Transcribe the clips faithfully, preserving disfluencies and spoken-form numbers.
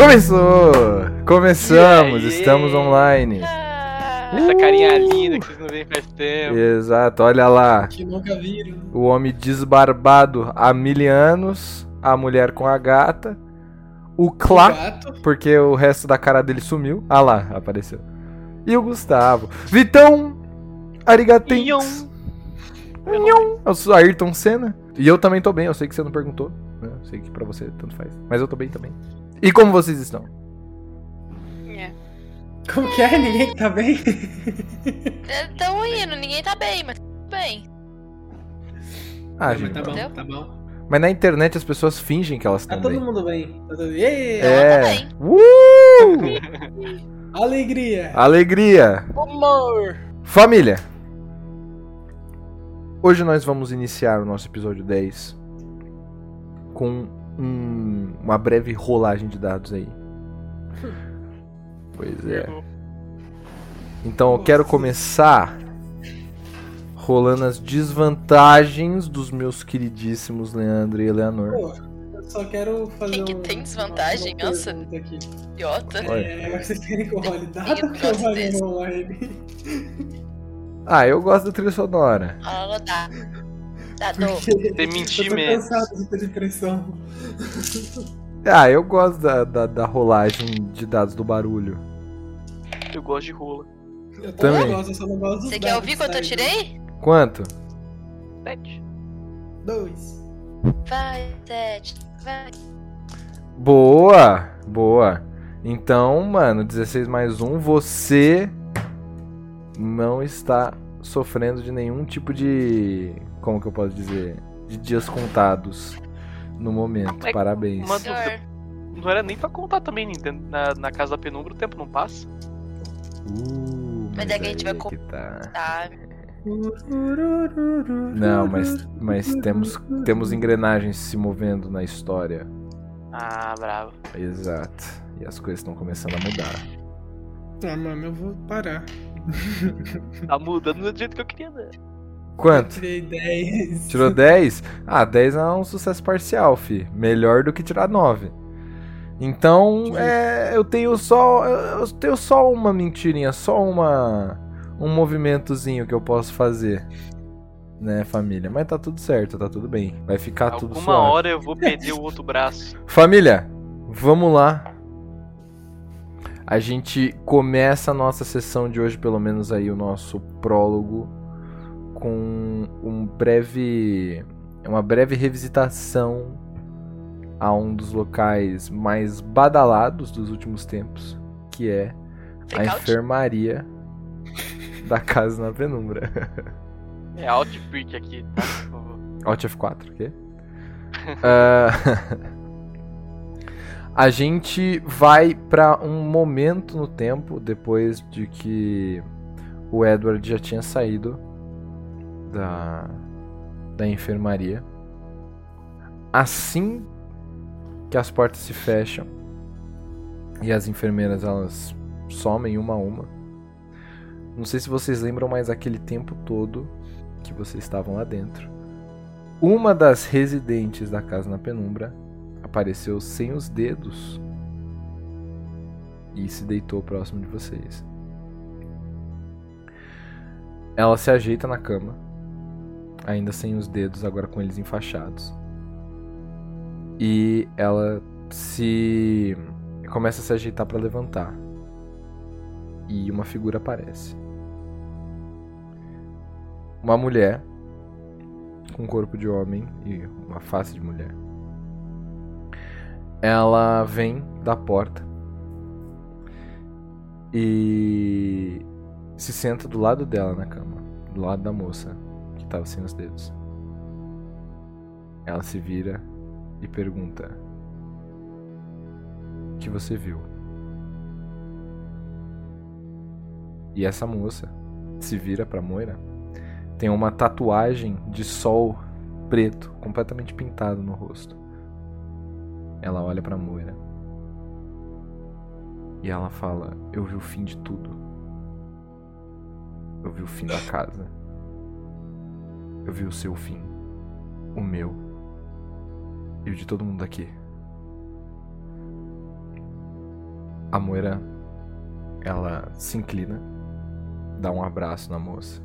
Começou! Começamos, estamos online. Essa carinha linda que vocês não veem faz tempo. Exato, olha lá. Que nunca viram. O homem desbarbado há mil anos, a mulher com a gata, o Clá, Gato. porque o resto da cara dele sumiu. Ah lá, apareceu. E o Gustavo. Vitão, arigatens. Nhon. Eu sou Ayrton Senna. E eu também tô bem, eu sei que você não perguntou, né? Eu sei que pra você tanto faz. Mas eu tô bem também. E como vocês estão? É. Como que é? Ninguém tá bem? Tão indo, ninguém tá bem, mas tudo bem. Ah, Mas gente. tá bom, Entendeu? tá bom. Mas na internet as pessoas fingem que elas Tá estão todo bem. mundo bem. Tá todo... Ê, É. também. Uh! Alegria. Alegria. Amor! Família. Hoje nós vamos iniciar o nosso episódio dez com um- uma breve rolagem de dados aí. Pois é. Então eu quero começar rolando as desvantagens dos meus queridíssimos Leandro e Eleanor. Pô, eu só quero fazer Quem que um... tem desvantagem? uma Nossa. pergunta aqui. Idiota. É, vocês querem que eu role dado Tem ou que eu gosto role desse. online? Ah, eu gosto da trilha sonora. Ela dá. Dá dor. Porque Tem mentir eu tô mesmo. cansado de ter depressão. Ah, eu gosto da, da, da rolagem de dados do barulho. Eu gosto de rola. Eu Também. também gosto, eu só não gosto dos Você quer dados ouvir quanto eu que saem. tirei? Quanto? Sete. Dois. Vai, sete. Vai. Boa! Boa. Então, mano, dezesseis mais um, você não está sofrendo de nenhum tipo de... Como que eu posso dizer? De dias contados no momento. É, Parabéns. uma Senhor. dúvida. Não era nem pra contar também, Nintendo. Na, na casa da penumbra o tempo não passa. Uh, Mas é que a gente aí vai que tá. Tá. Não, mas, mas temos, temos engrenagens se movendo na história. Ah, bravo. Exato. E as coisas estão começando a mudar. Ah, mano, eu vou parar. Tá mudando do jeito que eu queria, né? Quanto? Tirei dez. Tirou dez? Ah, dez é um sucesso parcial, fi. Melhor do que tirar nove. Então, é, eu tenho só eu tenho só uma mentirinha, só uma um movimentozinho que eu posso fazer, né, família? Mas tá tudo certo, tá tudo bem. Vai ficar tudo Alguma suave. hora eu vou perder o outro braço. Família, vamos lá. A gente começa a nossa sessão de hoje, pelo menos aí o nosso prólogo, com um breve, uma breve revisitação a um dos locais mais badalados dos últimos tempos, que é a Fake out? enfermaria da Casa na Penumbra. É Outbreak aqui, tá? Por favor. Alt F quatro, o quê? Ah, a gente vai pra um momento no tempo depois de que o Edward já tinha saído da, da enfermaria. Assim que as portas se fecham e as enfermeiras elas somem uma a uma. Não sei se vocês lembram, mas aquele tempo todo que vocês estavam lá dentro, uma das residentes da Casa na Penumbra apareceu sem os dedos e se deitou próximo de vocês. Ela se ajeita na cama, ainda sem os dedos, agora com eles enfaixados. E ela se começa a se ajeitar para levantar. E uma figura aparece. Uma mulher com corpo de homem e uma face de mulher. Ela vem da porta e se senta do lado dela na cama, do lado da moça que estava sem os dedos. Ela se vira e pergunta: o que você viu? E essa moça se vira pra Moira. Tem uma tatuagem de sol preto, completamente pintado no rosto. Ela olha pra Moira e ela fala: eu vi o fim de tudo. Eu vi o fim da casa. Eu vi o seu fim. O meu. E o de todo mundo aqui. A Moira, ela se inclina, dá um abraço na moça.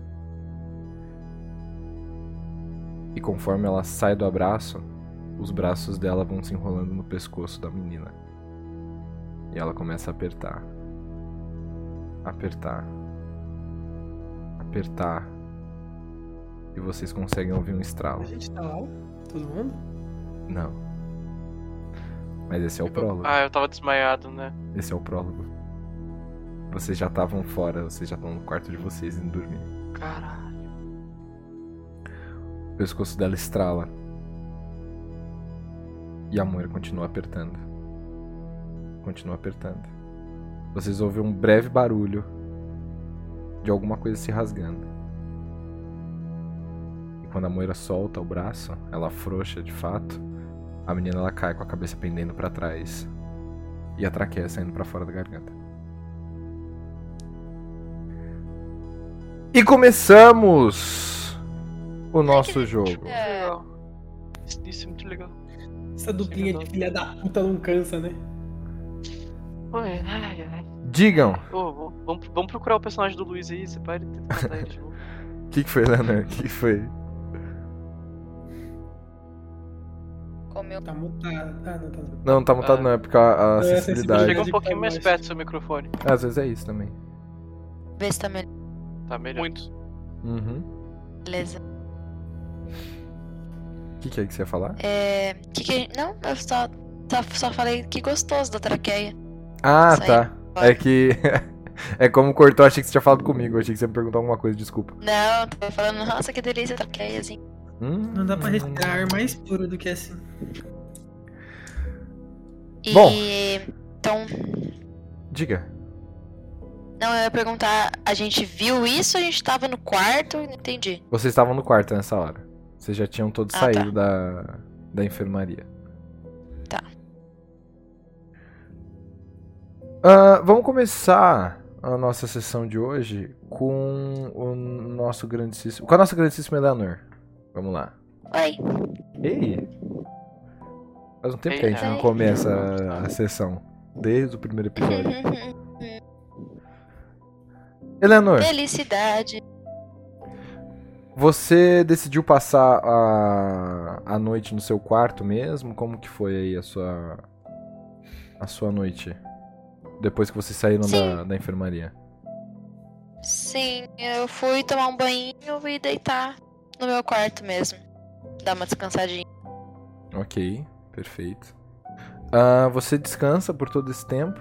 E conforme ela sai do abraço, os braços dela vão se enrolando no pescoço da menina. E ela começa a apertar. Apertar. Apertar. E vocês conseguem ouvir um estralo. A gente tá lá? Todo mundo? Não. Mas esse é o prólogo. Ah, eu tava desmaiado, né? Esse é o prólogo. Vocês já estavam fora, vocês já estão no quarto de vocês indo dormir. Caralho. O pescoço dela estrala. E a Moira continua apertando. Continua apertando. Vocês ouvem um breve barulho de alguma coisa se rasgando. E quando a Moira solta o braço, ela afrouxa de fato, a menina ela cai com a cabeça pendendo pra trás e a traqueia saindo pra fora da garganta. E começamos o nosso jogo. É. Legal. Isso, isso é muito legal. Essa duplinha de filha da puta não cansa, né? Oi, ai, ai. Digam, Ô, vamos, vamos- vamos procurar o personagem do Luiz aí, você vai tentar matar ele de novo. o que, que foi, Leonor? O que, que foi? Comeu. Tá mutado. Ah, não, tá. Não, tá mutado Ah. não, é porque a, a É, a acessibilidade. sensibilidade. Chega um de pouquinho ficar mais mais- perto do seu microfone. Às vezes é isso também. Vê se tá melhor. Tá melhor. Muito. Uhum. Beleza. O que, que é que você ia falar? É. Que que... Não, eu só, só, só falei que gostoso da traqueia. Ah, Isso aí. tá. É que. É como cortou, achei que você tinha falado comigo. Achei que você ia me perguntar alguma coisa, desculpa. Não, tava falando, nossa, que delícia a traqueia, assim. Hum, Não dá pra respirar ar mais puro do que assim. E. Bom. Então. Diga. Não, eu ia perguntar, a gente viu isso ou a gente tava no quarto? Não entendi. Vocês estavam no quarto nessa hora. Vocês já tinham todos Ah, saído da, da enfermaria. Tá. Ah, vamos começar a nossa sessão de hoje com o nosso grandíssimo. Com a nossa grandíssima Eleanor. Vamos lá. Oi. Ei! Faz um tempo Ei, que a gente não ei. começa a, a sessão. Desde o primeiro episódio. Eleanor, Felicidade. você decidiu passar a, a noite no seu quarto mesmo? Como que foi aí a sua a sua noite? Depois que vocês saíram da, Sim. da enfermaria. Sim, eu fui tomar um banho e deitar no meu quarto mesmo. Dar uma descansadinha. Ok, perfeito. Ah, você descansa por todo esse tempo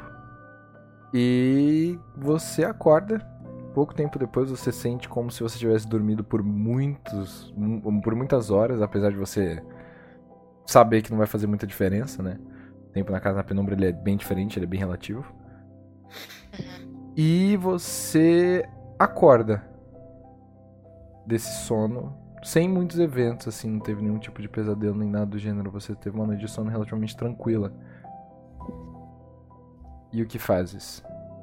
e você acorda. Pouco tempo depois você sente como se você tivesse dormido por muitos, mu- por muitas horas, apesar de você saber que não vai fazer muita diferença, né? O tempo na casa na penumbra ele é bem diferente, ele é bem relativo. E você acorda desse sono sem muitos eventos, assim, não teve nenhum tipo de pesadelo nem nada do gênero. Você teve uma noite de sono relativamente tranquila. E o que fazes?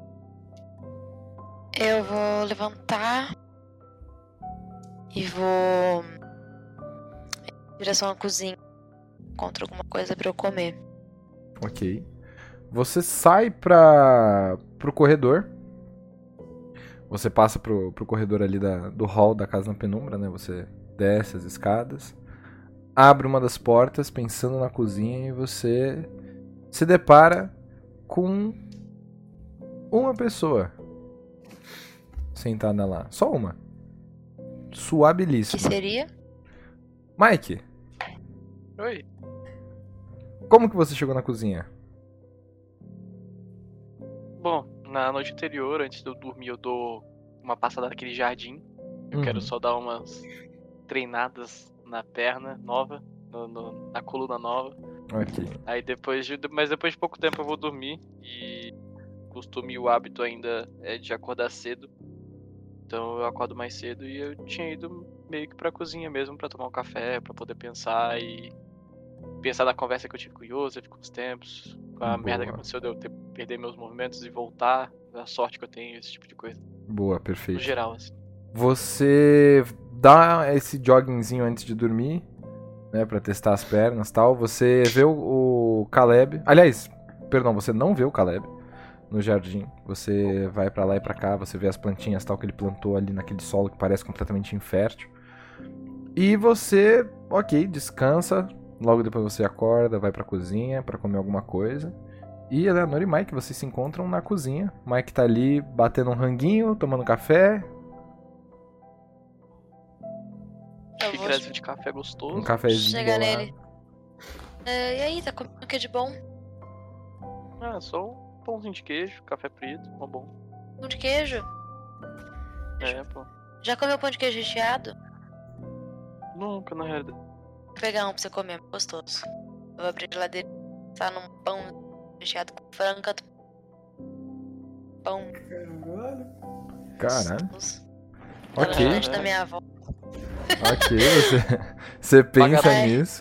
Eu vou levantar e vou em direção à cozinha. Encontro alguma coisa pra eu comer. Ok. Você sai para pro corredor. Você passa pro, pro corredor ali da, do hall da casa na penumbra, né? Você desce as escadas, abre uma das portas pensando na cozinha e você se depara com uma pessoa sentada lá. Só uma. Que Suabilíssima. seria? Mike, Oi. como que você chegou na cozinha? Bom, na noite anterior, antes de eu dormir, eu dou uma passada naquele jardim. Eu Uhum. quero só dar umas treinadas na perna nova, no- no- na coluna nova. Ok. Aí depois de, mas depois de pouco tempo eu vou dormir e o costume e o hábito ainda é de acordar cedo. Então eu acordo mais cedo e eu tinha ido meio que pra cozinha mesmo pra tomar um café, pra poder pensar e pensar na conversa que eu tive com o Joseph com os tempos, com a Boa. merda que aconteceu de eu ter, perder meus movimentos e voltar, a sorte que eu tenho, esse tipo de coisa. Boa, No perfeito. geral, assim. Você dá esse joggingzinho antes de dormir, né, pra testar as pernas e tal. Você vê o, o Caleb. Aliás, perdão, você não vê o Caleb no jardim. Você vai pra lá e pra cá, você vê as plantinhas tal que ele plantou ali naquele solo que parece completamente infértil. E você, ok, descansa. Logo depois você acorda, vai pra cozinha pra comer alguma coisa. E Eleanor e Mike, vocês se encontram na cozinha. Mike tá ali batendo um ranguinho, tomando café. Eu Que vou greve de café gostoso. Um cafezinho chegar bolado. nele. É, e aí, tá comendo o que de bom? Ah, só um pãozinho de queijo, café preto, tá bom. Pão de queijo? É, pô. Já comeu pão de queijo recheado? Nunca, na realidade. Vou pegar um pra você comer, gostoso. Eu vou abrir a geladeira, tá num pão recheado com frango, canto- pão Caralho. Caralho. gostoso. Tá no Ok, lanche da minha avó. ok, você, você pensa Paga- nisso.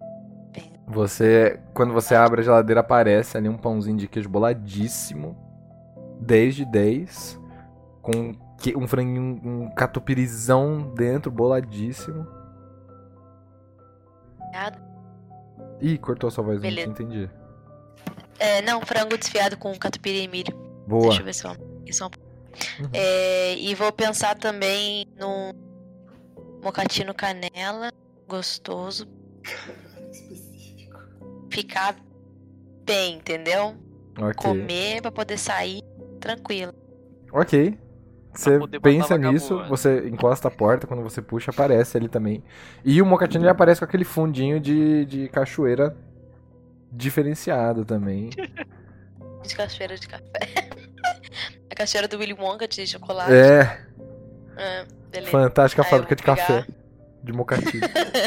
Você, quando você abre a geladeira, aparece ali um pãozinho de queijo boladíssimo. dez de dez. Com que- um franguinho, um catupirizão dentro, boladíssimo. Recheado. Ih, cortou sua voz, Beleza. não entendi. É, não, frango desfiado com catupiry e milho. Boa. Deixa eu ver se eu... Isso é um... Uhum. É, e vou pensar também no mocatino canela, gostoso, Específico. ficar bem, entendeu? Ok. Comer pra poder sair tranquilo. Ok. Você poder botar pensa vagabundo, nisso, né? você encosta a porta, quando você puxa, aparece ali também. E o mocatino ele aparece com aquele fundinho de, de cachoeira diferenciado também. De cachoeira de café. A cachoeira do Willy Wonka de chocolate. É, Ah, beleza. fantástica Aí eu fábrica vou de pegar- café. De mocatino.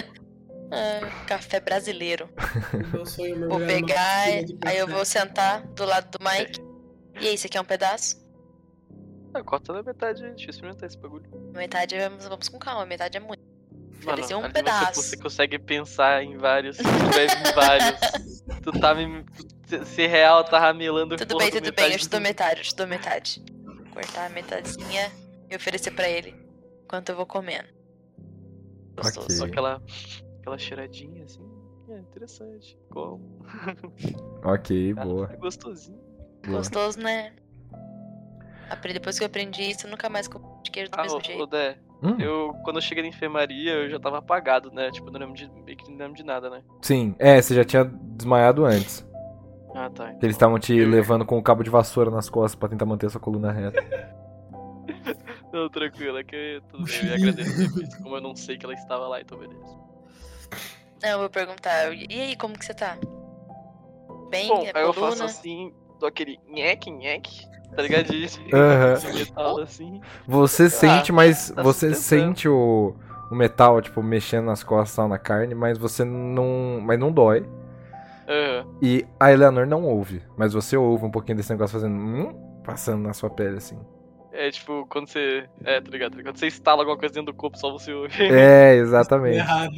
Ah, café brasileiro. Meu sonho é Vou mergulhar numa pegar, piscina de aí eu café. vou sentar do lado do Mike. E aí, você quer um pedaço? Ah, corta na metade, deixa eu experimentar esse bagulho. Metade vamos, vamos com calma, metade é muito. Mano, Oferecer um ali pedaço. Você, você consegue pensar em vários, se tivesse em vários. Tu tá me. Se real tá ramelando Tudo porra bem, do tudo bem, eu metade te dou do- metade, eu te dou metade. Cortar a metadezinha e oferecer pra ele enquanto eu vou comendo. Gostoso. Só Ok. aquela. Aquela cheiradinha assim. É interessante. Como? Ok, Cara, boa. é gostosinho. boa. Gostoso, né? Apre- Depois que eu aprendi isso, eu nunca mais comi de queijo do Ah, mesmo ô, ô jeito. Dé, Hum, eu quando eu cheguei na enfermaria eu já tava apagado, né? Tipo, não lembro de. Meio que não lembro de nada, né? Sim, é, você já tinha desmaiado antes. Ah, tá. Que eles estavam te levando com o cabo de vassoura nas costas pra tentar manter a sua coluna reta. Não, tranquilo, é que tudo bem, eu ia Mochilinha. agradecer, mas como eu não sei que ela estava lá, então beleza. Não, eu vou perguntar, e aí, como que você tá? Bem? Bom, é aí eu coluna? faço assim, dou aquele nhec, nhec, tá ligado? De Aham. esse metal assim. Você sente, mas tá você sustentando. sente o, o metal, tipo, mexendo nas costas, tal, na carne, mas você não. Mas não dói. Aham. E a Eleanor não ouve. Mas você ouve um pouquinho desse negócio fazendo. Hum, passando na sua pele, assim. É tipo, quando você. É, tá ligado? Quando você instala alguma coisa dentro do corpo, só você ouve. É, exatamente. Errado.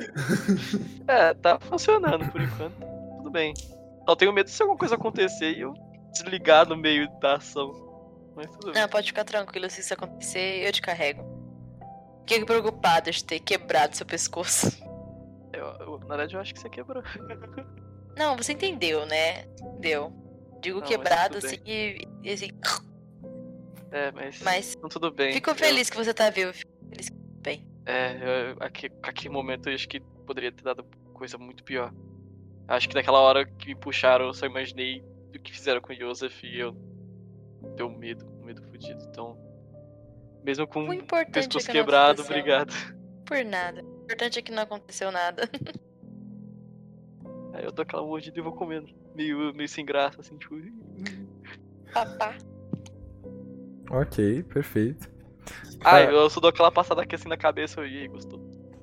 É, tá funcionando por enquanto. Tudo bem. Só tenho medo se alguma coisa acontecer e eu desligar no meio da ação. Mas tudo bem. Não, pode ficar tranquilo, se isso acontecer, eu te carrego. Fiquei preocupada de ter quebrado seu pescoço. Eu, eu- na verdade, eu acho que você quebrou. Não, você entendeu, né? Entendeu? Digo Não, mas quebrado tudo assim e, e assim. É, mas. Mas Então, tudo bem. fico Eu- feliz que você tá vivo. Fico feliz que bem. É, eu, aqui, aquele momento eu acho que poderia ter dado coisa muito pior. Acho que naquela hora que me puxaram, eu só imaginei o que fizeram com o Joseph e eu. Deu medo, um medo fudido. Então. Mesmo com O o importante é pescoço que não quebrado, aconteceu. obrigado. Por nada. O importante é que não aconteceu nada. Aí eu dou aquela mordida e vou comendo. Meio, meio sem graça, assim, tipo. Papá. Ok, perfeito. Ah, Ah. eu só dou aquela passada aqui assim na cabeça e aí, gostou.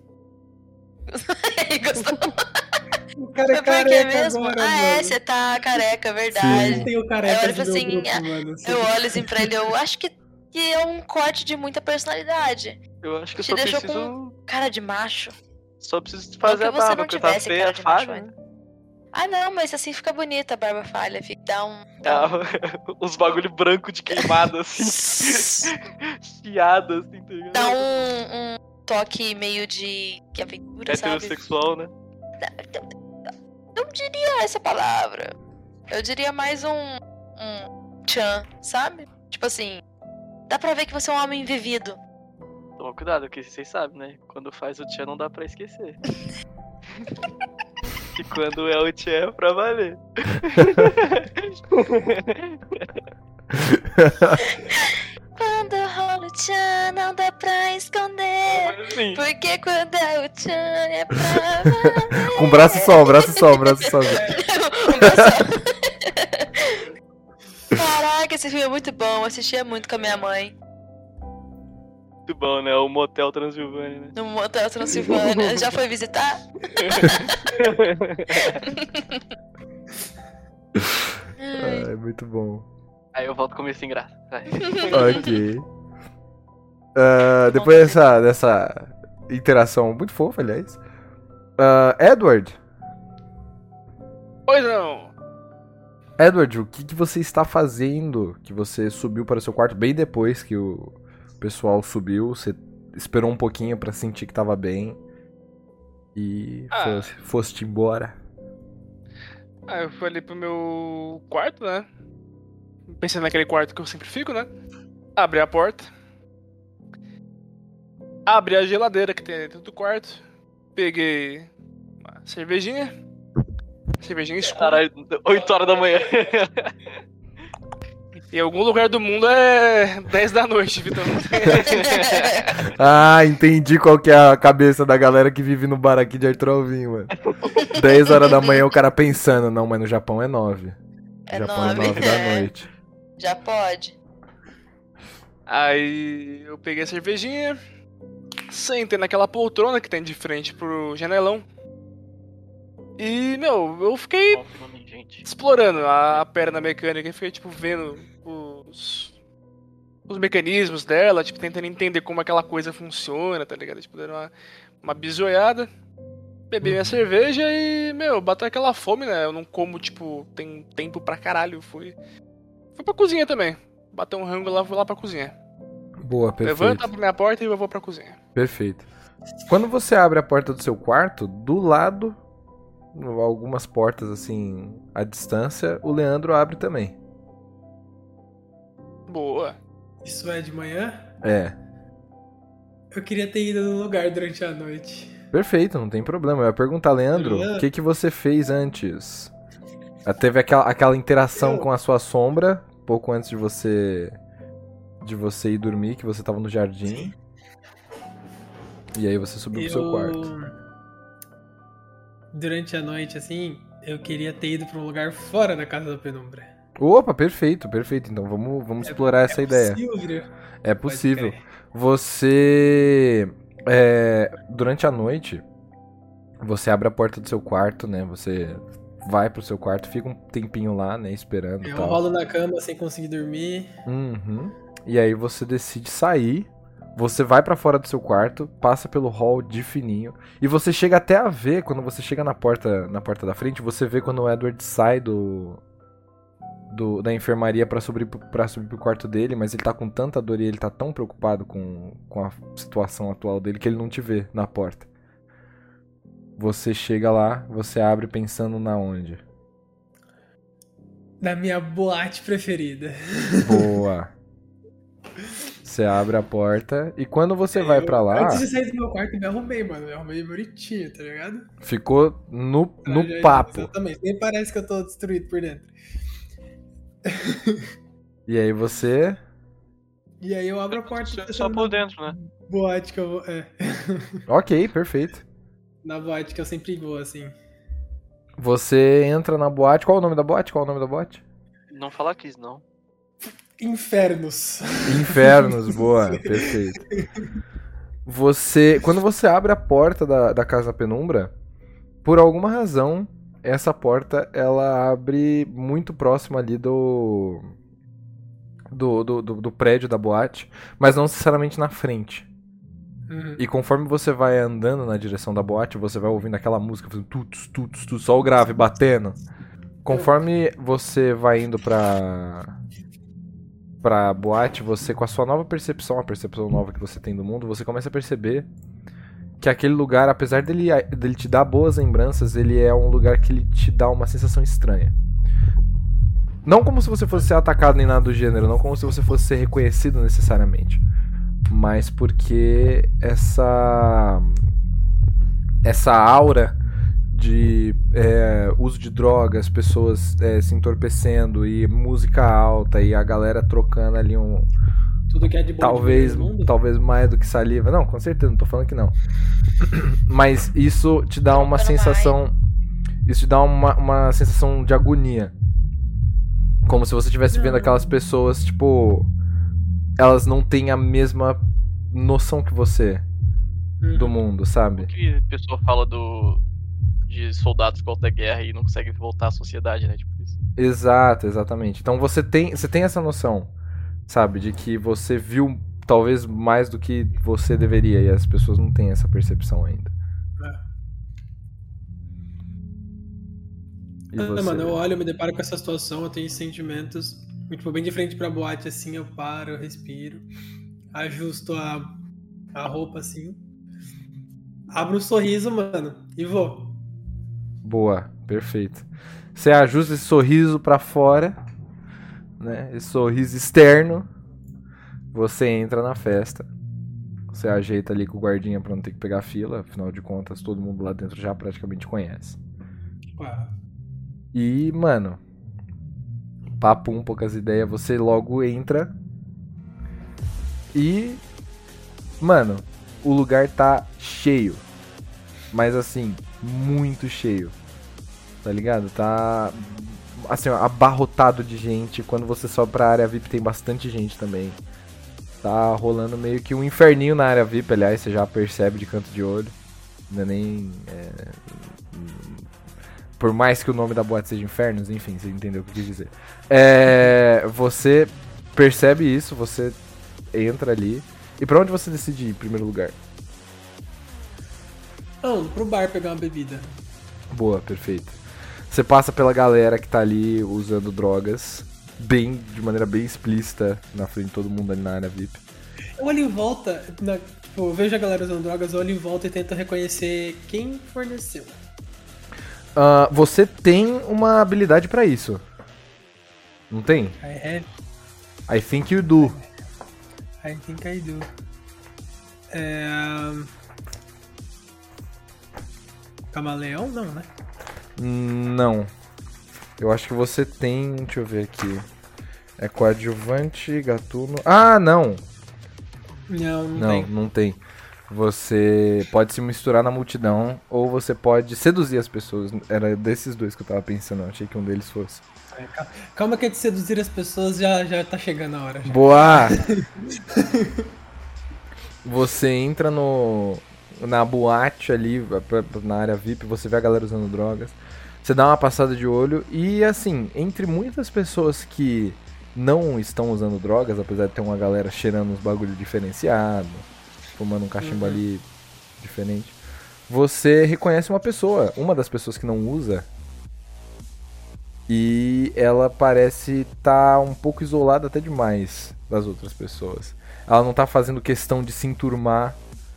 Gostou? O cara é Foi por quê careca mesmo? agora, ah, é, mano. você tá careca, verdade. Sim. Tem o Aí careca eu olho e do falo meu assim, grupo, ah, mano. Você- Eu olho assim pra ele, eu acho que, que é um corte de muita personalidade. Eu acho que eu Te só deixou preciso. Cara de macho. Só preciso fazer que a você barba, não porque tá tivesse feia, cara de macho falha, né? Ah, não, mas assim fica bonita a barba falha. Fica, dá um. Ah, Dá um... os bagulho branco de queimado, assim. Chiado, assim, tá ligado? Dá um, um toque meio de. Que aventura, sabe? Heterossexual, né? Não diria essa palavra. Eu diria mais um. um Chan, sabe? Tipo assim, dá pra ver que você é um homem vivido. Toma cuidado, que vocês sabem, né? Quando faz o Tchan não dá pra esquecer. E quando é o Tchan é pra valer. Quando rola o Chan, não dá pra esconder. Sim. Porque quando é o Chan, é pra valer. Com braço só, braço só, braço só. Um braço. Caraca, esse filme é muito bom. Eu assistia muito com a minha mãe. Muito bom, né? O Motel Transilvânia, né? No Motel Transilvânia. Já foi visitar? Ai. É muito bom. Aí eu volto com isso sem graça. Vai. Ok. Ah, depois dessa, dessa interação muito fofa, aliás. Ah, Edward. Pois não. Edward, o que, que você está fazendo que você subiu para o seu quarto bem depois que o pessoal subiu? Você esperou um pouquinho pra sentir que tava bem e Ah. fosse, foste embora. Ah, eu fui ali pro meu quarto, né? Pensando naquele quarto que eu sempre fico, né? Abri a porta. Abri a geladeira que tem dentro do quarto. Peguei uma cervejinha. Cervejinha escura. Caralho, oito horas da manhã. Em algum lugar do mundo é dez da noite, Vitão. Ah, entendi qual que é a cabeça da galera que vive no bar aqui de Arthur Alvim, mano. dez horas da manhã o cara pensando, não, mas no Japão é nove. É Japão é nove, nove da é. noite. Já pode. Aí eu peguei a cervejinha, sentei naquela poltrona que tem de frente pro janelão. E, meu, eu fiquei Confirma, gente. explorando a, a perna mecânica e fiquei, tipo, vendo os, os mecanismos dela, tipo, tentando entender como aquela coisa funciona, tá ligado? Tipo, dando uma, uma bisoiada. Bebi minha cerveja e, meu, bateu aquela fome, né? Eu não como, tipo, tem tempo pra caralho. Fui, fui pra cozinha também. Bateu um rango lá, fui lá pra cozinha. Boa, perfeito. Levanta, abre minha porta e eu vou pra cozinha. Perfeito. Quando você abre a porta do seu quarto, do lado, algumas portas assim, à distância, o Leandro abre também. Boa. Isso é de manhã? É. Eu queria ter ido no lugar durante a noite. Perfeito, não tem problema. Eu ia perguntar, Leandro, o que, que você fez antes? Ah, teve aquela, aquela interação Eu? com a sua sombra, pouco antes de você de você ir dormir, que você tava no jardim. E aí você subiu pro seu quarto. Durante a noite, assim, eu queria ter ido pra um lugar fora da Casa da Penumbra. Opa, perfeito, perfeito. Então vamos, vamos explorar essa é ideia. Possível, É Pode possível. crer. Você, é, durante a noite, você abre a porta do seu quarto, né? Você vai pro seu quarto, fica um tempinho lá, né? Esperando e Eu tal. rolo na cama sem conseguir dormir. Uhum. E aí você decide sair. Você vai pra fora do seu quarto, passa pelo hall de fininho e você chega até a ver, quando você chega na porta, na porta da frente, você vê quando o Edward sai do, do da enfermaria pra subir, pra subir pro quarto dele, mas ele tá com tanta dor e ele tá tão preocupado com, com a situação atual dele que ele não te vê na porta. Você chega lá, você abre pensando na onde? Da minha boate preferida. Boa! Você abre a porta e quando você vai Eu- pra lá, Antes de sair do meu quarto, eu me arrumei, mano. Me arrumei bonitinho, tá ligado? ficou no, no Pra já- papo. Exatamente. Nem parece que eu tô destruído por dentro. E aí você... E aí eu abro a porta Só pensando por na dentro, né? boate que eu vou. É. Ok, perfeito. Na boate que eu sempre vou, assim. Você entra na boate. Qual é o nome da boate? Qual é o nome da boate? Não fala Kiss, não. Infernos. Infernos, boa, perfeito. Você, quando você abre a porta da, da Casa Penumbra, por alguma razão, essa porta ela abre muito próximo ali do do, do, do, do prédio da boate, mas não necessariamente na frente. Uhum. E conforme você vai andando na direção da boate, você vai ouvindo aquela música fazendo tuts, tuts, tuts, só o grave batendo. Conforme você vai indo pra pra boate, você, com a sua nova percepção, a percepção nova que você tem do mundo, você começa a perceber que aquele lugar, apesar dele, dele te dar boas lembranças, ele é um lugar que ele te dá uma sensação estranha. Não como se você fosse ser atacado nem nada do gênero, não como se você fosse ser reconhecido necessariamente. Mas porque essa essa aura de é, uso de drogas, pessoas é, se entorpecendo e música alta e a galera trocando ali um... Tudo que é de bom Talvez, de ver no mundo. talvez mais do que saliva. Não, com certeza, não tô falando que não. Mas isso te dá uma Trocando sensação... Isso te dá uma, uma sensação de agonia. Como se você estivesse vendo aquelas pessoas, tipo... Elas não têm a mesma noção que você do mundo, sabe? O que a pessoa fala do de soldados contra a guerra e não consegue voltar à sociedade, né? Tipo isso. Exato, exatamente. Então você tem, você tem essa noção, sabe? De que você viu talvez mais do que você deveria e as pessoas não têm essa percepção ainda. E Ah, você... mano, eu olho, eu me deparo com essa situação, eu tenho sentimentos, tipo, bem de frente pra boate, assim, eu paro, eu respiro, ajusto a, a roupa, assim, abro um sorriso, mano, e vou. Boa, perfeito. Você ajusta esse sorriso pra fora, né? Esse sorriso externo. Você entra na festa. Você ajeita ali com o guardinha pra não ter que pegar fila. Afinal de contas, todo mundo lá dentro já praticamente conhece. Ué. E, mano, papo um, poucas ideias. Você logo entra. E, mano, o lugar tá cheio. Mas assim, muito cheio. Tá ligado? Tá, assim, ó, abarrotado de gente. Quando você sobe pra área V I P tem bastante gente também. Tá rolando meio que um inferninho na área V I P, aliás, você já percebe de canto de olho. Não é nem... É... Por mais que o nome da boate seja Infernos, enfim, você entendeu o que eu quis dizer. É... Você percebe isso, você entra ali. E pra onde você decide ir em primeiro lugar? Não, pro bar pegar uma bebida. Boa, perfeito. Você passa pela galera que tá ali usando drogas, bem, de maneira bem explícita, na frente de todo mundo ali na área V I P. Eu olho em volta, na, tipo, eu vejo a galera usando drogas, eu olho em volta e tento reconhecer quem forneceu. Uh, você tem uma habilidade pra isso. Não tem? I have, I think you do. I think I do. É... Camaleão? Não, né? Não. Eu acho que você tem... Deixa eu ver aqui. É coadjuvante, gatuno... Ah, não! Não, não, Não, tem. não tem. Você pode se misturar na multidão ou você pode seduzir as pessoas. Era desses dois que eu tava pensando. Eu achei que um deles fosse. É, cal- Calma que é de seduzir as pessoas já, já tá chegando a hora. Já. Boa! Você entra no na boate ali, pra- pra- na área V I P, você vê a galera usando drogas. Você dá uma passada de olho e, assim, entre muitas pessoas que não estão usando drogas, apesar de ter uma galera cheirando uns bagulho diferenciado, fumando um cachimbo Uhum. ali diferente, você reconhece uma pessoa, uma das pessoas que não usa, e ela parece estar um pouco isolada até demais das outras pessoas. Ela não tá fazendo questão de se enturmar,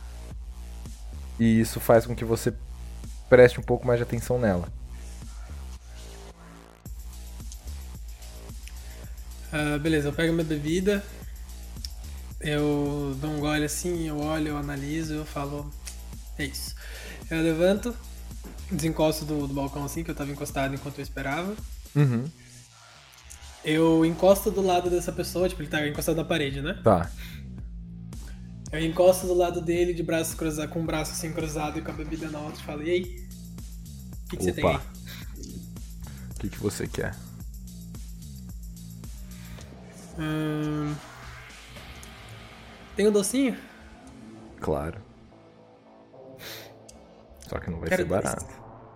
e isso faz com que você preste um pouco mais de atenção nela. Ah, beleza, eu pego minha bebida, eu dou um gole assim, eu olho, eu analiso, eu falo, é isso. Eu levanto, desencosto do, do balcão assim, que eu tava encostado enquanto eu esperava. Uhum. Eu encosto do lado dessa pessoa, tipo, ele tá encostado na parede, né? Tá. Eu encosto do lado dele, de braços cruzados, com o braço assim cruzado e com a bebida na outra, e falo, e aí? O que, que você tem aí? Opa. O que, que você quer? Hum... Tem um docinho? Claro. Só que não vai Quero ser dois. barato.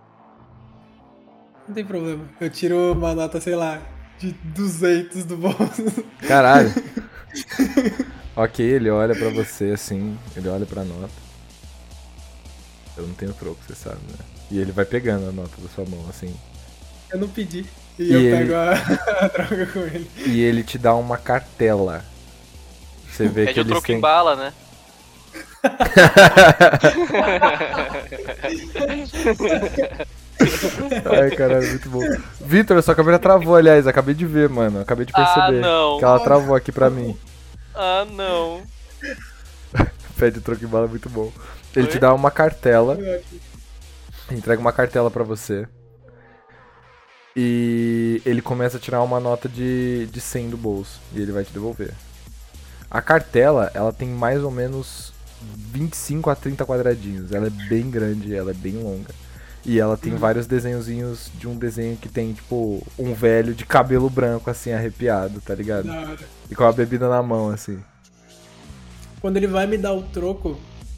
Não tem problema. Eu tiro uma nota, sei lá, de duzentos do bolso. Caralho. Ok, ele olha pra você assim, ele olha pra nota. Eu não tenho troco, você sabe, né? E ele vai pegando a nota da sua mão, assim. Eu não pedi. E, E eu ele- pego a, a droga com ele. E ele te dá uma cartela. Você vê que Pede o eles troco têm... em bala, né? Ai, caralho, muito bom. Vitor, sua câmera travou, aliás. Acabei de ver, mano. Acabei de perceber. Ah, não. Que ela travou aqui pra mim. Ah, não. Pede troco de bala é muito bom. Ele Oi? te dá uma cartela. Entrega uma cartela pra você. E ele começa a tirar uma nota de, de cem do bolso. E ele vai te devolver. A cartela, ela tem mais ou menos vinte e cinco a trinta quadradinhos. Ela é bem grande, ela é bem longa. E ela tem vários desenhozinhos de um desenho que tem, tipo, um velho de cabelo branco, assim, arrepiado, tá ligado? Da hora. E com a bebida na mão, assim. Quando ele vai me dar o troco,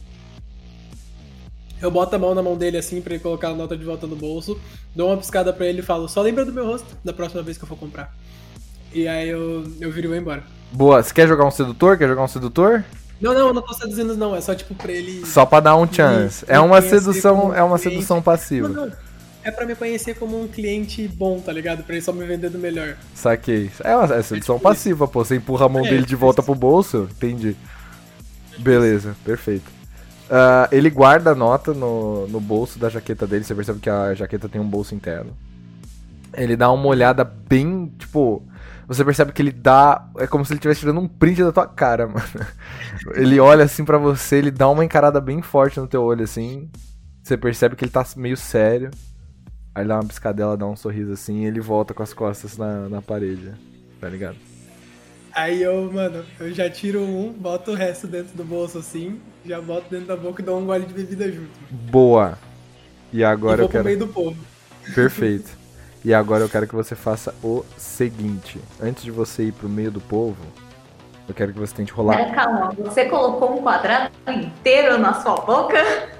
eu boto a mão na mão dele assim pra ele colocar a nota de volta no bolso, dou uma piscada pra ele e falo, só lembra do meu rosto da próxima vez que eu for comprar. E aí eu, eu viro e vou embora. Boa, você quer jogar um sedutor? Quer jogar um sedutor? Não, não, eu não tô seduzindo não, é só tipo pra ele... Só pra dar um chance. me É uma conhecer sedução, como é uma cliente. sedução passiva. Não, não, é pra me conhecer como um cliente bom, tá ligado? Pra ele só me vender do melhor. Saquei. É uma é sedução tipo passiva, pô. Você empurra a mão É, dele de tipo volta isso. pro bolso. Entendi. Beleza, perfeito. Ah, ele guarda a nota no, no bolso da jaqueta dele. Você percebe que a jaqueta tem um bolso interno. Ele dá uma olhada bem, tipo... Você percebe que ele dá... É como se ele estivesse tirando um print da tua cara, mano. Ele olha assim pra você, ele dá uma encarada bem forte no teu olho, assim. Você percebe que ele tá meio sério. Aí ele dá uma piscadela, dá um sorriso assim, e ele volta com as costas na, na parede. Tá ligado? Aí eu, mano, eu já tiro um, boto o resto dentro do bolso assim, já boto dentro da boca e dou um gole de bebida junto. Boa! E agora e vou eu quero... pro meio do povo. Perfeito. E agora eu quero que você faça o seguinte. Antes de você ir pro meio do povo, eu quero que você tente rolar. Pera, calma, você colocou um quadrado inteiro na sua boca?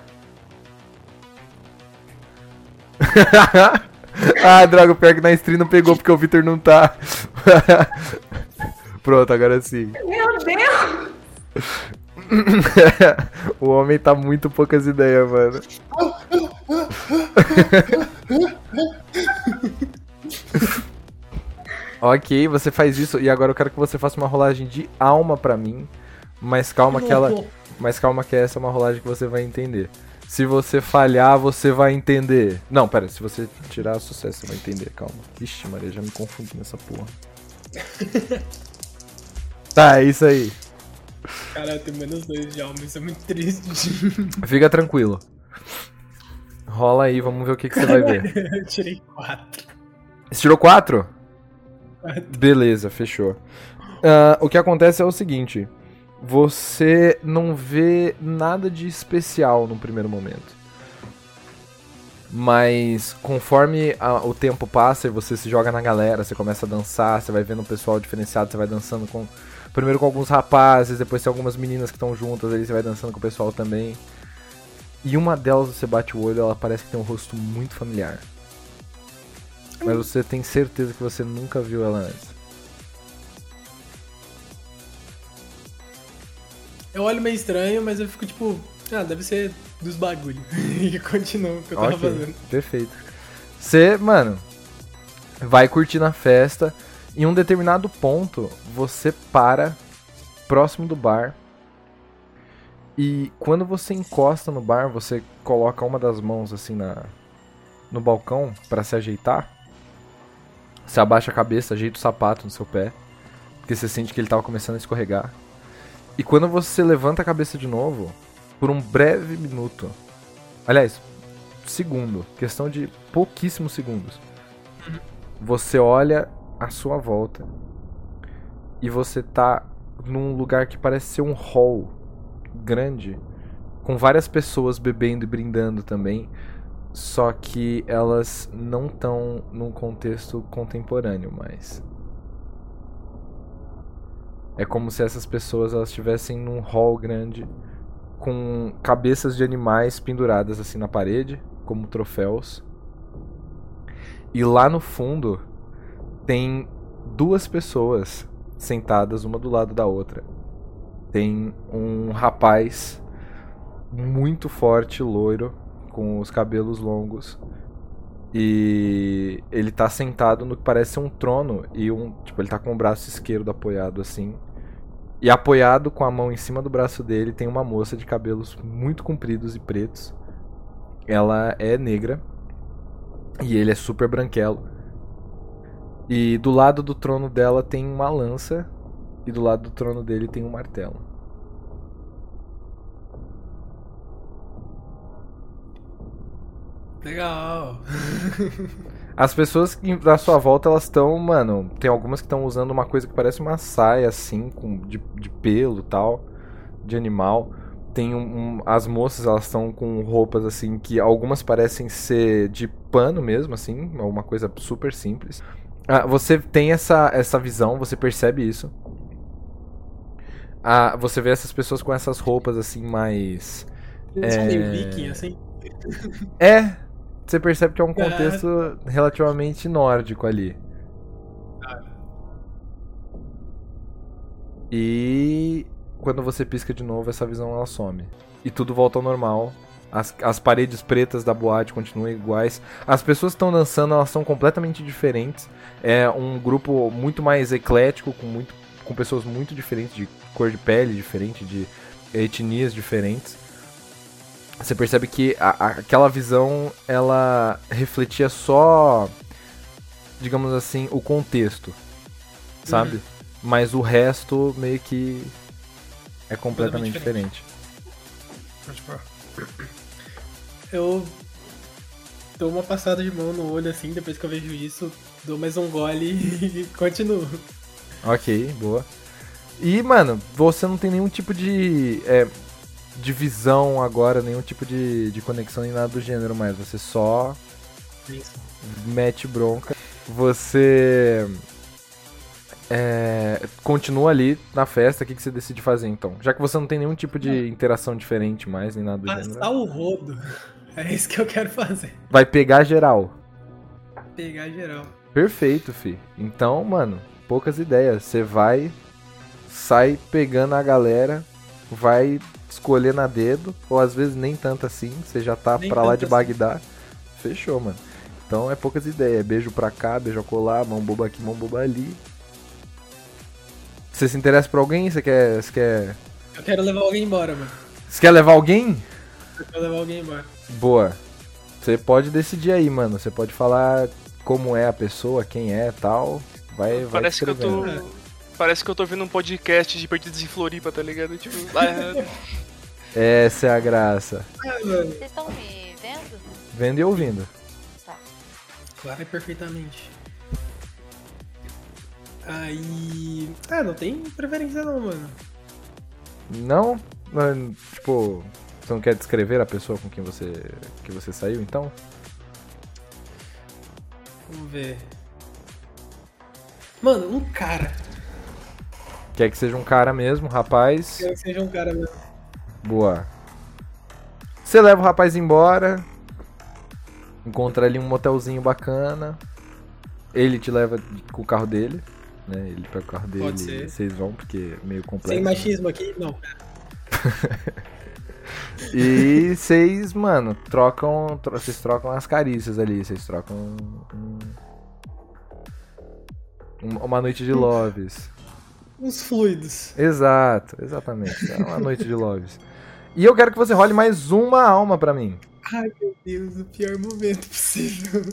Ah, droga, o pior que na stream não pegou porque o Victor não tá. Pronto, agora sim. Meu Deus! O homem tá muito poucas ideias, mano. Ok, você faz isso e agora eu quero que você faça uma rolagem de alma pra mim. Mas calma que ela. Mas calma que essa é uma rolagem que você vai entender. Se você falhar, você vai entender. Não, pera, se você tirar sucesso, você vai entender, calma. Ixi, Maria, já me confundi nessa porra. Tá, é isso aí. Caralho, eu tenho menos dois de alma, isso é muito triste. Fica tranquilo. Rola aí, vamos ver o que, que você vai ver. Eu tirei quatro. Você tirou quatro? Quatro. Beleza, fechou. Ah, o que acontece é o seguinte. Você não vê nada de especial no primeiro momento. Mas conforme a- o tempo passa e você se joga na galera, você começa a dançar, você vai vendo um pessoal diferenciado, você vai dançando com... Primeiro com alguns rapazes, depois tem algumas meninas que estão juntas, aí você vai dançando com o pessoal também. E uma delas você bate o olho, ela parece que tem um rosto muito familiar. Mas você tem certeza que você nunca viu ela antes. Eu olho meio estranho, mas eu fico tipo, ah, deve ser dos bagulho. E continuo o que eu tava Ok, fazendo. perfeito. Você, mano, vai curtir a festa. Em um determinado ponto, você para próximo do bar. E quando você encosta no bar, você coloca uma das mãos assim na no balcão pra se ajeitar. Você abaixa a cabeça, ajeita o sapato no seu pé, porque você sente que ele tava começando a escorregar. E quando você levanta a cabeça de novo, por um breve minuto, aliás, segundo, questão de pouquíssimos segundos, você olha à sua volta e você tá num lugar que parece ser um hall grande, com várias pessoas bebendo e brindando também, só que elas não estão num contexto contemporâneo mais. É como se essas pessoas elas estivessem num hall grande com cabeças de animais penduradas assim na parede, como troféus. E lá no fundo tem duas pessoas sentadas uma do lado da outra. Tem um rapaz muito forte, loiro, com os cabelos longos. E ele tá sentado no que parece ser um trono. E um, tipo, ele tá com o braço esquerdo apoiado assim. E apoiado com a mão em cima do braço dele tem uma moça de cabelos muito compridos e pretos. Ela é negra. E ele é super branquelo. E do lado do trono dela tem uma lança. E do lado do trono dele tem um martelo. Legal. As pessoas que- da sua volta, elas estão, mano, tem algumas que estão usando uma coisa que parece uma saia, assim, com, de, de pelo e tal, de animal. Tem um, um- as moças, elas estão com roupas, assim, que algumas parecem ser de pano mesmo, assim, uma coisa super simples. Ah, você tem essa, essa visão, você percebe isso. Ah, você vê essas pessoas com essas roupas, assim, mais... Eles são É. meio viking, assim. É, você percebe que é um contexto relativamente nórdico ali. E quando você pisca de novo, essa visão ela some. E tudo volta ao normal. As, as paredes pretas da boate continuam iguais. As pessoas que estão dançando, elas são completamente diferentes. É um grupo muito mais eclético, com, muito, com pessoas muito diferentes, de cor de pele diferente, de etnias diferentes. Você percebe que a, a, aquela visão, ela refletia só, digamos assim, o contexto, sabe? Uhum. Mas o resto meio que é completamente Completamente diferente. Tipo, eu dou uma passada de mão no olho, assim, depois que eu vejo isso, dou mais um gole e continuo. Ok, boa. E, mano, você não tem nenhum tipo de, é, de visão agora, nenhum tipo de, de conexão nem nada do gênero mais. Você só Isso. mete bronca. Você é, continua ali na festa. O que, que você decide fazer então? Já que você não tem nenhum tipo de interação diferente mais, nem nada do Passar gênero. o rodo. É isso que eu quero fazer. Vai pegar geral. Pegar geral. Perfeito, fi. Então, mano, poucas ideias. Você vai, sai pegando a galera, vai escolhendo a dedo, ou às vezes nem tanto assim, você já tá Nem pra lá tanto de assim. Bagdá. Fechou, mano. Então é poucas ideias. Beijo pra cá, beijo acolá, mão boba aqui, mão boba ali. Você se interessa por alguém? Você quer, você quer... Eu quero levar alguém embora, mano. Você quer levar alguém? Eu quero levar alguém embora. Boa. Você pode decidir aí, mano. Você pode falar como é a pessoa, quem é, tal. Vai, vai Parece que eu tô. descrevendo. Parece que eu tô ouvindo um podcast de Perdidos em Floripa, tá ligado? Tipo, ah, Essa é a graça. Ah, mano. Vocês estão me vendo? Vendo e ouvindo. Tá. Claro e perfeitamente. Aí. Ah, não tem preferência não, mano. Não? Mas, tipo, você não quer descrever a pessoa com quem você, que você saiu, então? Vamos ver. Mano, um cara. Quer que seja um cara mesmo, rapaz. Quero que seja um cara mesmo. Boa. Você leva o rapaz embora. Encontra ali um motelzinho bacana. Ele te leva com o carro dele. Né? Ele pega o carro dele Pode e ser. vocês vão, porque é meio complexo. Sem né? machismo aqui? Não. E vocês, mano, trocam. tro- Vocês trocam as carícias ali. Vocês trocam. um- um- uma noite de loves. Uns fluidos. Exato, exatamente. É uma noite de loves. E eu quero que você role mais uma alma pra mim. Ai, meu Deus, o pior momento possível.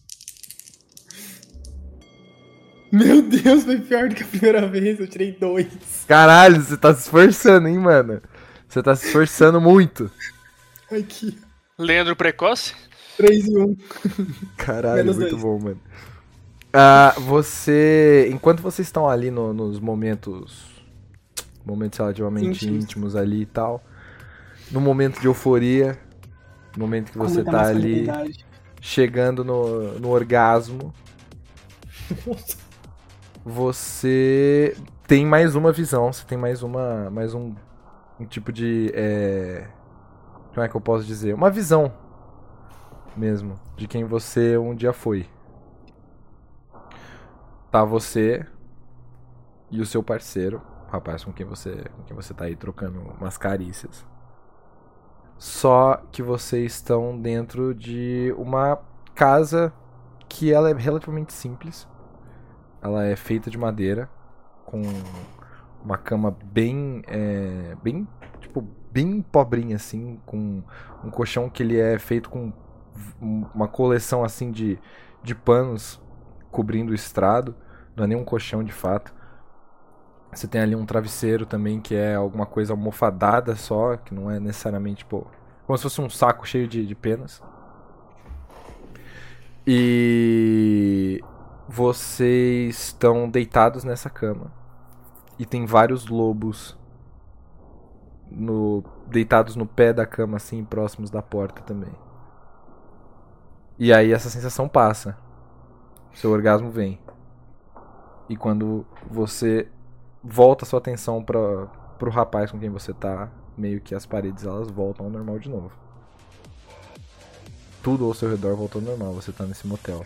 Meu Deus, foi pior do que a primeira vez. Eu tirei dois. Caralho, você tá se esforçando, hein, mano? Você tá se esforçando muito. Aqui. Leandro Precoce? três e um. Caralho, Menos muito dois. bom, mano. Ah, você. Enquanto vocês estão ali no- nos momentos. Momentos relativamente Íntimos. íntimos ali e tal. No momento de euforia. No momento que Com você muita tá ali masculinidade. chegando no, no orgasmo. Você tem mais uma visão. Você tem mais uma. Mais um, um tipo de. É... Como é que eu posso dizer? Uma visão mesmo. De quem você um dia foi. Tá você e o seu parceiro, o rapaz com quem você, com quem você tá aí trocando umas carícias. Só que vocês estão dentro de uma casa que ela é relativamente simples. Ela é feita de madeira, com uma cama bem, é, bem, tipo, bem pobrinha assim, com um colchão que ele é feito com uma coleção assim de, de panos cobrindo o estrado. Não é nem um colchão de fato. Você tem ali um travesseiro também, que é alguma coisa almofadada só, que não é necessariamente, pô, como se fosse um saco cheio de, de penas. E vocês estão deitados nessa cama. E tem vários lobos no, deitados no pé da cama, assim, próximos da porta também. E aí essa sensação passa. Seu orgasmo vem. E quando você volta sua atenção para pro rapaz com quem você tá, meio que as paredes elas voltam ao normal de novo. Tudo ao seu redor voltou ao normal, você tá nesse motel.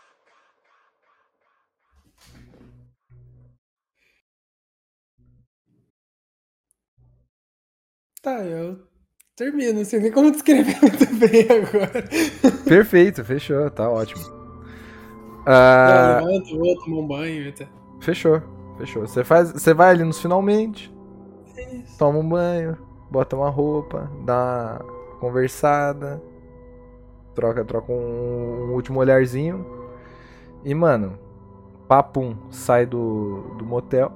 Tá, eu termino, não sei nem como descrever muito bem agora. Perfeito, fechou, tá ótimo. Eu Ah, levanto, vou tomar um banho. Até. fechou, fechou. Você faz, você vai ali nos finalmente, toma um banho, bota uma roupa, dá uma conversada, troca, troca um, um último olharzinho e, mano, papum, sai do, do motel.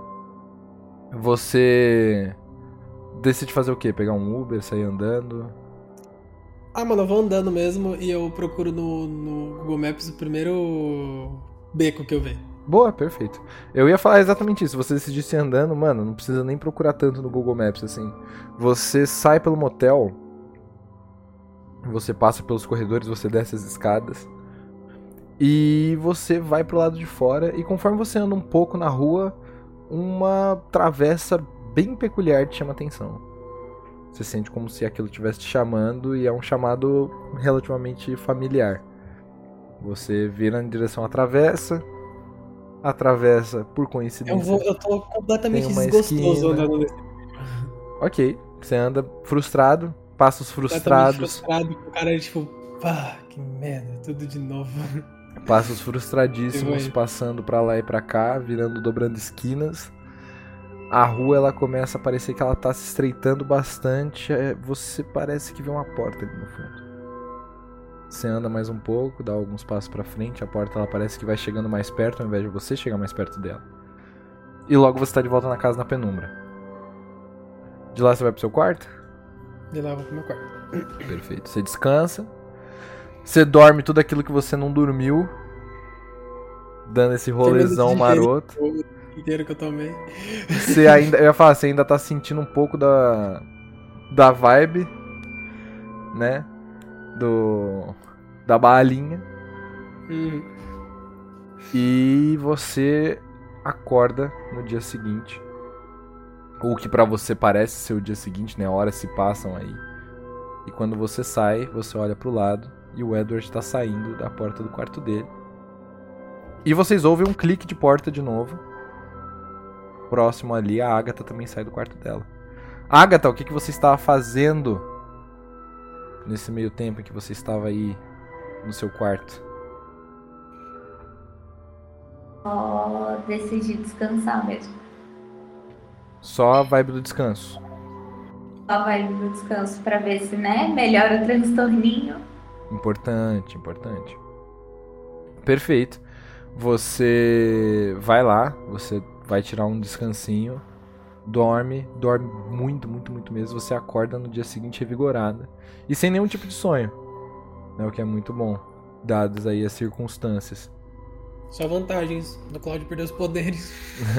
Você decide fazer o quê? Pegar um Uber, sair andando? Ah, mano, eu vou andando mesmo e eu procuro no, no Google Maps o primeiro beco que eu ver. Boa, perfeito. Eu ia falar exatamente isso. Se você decidisse ir andando, mano, não precisa nem procurar tanto no Google Maps, assim. Você sai pelo motel, você passa pelos corredores, você desce as escadas, e você vai pro lado de fora, e conforme você anda um pouco na rua, uma travessa bem peculiar te chama a atenção. Você sente como se aquilo estivesse te chamando, e é um chamado relativamente familiar. Você vira em direção à travessa, atravessa, por coincidência. Eu, vou, eu tô completamente Tem uma desgostoso esquina. andando nesse. Ok, você anda frustrado, passos Completamente frustrados, frustrado com o cara, tipo, pá, que merda, tudo de novo. passos frustradíssimos, Vai. passando pra lá e pra cá, virando, dobrando esquinas. A rua ela começa a parecer que ela tá se estreitando bastante. é, Você parece que vê uma porta ali no fundo. Você anda mais um pouco, dá alguns passos pra frente, a porta ela parece que vai chegando mais perto ao invés de você chegar mais perto dela. E logo você tá de volta na casa na penumbra. De lá você vai pro seu quarto? De lá eu vou pro meu quarto. Perfeito. Você descansa. Você dorme tudo aquilo que você não dormiu. Dando esse rolezão maroto. O inteiro que eu tomei. Você ainda. Eu ia falar, você ainda tá sentindo um pouco da. Da vibe. Né? Do. Da balinha. Hum. E você acorda no dia seguinte. O que pra você parece ser o dia seguinte, né? Horas se passam aí. E quando você sai, você olha pro lado e o Edward tá saindo da porta do quarto dele. E vocês ouvem um clique de porta de novo. Próximo ali, a Agatha também sai do quarto dela. Agatha, o que, que você estava fazendo nesse meio tempo em que você estava aí no seu quarto? Só decidi descansar mesmo. Só a vibe do descanso. Só vai no descanso pra ver se, né, melhora o transtorninho. Importante, importante. Perfeito. Você vai lá, você vai tirar um descansinho, dorme, dorme muito, muito, muito mesmo. Você acorda no dia seguinte revigorada e sem nenhum tipo de sonho, né? O que é muito bom, dadas aí as circunstâncias. Só vantagens do Cláudio perder os poderes.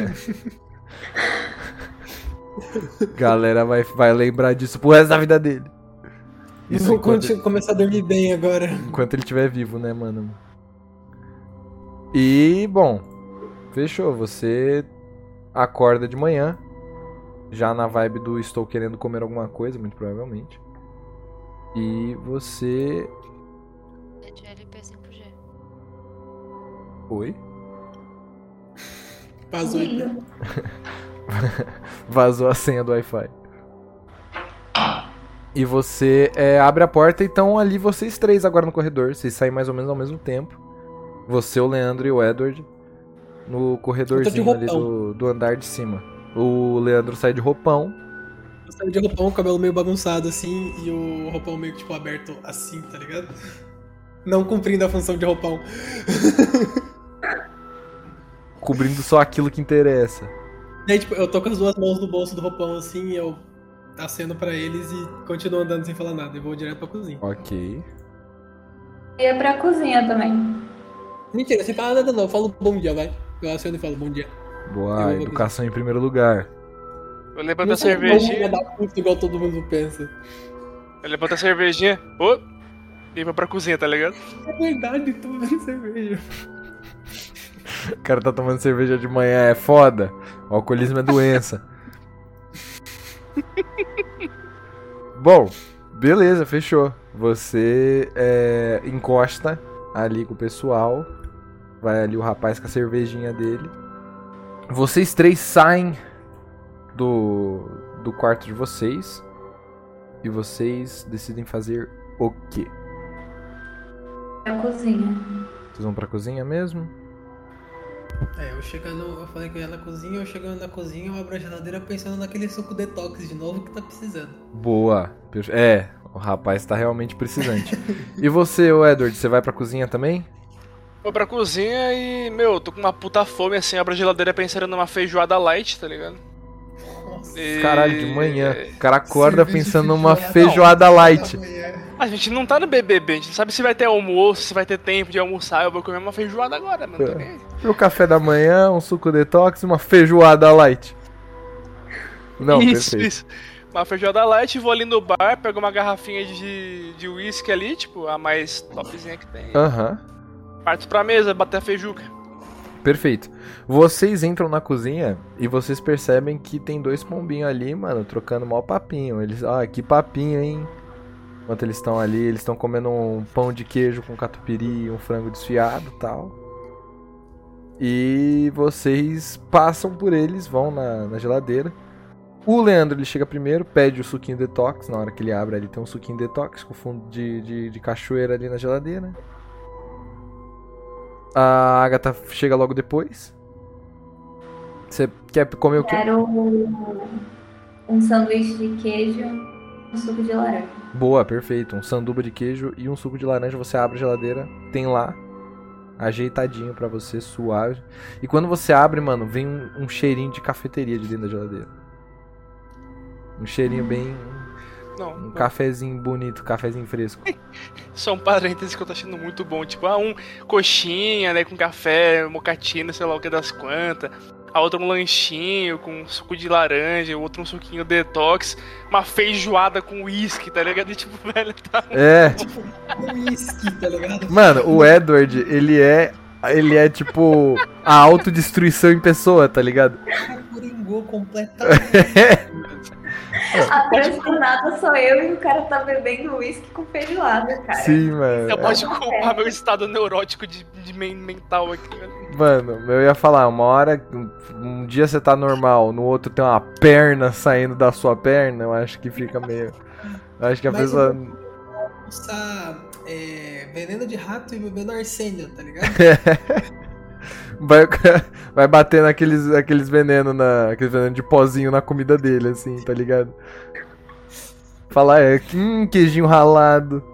Galera vai, vai lembrar disso pro resto da vida dele. Isso Vou enquanto, conti- começar a dormir bem agora. enquanto ele estiver vivo, né, mano? E, bom, fechou. Você acorda de manhã, já na vibe do estou querendo comer alguma coisa, muito provavelmente. E você... De L P cinco G. Oi? Vazou aí. Vazou a senha do Wi-Fi. E você é, abre a porta e estão ali vocês três agora no corredor. Vocês saem mais ou menos ao mesmo tempo. Você, o Leandro e o Edward no corredorzinho ali roupão. do, do andar de cima. O Leandro sai de roupão. Eu saiu de roupão, o cabelo meio bagunçado assim, e o roupão meio que tipo aberto assim, tá ligado? Não cumprindo a função de roupão. Cobrindo só aquilo que interessa. E aí, tipo, eu tô com as duas mãos no bolso do roupão assim, e eu aceno pra eles e continuo andando sem falar nada. E vou direto pra cozinha. Ok. Eu ia pra cozinha também. Mentira, sem falar nada não, eu falo bom dia, vai. Eu aceno e falo bom dia. Eu Boa, vou educação em primeiro lugar. Eu levanto Não a sou tão cervejinha. filha da puta igual todo mundo pensa. Eu levanto a cervejinha. Ô! E vou pra cozinha, tá ligado? É verdade, tô bebendo cerveja. O cara tá tomando cerveja de manhã, é foda. O alcoolismo é doença. Bom, beleza, fechou. Você é, encosta ali com o pessoal. Vai ali o rapaz com a cervejinha dele. Vocês três saem do, do quarto de vocês. E vocês decidem fazer o quê? Pra cozinha. Vocês vão pra cozinha mesmo? É, eu chegando, eu falei que eu ia na cozinha, eu chegando na cozinha, eu abro a geladeira pensando naquele suco detox de novo que tá precisando. Boa. É, o rapaz tá realmente precisante. E você, ô Edward, você vai pra cozinha também? Vou pra cozinha e, meu, tô com uma puta fome assim, abro a geladeira pensando numa feijoada light, tá ligado? Nossa. E... Caralho, de manhã. O cara acorda Cerveja pensando de numa feijoada. feijoada light. A gente não tá no B B B, a gente não sabe se vai ter almoço, se vai ter tempo de almoçar. Eu vou comer uma feijoada agora, mano. Tô nem aí. O café da manhã, um suco detox e uma feijoada light. Não, isso, perfeito. isso. Uma feijoada light, vou ali no bar, pego uma garrafinha de, de whisky ali, tipo, a mais topzinha que tem. Aham, Parto pra mesa, bater a feijuca. perfeito. Vocês entram na cozinha e vocês percebem que tem dois pombinhos ali, mano, trocando mal papinho. Eles, ah, que papinho, hein? Enquanto eles estão ali, eles estão comendo um pão de queijo com catupiry, um frango desfiado e tal. E vocês passam por eles, vão na, na geladeira. O Leandro, ele chega primeiro, pede o suquinho detox. Na hora que ele abre ali tem um suquinho detox com fundo de, de, de cachoeira ali na geladeira. A Agatha chega logo depois. Você quer comer o quê? Quero um sanduíche de queijo e um suco de laranja. Boa, perfeito. Um sanduba de queijo e um suco de laranja. Você abre a geladeira, tem lá, ajeitadinho pra você, suave. E quando você abre, mano, vem um, um cheirinho de cafeteria de dentro da geladeira. Um cheirinho bem... Não, Um não. cafezinho bonito, cafezinho fresco. Só um parênteses que eu tô achando muito bom. Tipo, ah, um coxinha, né, com café, mocatina, sei lá o que das quantas. A outra um lanchinho com suco de laranja, o outro um suquinho detox. Uma feijoada com uísque, tá ligado? E, tipo, velho, tá... É, Um whisky, tá ligado? mano, o Edward, ele é... Ele é tipo a autodestruição em pessoa, tá ligado? O cara coringou completamente. A transtornada sou eu e o cara tá bebendo uísque com feijoada, cara. Sim, mano. Você pode culpar meu estado neurótico de, de men- mental aqui, velho. Mano, eu ia falar, uma hora, um dia você tá normal, no outro tem uma perna saindo da sua perna, eu acho que fica meio... Eu acho que a Mas pessoa... Usar é, veneno de rato e bebendo arsênio, tá ligado? Vai, vai bater naqueles aqueles venenos, na, aqueles veneno de pozinho na comida dele, assim, tá ligado? Falar, é, hum, queijinho ralado.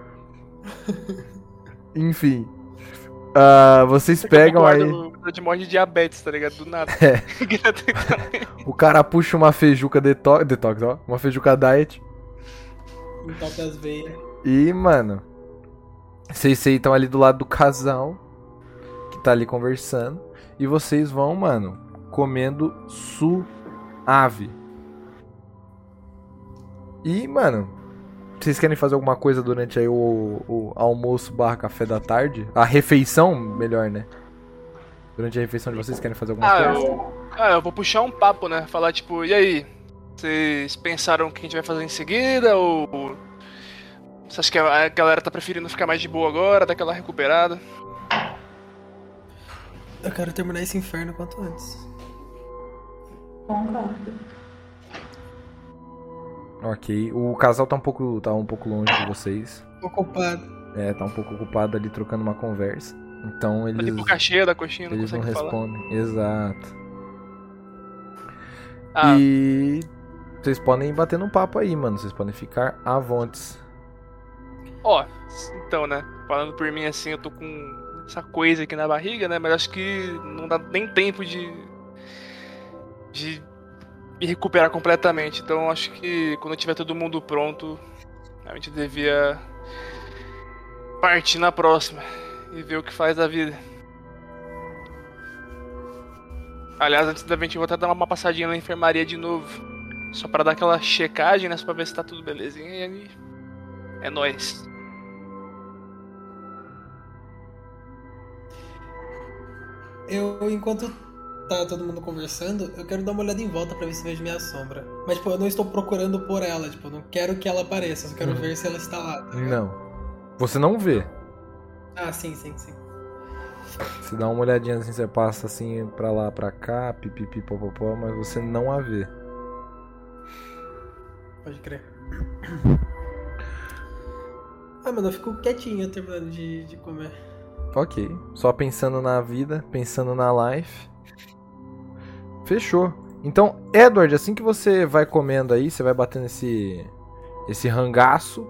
Enfim. Ah, vocês pegam aí... O de morte de diabetes, tá ligado? Do nada. É. O cara puxa uma feijuca detox, detox, ó, uma feijuca diet. Entope as veias. E, mano, vocês sentam ali do lado do casal que tá ali conversando. E vocês vão, mano, comendo suave. E, mano, vocês querem fazer alguma coisa durante aí o, o almoço barra café da tarde? A refeição, melhor, né? Durante a refeição de vocês querem fazer alguma Ah, coisa? eu, ah, eu vou puxar um papo, né? Falar tipo, e aí? Vocês pensaram o que a gente vai fazer em seguida? Ou você acha que a galera tá preferindo ficar mais de boa agora, dar aquela recuperada? Eu quero terminar esse inferno quanto antes. Concordo. Ok, o casal tá um pouco, tá um pouco longe de vocês. Ocupado. É, tá um pouco ocupado ali trocando uma conversa. Então eles... De boca cheia da coxinha, não Eles não consegue falar. respondem, exato. Ah, E vocês podem ir batendo um papo aí, mano. Vocês podem ficar à vontade. Ó, então, né? Falando por mim assim, eu tô com essa coisa aqui na barriga, né? Mas acho que não dá nem tempo de. de me recuperar completamente. Então acho que quando tiver todo mundo pronto, a gente devia partir na próxima e ver o que faz da vida. Aliás, antes da gente voltar, dar uma passadinha na enfermaria de novo. Só pra dar aquela checagem, né? Só pra ver se tá tudo belezinha. E aí, é nóis. Eu, enquanto tá todo mundo conversando, eu quero dar uma olhada em volta pra ver se vejo minha sombra. Mas, tipo, eu não estou procurando por ela. Tipo, eu não quero que ela apareça. Eu só quero Uhum. ver se ela está lá. Tá ligado? Não. Você não vê. Ah, sim, sim, sim. Você dá uma olhadinha assim, você passa assim pra lá, pra cá, pipipi, popopó, mas você não a vê. Pode crer. Ah, mano, eu fico quietinho terminando de, de comer. Ok. Só pensando na vida, pensando na life. Fechou. Então, Edward, assim que você vai comendo aí, você vai batendo esse esse rangaço.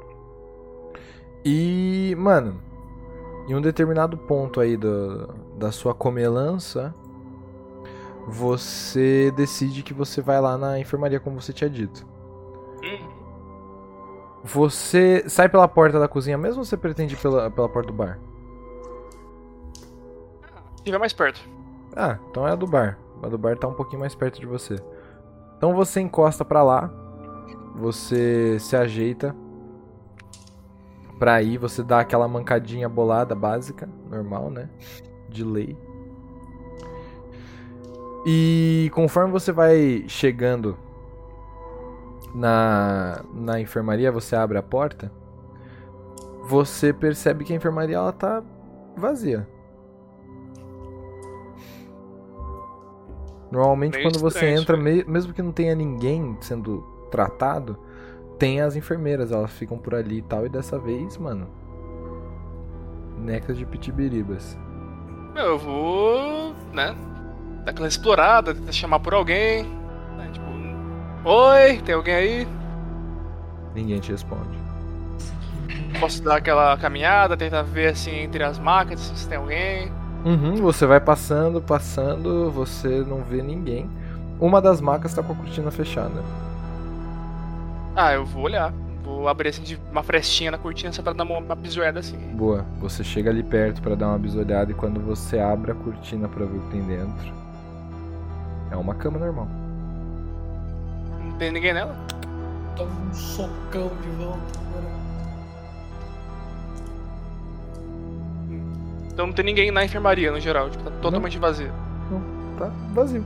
E, mano, em um determinado ponto aí do, da sua comelança, você decide que você vai lá na enfermaria, como você tinha dito. Você sai pela porta da cozinha mesmo ou você pretende ir pela, pela porta do bar? Se tiver mais perto. Ah, então é a do bar. A do bar tá um pouquinho mais perto de você. Então você encosta pra lá. Você se ajeita pra ir. Você dá aquela mancadinha bolada básica. Normal, né? De lei. E conforme você vai chegando na, na enfermaria, você abre a porta. Você percebe que a enfermaria ela tá vazia. Normalmente Meio quando você estranho entra, isso aí. me- mesmo que não tenha ninguém sendo tratado, tem as enfermeiras, elas ficam por ali e tal. E dessa vez, mano, necas de pitibiribas. Meu, eu vou, né, dar aquela explorada, tentar chamar por alguém, né, tipo, oi, tem alguém aí? Ninguém te responde. Posso dar aquela caminhada, tentar ver assim entre as macas se tem alguém. Uhum, você vai passando, passando, você não vê ninguém. Uma das macas tá com a cortina fechada. Ah, eu vou olhar, vou abrir assim de uma frestinha na cortina só pra dar uma, uma bisoiada assim. Boa, você chega ali perto pra dar uma bisolhada e quando você abre a cortina pra ver o que tem dentro, é uma cama normal. Não tem ninguém nela? Toma um socão de volta agora. Então não tem ninguém na enfermaria no geral, tipo, tá totalmente vazio. Não, tá vazio.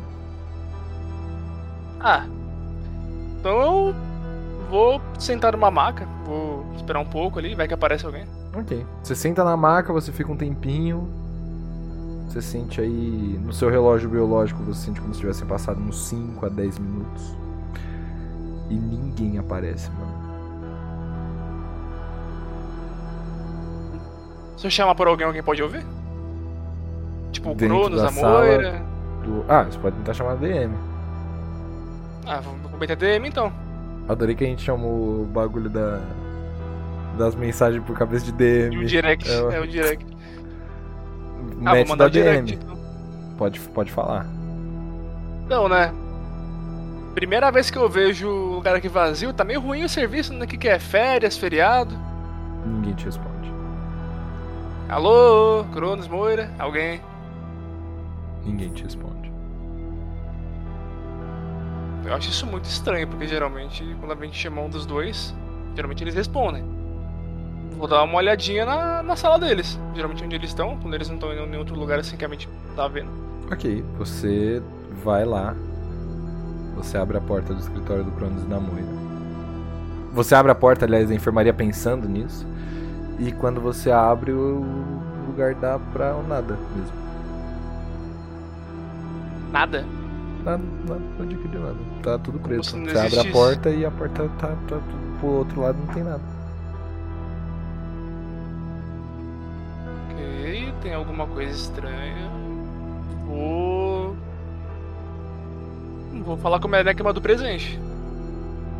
Ah, então eu vou sentar numa maca, vou esperar um pouco ali, vai que aparece alguém. Ok. Você senta na maca, você fica um tempinho. Você sente aí no seu relógio biológico, você sente como se tivessem passado uns cinco a dez minutos. E ninguém aparece, mano. Se eu chamar por alguém, alguém pode ouvir? Tipo o Dentro Cronos, da a sala. Moira. Do... Ah, você pode tentar chamar D M. Ah, vamos comentar D M então. Adorei que a gente chamou o bagulho da... das mensagens por cabeça de D E M. o direct, É, é o direct. Ah, vou Mete mandar da o direct D M. então. Pode, pode falar. Então, né? Primeira vez que eu vejo o lugar aqui vazio, tá meio ruim o serviço, né? O que que é? Férias, feriado? Ninguém te responde. Alô, Cronos, Moira, alguém? Ninguém te responde. Eu acho isso muito estranho, porque geralmente, quando a gente chama um dos dois, geralmente eles respondem. Vou dar uma olhadinha na, na sala deles. Geralmente onde eles estão, quando eles não estão em nenhum outro lugar assim que a gente tá vendo. Ok, você vai lá. Você abre a porta do escritório do Cronos e da Moira. Você abre a porta, aliás, da enfermaria pensando nisso. E quando você abre, o lugar dá pra nada mesmo. Nada. Nada, nada, não digo de nada. Tá tudo preto. se não Você abre a existisse. porta e a porta tá, tá tudo pro outro lado, não tem nada. Ok, tem alguma coisa estranha. Vou. Vou falar com a minha nécma do presente.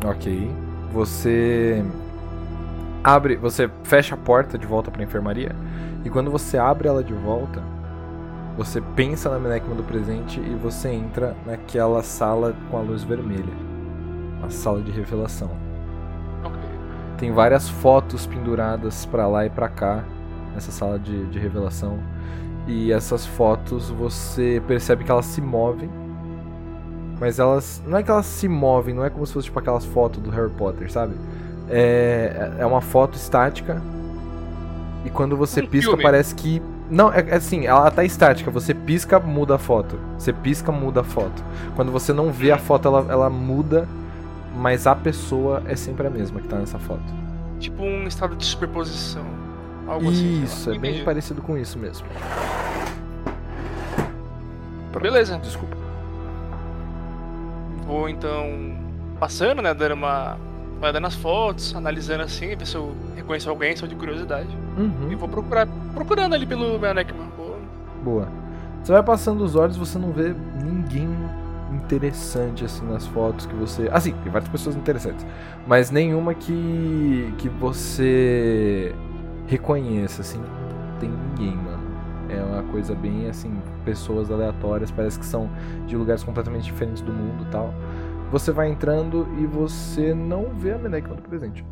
Ok. Você abre, você fecha a porta de volta pra enfermaria. E quando você abre ela de volta, você pensa na Menekma do presente e você entra naquela sala com a luz vermelha. A sala de revelação. Ok. Tem várias fotos penduradas pra lá e pra cá nessa sala de, de revelação. E essas fotos você percebe que elas se movem. Mas elas... Não é que elas se movem, não é como se fosse tipo aquelas fotos do Harry Potter, sabe? É, é uma foto estática. E quando você Um pisca, filme. parece que... Não, é é assim, ela tá estática. Você pisca, muda a foto. Você pisca, muda a foto. Quando você não vê a foto, ela, ela muda. Mas a pessoa é sempre a mesma que tá nessa foto. Tipo um estado de superposição. Algo assim. Isso, sei lá. é bem Entendi. parecido com isso mesmo. Pronto, Beleza. Desculpa. Vou então passando, né? Dando uma olhada nas fotos, analisando assim, ver se eu reconheço alguém, só de curiosidade. Uhum. E vou procurar, procurando ali pelo Menekma. Vou... Boa. Você vai passando os olhos, você não vê ninguém interessante assim nas fotos que você... Assim, tem várias pessoas interessantes, mas nenhuma que que você reconheça, assim. Não tem ninguém, mano. É uma coisa bem assim, pessoas aleatórias, parece que são de lugares completamente diferentes do mundo e tal. Você vai entrando e você não vê a Menekma do presente.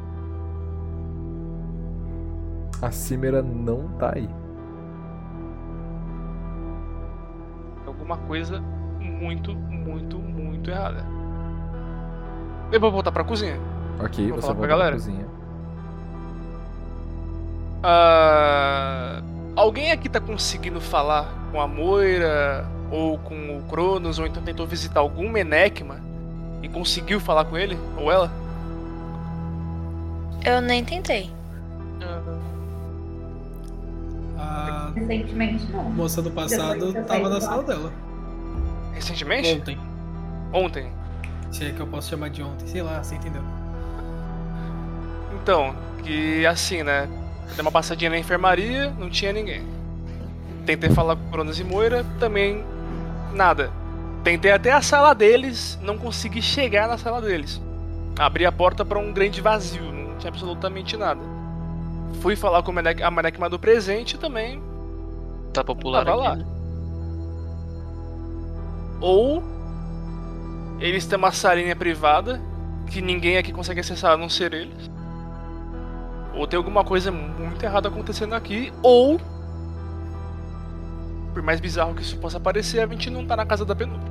A Cimera não tá aí. Alguma coisa muito, muito, muito errada. Eu vou voltar pra cozinha. Ok, Vou você falar volta pra pra galera. cozinha. Ah, alguém aqui tá conseguindo falar com a Moira ou com o Cronos, ou então tentou visitar algum Menekma e conseguiu falar com ele ou ela? Eu nem tentei. A Recentemente, não. moça do passado Depois que eu tava saí na de lá. sala dela. Recentemente? Ontem. Ontem. Se é que eu posso chamar de ontem. Sei lá, você entendeu. Então, que assim, né? Dei uma passadinha na enfermaria, não tinha ninguém. Tentei falar com Cronos e Moira, também nada. Tentei até a sala deles, não consegui chegar na sala deles. Abri a porta pra um grande vazio, não tinha absolutamente nada. Fui falar com a Menek- a Menekma do presente também. Tá popular Tava aqui, lá. né? Ou eles têm uma salinha privada que ninguém aqui consegue acessar a não ser eles. Ou tem alguma coisa muito errada acontecendo aqui. Ou, por mais bizarro que isso possa parecer, a gente não tá na casa da Penúltima.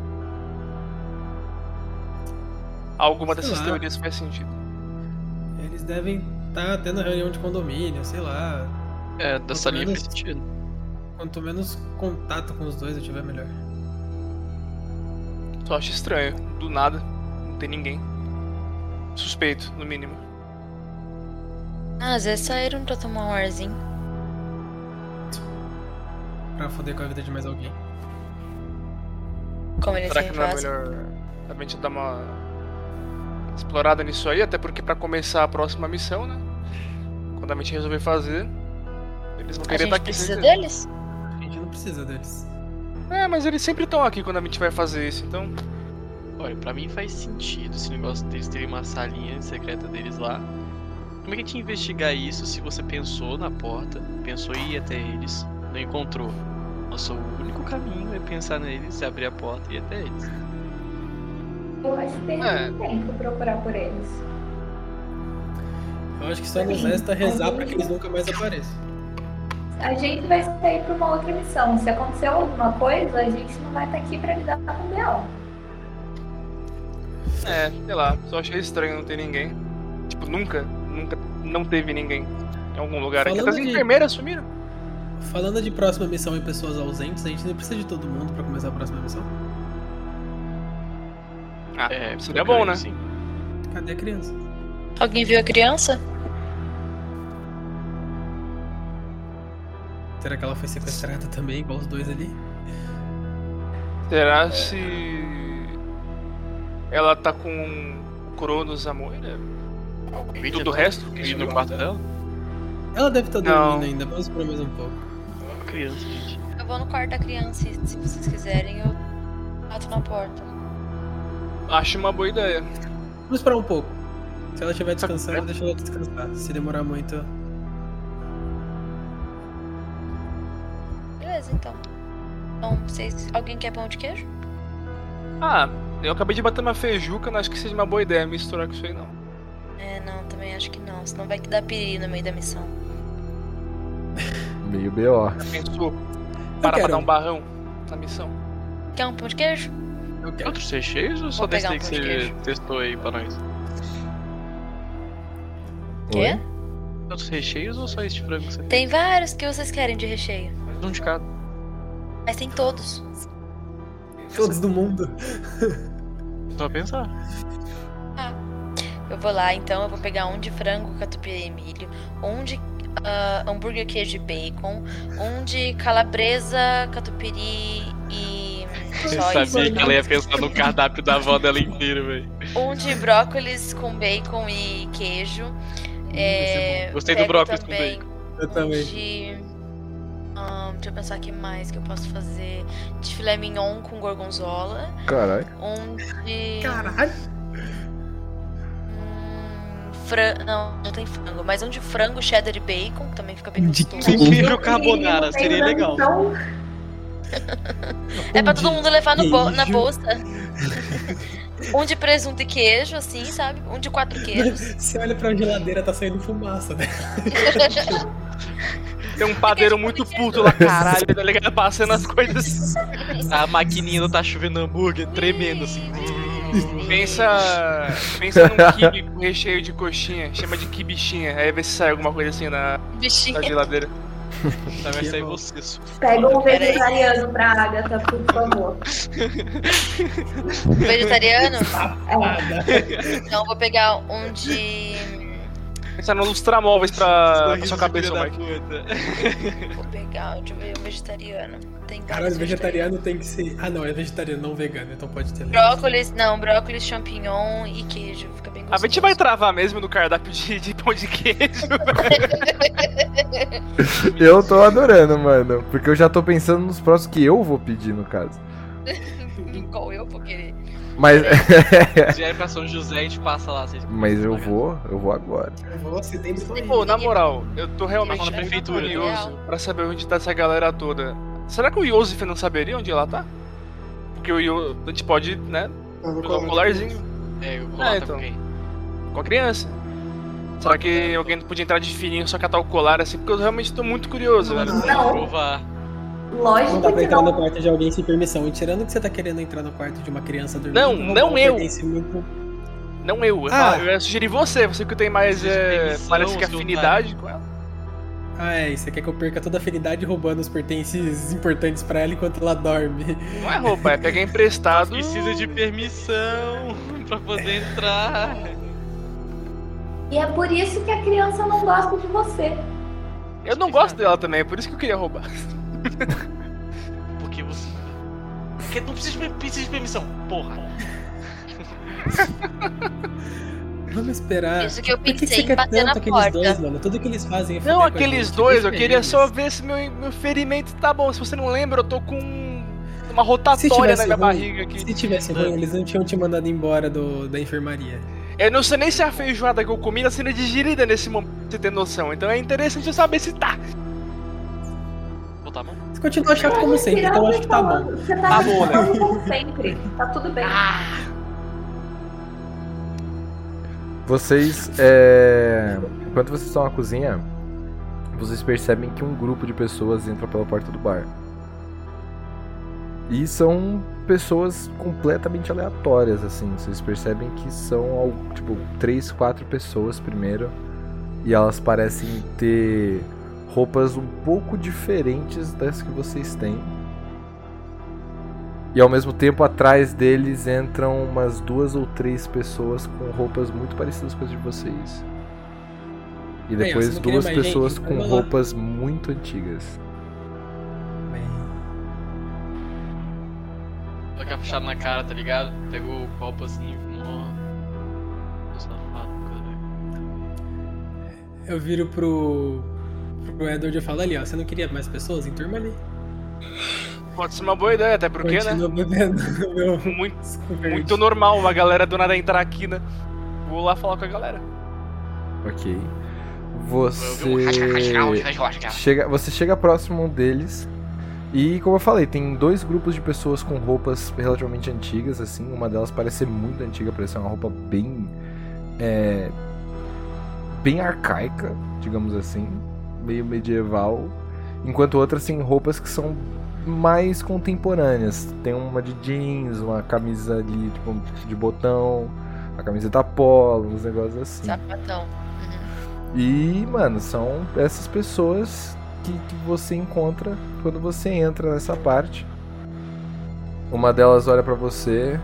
Alguma Sei dessas lá. teorias faz sentido. Eles devem estar tendo reunião de condomínio, sei lá. É, da Quanto salinha menos- faz sentido. Quanto menos contato com os dois eu tiver, melhor. Só acho estranho. Do nada, não tem ninguém. Suspeito, no mínimo. Ah, às vezes saíram pra tomar um arzinho. Pra foder com a vida de mais alguém. Como eles Será que sempre não é fazem. melhor a gente dar uma explorada nisso aí? Até porque pra começar a próxima missão, né? Quando a gente resolver fazer, eles vão A querer gente estar aqui. precisa certeza. deles? A gente não precisa deles. É, mas eles sempre estão aqui quando a gente vai fazer isso, então. Olha, pra mim faz sentido esse negócio deles terem uma salinha secreta deles lá. Como é que a gente ia investigar isso se você pensou na porta, pensou em ir até eles, não encontrou? Nosso único caminho é pensar neles, abrir a porta e ir até eles. Eu acho que tem É. um tempo procurar por eles. Eu acho que só nos resta rezar pra que eles nunca mais apareçam. A gente vai sair pra uma outra missão. Se acontecer alguma coisa, a gente não vai estar aqui pra lidar com o Leão. É, sei lá, só achei estranho não ter ninguém. Tipo, nunca, nunca não teve ninguém em algum lugar aqui. Falando Até as de- enfermeiras sumiram. Falando de próxima missão e pessoas ausentes, a gente não precisa de todo mundo pra começar a próxima missão. Ah, É, seria por bom, né? sim. Cadê a criança? Alguém viu a criança? Será que ela foi sequestrada também, igual os dois ali? Será se ela tá com o Cronos, a Moira? E tudo o resto? que Ir no sumiu? quarto dela? Ela deve estar Não. dormindo ainda, vamos esperar mais um pouco. Criança, gente. Eu vou no quarto da criança e se vocês quiserem eu bato na porta. Acho uma boa ideia. Vamos esperar um pouco. Se ela estiver descansando, deixa ela descansar. Se demorar muito. Beleza, então. Então, vocês... alguém quer pão de queijo? Ah, eu acabei de bater uma feijuca, não acho que seja uma boa ideia misturar com isso aí, não. É, não, também acho que não. Senão vai que dá piriri no meio da missão. Meio B O. Pensou parar pra dar um barrão na missão. Quer um pão de queijo? Eu quero. Outros recheios ou só Vou desse pegar aí um que pão de você queijo. testou aí pra nós? Quê? Outros recheios ou só este frango que você Tem vários que vocês querem de recheio. tem? Um de cada. Mas tem todos. Todos do mundo. Só pensar. Eu vou lá, então, eu vou pegar um de frango, catupiry e milho, um de ah, hambúrguer, queijo e bacon, um de calabresa, catupiry e Eu só sabia isso. que ela ia pensar no cardápio da avó dela inteira, velho. Um de brócolis com bacon e queijo. É, Gostei do pego brócolis com também Eu um também. de... ahn, deixa eu pensar aqui mais que eu posso fazer. De filé mignon com gorgonzola. Caralho. Um de... Caralho. Hum, fran... Não, não tem frango. Mas um de frango, cheddar e bacon, que também fica bem De gostoso. Queijo carbonara, seria legal. Então, É pra todo mundo levar no bo- na queijo. bolsa. Um de presunto e queijo, assim, sabe? Um de quatro queijos. Você olha pra geladeira, tá saindo fumaça, né? Tem um padeiro muito puto lá, caralho, tá ligado? Passando as coisas. A maquininha tá chovendo hambúrguer, tremendo assim. Pensa. Pensa num quibe com recheio de coxinha, chama de quibichinha. Aí vê se sai alguma coisa assim na, Bichinho. na geladeira. Vai Que sair bom. você. Su. pega um Peraí. vegetariano pra Agatha, por favor. Vegetariano? É. Então eu vou pegar um de. Pensa no lustramóveis pra, pra Sorriso sua de cabeça, filha da Mike. puta. Vou pegar, deixa eu ver, um vegetariano. Tem Caralho, vários vegetariano tem que ser. Ah, não, é vegetariano, não vegano, então pode ter leite. Brócolis, não, brócolis, champignon e queijo. Fica bem A gostoso. gente vai travar mesmo no cardápio de, de pão de queijo. Eu tô adorando, mano. Porque eu já tô pensando nos próximos que eu vou pedir, no caso. Igual eu vou querer. Mas. Se vier pra São José, a gente passa lá. Vocês... Mas eu vou, eu vou agora. Eu vou setembro tô Pô, na moral, eu tô realmente Passa na muito prefeitura, curioso real. pra saber onde tá essa galera toda. Será que o Yosef não saberia onde ela tá? Porque o Yo... a gente pode, né, pegar um colarzinho É, o colar É, tá então. com quem? com a criança. Será que alguém podia entrar de fininho só catar o colar assim? Porque eu realmente tô muito curioso, velho. Não, Provar. lógico Não dá pra que entrar no não. quarto de alguém sem permissão. E tirando que você tá querendo entrar no quarto de uma criança dormindo. Não, vamos não dar um eu. pertencimento- Não eu, eu, Ah. eu ia sugerir você, você que tem mais, Precisa de é, permissão, parece que seu afinidade com ela. Ah, é, e você quer que eu perca toda a afinidade roubando os pertences importantes pra ela enquanto ela dorme. Não é roupa, é pegar emprestado. Precisa de permissão pra poder entrar. E é por isso que a criança não gosta de você. Eu não gosto dela também, é por isso que eu queria roubar. Porque você. Porque não precisa de, precisa de permissão, porra. Vamos esperar. Isso que eu Por que, que pensei você em quer bater na tanto aqueles porta. dois, mano? Tudo que eles fazem é Não, foder com a aqueles gente. dois, eu Deixa queria eles. só ver se meu, meu ferimento tá bom. Se você não lembra, eu tô com uma Se rotatória na tivesse minha ruim, barriga aqui. se tivesse ruim, eles não tinham te mandado embora do, da enfermaria. Eu não sei nem se a feijoada que eu comi tá sendo digerida nesse momento, pra você ter noção. Então é interessante eu saber se tá. Botar a mão. Você continua chato como sempre, então eu acho que tá bom. Você tá, Tá bom, né? falando como sempre. Tá tudo bem. Vocês, é... enquanto vocês estão na cozinha, vocês percebem que um grupo de pessoas entra pela porta do bar. E são pessoas completamente aleatórias, assim. Vocês percebem que são, tipo, três, quatro pessoas primeiro. E elas parecem ter roupas um pouco diferentes das que vocês têm. E ao mesmo tempo, atrás deles entram umas duas ou três pessoas com roupas muito parecidas com as de vocês. E Aí, ó, depois você não queria duas mais pessoas gente? com Vamos lá. roupas muito antigas. Bem, Dá aquela fechada na cara, tá ligado? Pegou o copo assim. Ó. Safado, caralho. eu viro pro, pro Edward e falo ali, ó, você não queria mais pessoas? Enturma ali. Pode ser uma boa ideia, até porque, né? Continua bebendo o meu... Muito, muito normal uma galera do nada entrar aqui, né? vou lá falar com a galera. Ok. Você chega, você chega próximo deles e, como eu falei, tem dois grupos de pessoas com roupas relativamente antigas, assim. Uma delas parece ser muito antiga, parece ser uma roupa bem, é, bem arcaica, digamos assim, meio medieval. Enquanto outras têm roupas que são mais contemporâneas. Tem uma de jeans, uma camisa ali tipo de botão, a camiseta polo, uns negócios assim. Sapatão. E, mano, são essas pessoas que, que você encontra quando você entra nessa parte. Uma delas olha pra você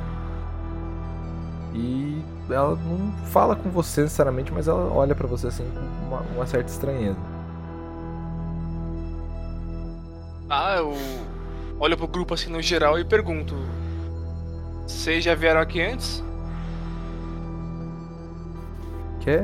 e ela não fala com você necessariamente, mas ela olha pra você assim com uma, uma certa estranheza. Ah, eu olho pro grupo assim no geral e pergunto: vocês já vieram aqui antes? Quê?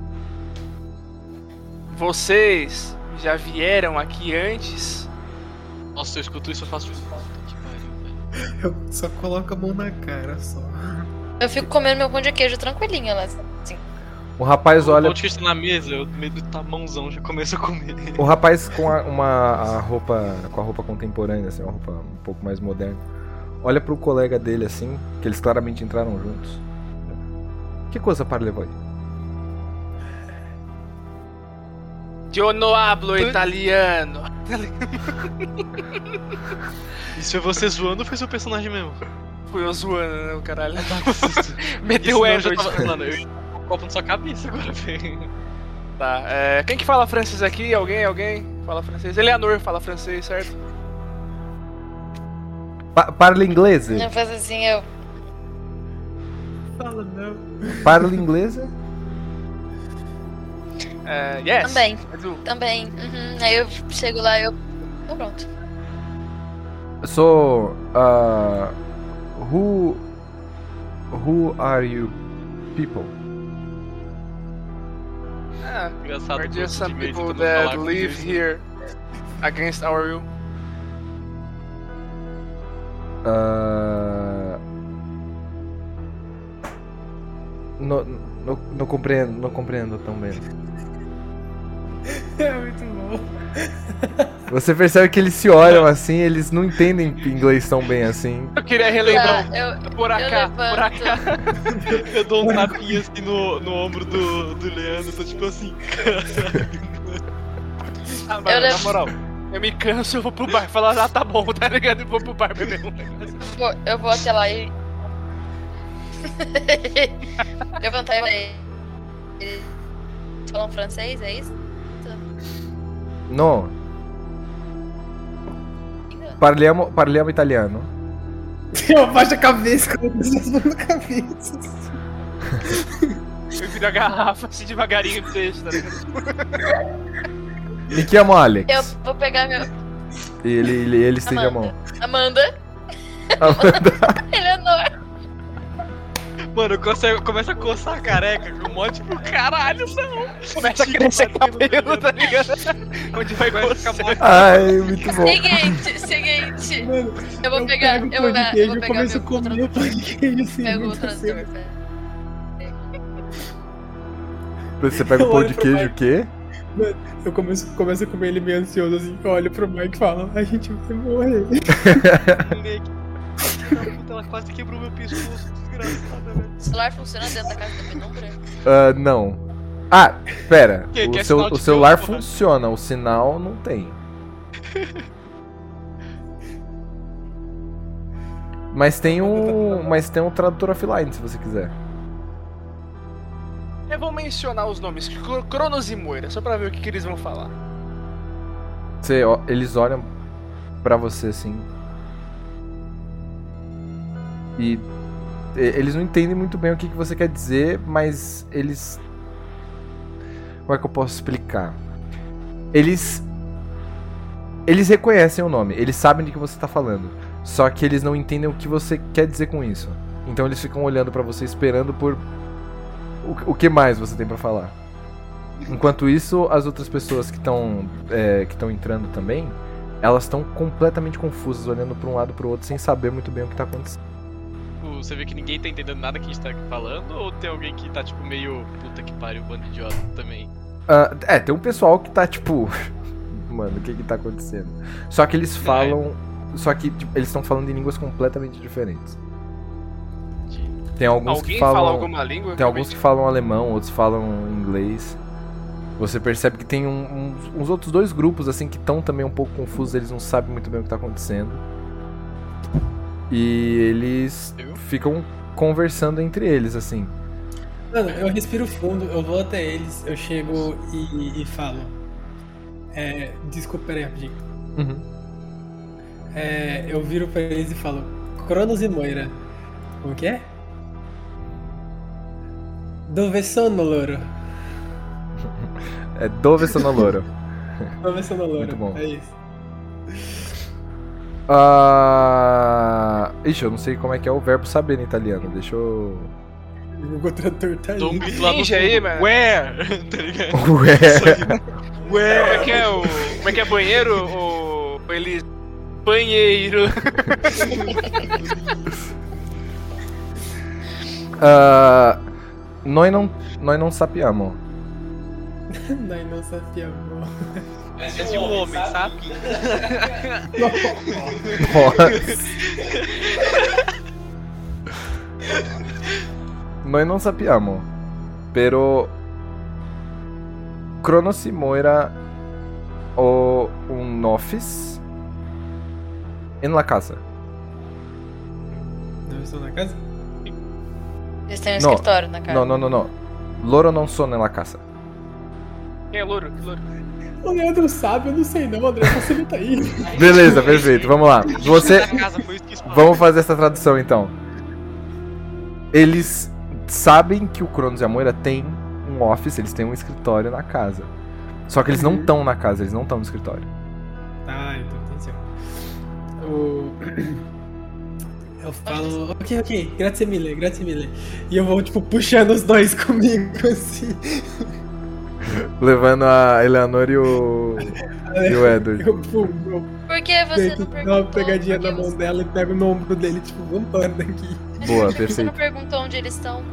Vocês já vieram aqui antes? Nossa, eu escuto isso, eu faço. Puta que pariu, velho. Eu só coloco a mão na cara, só. Eu fico comendo meu pão de queijo tranquilinha lá, assim. O rapaz O olha. pão de queijo tá na mesa, eu meio tá mãozão, já começo a comer. O rapaz com a, uma a roupa com a roupa contemporânea, assim, uma roupa um pouco mais moderna, olha pro colega dele assim, que eles claramente entraram juntos. Que coisa para levar aí? Eu não hablo italiano. Isso foi você zoando ou foi seu personagem mesmo? Fui eu zoando, né, o caralho. Isso Meteu o não, eu já Edward. tava- Mano, eu ia dar um copo na sua cabeça agora, velho. Tá, é, quem que fala francês aqui? Alguém? Alguém? Fala francês? Eleanor fala francês, certo? Pa parla inglês? Eu faço assim, eu. Fala não. Parla inglês? É, yes. Também. Edu. Também. Uhum. Aí eu chego lá e eu. Tô pronto. So, uh, who who are you people? Ah, Engraçado. we're just gosto some de inglês, people tentando falar that com live inglês. here against our will. Uh, não, não, não compreendo, não compreendo tão bem. É muito bom. Você percebe que eles se olham assim, eles não entendem inglês tão bem assim. Eu queria relembrar Tá, eu, por eu acá, por levanto. acá. Eu dou um tapinha assim no, no ombro do, do Leandro, tô tipo assim. Ah, Eu mano, na levo- moral, eu me canso, eu vou pro bar falar, ah, tá bom, tá ligado? Eu vou pro bar beber um negócio. vou, eu vou até lá e. Levantar e falei. Eles falam francês, é isso? No, parliamo, parliamo italiano. Eu abaixo a cabeça, coloco as mãos na cabeça. Eu viro a garrafa assim devagarinho e deixo, tá ligado? Me chamo Alex. Eu vou pegar meu. E ele, ele, ele estende a mão. Amanda. Amanda. Eleanor. Mano, eu consigo, começo a coçar a careca com um monte de caralho, não. Começa a crescer cabelo, tá ligado? Onde vai Começa a coçar. ficar Ai, muito bom. Seguinte, seguinte. Mano, Eu vou eu pegar. pego o Eu vou, pão de eu queijo vou e pegar começo a meu comer o pão de queijo assim, Pego o muito tradutor. cedo. Você pega o pão Olha de pro queijo, o Mike. quê? Eu começo, começo a comer ele meio ansioso assim, eu olho pro Mike e falo, a gente vai morrer. moleque. Puta, ela quase quebrou meu pescoço, desgraçada, velho. O celular funciona dentro da casa da penumbra? Ah, não. Ah, pera. Que- que O, é seu, sinal de o celular filme, porra. funciona, o sinal não tem. Mas tem um. Mas tem um tradutor offline se você quiser. Eu vou mencionar os nomes, Cro- Cronos e Moira, só pra ver o que, que eles vão falar. Você, ó, eles olham pra você assim. E. e- Eles não entendem muito bem o que, que você quer dizer, mas eles. Como é que eu posso explicar? Eles. Eles reconhecem o nome, eles sabem de que você tá falando. Só que eles não entendem o que você quer dizer com isso. Então eles ficam olhando pra você, esperando por. O, o que mais você tem pra falar. Enquanto isso, as outras pessoas que estão é, que estão entrando também, elas estão completamente confusas, olhando pra um lado e pro outro, sem saber muito bem o que tá acontecendo. tipo, você vê que ninguém tá entendendo nada que a gente tá falando? Ou tem alguém que tá, tipo, meio puta que pariu, bando de idiota também? Ah, é, tem um pessoal que tá tipo. Mano, o que que tá acontecendo? Só que eles falam. Só que tipo, eles estão falando em línguas completamente diferentes. Tem alguns Alguém que falam. fala alguma língua? Tem alguns que falam alemão, outros falam inglês. Você percebe que tem um- uns, uns outros dois grupos assim que estão também um pouco confusos, eles não sabem muito bem o que tá acontecendo. E eles Eu? ficam conversando entre eles, assim. Mano, eu respiro fundo, eu vou até eles, eu chego e, e falo. É, desculpa, peraí rapidinho. Uhum. É, eu viro pra eles e falo, Cronos e Moira. Como que é? Dove sono loro? É Dove sono loro. Dove sono loro? Muito bom. É isso. Ah... Ixi, eu não sei como é que é o verbo saber em italiano. Deixa eu. O Google Tradutor tá Dou um aí. grito lá no Finge aí, fundo. mano. Where? Tá ligado? Ué. Como é que é o. Como é que é banheiro? O. Ele. Banheiro. Ah, nós não, nós não sapiamo. Nós não sabíamos. Esse é um homem, sabe? Nós não sapiamo. Pero Cronos y Moira o un office en la casa. Não estou na casa? Eles têm um Não. escritório na casa. No, no, no, no. Loro non sono en la casa. Quem é louro? Que louro? O Leandro sabe, eu não sei não, André, você tá aí. Beleza, perfeito. Vamos lá. Você Na casa, foi isso que eles falaram. Vamos fazer essa tradução então. Eles sabem que o Cronos e a Moira tem um office, eles têm um escritório na casa. Só que eles não estão na casa, eles não estão no escritório. Tá, então atenção. O... Eu falo, ok, ok, grazie mille, grazie mille. E eu vou, tipo, puxando os dois comigo, assim. Levando a Eleanor e o. e o Edward. Eu, pum, eu Por que você pego, não dou perguntou? uma pegadinha por que na mão você- dela e pego no ombro dele, tipo, vambora daqui. Boa, Você não perfeito. perguntou onde eles estão?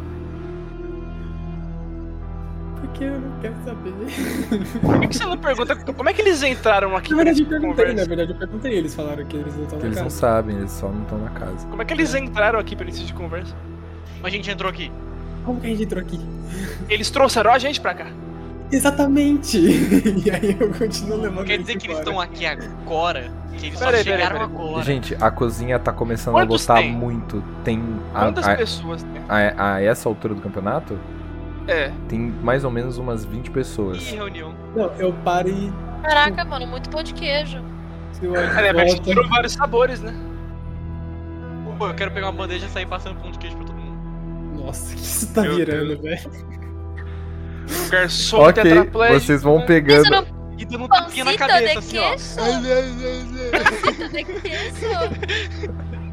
Porque eu não quero saber. Por que que você não pergunta como é que eles entraram aqui? Na verdade, eu pra perguntei, conversa? na verdade, eu perguntei. Eles falaram que eles não estão Que na eles não casa. sabem, eles só não estão na casa. Como é que eles entraram aqui pra início de conversa? Mas a gente entrou aqui. Como que a gente entrou aqui? Eles trouxeram a gente pra cá. Exatamente! E aí eu continuo levando Quer dizer eles que eles embora. estão aqui agora? Que eles Peraí, só peraí, chegaram peraí. agora? Gente, a cozinha tá começando Quantos a lotar tem? muito. Tem. A, Quantas a, pessoas tem? a- a essa altura do campeonato, É. tem mais ou menos umas vinte Ih, pessoas. reunião. Não, eu paro e. Caraca, mano, muito pão de queijo. Se o Ed É, mas a gente volta- tirou vários sabores, né? Pô, eu quero pegar uma bandeja e sair passando pão de queijo pra todo mundo. Nossa, que isso tá Meu virando, velho. O garçom Ok, tetraplégico. vocês vão né? pegando. Isso não E dando um tapinha na Pancita cabeça, de assim, ó. queso? Pancita de queso?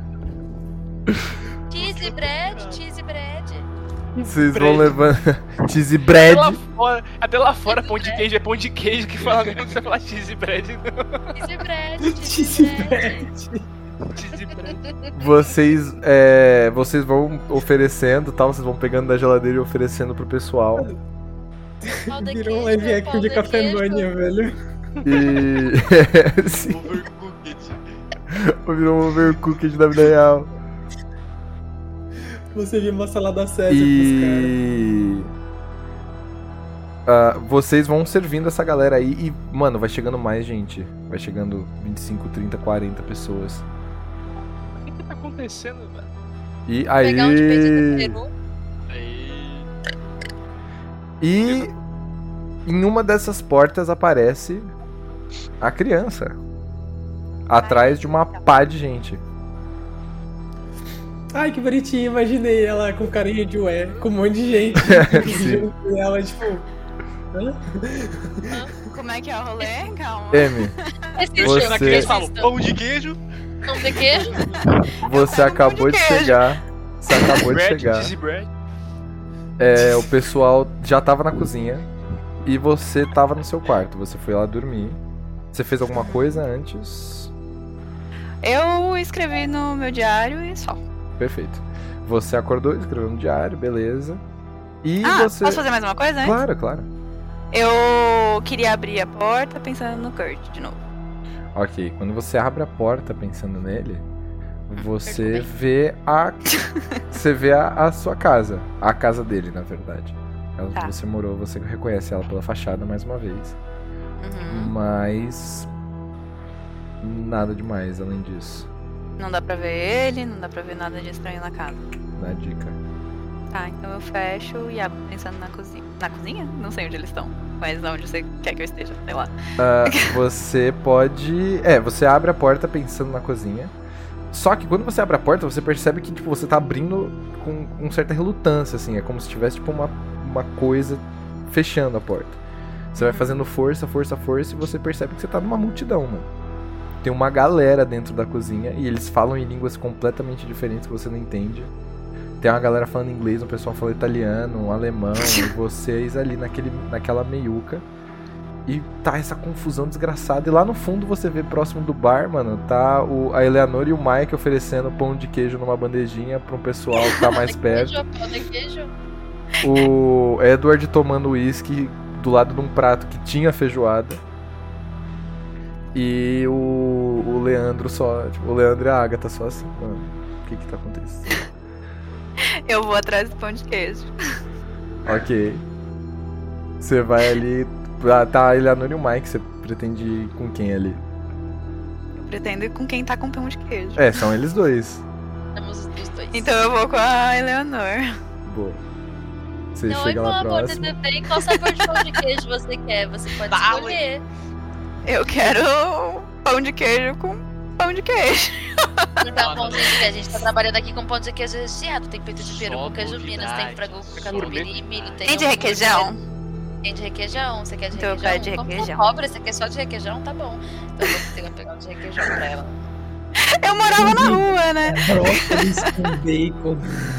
Cheese bread, cheese bread. Vocês vão Bread. levando. Cheesy Até bread. lá fora, até lá fora pão de queijo é pão de queijo que fala, não precisa falar cheese bread, não. Cheese bread, Cheese cheese bread. bread. Cheese bread. Vocês, é, vocês vão oferecendo, tal, vocês vão pegando da geladeira e oferecendo pro pessoal. Pau de Virou um queijo, live pau action de café queijo. mania, velho. E. Sim, Overcooked. virou um overcooked da vida real. Você viu uma salada séria pros caras. E. Ah, vocês vão servindo essa galera aí e, mano, vai chegando mais gente. Vai chegando vinte e cinco, trinta, quarenta pessoas. O que que tá acontecendo, velho? E aí. Pegar um de peito do peru. Aí. E em uma dessas portas aparece a criança. Atrás de uma pá de gente. Ai, que bonitinho, imaginei ela com carinha de ué, com um monte de gente. Sim. E ela, tipo. Hã? Como é que é o rolê? Calma. M, Eu Você- chego na criança e falo, pão de queijo. Pão de queijo? você quero um acabou pão de de queijo. chegar. Você acabou de Bread, chegar. cheese bread. É, o pessoal já tava na cozinha e você tava no seu quarto. Você foi lá dormir. Você fez alguma coisa antes? Eu escrevi no meu diário e só. Perfeito. Você acordou, escreveu no diário, beleza. E Ah, você... posso fazer mais uma coisa antes? Claro, claro. Eu queria abrir a porta pensando no Kurt de novo. Ok, quando você abre a porta pensando nele, você perturbei. vê a. Você vê a, a sua casa. A casa dele, na verdade. A casa Tá. que você morou, você reconhece ela pela fachada mais uma vez. Uhum. Mas. Nada demais além disso. Não dá pra ver ele, não dá pra ver nada de estranho na casa. Na dica. Tá, então eu fecho e abro pensando na cozinha. Na cozinha? Não sei onde eles estão. Mas onde você quer que eu esteja, sei lá. Ah, você pode. É, você abre a porta pensando na cozinha. Só que quando você abre a porta, você percebe que tipo, você tá abrindo com, com certa relutância, assim. É como se tivesse tipo, uma, uma coisa fechando a porta. Você vai fazendo força, força, força e você percebe que você tá numa multidão, mano. Tem uma galera dentro da cozinha e eles falam em línguas completamente diferentes que você não entende. Tem uma galera falando inglês, um pessoal falando italiano, um alemão, e vocês ali naquele, naquela meiuca. E tá essa confusão desgraçada. E lá no fundo você vê próximo do bar, mano, tá o, a Eleanor e o Mike oferecendo pão de queijo numa bandejinha pra um pessoal que tá mais perto. Queijo, pão de queijo. O Edward tomando uísque do lado de um prato que tinha feijoada. E o, o Leandro só, tipo, o Leandro e a Agatha só assim, mano, o que que tá acontecendo? Eu vou atrás do pão de queijo. Ok. Você vai ali. Ah, tá a Eleanor e o Mike, você pretende ir com quem ali? Eu pretendo ir com quem tá com pão de queijo. É, são eles dois. Temos os dois. Então eu vou com a Eleanor. Boa. Você Não, chega e lá pelo amor de próximo. Deus, bem, qual sabor de pão de queijo você quer? Você pode Bala. escolher. Eu quero pão de queijo com pão de queijo. Então, Ah, pãozinho de queijo. A gente tá trabalhando aqui com pão de queijo recheado. Tem peito de peru com queijo Novidade. Minas, tem frango com catupiry e milho. Tem de um- requeijão? Tem de requeijão. Você quer de Então eu requeijão? quero de Como requeijão. Pobre, você quer só de requeijão? Tá bom. Então você vai pegar um de requeijão pra ela. Eu morava na rua, né? Brócolis com bacon.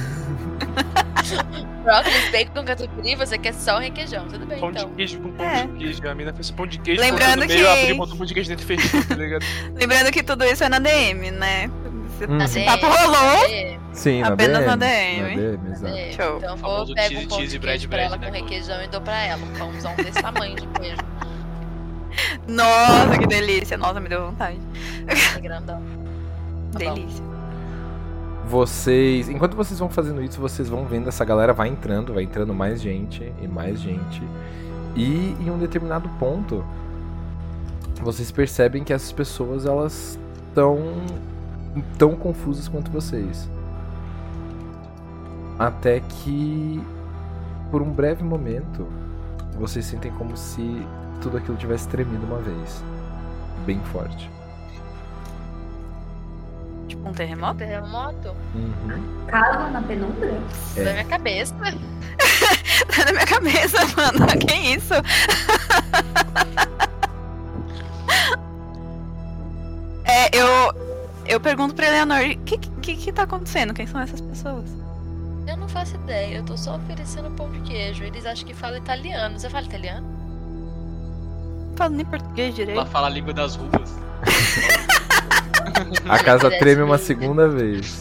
Brócolis, bacon, catupiry, você quer só o requeijão. Tudo bem, Pão então. de queijo com pão É. de queijo. A mina fez pão de queijo, Lembrando botou no meio, que- abriu, botou pão de queijo dentro e fechou, tá ligado? Lembrando que tudo isso é na D M, né? Esse Uhum. esse papo rolou. É, Sim, na Apenas D M. na D M, Na hein? D M, exato. é. Show. Então eu vou, Famoso pego cheese, um pão de cheese, queijo bread, pra ela bread, com né, requeijão e dou pra ela. Um pãozão desse tamanho de queijo. Nossa, que delícia. Nossa, me deu vontade. É grandão. Tá bom. Delícia. Vocês, enquanto vocês vão fazendo isso, vocês vão vendo essa galera vai entrando, vai entrando mais gente e mais gente. E em um determinado ponto, vocês percebem que essas pessoas elas estão tão confusas quanto vocês. Até que, por um breve momento, vocês sentem como se tudo aquilo tivesse tremido uma vez, bem forte. Tipo um terremoto? Terremoto? Uhum. Casa na penumbra? É. Da minha cabeça. Tá na minha cabeça, mano. Que isso? É, eu. Eu pergunto pra Eleanor, o que, que que tá acontecendo? Quem são essas pessoas? Eu não faço ideia, eu tô só oferecendo pão de queijo. Eles acham que falam italiano. Você fala italiano? Não falo nem português direito. Ela fala a língua das ruas. A casa Parece treme uma mesmo. segunda vez.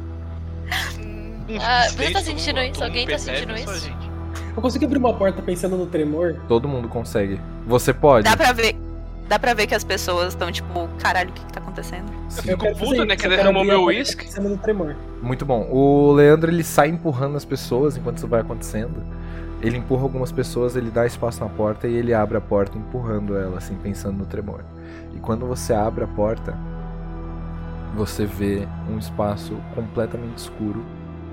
Ah, você Gente, tá todo sentindo mundo- isso? todo Alguém mundo tá percebe, sentindo não só a isso? gente. Eu consigo abrir uma porta pensando no tremor? Todo mundo consegue. Você pode? Dá pra ver. Dá pra ver que as pessoas estão tipo, caralho, o que que tá acontecendo? Sim. Ficou quero puta, fazer né, isso, que eu derramou quero abrir meu a porta uísque. Pensando no tremor. Muito bom. O Leandro ele sai empurrando as pessoas enquanto isso vai acontecendo. Ele empurra algumas pessoas, ele dá espaço na porta e ele abre a porta empurrando ela, assim, pensando no tremor. E quando você abre a porta, você vê um espaço completamente escuro,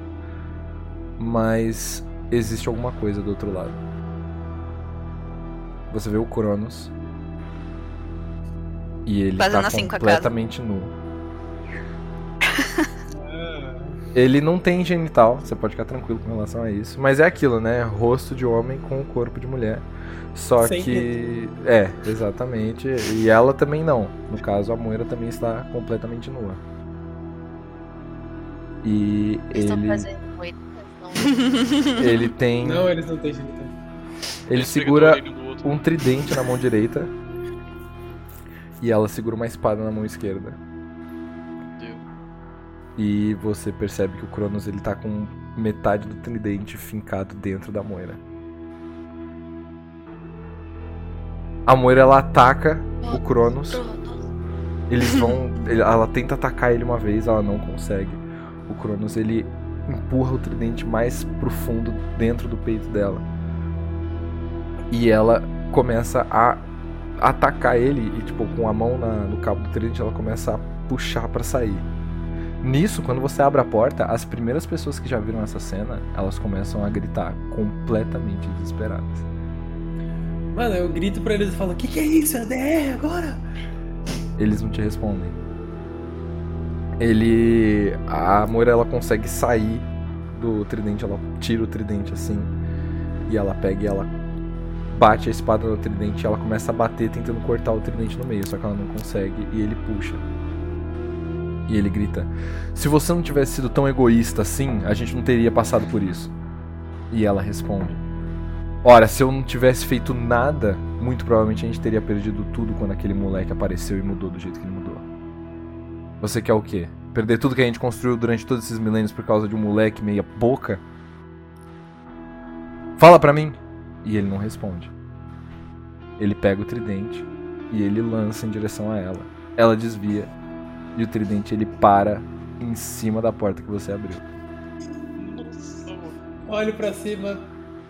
mas existe alguma coisa do outro lado. Você vê o Cronos e ele Fazendo tá assim com a completamente nu. Ele não tem genital, você pode ficar tranquilo com relação a isso. Mas é aquilo, né? Rosto de homem com o corpo de mulher. Só Sem que. É, exatamente. E ela também não. No caso, a Moira também está completamente nua. E Eles estão ele. fazendo coisas, não. Ele tem. Não, eles não têm genital. Ele Eles segura pegam um do outro. um tridente na mão direita. E ela segura uma espada na mão esquerda. Deu. E você percebe que o Cronos ele tá com metade do tridente fincado dentro da Moira. A Moira ela ataca o Cronos. Eles vão. Ela tenta atacar ele uma vez, ela não consegue. O Cronos ele empurra o tridente mais profundo dentro do peito dela. E ela começa a atacar ele e, tipo, com a mão na, no cabo do tridente, ela começa a puxar pra sair. Nisso, quando você abre a porta, as primeiras pessoas que já viram essa cena, elas começam a gritar, completamente desesperadas. Mano, eu grito pra eles e falo, o que que é isso? É D R agora? Eles não te respondem. Ele... A Moira, ela consegue sair do tridente, ela tira o tridente assim, e ela pega e ela bate a espada no tridente, e ela começa a bater tentando cortar o tridente no meio, só que ela não consegue, e ele puxa. E ele grita, se você não tivesse sido tão egoísta assim, a gente não teria passado por isso. E ela responde, ora, se eu não tivesse feito nada, muito provavelmente a gente teria perdido tudo quando aquele moleque apareceu e mudou do jeito que ele mudou. Você quer o quê? Perder tudo que a gente construiu durante todos esses milênios por causa de um moleque meia boca? Fala pra mim! E ele não responde. Ele pega o tridente e ele lança em direção a ela. Ela desvia e o tridente ele para em cima da porta que você abriu. Olho pra cima.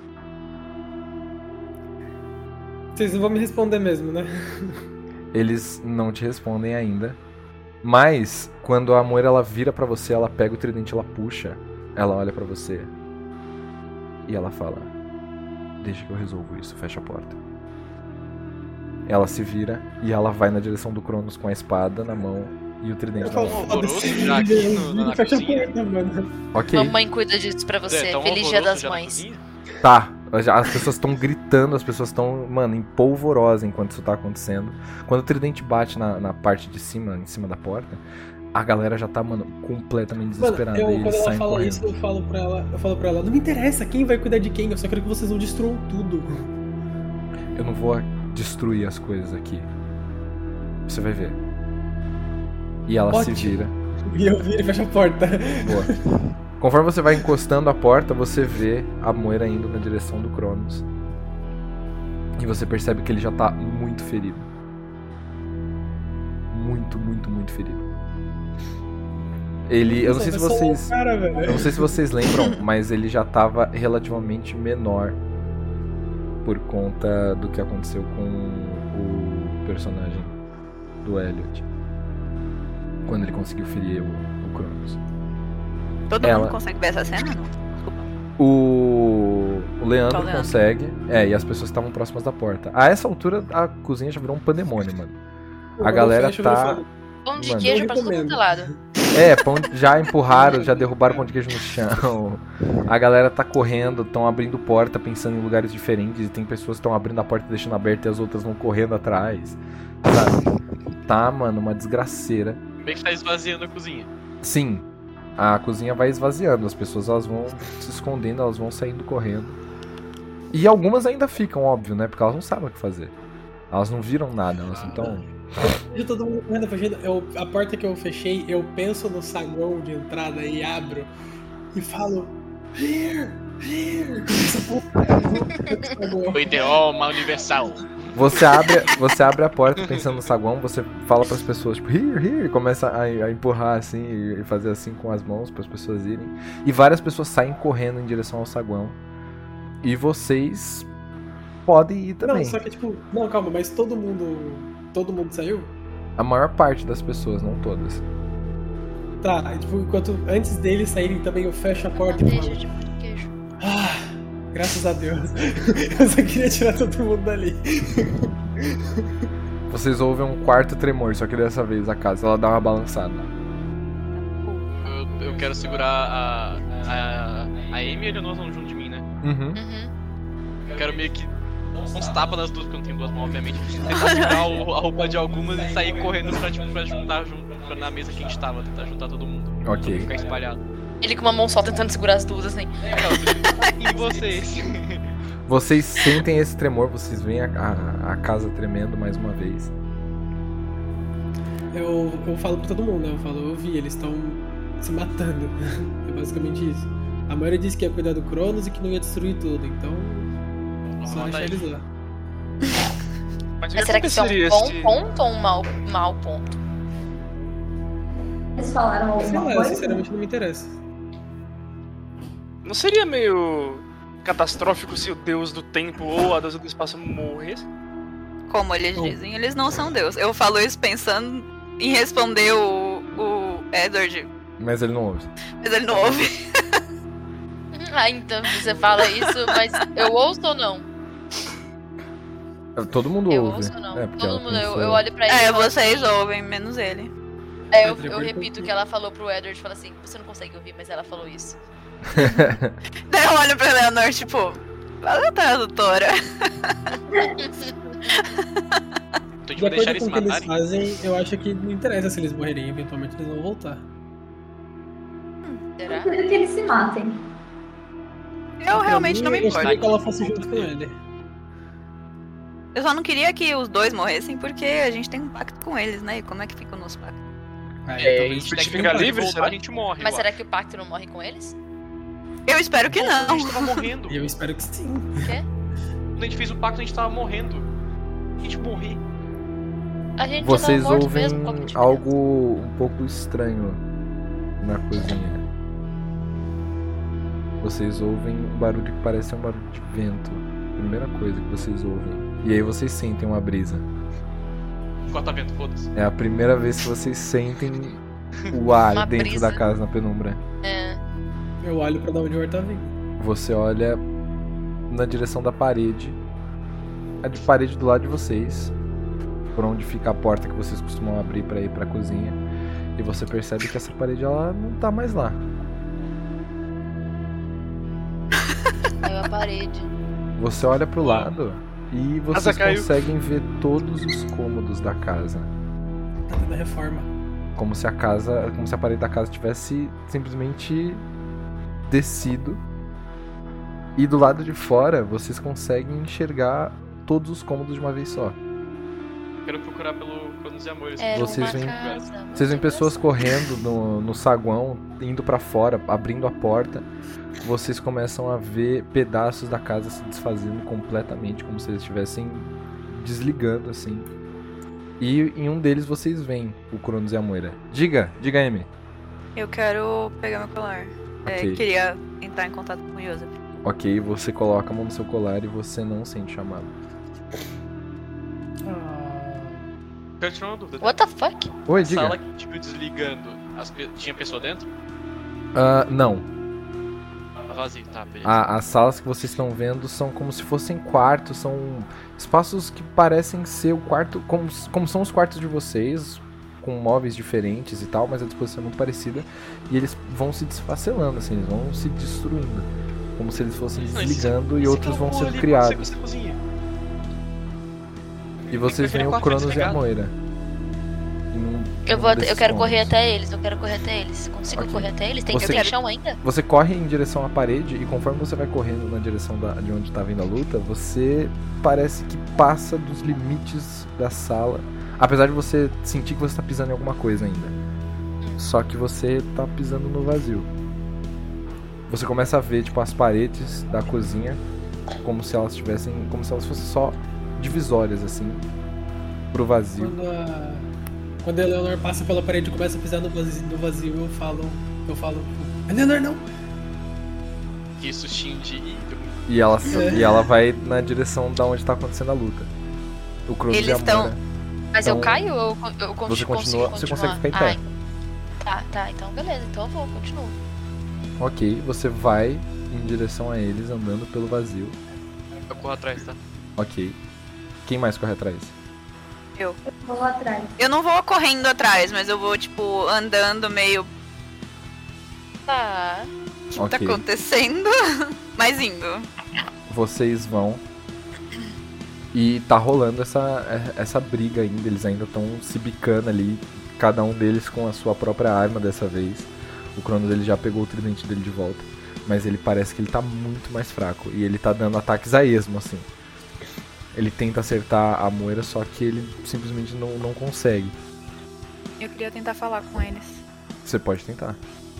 Vocês não vão me responder mesmo, né? Eles não te respondem ainda. Mas, quando a Moira ela vira pra você, ela pega o tridente, ela puxa. Ela olha pra você. E ela fala, deixa que eu resolvo isso, fecha a porta. Ela se vira e ela vai na direção do Cronos com a espada na mão e o tridente na mão. Alvoroço já aqui no, na Fecha a cozinha. porta, mano. Ok. Mamãe cuida disso pra você. Tá um Feliz Dia alvoroço das já na Mães. cozinha? Tá, as pessoas estão gritando, as pessoas estão, mano, em polvorosa enquanto isso tá acontecendo. Quando o tridente bate na, na parte de cima, em cima da porta, a galera já tá, mano, completamente desesperada. Mano, eu, e quando eles ela saem fala correndo. isso, eu falo pra ela, eu falo pra ela, não me interessa quem vai cuidar de quem, eu só quero que vocês não destruam tudo. Eu não vou destruir as coisas aqui. Você vai ver. E ela Ótimo. se vira. E eu viro e fecho a porta. Boa. Conforme você vai encostando a porta, você vê a Moira indo na direção do Cronos. E você percebe que ele já tá muito ferido. Muito, muito, muito ferido. Ele, eu não sei se Nossa, eu sou vocês, um cara, velho. eu não sei se vocês lembram, mas ele já tava relativamente menor por conta do que aconteceu com o personagem do Elliot. Quando ele conseguiu ferir o, o Cronos. Todo Ela- mundo consegue ver essa cena? Não. Desculpa. O, o Leandro Qual Leandro? consegue. É, e as pessoas estavam próximas da porta. A essa altura, a cozinha já virou um pandemônio, mano. A Eu galera fecho, eu tá- falo, Pão de Mano, queijo eu pra todo mundo recomendo. do lado. É, pão, já empurraram, já derrubaram pão de queijo no chão. A galera tá correndo, estão abrindo porta, pensando em lugares diferentes. E tem pessoas que estão abrindo a porta e deixando aberta e as outras vão correndo atrás. Sabe? Tá, mano, uma desgraceira. Meio que tá esvaziando a cozinha. Sim, a cozinha vai esvaziando, as pessoas elas vão se escondendo, elas vão saindo correndo. E algumas ainda ficam, óbvio, né? Porque elas não sabem o que fazer. Elas não viram nada, elas não estão... vejo todo mundo correndo, fugindo. Eu, a porta que eu fechei, eu penso no saguão de entrada e abro e falo, here, here. O idioma universal. Você abre, você abre a porta pensando no saguão, você fala pras pessoas, tipo, here, here, e começa a, a empurrar assim e fazer assim com as mãos para as pessoas irem. E várias pessoas saem correndo em direção ao saguão. E vocês podem ir também. Não, só que tipo, não, calma, mas todo mundo, todo mundo saiu? A maior parte das pessoas, não todas. Tá, e, tipo, enquanto antes deles saírem também eu fecho a porta e Bandeja falo, de pão de queijo. ah, graças a Deus. Eu só queria tirar todo mundo dali. Vocês ouvem um quarto tremor, só que dessa vez a casa ela dá uma balançada. Eu, eu quero segurar a. A, a Amy e a Eleanor não junto de mim, né? Uhum. Uhum. Eu quero meio que. Uns tapas nas duas, porque eu não tenho duas mãos, obviamente. Tentar segurar o- a roupa de algumas e sair correndo pra, tipo, pra juntar junto pra, na mesa que a gente tava, tentar juntar todo mundo. Ok. Não ficar espalhado. Ele com uma mão só tentando segurar as duas, assim. Não, e vocês? Vocês sentem esse tremor, vocês veem a, a, a casa tremendo mais uma vez. Eu, eu falo pra todo mundo, né? Eu falo, eu vi, eles estão se matando. É basicamente isso. A maioria disse que ia cuidar do Cronos e que não ia destruir tudo, então só deixar eles lá. Mas, Mas será que isso é um aconteceria bom se- ponto ou um mau, mau ponto? Eles falaram Sei alguma lá, coisa? sinceramente não me interessa. Não seria meio catastrófico se o deus do tempo ou a deusa do espaço morresse? Como eles Bom. dizem, eles não são Deus. Eu falo isso pensando em responder o, o Edward, Mas ele não ouve. mas ele não ouve. Ah, então você fala isso, mas eu ouço ou não? Todo mundo Eu ouve. ouço ou não? É, porque Todo ela mundo, eu, pensou- eu olho pra ele. e É, falo vocês assim- ouvem, menos ele. É, eu, Atribui eu por repito o quê? que ela falou pro Edward, fala assim, você não consegue ouvir, mas ela falou isso. Daí eu olho pra Leonor, tipo, fala, tradutora. Então a gente De vai deixar acordo eles com se o que eles matarem? fazem, eu acho que não interessa se eles morrerem, eventualmente eles vão voltar. Será? Eu prefiro que eles se matem. Eu Pra realmente mim, não me Eu importo. gostaria que ela fosse junto com ele. Eu só não queria que os dois morressem, porque a gente tem um pacto com eles, né? E como é que fica o nosso pacto? Aí, É, talvez a gente pra tem te que ficar tentar livre, voltar, será? a gente morre. Mas eu será acho. que o pacto não morre com eles? Eu espero que A não. gente tava morrendo. E eu espero que sim. Quando a gente fez o pacto, a gente tava morrendo. A gente morrer. A gente Vocês já tava morto ouvem mesmo, qual que é a diferença? algo um pouco estranho na cozinha. Vocês ouvem um barulho que parece um barulho de vento. Primeira coisa que vocês ouvem. E aí vocês sentem uma brisa. Corta-vento, foda-se. É a primeira vez que vocês sentem o ar Uma dentro brisa. da casa na penumbra. É, Eu olho pra dar onde o ar tá vindo. Você olha na direção da parede. A de parede do lado de vocês. Por onde fica a porta que vocês costumam abrir pra ir pra cozinha. E você percebe que essa parede ela não tá mais lá. caiu a parede. Você olha pro lado e vocês Casa caiu. conseguem ver todos os cômodos da casa. Tá tendo a reforma. Como se a casa. Como se a parede da casa tivesse simplesmente descido. E do lado de fora vocês conseguem enxergar todos os cômodos de uma vez só. Quero procurar pelo Cronos e Amores. Era Vocês uma veem- casa. Vocês veem pessoas correndo no, no saguão, indo pra fora, abrindo a porta. Vocês começam a ver pedaços da casa se desfazendo completamente, como se eles estivessem desligando assim. E em um deles vocês veem o Cronos e a Moira. Diga, diga, Amy. Eu quero pegar meu colar. É, Ok. queria entrar em contato com o Joseph. Ok, você coloca a mão no seu colar e você não sente chamado. Ah, Quero tirar uma dúvida. What the fuck? Oi, A diga. sala que a gente viu desligando, as pe- tinha pessoa dentro? Ah, não. Tá vazio, tá, beleza. A- as salas que vocês estão vendo são como se fossem quartos, são espaços que parecem ser o quarto, como, como são os quartos de vocês, com móveis diferentes e tal, mas a disposição é muito parecida. E eles vão se desfacelando, assim, eles vão se destruindo. Como se eles fossem Não, esse- desligando e esse outros vão capô sendo ali, criados. pode ser que você cozinha. E vocês Tem veem que o preferir a Cronos e a quarta Moira. Em um- Eu, um vou, desses eu quero correr cômodos. até eles, eu quero correr até eles. Consigo Ok. correr até eles? Tem, Você- tem chão ainda? Você corre em direção à parede e conforme você vai correndo na direção da- de onde tá vindo a luta, você parece que passa dos limites da sala. Apesar de você sentir que você tá pisando em alguma coisa ainda. Só que você tá pisando no vazio. Você começa a ver, tipo, as paredes da cozinha como se elas tivessem. Como se elas fossem só divisórias, assim, pro vazio. quando a. Quando a Eleanor passa pela parede e começa a pisar no vazio, no vazio eu falo. Eu falo. Eleanor não! Isso, Shinji e E ela, É. e ela vai na direção da onde tá acontecendo a luta. O Cronos Eles e a tão- Moira. Mas eu Então, caio ou eu, con- eu con- você consigo continua- você continuar? consegue ficar em pé. Ah, tá, tá, então beleza, então eu vou, continuo. Ok, você vai em direção a eles andando pelo vazio. eu corro atrás, tá? Ok. Quem mais corre atrás? Vou lá atrás. Eu não vou correndo atrás, mas eu vou, tipo, andando meio. Tá. O que Ok. tá acontecendo? Mas indo. Vocês vão. E tá rolando essa, essa briga ainda. Eles ainda estão se bicando ali. Cada um deles com a sua própria arma dessa vez. O Cronos ele já pegou o tridente dele de volta. Mas ele parece que ele tá muito mais fraco. E ele tá dando ataques a esmo, assim. Ele tenta acertar a Moira, só que ele simplesmente não, não consegue. Eu queria tentar falar com eles. Você pode tentar.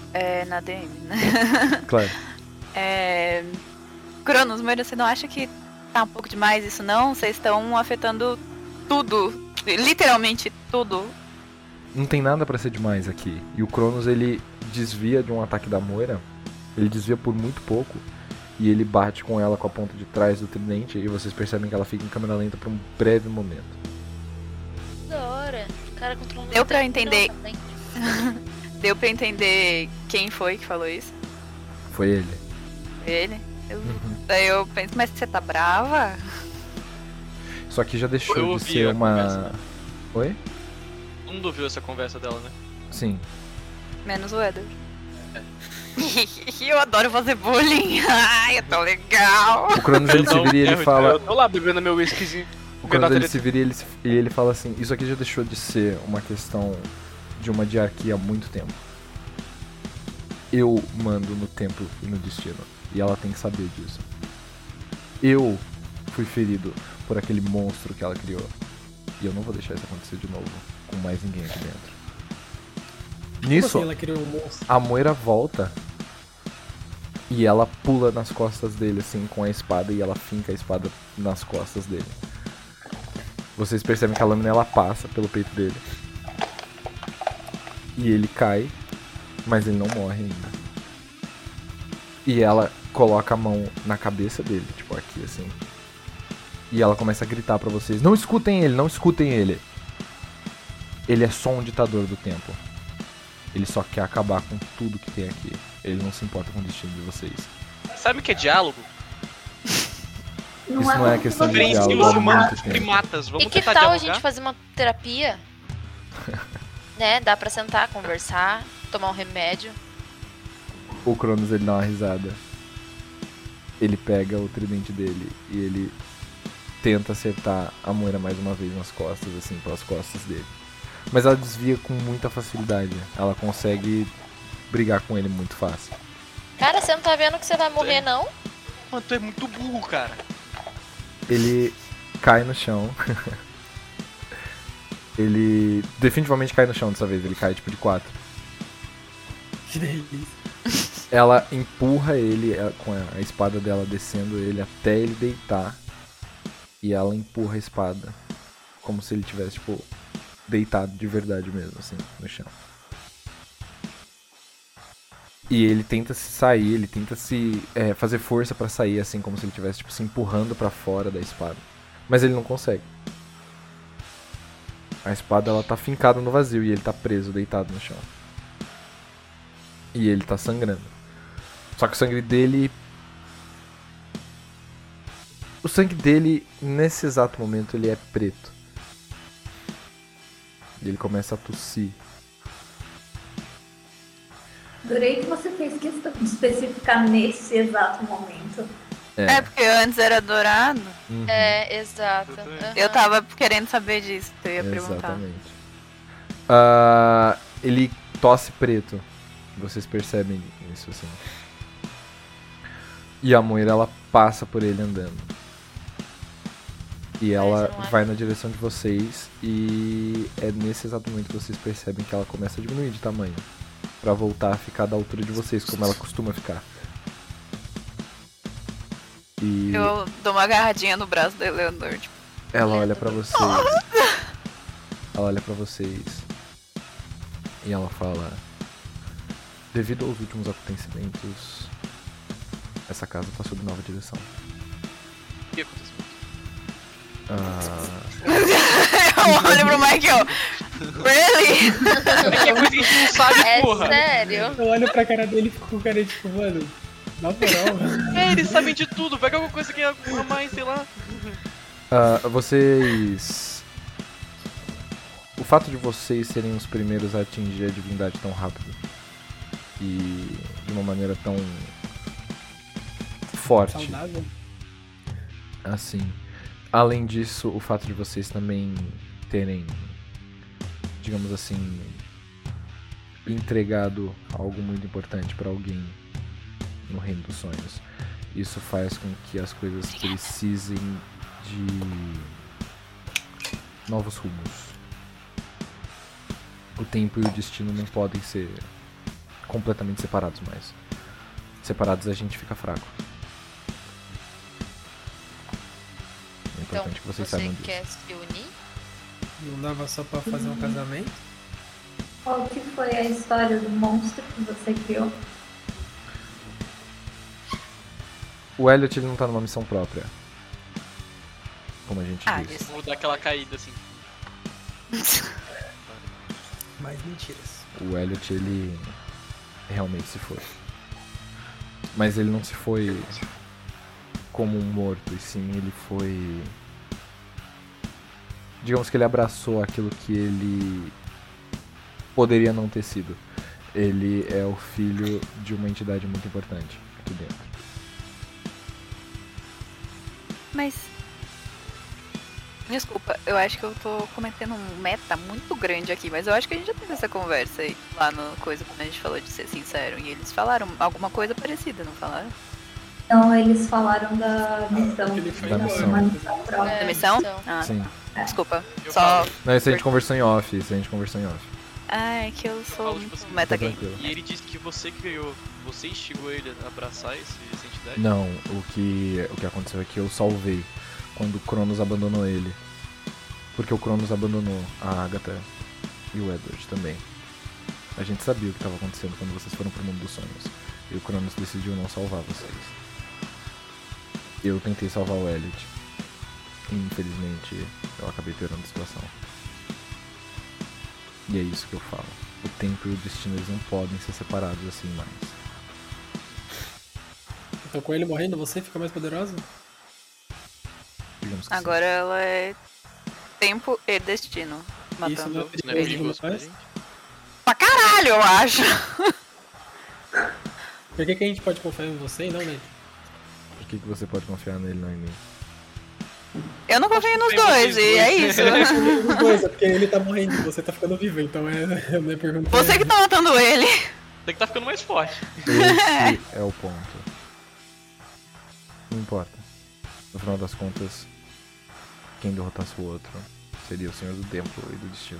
É, na D M, né? Claro. É... Cronos, Moira, você não acha que tá um pouco demais isso não? Vocês estão afetando tudo, literalmente tudo. Não tem nada pra ser demais aqui. E o Cronos, ele desvia de um ataque da Moira. Ele desvia por muito pouco. E ele bate com ela com a ponta de trás do tridente. E vocês percebem que ela fica em câmera lenta por um breve momento. Da hora. O cara controlando. Deu pra eu entender. Não, tem. Deu pra entender quem foi que falou isso? Foi ele. Ele? Eu... Uhum. Daí eu penso, mas você tá brava? Só que já deixou Eu de ouvi ser a uma... conversa. Oi? Todo mundo ouviu essa conversa dela, né? Sim. Menos o Edward. Eu adoro fazer bullying. Ai, é tão legal. O Cronos, ele se vira e ele fala... Eu tô lá bebendo meu whiskyzinho. O Cronos, ele se vira e ele, se- e ele fala assim: isso aqui já deixou de ser uma questão de uma diarquia há muito tempo. Eu mando no tempo e no destino. E ela tem que saber disso. Eu fui ferido por aquele monstro que ela criou. E eu não vou deixar isso acontecer de novo com mais ninguém aqui dentro. Como Nisso, assim ela criou um monstro? a Moira volta e ela pula nas costas dele, assim, com a espada, e ela finca a espada nas costas dele. Vocês percebem que a lâmina, ela passa pelo peito dele. E ele cai, mas ele não morre ainda. E ela coloca a mão na cabeça dele, tipo aqui, assim. E ela começa a gritar pra vocês: não escutem ele, não escutem ele. Ele é só um ditador do tempo. Ele só quer acabar com tudo que tem aqui. Ele não se importa com o destino de vocês. Sabe o que é diálogo? Não Isso é não é muito questão de você- diálogo. Diferencia os há humanos muito dos tempo. primatas. Vamos E que tentar tal a dialogar? gente fazer uma terapia? Né? Dá pra sentar, conversar, tomar um remédio. O Cronos, ele dá uma risada. Ele pega o tridente dele e ele tenta acertar a Moira mais uma vez nas costas, assim, pelas costas dele. Mas ela desvia com muita facilidade. Ela consegue brigar com ele muito fácil. Cara, você não tá vendo que você vai morrer, não? Mano, tu é muito burro, cara. Ele cai no chão. Ele definitivamente cai no chão dessa vez. Ele cai tipo de quatro. Que delícia. Ela empurra ele é, com a espada dela, descendo ele até ele deitar. E ela empurra a espada como se ele tivesse, tipo, deitado de verdade mesmo, assim, no chão. E ele tenta se sair, ele tenta se é, fazer força pra sair, assim, como se ele estivesse, tipo, se empurrando pra fora da espada. Mas ele não consegue. A espada, ela tá fincada no vazio e ele tá preso, deitado no chão. E ele tá sangrando. Só que o sangue dele... O sangue dele, nesse exato momento, ele é preto. E ele começa a tossir. Adorei que você fez questão de especificar nesse exato momento. É, porque antes era dourado. Uhum. É, exato. Exatamente. Aham. Eu tava querendo saber disso, eu ia perguntar. Exatamente. Ah, ele tosse preto. Vocês percebem isso, assim. E a Moira, ela passa por ele andando. E ela não é. vai na direção de vocês. E é nesse exato momento que vocês percebem que ela começa a diminuir de tamanho. Pra voltar a ficar da altura de vocês, como ela costuma ficar. E Eu dou uma agarradinha no braço da Eleanor, tipo, ela olha pra vocês. Ela olha pra vocês. E ela fala: devido aos últimos acontecimentos, essa casa tá sob nova direção. O que aconteceu? Ah, eu olho pro Michael. Really? É que é coisa que a gente não sabe, É porra. sério? Eu olho pra cara dele e fico com o cara tipo, mano, na moral. É, eles sabem de tudo. Pega alguma coisa que é a mais, sei lá. ah, vocês. O fato de vocês serem os primeiros a atingir a divindade tão rápido e de uma maneira tão forte, Saudável. assim. Além disso, o fato de vocês também terem, digamos assim, entregado algo muito importante pra alguém no Reino dos Sonhos. Isso faz com que as coisas precisem de novos rumos. O tempo e o destino não podem ser completamente separados, mas separados a gente fica fraco. É Então, importante que vocês você saibam disso. quer se unir? Não dava só pra fazer um casamento? Qual que foi a história do monstro que você criou? O Elliot, ele não tá numa missão própria. Como a gente Ah, disse. isso. Vou dar aquela caída assim. Mais mentiras. O Elliot, ele realmente se foi. Mas ele não se foi como um morto, e sim, ele foi... Digamos que ele abraçou aquilo que ele poderia não ter sido. Ele é o filho de uma entidade muito importante aqui dentro. Mas. Desculpa, eu acho que eu tô cometendo um meta muito grande aqui, mas eu acho que a gente já teve essa conversa aí lá no coisa quando a gente falou de ser sincero. E eles falaram alguma coisa parecida, não falaram? Então, eles falaram da missão. Ele foi Da embora. missão. Uma missão própria. É, Da missão? missão. Ah, Sim. desculpa. Eu Só. falo. Não, isso a gente conversou em off, isso a gente conversou em off. Ah, é que eu Eu sou falo, tipo muito assim, metagame. tranquilo. E ele disse que você criou, você instigou ele a abraçar esse, essa entidade? Não, o que, o que aconteceu é que eu salvei quando o Cronos abandonou ele. Porque o Cronos abandonou a Agatha e o Edward também. A gente sabia o que estava acontecendo quando vocês foram pro mundo dos sonhos. E o Cronos decidiu não salvar vocês. Eu tentei salvar o Elliot. E infelizmente eu acabei piorando a situação. E é isso que eu falo. O tempo e o destino, eles não podem ser separados assim mais. Então, com ele morrendo, você fica mais poderosa? Digamos que sim. Agora ela é tempo e destino. Isso não é Matando. Isso não é perigoso perigoso pra demais? gente? Pra caralho, eu acho. Por que, que a gente pode confiar em você e não nele? Por que, que você pode confiar nele, não em mim? Eu não confio nos Confio em dois, vocês e é dois. isso. Os dois, é porque ele tá morrendo e você tá ficando vivo, então é, eu não é pergunta. Você que tá matando ele. Tem que tá ficando mais forte. Esse é o ponto. Não importa. No final das contas, quem derrotasse o outro seria o Senhor do Tempo e do Destino.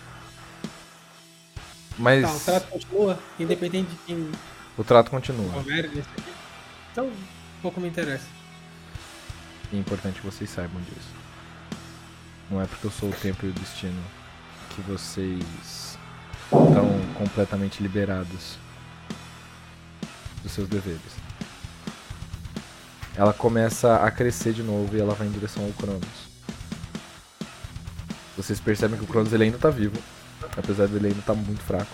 Mas Tá, o trato continua, independente de quem o trato continua. houver nesse aqui. Então, pouco me interessa. E é importante que vocês saibam disso. Não é porque eu sou o Tempo e o Destino que vocês estão completamente liberados dos seus deveres. Ela começa a crescer de novo e ela vai em direção ao Cronos. Vocês percebem que o Cronos ele ainda tá vivo, apesar dele ainda tá muito fraco.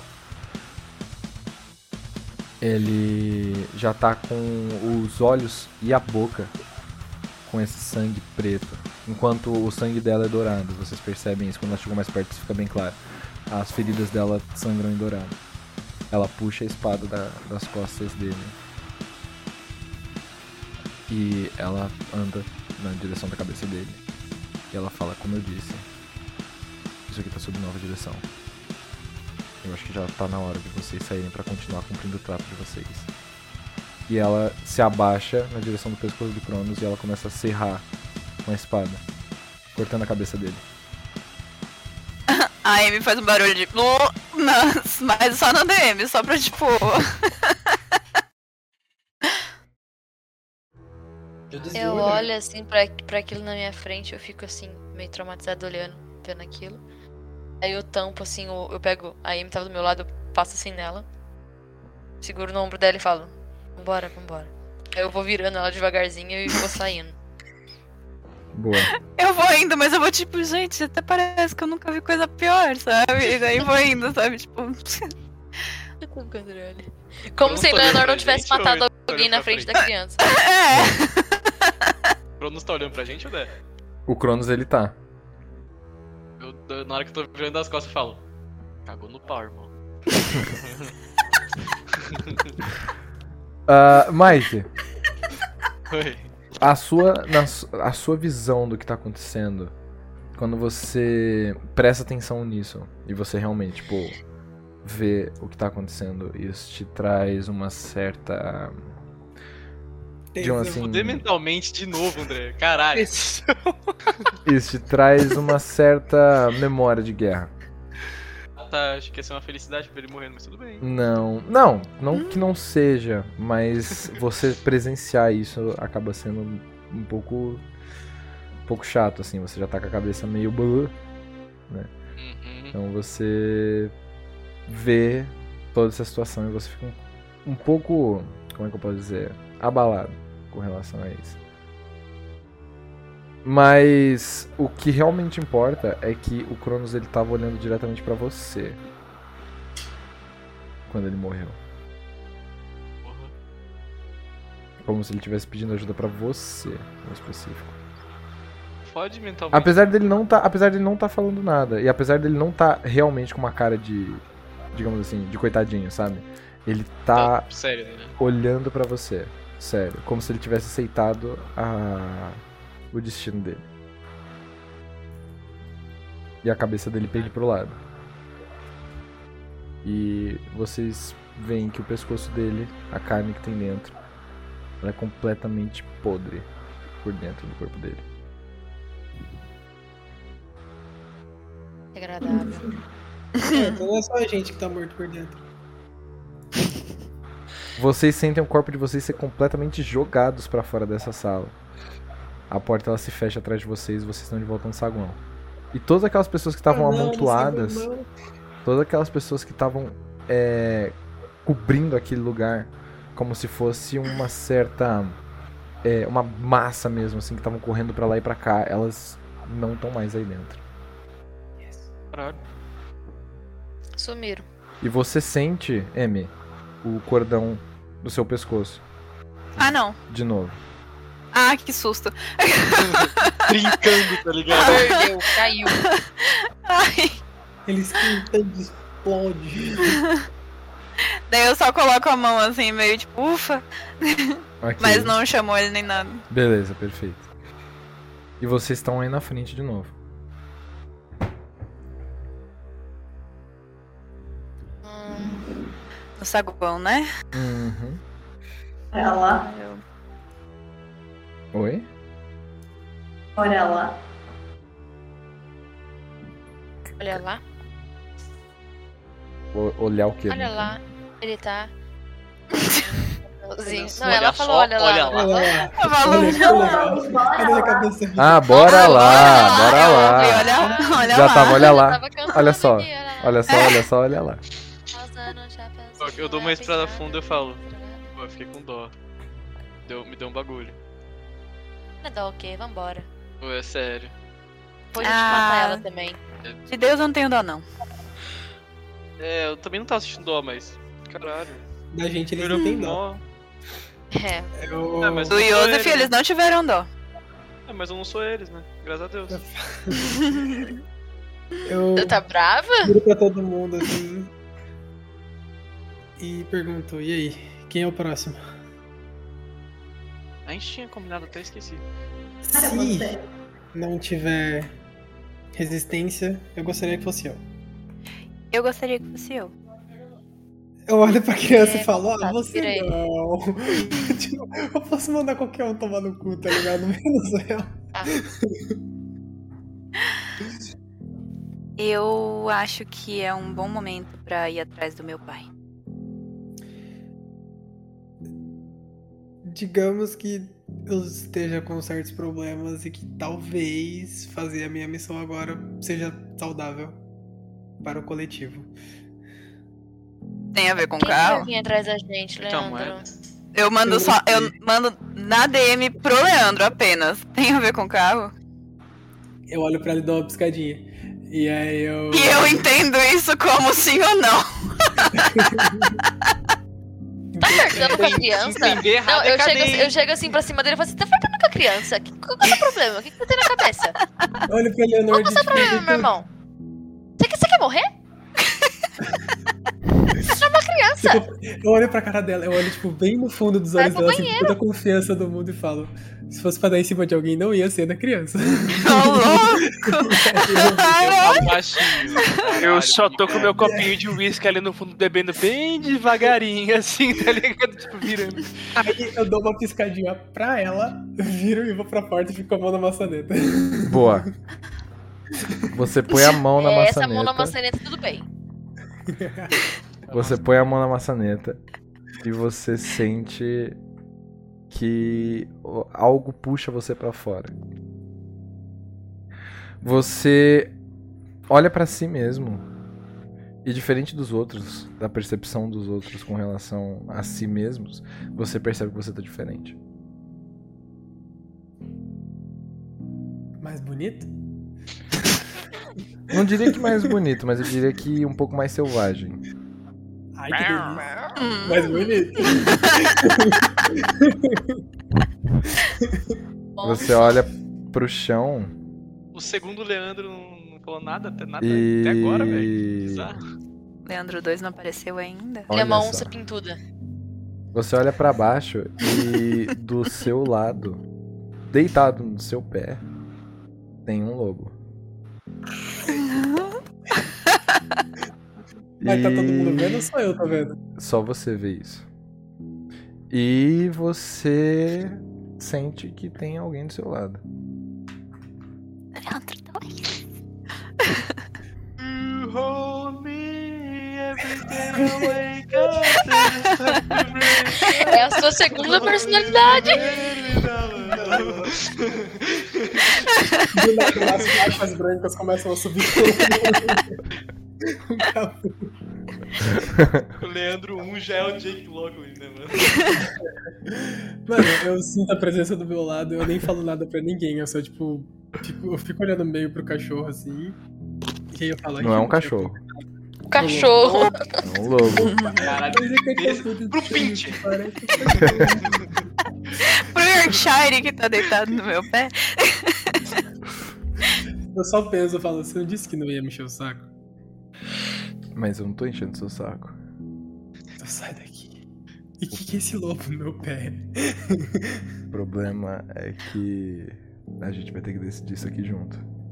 Ele já tá com os olhos e a boca com esse sangue preto, enquanto o sangue dela é dourado. Vocês percebem isso, quando ela chegou mais perto isso fica bem claro. As feridas dela sangram em dourado. Ela puxa a espada da- das costas dele e ela anda na direção da cabeça dele. E ela fala, como eu disse, isso aqui tá sob nova direção. Eu acho que já tá na hora de vocês saírem pra continuar cumprindo o trato de vocês. E ela se abaixa na direção do pescoço do Cronos e ela começa a serrar com a espada, cortando a cabeça dele. A Amy faz um barulho de. "Oh", nas- mas só na D M, só pra tipo. Eu, desvio Eu o olhar. olho assim pra, pra aquilo na minha frente, eu fico assim, meio traumatizado olhando, vendo aquilo. Aí eu tampo assim, eu, eu pego, a Amy tava do meu lado, eu passo assim nela, seguro no ombro dela e falo, vambora, vambora. Aí eu vou virando ela devagarzinho e vou saindo. Boa. Eu vou indo, mas eu vou tipo, gente, até parece que eu nunca vi coisa pior, sabe? E daí vou indo, sabe? Tipo. Como se tá olhando Leonor pra não tivesse gente ou matado ele tá alguém olhando na pra frente frente? da criança. É. O Cronos tá olhando pra gente ou não? O Cronos ele tá. Eu, na hora que eu tô virando as costas, eu falo: cagou no pau, irmão. Ah, Mike, Oi. a sua, na su- a sua visão do que tá acontecendo, quando você presta atenção nisso e você realmente, tipo, vê o que tá acontecendo, isso te traz uma certa. Digamos Tesão. assim, Fudei mentalmente de novo, André. Caralho. isso te traz uma certa memória de guerra. tá. Acho que ia ser uma felicidade pra ele morrendo, mas tudo bem. Não, não, não que não seja, mas você presenciar isso acaba sendo um pouco, um pouco chato, assim, você já tá com a cabeça meio blá, né? Uhum. Então você vê toda essa situação e você fica um, um pouco, como é que eu posso dizer, abalado com relação a isso. Mas o que realmente importa é que o Cronos ele tava olhando diretamente pra você quando ele morreu. Porra. Como se ele estivesse pedindo ajuda pra você, em específico. Fode mentalmente. Apesar dele não tá, apesar dele não tá falando nada e apesar dele não tá realmente com uma cara de, digamos assim, de coitadinho, sabe? Ele tá Tá, sério, né? olhando pra você, sério, como se ele tivesse aceitado a o destino dele. E a cabeça dele pende pro lado. E vocês veem que o pescoço dele, a carne que tem dentro, ela é completamente podre por dentro do corpo dele. Agradável. É, então não é só a gente que tá morto por dentro. Vocês sentem o corpo de vocês ser completamente jogados pra fora dessa sala. A porta ela se fecha atrás de vocês e vocês estão de volta no saguão. E todas aquelas pessoas que estavam Ah, não, não amontoadas, sabe, não. todas aquelas pessoas que estavam é, cobrindo aquele lugar como se fosse uma certa, é, uma massa mesmo, assim, que estavam correndo pra lá e pra cá, elas não estão mais aí dentro. Caralho. Sumiram. E você sente, Emi, o cordão do seu pescoço, Ah, não. de novo. Ah, que susto. Brincando, tá ligado? Perdeu, caiu. Ai. Ele esquentando, explode. Daí eu só coloco a mão assim, meio tipo, ufa. Ok. Mas não chamou ele nem nada. Beleza, perfeito. E vocês estão aí na frente de novo. Hum, No saguão, né? Uhum. Olha lá. Eu- Oi? Olha lá. olha lá, O- olhar o quê? olha né? lá. Ele tá. Sim. Não, Olha ela só, falou, olha lá. olha lá. Olha lá. Eu falo, Olha que Não, legal. não, bora Cadê a lá. cabeça? Ah, bora lá, bora lá. Olha, olha Já lá. tava, olha lá. Tava cansado Olha só, aqui, olha lá. olha só, olha só, olha lá. Pausando, já pensando, Eu dou uma já estrada pensando. funda e eu falo. Pô, eu fiquei com dó. Deu, me deu um bagulho. Não dá o quê? Vambora. Pô, é sério. Depois a gente Ah. mata ela também. De Deus eu não tenho dó, não. É, eu também não tava assistindo dó, mas. Caralho. Da gente eles Virou não tem com dó. É. Eu... É, mas- Do Joseph eles não tiveram dó. É, mas eu não sou eles, né? Graças a Deus. eu Você tá brava? viro pra todo mundo assim e pergunto, e aí, quem é o próximo? A gente tinha combinado, até esqueci. Cara, Se você. não tiver resistência, eu gostaria que fosse eu. Eu gostaria que fosse eu. Eu olho pra criança É, e falo, ah, tá, você virei. não. Tipo, eu posso mandar qualquer um tomar no cu, tá ligado? Menos ela. Tá. Eu acho que é um bom momento pra ir atrás do meu pai. Digamos que eu esteja com certos problemas e que talvez fazer a minha missão agora seja saudável para o coletivo. Tem a ver com o Quem vai carro? vir atrás da gente, Então, Leandro? moeda. Eu mando Eu só. não Eu sei. mando na D M pro Leandro apenas. Tem a ver com o carro? Eu olho pra ele e dou uma piscadinha. E aí eu. E eu entendo isso como sim ou não. Tá flertando com a criança? Entender errado Não, é eu chego, cadente. assim, eu chego assim pra cima dele e falo assim, tá flertando com a criança? Que- Qual que é o problema? O que, que você tem na cabeça? Olho pra Leonor Qual que é o seu problema, meu irmão? Você, quer- você quer morrer? Você é uma criança! Eu olho pra cara dela, eu olho, tipo, bem no fundo dos Vai olhos pro dela, assim, com toda a confiança do mundo e falo: se fosse pra dar em cima de alguém, não ia ser da criança. Ô, louco! Eu baixinho. Eu só tô com o meu copinho de uísque ali no fundo, bebendo bem devagarinho, assim, tá ligado? Tipo, virando. Aí eu dou uma piscadinha pra ela, viro e vou pra porta e fico com a mão na maçaneta. Boa. Você põe a mão na É, maçaneta. essa mão na maçaneta, tudo bem. Você põe a mão na maçaneta e você sente que algo puxa você pra fora. Você olha pra si mesmo e, diferente dos outros, da percepção dos outros com relação a si mesmos, você percebe que você tá diferente. Mais bonito? Não diria que mais bonito, mas eu diria que um pouco mais selvagem. Ai, que delícia. Mais bonito. Você olha pro chão O segundo Leandro não, não falou nada até, nada e... até agora, velho. Que bizarro. Leandro dois não apareceu ainda. Ele é Olha uma só. onça pintuda. Você olha pra baixo e do seu lado, deitado no seu pé, tem um lobo. Mas tá todo mundo E- vendo ou só eu tô vendo? Só você vê isso. E você sente que tem alguém do seu lado. Leandro dois. You hold me every day I wake up. É a sua segunda personalidade. Do nada, as faixas brancas começam a subir. Um cabo. O Leandro um já é o Jake Lockley, né, mano? Mano, eu sinto a presença do meu lado, eu nem falo nada pra ninguém, eu só, tipo, fico, eu fico olhando meio pro cachorro, assim, e aí eu falo... Não é um cachorro, O cachorro. é um lobo. Caralho, Mas é que eu tô tudo pro cheio, Pinch. parece um cachorro. Pro Yorkshire que tá deitado no meu pé. Eu só penso, eu falo, você não disse que não ia mexer o saco? Mas eu não tô enchendo seu saco. Então sai daqui. E o que, que é esse lobo no meu pé? O problema é que a gente vai ter que decidir isso aqui junto.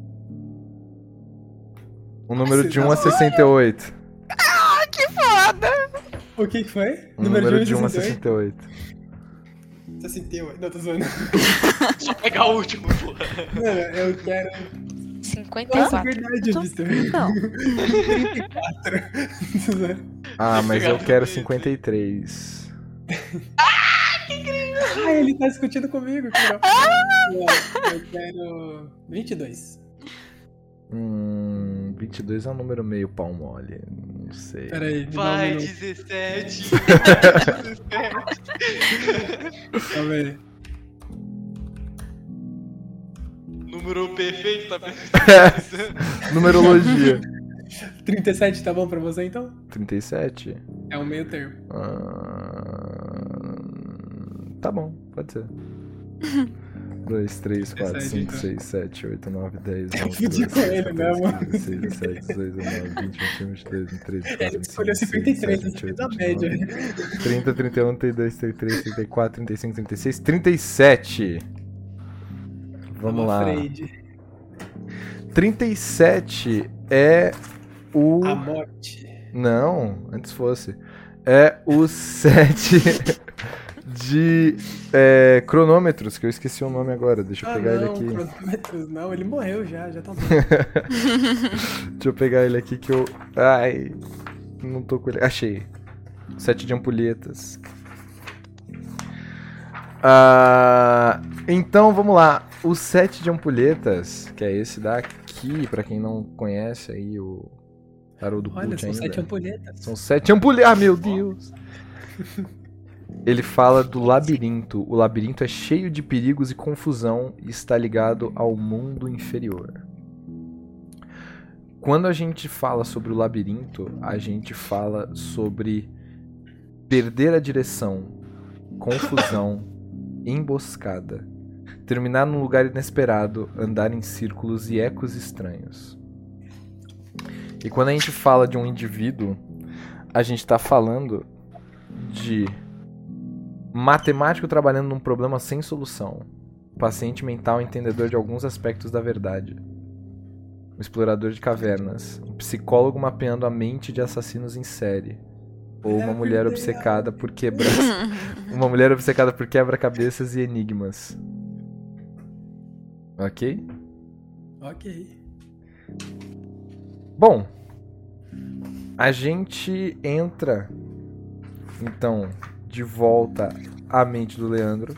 O número Você de tá um a sessenta e oito. Que foda! O que que foi? O número de um a sessenta e oito. sessenta e oito. Não, tô zoando. Só pegar o último, porra. Mano, eu quero... cinquenta e Nossa, é quatro. verdade, Tô- Vitor. Não. trinta e quatro. Ah, mas eu Obrigado, quero Felipe. cinquenta e três. Ah, ele tá discutindo comigo. Que legal. Não, eu quero vinte e dois. Hum, vinte e dois é um número meio pau mole. Não sei. Pera aí, me dá um Vai, minuto. dezessete. Calma aí. Número perfeito, tá perfeito. Numerologia. trinta e sete tá bom pra você, então? trinta e sete? É um meio termo. Ah, tá bom, pode ser. dois, três, quatro, cinco, seis, sete, oito, nove, dez, Eu onze, pedi doze, com ele, né, mano? dezesseis, dezessete, dezoito, dezenove, vinte, vinte e um, vinte e dois, vinte e três, vinte e quatro, Ele vinte e escolheu cinco, cinquenta e três, vinte e sete, ele fez a vinte e média. oito, trinta, trinta e um, trinta e dois, trinta e quatro, trinta e cinco, trinta e seis, trinta e sete. Vamos lá. Freide. trinta e sete é o... A morte. Não, antes fosse. É o set de é, cronômetros, que eu esqueci o nome agora. Deixa eu Ah, pegar não, ele aqui. cronômetros não, ele morreu já, já tá bom. Deixa eu pegar ele aqui que eu... Ai, não tô com ele. Achei. Set de ampulhetas. Ah, então, vamos lá. O set de ampulhetas, que é esse daqui, pra quem não conhece aí o Haroldo Olha, Put são ainda. sete ampulhetas. São sete ampulhetas. Ah, meu Deus! Ele fala do labirinto. O labirinto é cheio de perigos e confusão e está ligado ao mundo inferior. Quando a gente fala sobre o labirinto, a gente fala sobre perder a direção, confusão, emboscada, terminar num lugar inesperado, andar em círculos e ecos estranhos. E quando a gente fala de um indivíduo, a gente está falando de matemático trabalhando num problema sem solução, paciente mental entendedor de alguns aspectos da verdade, um explorador de cavernas, um psicólogo mapeando a mente de assassinos em série, ou uma mulher obcecada por quebra... uma mulher obcecada por quebra-cabeças e enigmas. Ok? Ok. Bom, A gente entra, então, de volta à mente do Leandro.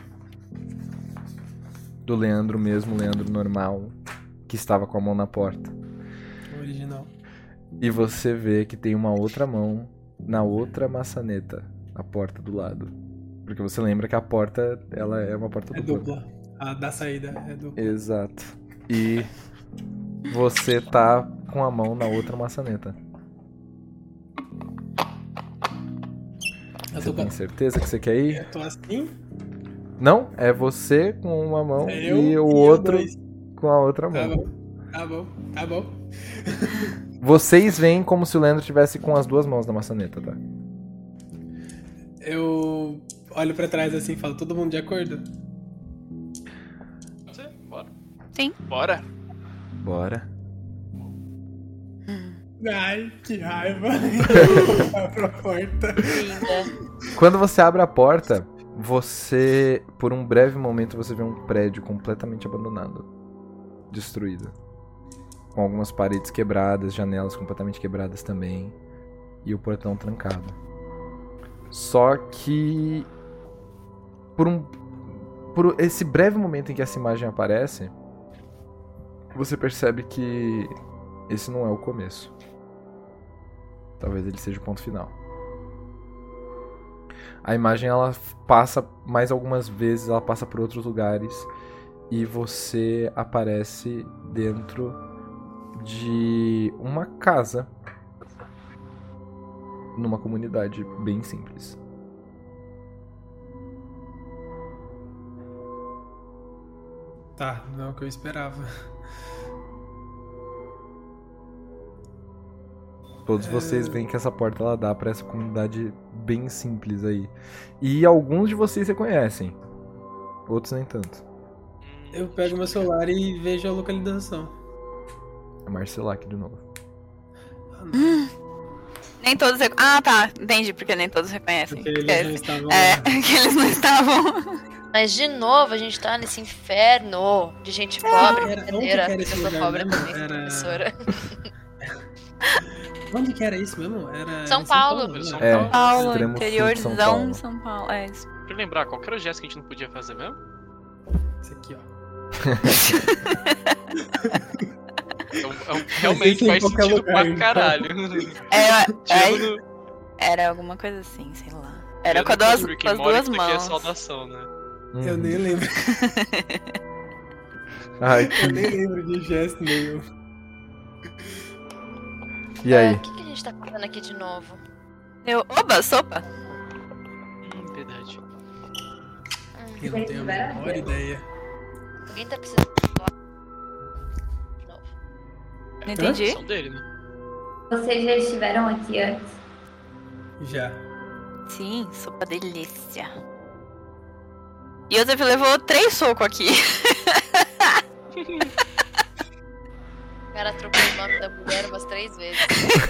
Do Leandro mesmo, Leandro normal, que estava com a mão na porta. Original. E você vê que tem uma outra mão na outra maçaneta, a porta do lado. Porque você lembra que a porta, ela é uma porta É dupla. dupla. A da saída é dupla. Exato. E você tá com a mão na outra maçaneta. Eu Você tô, tem certeza que você quer ir? eu tô assim? Não, é você com uma mão É eu e o e eu outro dois. com a outra Tá mão. bom, tá bom, tá bom. Vocês veem como se o Leandro tivesse com as duas mãos na maçaneta, tá? Eu olho pra trás assim e falo, todo mundo de acordo? Pode ser? Bora. Bora. Bora. Ai, que raiva. Abre a porta. Linda. Quando você abre a porta, você, por um breve momento, você vê um prédio completamente abandonado. Destruído. Com algumas paredes quebradas, janelas completamente quebradas também. E o portão trancado. Só que... Por um... Por esse breve momento em que essa imagem aparece, você percebe que esse não é o começo. Talvez ele seja o ponto final. A imagem ela passa mais algumas vezes, ela passa por outros lugares e você aparece dentro de uma casa numa comunidade bem simples. Tá, não é o que eu esperava. Todos vocês veem que essa porta ela dá pra essa comunidade bem simples aí. E alguns de vocês você conhecem. Outros nem tanto. Eu pego meu celular e vejo a localização. É Marcelac de novo. Ah, não. Nem todos rec... Ah, tá. Entendi porque nem todos reconhecem. Porque eles Porque- não estavam É, lá. que eles não estavam. Mas de novo a gente tá nesse inferno de gente pobre, era- onde brincadeira. que era esse Eu sou lugar pobre mesmo? também, sou Era- professora. Onde que era isso mesmo? Era São em Paulo. né? São É, Paulo. Paulo, extremo sul de interiorzão São Paulo. de São Paulo. É isso. Pra eu lembrar, qual que era o gesto que a gente não podia fazer mesmo? Esse aqui, ó. Então, é um- realmente Isso em faz qualquer sentido lugar, pra então. caralho. Era, Tirando é- no- era alguma coisa assim, sei lá. Era tirando com, as no duas, Rick com and as Morty, duas isso aqui é mãos. saudação, né? Eu Uhum. nem lembro. Ai, Eu que... nem lembro de gesto nenhum. E É, aí? o que, que a gente tá fazendo aqui de novo? Eu, oba, sopa. Hum, verdade. Hum, Eu não tenho a menor ideia. alguém tá precisando falar de novo. Não entendi. São dele, né? Vocês já estiveram aqui antes? Já. Sim, sopa delícia. E Joseph levou três socos aqui. O cara trocou o nome da mulher umas três vezes.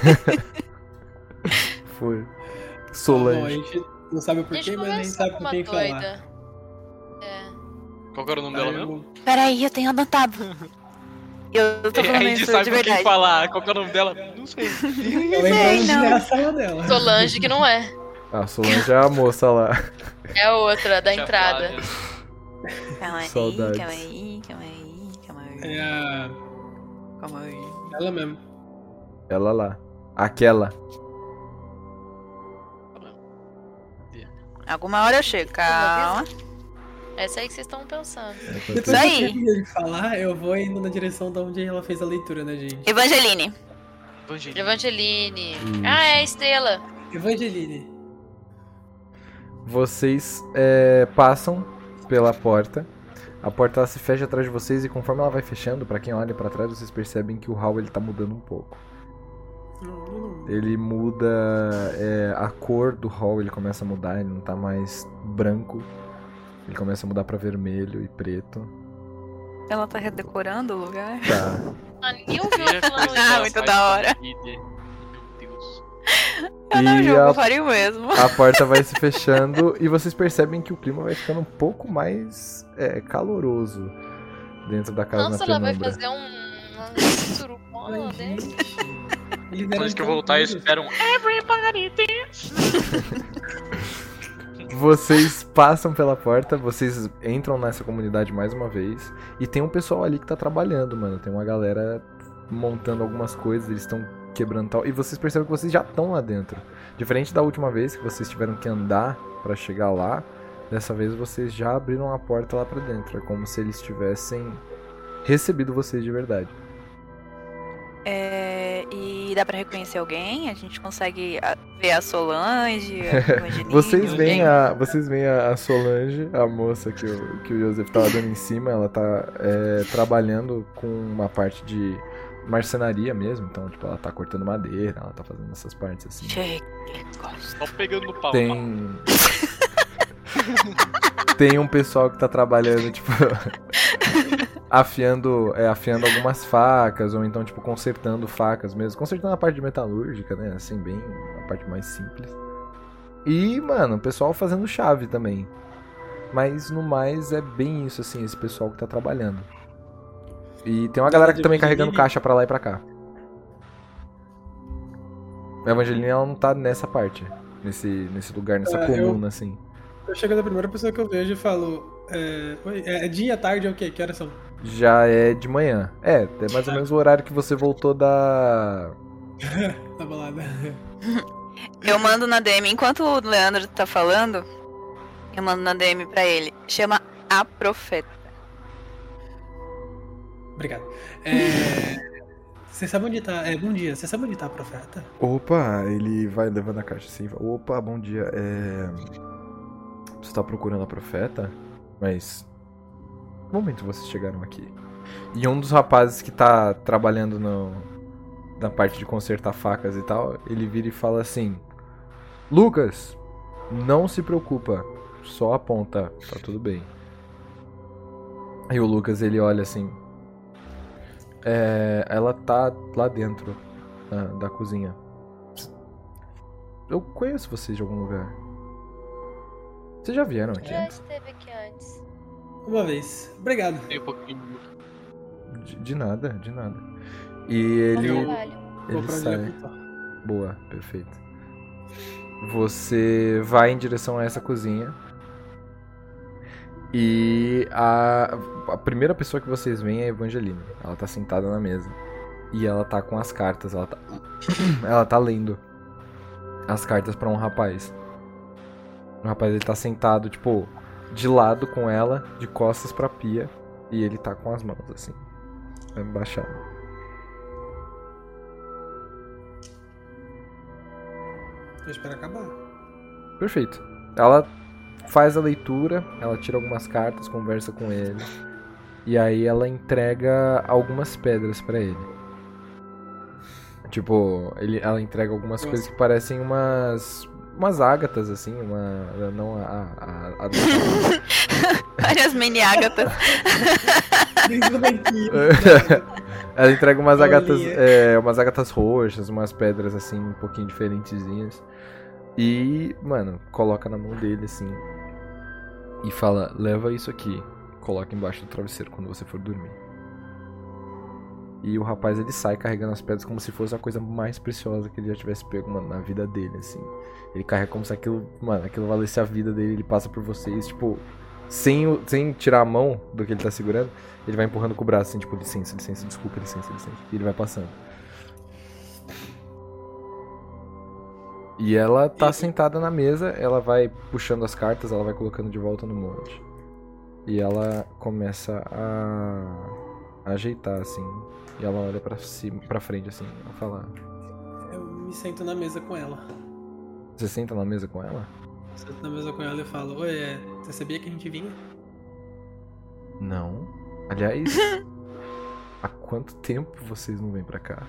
Foi. Bom, a Solange. gente não sabe o A porquê, gente mas nem conversou sabe com por uma quem falar. doida. É. Qual que era o nome Aí dela eu- mesmo? Peraí, eu tenho anotado. Eu tô a falando gente isso sabe de com quem verdade. falar. Qual que é o nome dela? Não sei. Eu lembro sei, onde não. é a sala dela. Solange que não é. Ah, Solange é a moça lá. É a outra, da Tia entrada. Flávia. Calma aí, Saudades. calma aí, calma aí, calma aí. É a... Calma aí. ela mesmo. Ela lá. Aquela. Alguma hora eu chego, calma. Essa aí que vocês estão pensando. Depois Isso aí. que eu termino de falar, eu vou indo na direção de onde ela fez a leitura, né, gente? Evangeline. Evangelina. Evangeline. Isso. Ah, é a Estrela. Evangeline. Vocês é, passam pela porta. A porta ela se fecha atrás de vocês e conforme ela vai fechando, pra quem olha pra trás, vocês percebem que o hall ele tá mudando um pouco. Não, não. Ele muda é, a cor do hall, ele começa a mudar, ele não tá mais branco. Ele começa a mudar pra vermelho e preto. Ela tá redecorando o lugar? Tá. Ah, ninguém ouviu eu falando Ah, isso. Ela muito faz da hora. como líder. Meu Deus. Eu não E jogo, a- eu faria o mesmo. A porta vai se fechando e vocês percebem que o clima vai ficando um pouco mais é, caloroso dentro da casa Nossa, na ela vai penumbra. fazer um, um surubão Ai, desse. gente. Eles eram Depois que eu tão voltar, eles duros. esperam. Everybody dance! Vocês passam pela porta, vocês entram nessa comunidade mais uma vez. E tem um pessoal ali que tá trabalhando, mano. Tem uma galera montando algumas coisas, eles estão quebrando tal. E vocês percebem que vocês já estão lá dentro. Diferente da última vez que vocês tiveram que andar pra chegar lá, dessa vez vocês já abriram a porta lá pra dentro. É como se eles tivessem recebido vocês de verdade. É, e dá pra reconhecer alguém? A gente consegue ah, ver a Solange, a Evangeline, Vocês veem alguém? a, vocês veem a, a Solange, a moça que o, que o Joseph tava dando em cima, ela tá é, trabalhando com uma parte de marcenaria mesmo, então tipo, ela tá cortando madeira, ela tá fazendo essas partes assim. Chega, gosto. Só pegando no pau. Tem. Tem um pessoal que tá trabalhando, tipo. afiando, é, afiando algumas facas, ou então, tipo, consertando facas mesmo. Consertando a parte de metalúrgica, né? Assim, bem. A parte mais simples. E, mano, o pessoal fazendo chave também. Mas no mais é bem isso, assim, esse pessoal que tá trabalhando. E tem uma galera que também carregando caixa pra lá e pra cá. A Evangeline, ela não tá nessa parte. Nesse, nesse lugar, nessa Ah, comuna, eu- assim. Eu chego da primeira pessoa que eu vejo e falo. É, oi, é é dia, tarde, é o quê? Que horas são? Já é de manhã. É, é mais ou menos o horário que você voltou da. Da balada. Eu mando na D M, enquanto o Leandro tá falando, eu mando na D M pra ele. Chama A Profeta. Obrigado. É, Você sabe onde tá. É, bom dia. Você sabe onde tá a profeta? Opa, ele vai levando a caixa assim. Opa, bom dia. É. Você tá procurando a profeta? Mas. Que momento vocês chegaram aqui? E um dos rapazes que tá trabalhando no... na parte de consertar facas e tal, ele vira e fala assim: Lucas, não se preocupa, só aponta, tá tudo bem. E o Lucas, ele olha assim: é, ela tá lá dentro da, da cozinha. Eu conheço vocês de algum lugar. Vocês já vieram aqui Já antes? esteve aqui antes. Uma vez. Obrigado. Tem um pouquinho. De, de nada, de nada. E ele, Bom trabalho. Vou ele pra sai. onde eu tô. Boa, perfeito. Você vai em direção a essa cozinha. E a, a primeira pessoa que vocês veem é a Evangeline. Ela tá sentada na mesa. E ela tá com as cartas. Ela tá, ela tá lendo as cartas pra um rapaz. O rapaz, ele tá sentado, tipo, de lado com ela, de costas pra pia. E ele tá com as mãos, assim, baixado. Eu espero acabar. Perfeito. Ela faz a leitura, ela tira algumas cartas, conversa com ele. E aí ela entrega algumas pedras pra ele. Tipo, ele, ela entrega algumas Nossa. coisas que parecem umas... Umas ágatas, assim, uma... Não a... a, a, a... Várias mini ágatas. Dentro do banquinho. Ela entrega umas Bolinha. ágatas, é, umas ágatas roxas, umas pedras assim, um pouquinho diferentezinhas. E, mano, coloca na mão dele assim. E fala: leva isso aqui, coloca embaixo do travesseiro quando você for dormir. E o rapaz, ele sai carregando as pedras como se fosse a coisa mais preciosa que ele já tivesse pego, mano, na vida dele, assim. Ele carrega como se aquilo, mano, aquilo valesse a vida dele. Ele passa por vocês, tipo, sem, o- sem tirar a mão do que ele tá segurando. Ele vai empurrando com o braço, assim, tipo, licença, licença, desculpa, licença, licença. E ele vai passando. E ela tá sentada na mesa, ela vai puxando as cartas, ela vai colocando de volta no monte. E ela começa a, a ajeitar, assim. E ela olha pra cima, pra frente, assim, ela fala: Eu me sento na mesa com ela. você senta na mesa com ela? Sento na mesa com ela e falo: Oi, é, você sabia que a gente vinha? Não. Aliás, há quanto tempo vocês não vêm pra cá?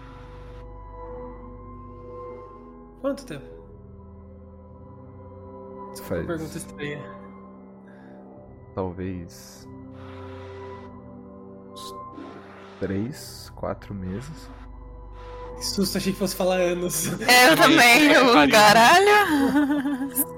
Quanto tempo? Faz Pergunta estranha. talvez uns três, quatro meses. Que susto, achei que fosse falar anos. Eu também, eu, Carinho. caralho.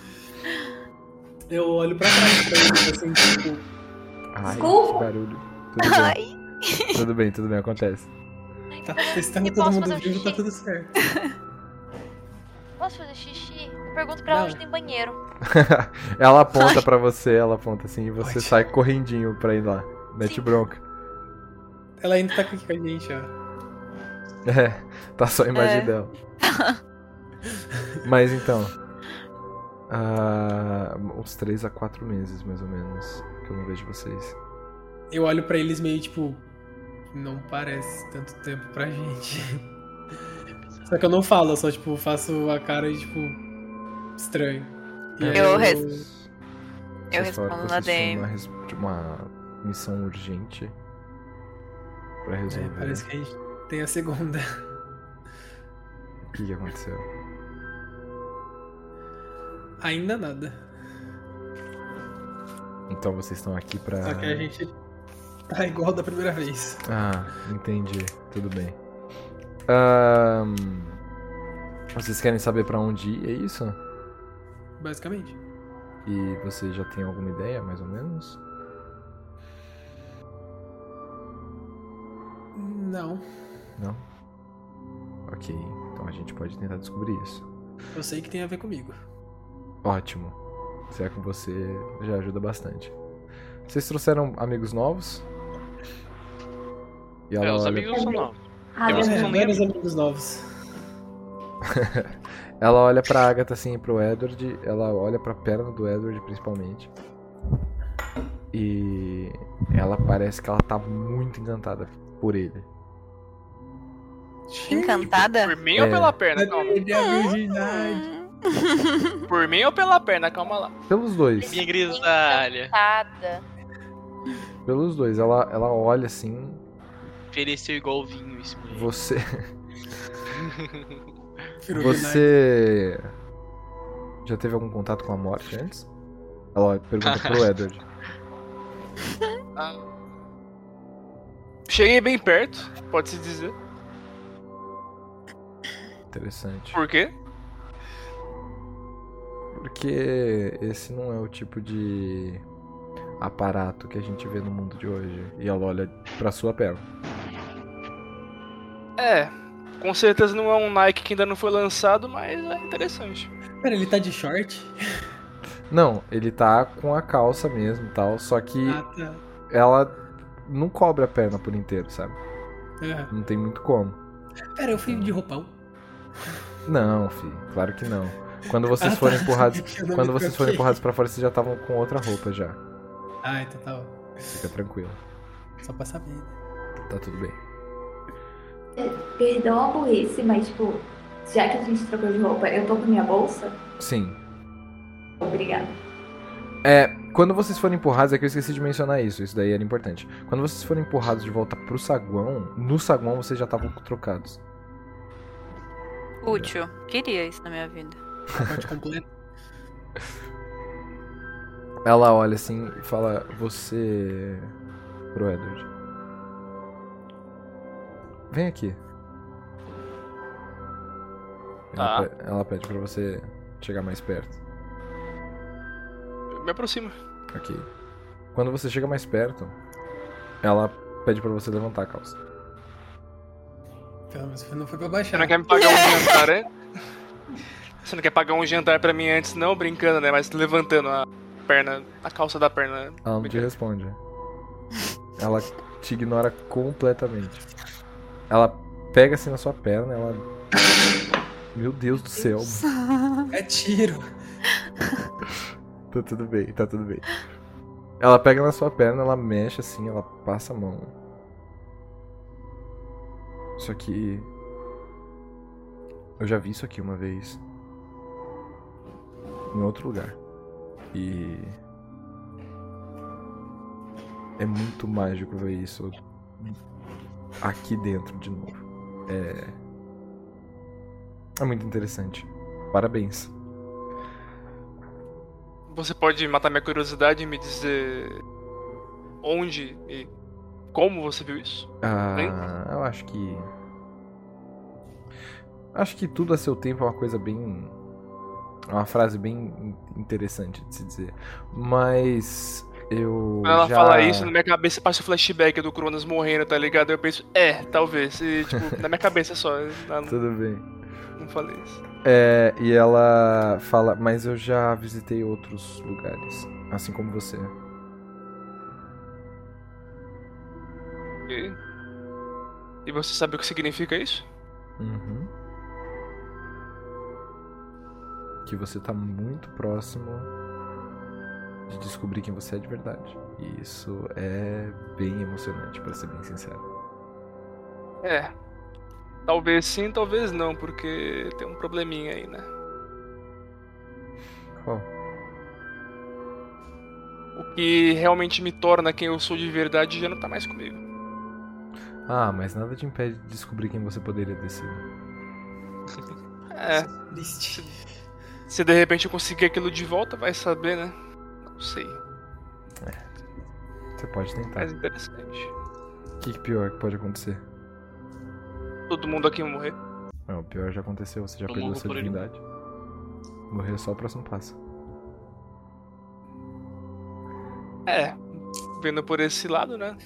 Eu olho pra trás pra ele, assim, tipo. Ai, Desculpa. que barulho. Tudo bem, Ai. tudo bem, tudo bem, acontece. Tá, estando E todo posso mundo fazer um vivo, tá xixi? tudo certo. Posso fazer xixi? Eu pergunto pra ela Não. onde tem banheiro. Ela aponta pra você, ela aponta assim, e você Pode. sai correndinho pra ir lá. Mete Sim. bronca. Ela ainda tá aqui com a gente, ó. É, tá só a imagem É. dela. Mas então. ah, uns três a quatro meses, mais ou menos, que eu não vejo vocês. Eu olho pra eles meio tipo. Não parece tanto tempo pra gente. Só que eu não falo, eu só tipo faço a cara de tipo. Estranho. E aí Eu eu, res- Vocês Eu falaram respondo que na vocês tinham D M. uma, res- uma missão urgente pra É, resolver. parece que a gente tem a segunda. O que, que aconteceu? Ainda nada. Então vocês estão aqui pra. Só que a gente tá igual da primeira vez. Ah, entendi. Tudo bem. Ahn, Vocês querem saber pra onde ir, é isso? Basicamente. E você já tem alguma ideia, mais ou menos? Não. Não? Ok, então a gente pode tentar descobrir isso. Eu sei que tem a ver comigo. Ótimo. Se é com você, já ajuda bastante. Vocês trouxeram amigos novos? E É, ela os olha, amigos são novos. Ah, Tem uns que É, são nem vários amigos novos. ela olha pra Agatha assim e pro Edward. Ela olha pra perna do Edward principalmente. E ela parece que ela tá muito encantada por ele. Encantada? Por mim É. ou pela perna? Calma. Perder a virgindade. Por mim ou pela perna? Calma lá. Pelos dois. Minha grisalha. Encantada. Pelos dois. Ela, ela olha assim. Ofereceu igual vinho esse moleque. Você. Virou Você. Já teve algum contato com a morte antes? Ela pergunta pro Edward. Ah. Cheguei bem perto, pode-se dizer. Interessante. Por quê? Porque esse não é o tipo de aparato que a gente vê no mundo de hoje. E ela olha pra sua perna. É, com certeza não é um Nike que ainda não foi lançado, mas é interessante. Pera, ele tá de short? Não, ele tá com a calça mesmo e tal, só que Ah, tá. ela não cobre a perna por inteiro, sabe? É. Não tem muito como. Pera, eu fui de roupão. Não, fi, claro que não. Quando vocês Ah, tá. forem empurrados, Eu não quando me vocês forem troquei. empurrados pra fora, vocês já estavam com outra roupa já. Ah, então tá. Ó. Fica tranquilo. Só pra saber. né? Tá tudo bem. Perdão a burrice, mas tipo, já que a gente trocou de roupa, eu tô com minha bolsa? Sim. Obrigada. É, quando vocês forem empurrados, é que eu esqueci de mencionar isso, isso daí era importante. Quando vocês forem empurrados de volta pro saguão, no saguão vocês já estavam trocados. Útil. Queria isso na minha vida. Pacote completo. Ela olha assim e fala, você... pro Edward. Vem aqui. Ela, Tá. pe- ela pede pra você chegar mais perto. Me aproxima. Ok. Quando você chega mais perto, ela pede pra você levantar a calça. Pelo menos não foi pra Você baixar. não quer me pagar um jantar antes? Você não quer pagar um jantar pra mim antes, não? Brincando, né? Mas levantando a perna, a calça da perna. Ela não te responde. Ela te ignora completamente. Ela pega assim na sua perna, ela... Meu Deus do céu. É tiro. Tá tudo bem, tá tudo bem. Ela pega na sua perna, ela mexe assim, ela passa a mão. Só que... Eu já vi isso aqui uma vez. Em outro lugar. E... É muito mágico ver isso aqui dentro de novo. É... É muito interessante. Parabéns. Você pode matar minha curiosidade e me dizer onde e como você viu isso? Ah, eu acho que... Acho que tudo a seu tempo é uma coisa bem... É uma frase bem interessante de se dizer. Mas... Eu Quando ela já... fala isso, na minha cabeça passa o flashback do Cronos morrendo, tá ligado? Eu penso, é, talvez. E, tipo, na minha cabeça só. Não, Tudo bem. não falei isso. É, e ela fala, mas eu já visitei outros lugares, assim como você. E, e você sabe o que significa isso? Uhum. Que você tá muito próximo de descobrir quem você é de verdade. E isso é bem emocionante, pra ser bem sincero. É. Talvez sim, talvez não, porque tem um probleminha aí, né? Qual? O que realmente me torna quem eu sou de verdade já não tá mais comigo. Ah, mas nada te impede de descobrir quem você poderia ter sido. É. Triste. Se de repente eu conseguir aquilo de volta, vai saber, né? Não sei. Você pode tentar. Mas interessante. O que, que pior que pode acontecer? Todo mundo aqui vai morrer. Não, o pior já aconteceu, você já Eu perdeu morro sua por ele. divindade. Morrer é só o próximo passo. É. Vendo por esse lado, né?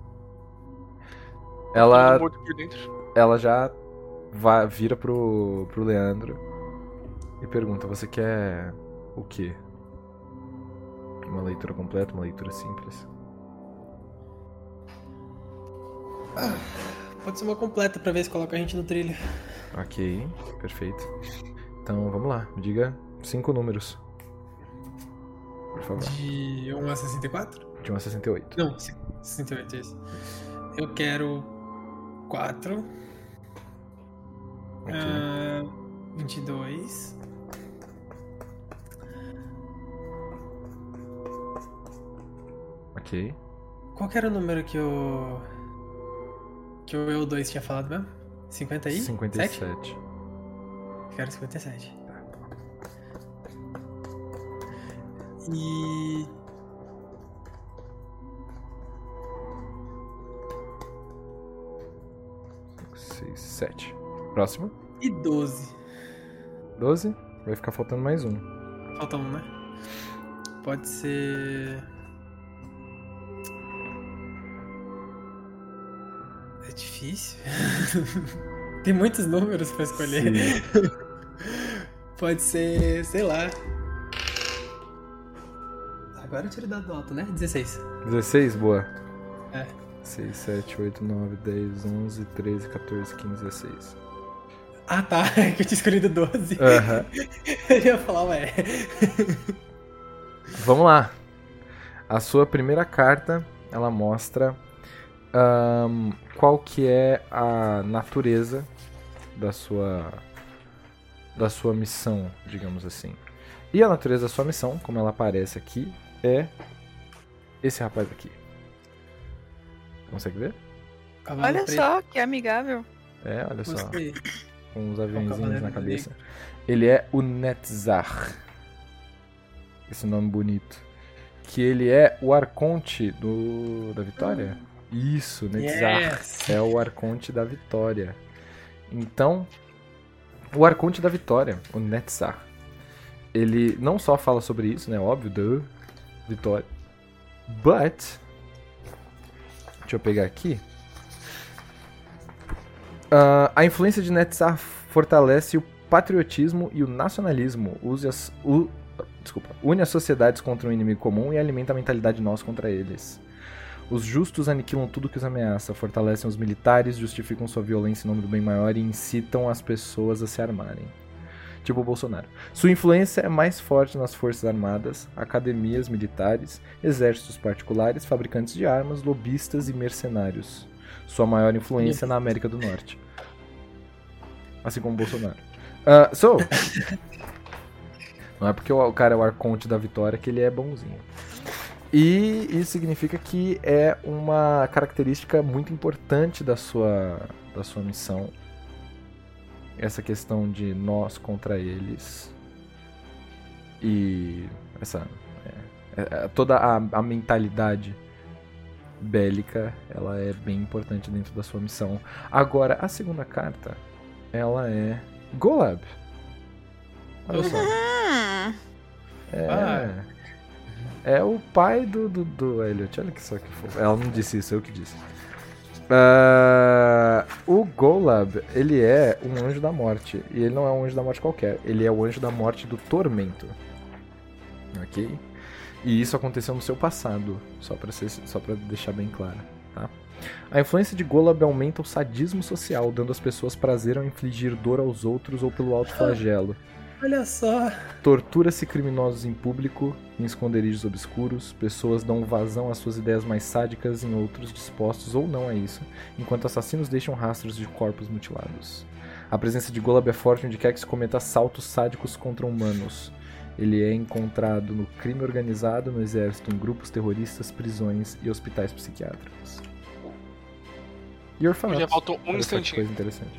Ela, Todo morto por dentro. ela já vai, vira pro, pro Leandro e pergunta, você quer o quê? Uma leitura completa, uma leitura simples? Pode ser uma completa pra ver se coloca a gente no trilho. Ok, perfeito. Então vamos lá, me diga cinco números. Por favor. De um a sessenta e quatro? De um a sessenta e oito. Não, sessenta e oito, isso. Eu quero quatro. Ok. Ah, vinte e dois. Ok. Qual que era o número que o. Que o Eu dois tinha falado mesmo? cinquenta e cinquenta e sete? sete. Quero cinquenta e sete. E. seis, sete. Próximo. E doze. doze. Vai ficar faltando mais um. Falta um, né? Pode ser. É difícil. Tem muitos números pra escolher. Pode ser, sei lá. Agora eu tiro dado alto, né? dezesseis. dezesseis, boa. É. seis, sete, oito, nove, dez, onze, treze, quatorze, quinze, dezesseis. Ah, tá. É que eu tinha escolhido doze. Aham. Eu ia falar, ué. Vamos lá. A sua primeira carta, ela mostra ahn, qual que é a natureza da sua da sua missão, digamos assim. E a natureza da sua missão, como ela aparece aqui, é esse rapaz aqui. Consegue ver? Cavalo Olha preto. só, que amigável. É, olha só. Gostei. Com os aviãozinhos Cavaleiro na do cabeça. Ele é o Netzar. Esse nome bonito. Que ele é o Arconte do da Vitória? Isso, Netzar. Yes. É o Arconte da Vitória. Então, o Arconte da Vitória, o Netzar, ele não só fala sobre isso, né? Óbvio, da Vitória. But, deixa eu pegar aqui. Uh, a influência de Netzar fortalece o patriotismo e o nacionalismo. Use as, u, desculpa, une as sociedades contra um inimigo comum e alimenta a mentalidade de nós contra eles. Os justos aniquilam tudo que os ameaça, fortalecem os militares, justificam sua violência em nome do bem maior e incitam as pessoas a se armarem. Tipo o Bolsonaro. Sua influência é mais forte nas forças armadas, academias militares, exércitos particulares, fabricantes de armas, lobistas e mercenários. Sua maior influência é na América do Norte. Assim como o Bolsonaro. Uh, so, não é porque o cara é o Arconte da Vitória que ele é bonzinho. E isso significa que é uma característica muito importante da sua, da sua missão. Essa questão de nós contra eles. E essa é, é, toda a, a mentalidade bélica, ela é bem importante dentro da sua missão. Agora, a segunda carta, ela é Golab. Olha só. Hum, É, Ah. é o pai do, do, do Elliot. Olha que só que fofo. Ela não disse isso, eu que disse. Uh, o Golab, ele é um anjo da morte. E ele não é um anjo da morte qualquer. Ele é o anjo da morte do tormento. Ok? E isso aconteceu no seu passado. Só pra, ser, só pra deixar bem claro, tá? A influência de Golab aumenta o sadismo social, dando às pessoas prazer ao infligir dor aos outros ou pelo alto flagelo. Olha só. Tortura-se criminosos em público, em esconderijos obscuros. Pessoas dão vazão às suas ideias mais sádicas em outros dispostos ou não a isso, enquanto assassinos deixam rastros de corpos mutilados. A presença de Golab é forte onde quer que se cometa assaltos sádicos contra humanos. Ele é encontrado no crime organizado, no exército, em grupos terroristas, prisões e hospitais psiquiátricos. E orfanatos. Já faltou um Olha só que instantinho. coisa interessante.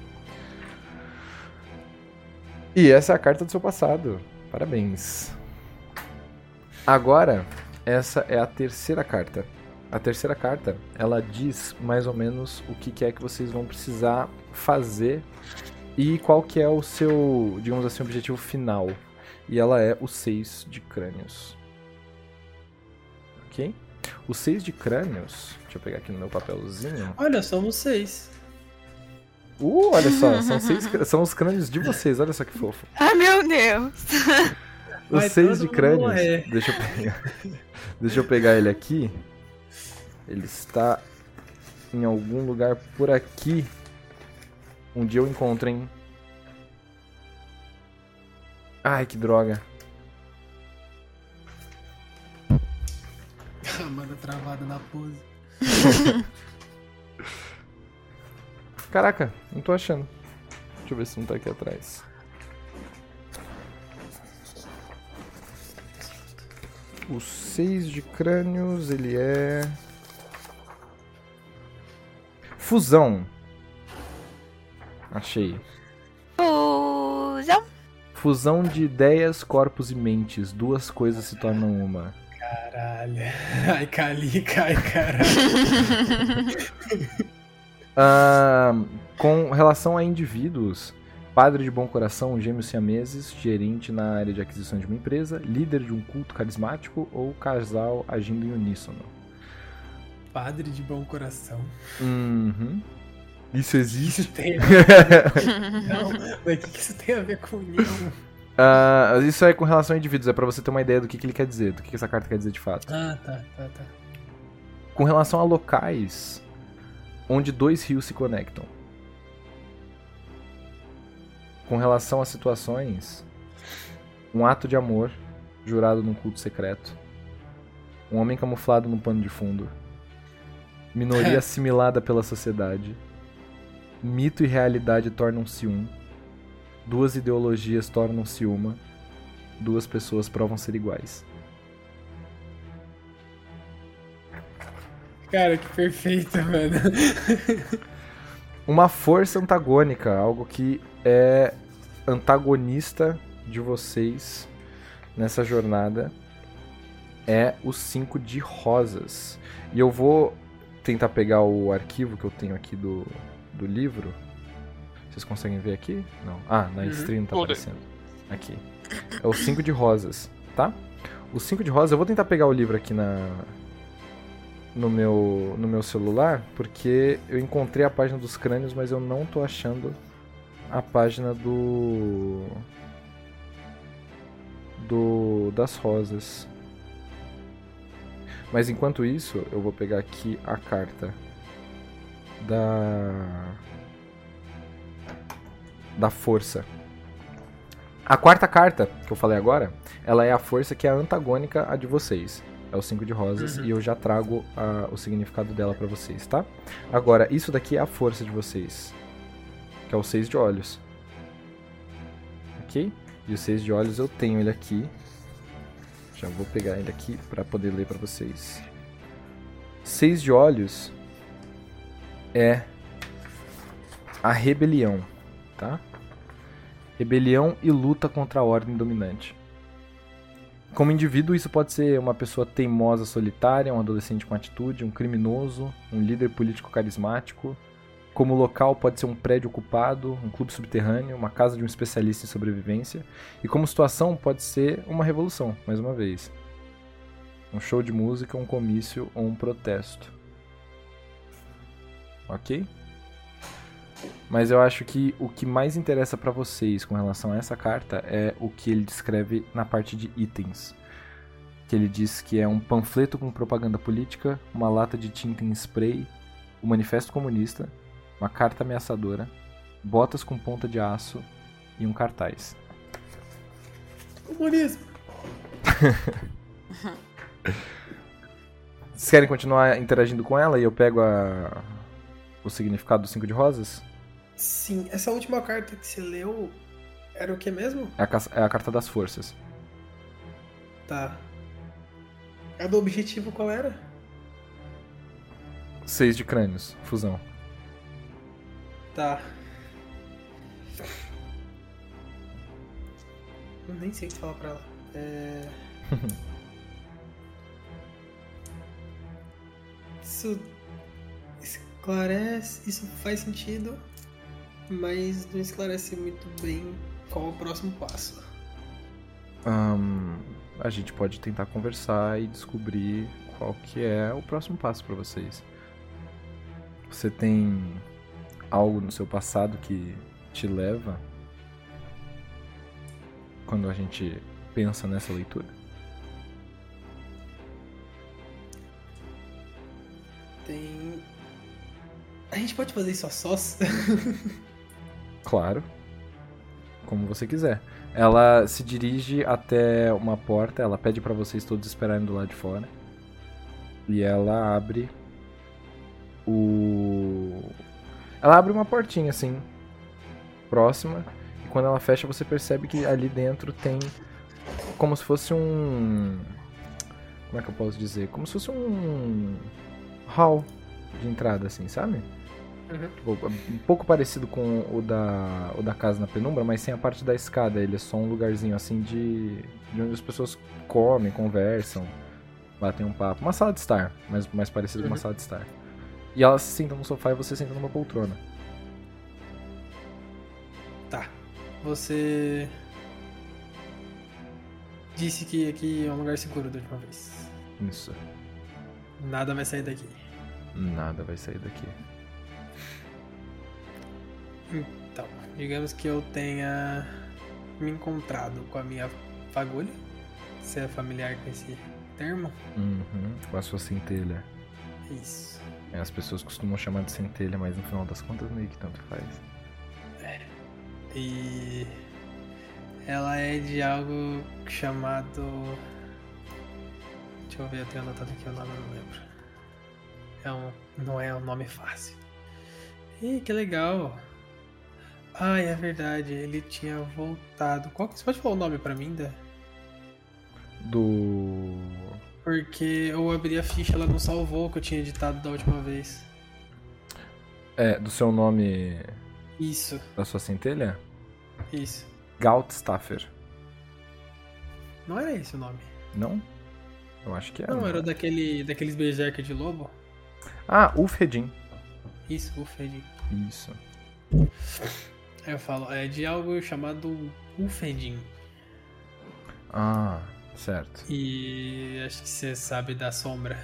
E essa é a carta do seu passado. Parabéns. Agora, essa é a terceira carta. A terceira carta, ela diz mais ou menos o que é que vocês vão precisar fazer e qual que é o seu, digamos assim, objetivo final. E ela é o seis de crânios. Ok? O seis de crânios, deixa eu pegar aqui no meu papelzinho. Olha, somos seis. Uh, olha só, são, seis, são os crânios de vocês, olha só que fofo. Ai, meu Deus. Os Vai seis todo de mundo crânios, morrer. deixa eu pegar. Deixa eu pegar ele aqui. Ele está em algum lugar por aqui. Um dia eu encontro, hein? Ai, que droga. Manda travada na pose. Caraca, não tô achando. Deixa eu ver se não tá aqui atrás. O seis de crânios, ele é... Fusão. Achei. Fusão. Fusão de ideias, corpos e mentes. Duas coisas se tornam uma. Caralho. Ai, Calica, ai, caralho. Ah, com relação a indivíduos, padre de bom coração, gêmeos siameses, gerente na área de aquisição de uma empresa, líder de um culto carismático ou casal agindo em uníssono. Padre de bom coração. Uhum. Isso existe? Isso tem a ver Não, mas o que que isso tem a ver com união? Ah, isso é com relação a indivíduos, é pra você ter uma ideia do que, que ele quer dizer, do que, que essa carta quer dizer de fato. Ah, tá, tá, tá. Com relação a locais onde dois rios se conectam. Com relação a situações, um ato de amor jurado num culto secreto, um homem camuflado num pano de fundo, minoria assimilada pela sociedade, mito e realidade tornam-se um, duas ideologias tornam-se uma, duas pessoas provam ser iguais. Cara, que perfeito, mano. Uma força antagônica, algo que é antagonista de vocês nessa jornada, é o cinco de rosas. E eu vou tentar pegar o arquivo que eu tenho aqui do, do livro. Vocês conseguem ver aqui? Não. Ah, na stream tá Tudo. aparecendo. Aqui. É o cinco de rosas, tá? O cinco de rosas, eu vou tentar pegar o livro aqui na... No meu, no meu celular, porque eu encontrei a página dos crânios, mas eu não tô achando a página do... do das rosas. Mas enquanto isso, eu vou pegar aqui a carta da... da força. A quarta carta que eu falei agora, ela é a força que é antagônica à de vocês. É o cinco de rosas, uhum. E eu já trago a, o significado dela pra vocês, tá? Agora, isso daqui é a força de vocês, que é o seis de olhos. Ok? E o seis de olhos eu tenho ele aqui. Já vou pegar ele aqui pra poder ler pra vocês. Seis de olhos é a rebelião, tá? Rebelião e luta contra a ordem dominante. Como indivíduo, isso pode ser uma pessoa teimosa, solitária, um adolescente com atitude, um criminoso, um líder político carismático. Como local, pode ser um prédio ocupado, um clube subterrâneo, uma casa de um especialista em sobrevivência. E como situação, pode ser uma revolução, mais uma vez. Um show de música, um comício ou um protesto. Ok? Mas eu acho que o que mais interessa pra vocês com relação a essa carta é o que ele descreve na parte de itens. Que ele diz que é um panfleto com propaganda política, uma lata de tinta em spray, o manifesto comunista, uma carta ameaçadora, botas com ponta de aço e um cartaz. Comunismo. Vocês querem continuar interagindo com ela e eu pego a... o significado do cinco de rosas? Sim, essa última carta que você leu era o que mesmo? É a, ca- é a carta das forças. Tá. A do objetivo qual era? Seis de crânios, fusão. Tá. Eu nem sei o que falar pra ela. É... Isso esclarece, isso faz sentido, mas não esclarece muito bem qual é o próximo passo. Ahn, a gente pode tentar conversar e descobrir qual que é o próximo passo pra vocês. Você tem algo no seu passado que te leva quando a gente pensa nessa leitura? Tem... A gente pode fazer isso a sós? Claro. Como você quiser. Ela se dirige até uma porta, ela pede pra vocês todos esperarem do lado de fora. E ela abre o... Ela abre uma portinha assim, próxima. E quando ela fecha, você percebe que ali dentro tem como se fosse um... Como é que eu posso dizer? Como se fosse um hall de entrada, assim, sabe? Uhum. Tipo, um pouco parecido com o da, o da casa na penumbra, mas sem a parte da escada. Ele é só um lugarzinho assim de, de onde as pessoas comem, conversam, batem um papo. Uma sala de estar, mas mais parecido com uma Uhum. sala de estar. E ela se senta no sofá e você senta numa poltrona. Tá. Você disse que aqui é um lugar seguro da última vez. Isso. Nada vai sair daqui. Nada vai sair daqui. Então, digamos que eu tenha me encontrado com a minha fagulha. Você é familiar com esse termo? Uhum, com a sua centelha. Isso. É, as pessoas costumam chamar de centelha, mas no final das contas meio que tanto faz. E ela é de algo chamado... Deixa eu ver, eu tenho anotado aqui o nome, eu não lembro. É um... Não é um nome fácil. Ih, que legal. Ah, é verdade, ele tinha voltado. Qual... Você pode falar o nome pra mim, Dé? Do... Porque eu abri a ficha, ela não salvou o que eu tinha editado da última vez. É, do seu nome... Isso, Da sua centelha? isso. Gautstaffer. Não era esse o nome. Não? Eu acho que era. Não, era o daquele, daqueles berserker de lobo. Ah, Ulfhedin. Isso, o Fedi. Isso. Aí eu falo, é de algo chamado Ulfedin. Ah, certo. E acho que você sabe da sombra.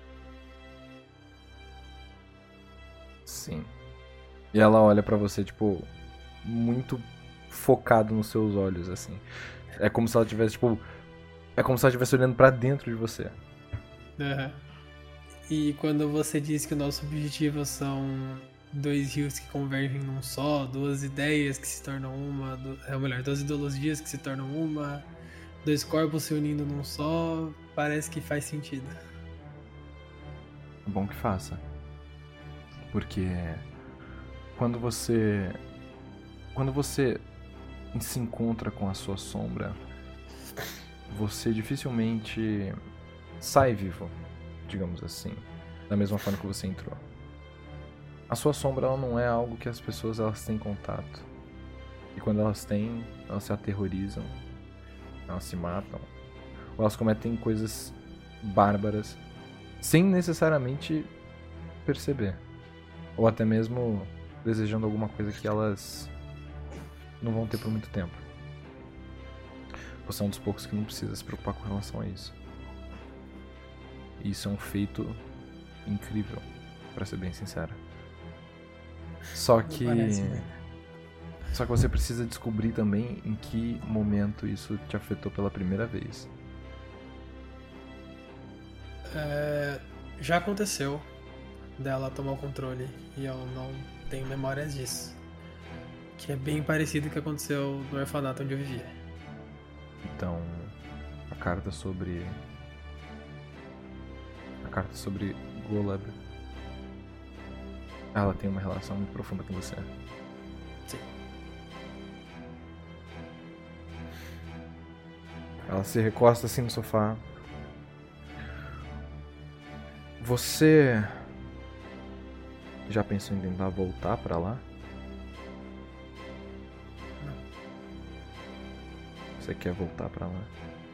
Sim. E ela olha pra você, tipo, muito focado nos seus olhos, assim. É como se ela tivesse, tipo... É como se ela estivesse olhando pra dentro de você. Aham. E quando você diz que o nosso objetivo são dois rios que convergem num só, duas ideias que se tornam uma, du- é melhor, duas ideologias que se tornam uma, dois corpos se unindo num só, parece que faz sentido. É bom que faça. Porque... Quando você... Quando você se encontra com a sua sombra, você dificilmente sai vivo, digamos assim, da mesma forma que você entrou. A sua sombra, ela não é algo que as pessoas elas têm contato. E quando elas têm, elas se aterrorizam, elas se matam, ou elas cometem coisas bárbaras sem necessariamente perceber, ou até mesmo desejando alguma coisa que elas não vão ter por muito tempo. Você é um dos poucos que não precisa se preocupar com relação a isso. E isso é um feito incrível, pra ser bem sincero. Só que... parece, né? Só que você precisa descobrir também em que momento isso te afetou pela primeira vez. É, já aconteceu dela tomar o controle e eu não tenho memórias disso. Que é bem parecido com o que aconteceu no orfanato onde eu vivia. Então, a carta sobre... A carta sobre Golub... Ela tem uma relação muito profunda com você. Sim. Ela se recosta assim no sofá. Você já pensou em tentar voltar pra lá? Não. Você quer voltar pra lá?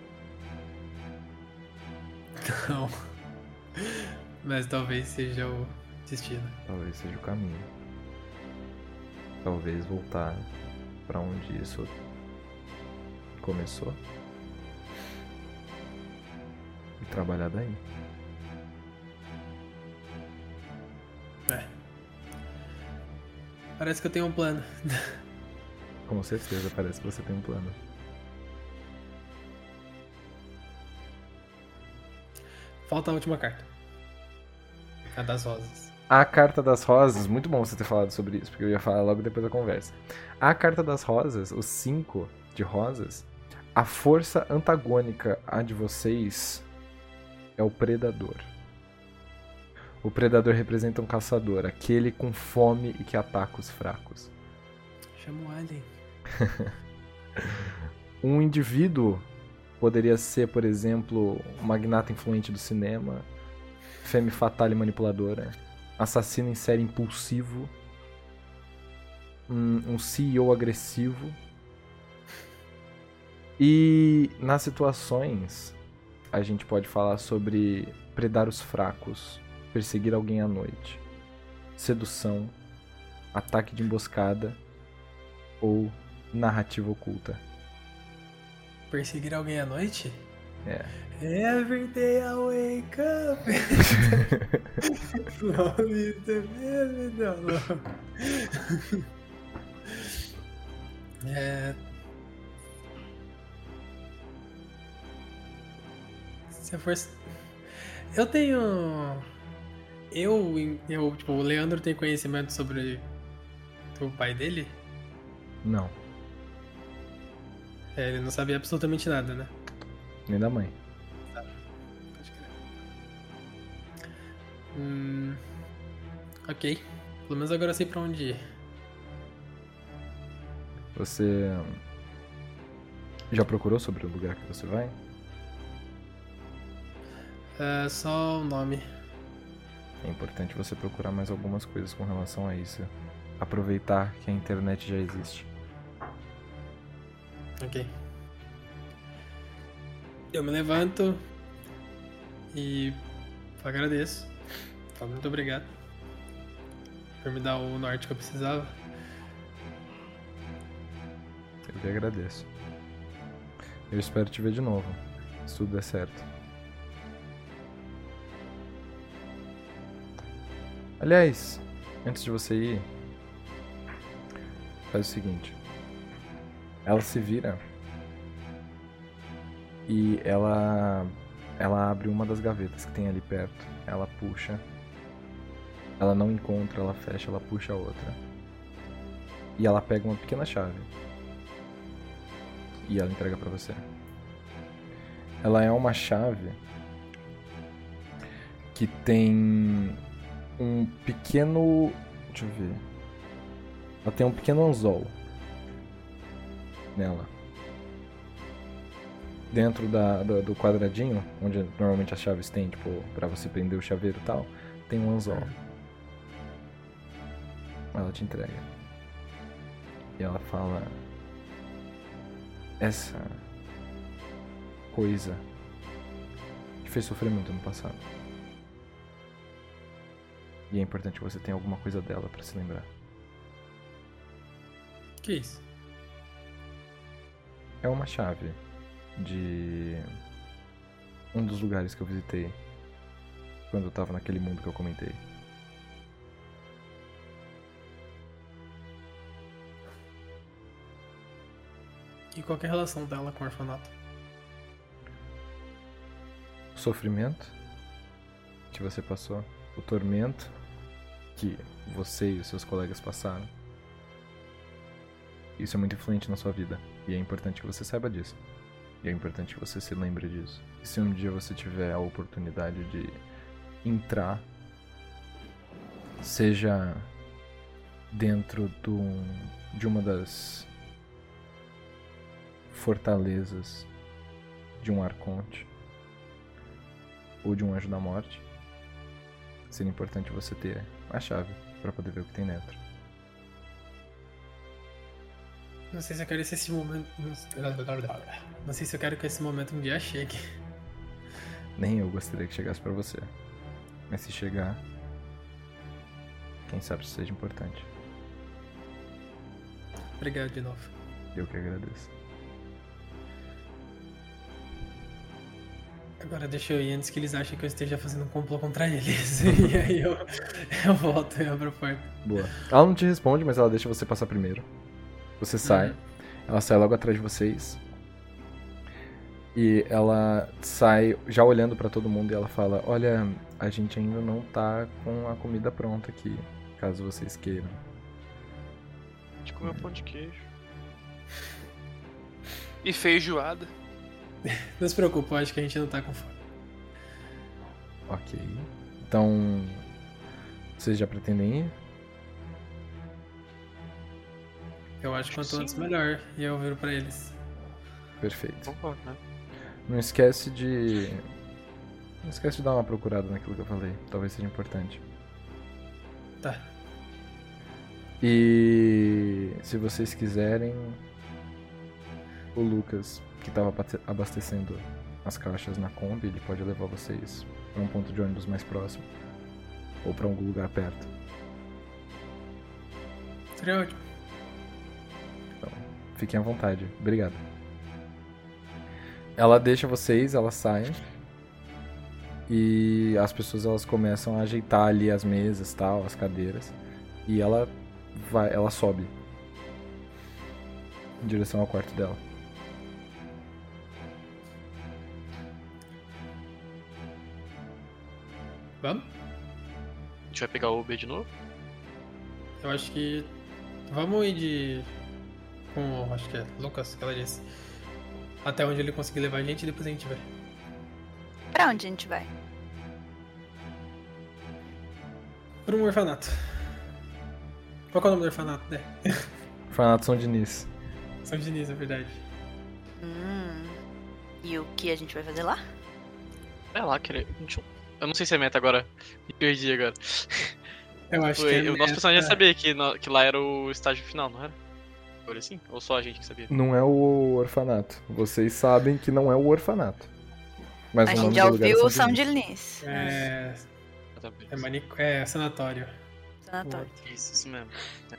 Não. Mas talvez seja o destino. Talvez seja o caminho. Talvez voltar pra onde isso começou. E trabalhar daí. É. Parece que eu tenho um plano. Com certeza, parece que você tem um plano. Falta a última carta. A das rosas. A Carta das Rosas, muito bom você ter falado sobre isso, porque eu ia falar logo depois da conversa. A Carta das Rosas, os cinco de rosas, a força antagônica à de vocês é o Predador. O Predador representa um caçador, aquele com fome e que ataca os fracos. Chama o Alien. Um indivíduo poderia ser, por exemplo, um magnata influente do cinema, femme fatale manipuladora, assassino em série impulsivo, um, um C E O agressivo. E nas situações, a gente pode falar sobre predar os fracos, perseguir alguém à noite, sedução, ataque de emboscada ou narrativa oculta. Perseguir alguém à noite? É. Every day I wake up. Slowly to live alone. É. Se eu fosse. Eu tenho. Eu, eu, tipo, o Leandro tem conhecimento sobre o pai dele? Não, É, ele não sabia absolutamente nada, né? nem da mãe. Pode crer. Hum. Ok. Pelo menos agora eu sei pra onde ir. Você já procurou sobre o lugar que você vai? É só o nome. É importante você procurar mais algumas coisas com relação a isso. Aproveitar que a internet já existe. Ok. Eu me levanto e agradeço. Falo muito obrigado por me dar o norte que eu precisava. Eu que agradeço. Eu espero te ver de novo, se tudo der certo. Aliás, antes de você ir, faz o seguinte. Ela se vira e ela ela abre uma das gavetas que tem ali perto. Ela puxa. Ela não encontra, ela fecha, ela puxa a outra. E ela pega uma pequena chave. E ela entrega pra você. Ela é uma chave que tem um pequeno... Deixa eu ver. Ela tem um pequeno anzol nela. Dentro da, do, do quadradinho, onde normalmente as chaves tem, tipo, pra você prender o chaveiro e tal, tem um anzol. Ela te entrega. E ela fala... Essa coisa te fez sofrer muito no passado. E é importante que você tenha alguma coisa dela pra se lembrar. Que isso? É uma chave de um dos lugares que eu visitei quando eu tava naquele mundo que eu comentei. E qual que é a relação dela com o orfanato? O sofrimento que você passou, o tormento que você e os seus colegas passaram. Isso é muito influente na sua vida. E é importante que você saiba disso. E é importante que você se lembre disso. E se um dia você tiver a oportunidade de entrar, seja dentro do, de uma das fortalezas de um arconte ou de um anjo da morte, seria importante você ter a chave para poder ver o que tem dentro. Não sei se eu quero que esse momento. Não sei se eu quero que esse momento um dia chegue. Nem eu gostaria que chegasse pra você. Mas se chegar, quem sabe isso seja importante. Obrigado de novo. Eu que agradeço. Agora deixa eu ir antes que eles achem que eu esteja fazendo um complô contra eles. E aí eu, eu volto e abro a porta. Boa. Ela não te responde, mas ela deixa você passar primeiro. Você sai. Uhum. Ela sai logo atrás de vocês. E ela sai já olhando pra todo mundo e ela fala: olha, a gente ainda não tá com a comida pronta aqui, caso vocês queiram. A gente comeu pão de queijo. E feijoada. Não se preocupe, eu acho que a gente não tá com fome. Ok. Então, vocês já pretendem ir? Eu acho que quanto antes melhor. E eu viro pra eles. Perfeito. Concordo, né? Não esquece de... Não esquece de dar uma procurada naquilo que eu falei. Talvez seja importante. Tá. E... se vocês quiserem... O Lucas, que tava abastecendo as caixas na Kombi, ele pode levar vocês pra um ponto de ônibus mais próximo. Ou pra algum lugar perto. Seria ótimo. Então, fiquem à vontade. Obrigado. Ela deixa vocês, ela sai. E as pessoas elas começam a ajeitar ali as mesas, tal, as cadeiras. E ela vai, ela sobe em direção ao quarto dela. Vamos? A gente vai pegar o Uber de novo? Eu acho que... Vamos ir de... Com o... Acho que é Lucas, que ela disse. Até onde ele conseguir levar a gente e depois a gente vai. Pra onde a gente vai? Pra um orfanato. Qual que é o nome do orfanato, né? Orfanato São Diniz. São Diniz, é verdade. Hum. E o que a gente vai fazer lá? É lá, querer. Eu não sei se é meta agora. Me perdi agora. Eu acho Foi, que é o meta... nosso personagem já sabia que, no, que lá era o estágio final, não era? Foi assim? Ou só a gente que sabia? Não é o orfanato. Vocês sabem que não é o orfanato. Mas A o gente nome já do lugar é ouviu o São São Diniz. Diniz. É... É, manic... é sanatório. Sanatório. Isso, isso mesmo.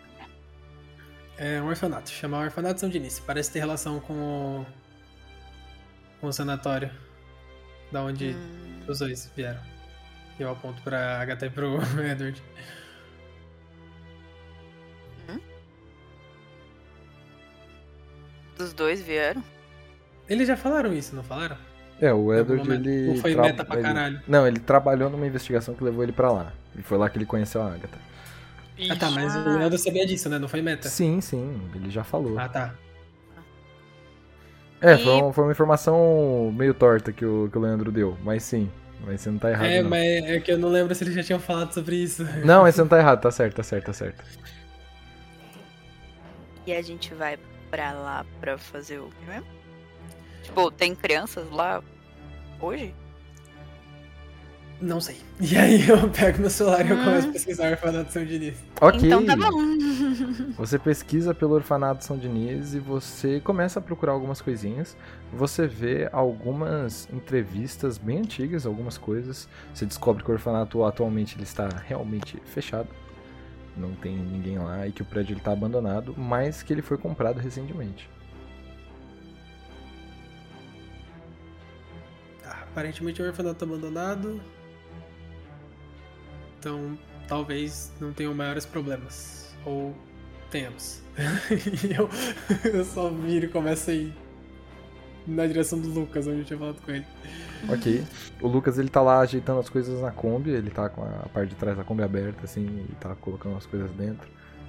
É um orfanato. Chama Orfanato São Diniz. Parece ter relação com o... Com o sanatório. Da onde Hum. os dois vieram. E eu aponto pra Agatha e pro Edward. Dos dois vieram? Eles já falaram isso, não falaram? É, o Em algum Edward, momento. ele... Ou foi tra- meta pra ele- caralho? Não, ele trabalhou numa investigação que levou ele pra lá. E foi lá que ele conheceu a Agatha. Ah tá, mas o Leandro sabia disso, né? Não foi meta? Sim, sim, ele já falou. Ah tá. É, E- foi, um- foi uma informação meio torta que o, que o Leandro deu, mas sim. Mas você não tá errado, É, não. mas é que eu não lembro se eles já tinham falado sobre isso. Não, mas você não tá errado, tá certo, tá certo, tá certo. E a gente vai pra lá pra fazer o que mesmo? Tipo, tem crianças lá hoje? Não sei. E aí eu pego meu celular e eu Hum. começo a pesquisar o Orfanato São Diniz. Ok. Então tá bom. Você pesquisa pelo Orfanato São Diniz e você começa a procurar algumas coisinhas. Você vê algumas entrevistas bem antigas, algumas coisas. Você descobre que o orfanato atualmente ele está realmente fechado. Não tem ninguém lá e que o prédio está abandonado, mas que ele foi comprado recentemente. Tá, aparentemente o orfanato tá abandonado. então talvez não tenham maiores problemas. Ou tenhamos. E eu, eu só viro e começo a ir na direção do Lucas, onde eu tinha falado com ele. Ok. O Lucas, ele tá lá ajeitando as coisas na Kombi, ele tá com a parte de trás da Kombi aberta, assim, e tá colocando as coisas dentro.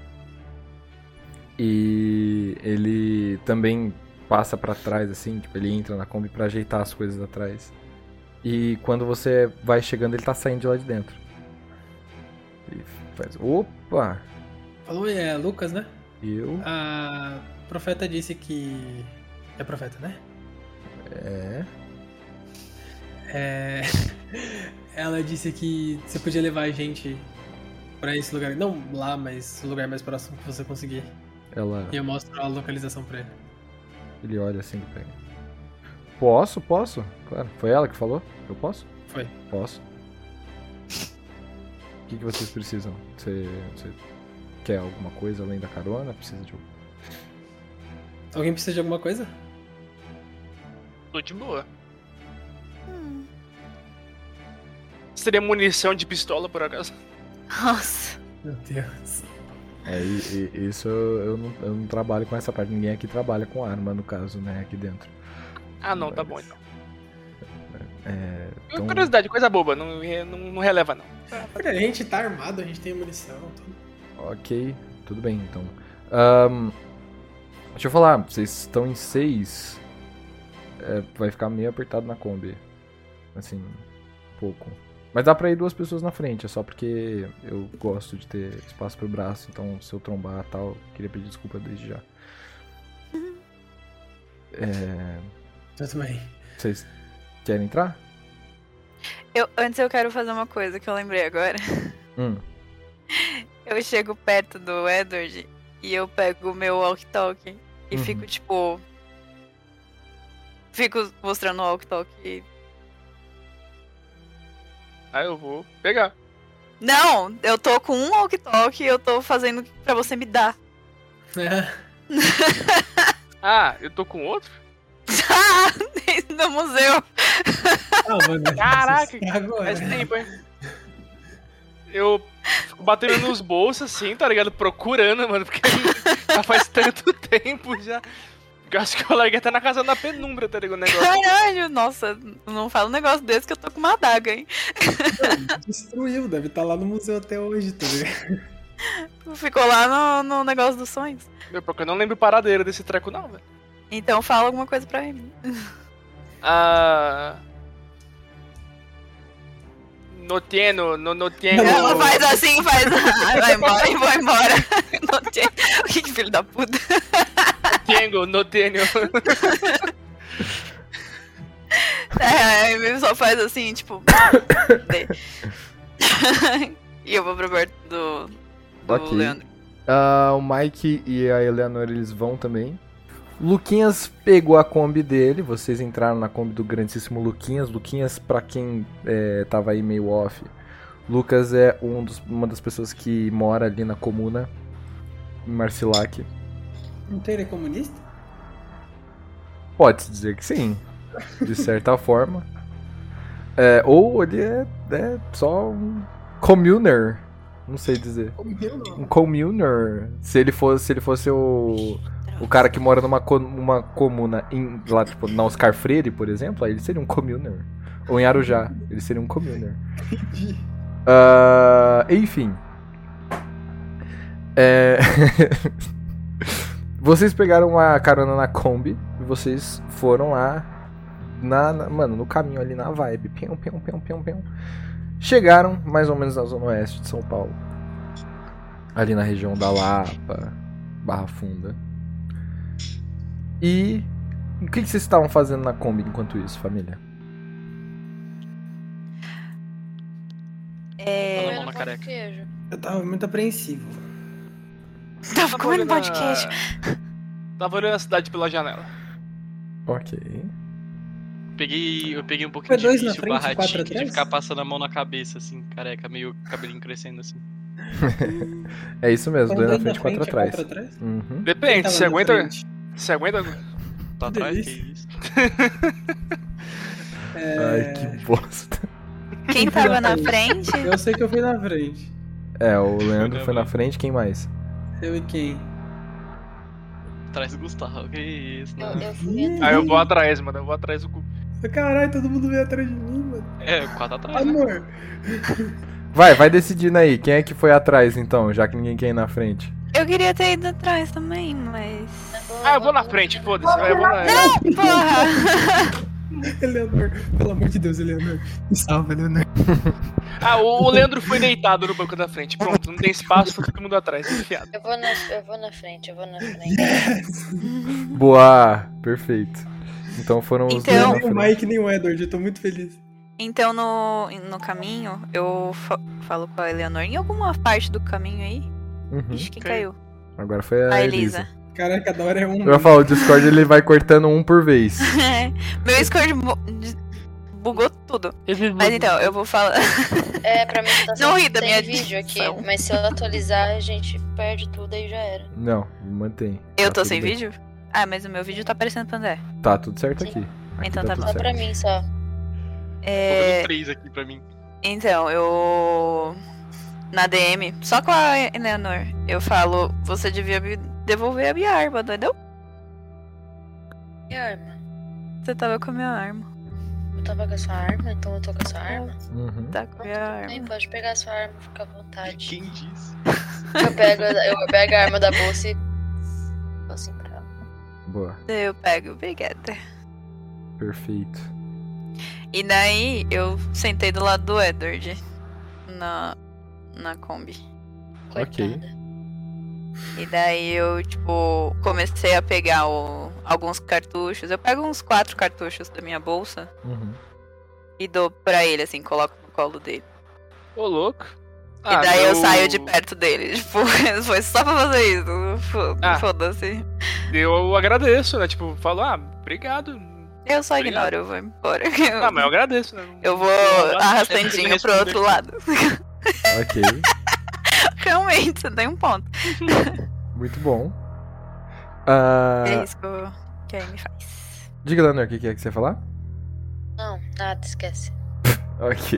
E ele também passa pra trás, assim, tipo, ele entra na Kombi pra ajeitar as coisas atrás. E quando você vai chegando, ele tá saindo de lá de dentro. Ele faz, opa! Falou, é Lucas, né? Eu? A profeta disse que... É profeta, né? É... É... Ela disse que você podia levar a gente pra esse lugar. Não lá, mas o lugar mais próximo que você conseguir. Ela... E eu mostro a localização pra ele. Ele olha assim e pega. Posso, posso. Claro. Foi ela que falou? Eu posso? Foi. Posso. O que, que vocês precisam? Você, você quer alguma coisa além da carona? Precisa de... Alguém precisa de alguma coisa? Tô de boa. Hum. Seria munição de pistola, por acaso? Nossa. Meu Deus. É, e, e, isso eu, eu, não, eu não trabalho com essa parte. Ninguém aqui trabalha com arma, no caso, né? Aqui dentro. Ah, não, Mas... tá bom então. É, então... Curiosidade, coisa boba, não, não, não releva não. Olha, a gente tá armado, a gente tem munição. Tudo. Ok, tudo bem então. Ahn, deixa eu falar, vocês estão em seis. É, vai ficar meio apertado na Kombi. Assim, pouco. Mas dá pra ir duas pessoas na frente, é só porque eu gosto de ter espaço pro braço, então se eu trombar e tal, queria pedir desculpa desde já. É... Tudo bem. Vocês querem entrar? Eu, antes eu quero fazer uma coisa que eu lembrei agora. Hum. Eu chego perto do Edward e eu pego o meu walkie-talkie e Uhum. fico tipo... Fico mostrando o walkie-talkie. Aí eu vou pegar. Não, eu tô com um walkie-talkie e eu tô fazendo pra você me dar. É. Ah, eu tô com outro? Dentro do museu. Ah, mano. Caraca, Agora. faz tempo, hein? Eu fico batendo nos bolsos assim, tá ligado? Procurando, mano, porque já faz tanto tempo já. Que eu acho que eu larguei até na casa da penumbra, tá ligado? O negócio. Caralho, nossa, não fala um negócio desse que eu tô com uma adaga, hein? Destruiu, deve estar lá no museu até hoje, tá ligado? Ficou lá no, no negócio dos sonhos. Meu, porque eu não lembro o paradeiro desse treco não, velho. Então fala alguma coisa pra mim. Ah... No tieno, no, no tieno. Ela faz assim, faz. Ai, vai embora e vou embora. Não tem... Que filho da puta. Tiengo, no tieno. É, ele só faz assim, tipo. E eu vou pro quarto do, do Ok. Leandro. Ah, o Mike e a Eleanor, eles vão também. Luquinhas pegou a Kombi dele, vocês entraram na Kombi do grandíssimo Luquinhas. Luquinhas, pra quem é, tava aí meio off, Lucas é um dos, uma das pessoas que mora ali na comuna, em Marcilac. Não tem ele é comunista? Pode-se dizer que sim, de certa forma. É, ou ele é, é só um communer, não sei dizer. Um communer. Se ele fosse, se ele fosse o... O cara que mora numa co- uma comuna em, lá, tipo, na Oscar Freire, por exemplo, aí ele seria um communer. Ou em Arujá, ele seria um communer. Uh, enfim. É... Vocês pegaram a carona na Kombi e vocês foram lá, na, na- mano, no caminho ali na vibe. Pião, pião, pião, pião, pião. Chegaram mais ou menos na zona oeste de São Paulo. Ali na região da Lapa, Barra Funda. E o que que vocês estavam fazendo na Kombi enquanto isso, família? É. Mão na Comendo pão de careca. queijo. Eu tava muito apreensivo. Tava comendo pão de olhando queijo. a- Tava olhando a cidade pela janela. Ok. Peguei, eu peguei um pouquinho Foi de dois na vício frente, barra quatro tique de atrás? ficar passando a mão na cabeça, assim, careca, meio cabelinho crescendo assim. É isso mesmo, Foram dois na dois frente, quatro atrás. quatro atrás? Uhum. Quem Depende, tava você na aguenta. frente? Você aguenta. Tá Que atrás, que delícia. isso. É... Ai, que bosta. Quem fui tava na frente? frente? Eu sei que eu fui na frente. É, o Leandro foi na frente, quem mais? Eu e quem? Atrás do Gustavo, que isso, Eu, né? eu fui atrás. Aí eu vou atrás, mano. Eu vou atrás do cu. Caralho, todo mundo veio atrás de mim, mano. É, quatro atrás, né? Amor. Vai, vai decidindo aí. Quem é que foi atrás, então, já que ninguém quer ir na frente? Eu queria ter ido atrás também, mas. Ah, eu vou na frente, foda-se. Vai, eu vou na. Porra! Eleanor, pelo amor de Deus, Eleanor. Me salva, Eleanor. Ah, o o Leandro foi deitado no banco da frente. Pronto, não tem espaço, foi todo mundo atrás, enfiado. Eu vou, na, eu vou na frente, eu vou na frente. Yes! Boa, perfeito. Então foram os Então- dois na Nem o frente. Mike, nem o Edward, eu tô muito feliz. Então no, no caminho, eu fa- falo com a Eleanor. Em alguma parte do caminho aí. Uhum. Ixi, quem Ok. caiu? Agora foi a, A Elisa. Elisa. Caraca, cada hora é um. Eu falo, o Discord ele vai cortando um por vez. Meu Discord bu- des- bugou tudo. Mas então, eu vou falar. É, pra mim tá Não sem, ri da sem minha vídeo aqui. dicção. Mas se eu atualizar, a gente perde tudo aí já era. Não, mantém. Eu Tá tô tudo sem bem. vídeo? Ah, mas o meu vídeo tá aparecendo pro André. Tá tudo certo Sim. aqui. Aqui Então tá tá tudo bom. Só certo. pra mim, só. Tô É, fazendo três aqui pra mim. então, eu. Na D M, só com a Eleanor, eu falo, você devia me devolver a minha arma, entendeu? E a arma? Você tava com a minha arma. Eu tava com a sua arma, então eu tô com a sua arma. Uhum. Tá com a minha Bem, arma. pode pegar a sua arma, fica à vontade. Quem disse? Eu pego, eu pego a arma da bolsa e. Tô assim pra ela. Boa, Eu pego, obrigada. perfeito. E daí eu sentei do lado do Edward. Na. Na Kombi. Ok. Coitada. E daí eu, tipo, comecei a pegar o- alguns cartuchos. Eu pego uns quatro cartuchos da minha bolsa Uhum. e dou pra ele, assim, coloco no colo dele. Ô, louco. e daí eu saio de perto dele. Tipo, foi só pra fazer isso. Fo- Ah. Foda-se. Eu agradeço, né? Tipo, falo, ah, obrigado. Eu só Obrigado. ignoro, eu vou embora. Ah, mas eu agradeço, né? Eu vou Eu acho arrastandinho que pro outro lado. Ok, Realmente, você tem um ponto. muito bom. Ah, É isso que, eu, que a Amy faz. diga, Leonor, o que que é que você ia falar? Não, nada, esquece. Ok.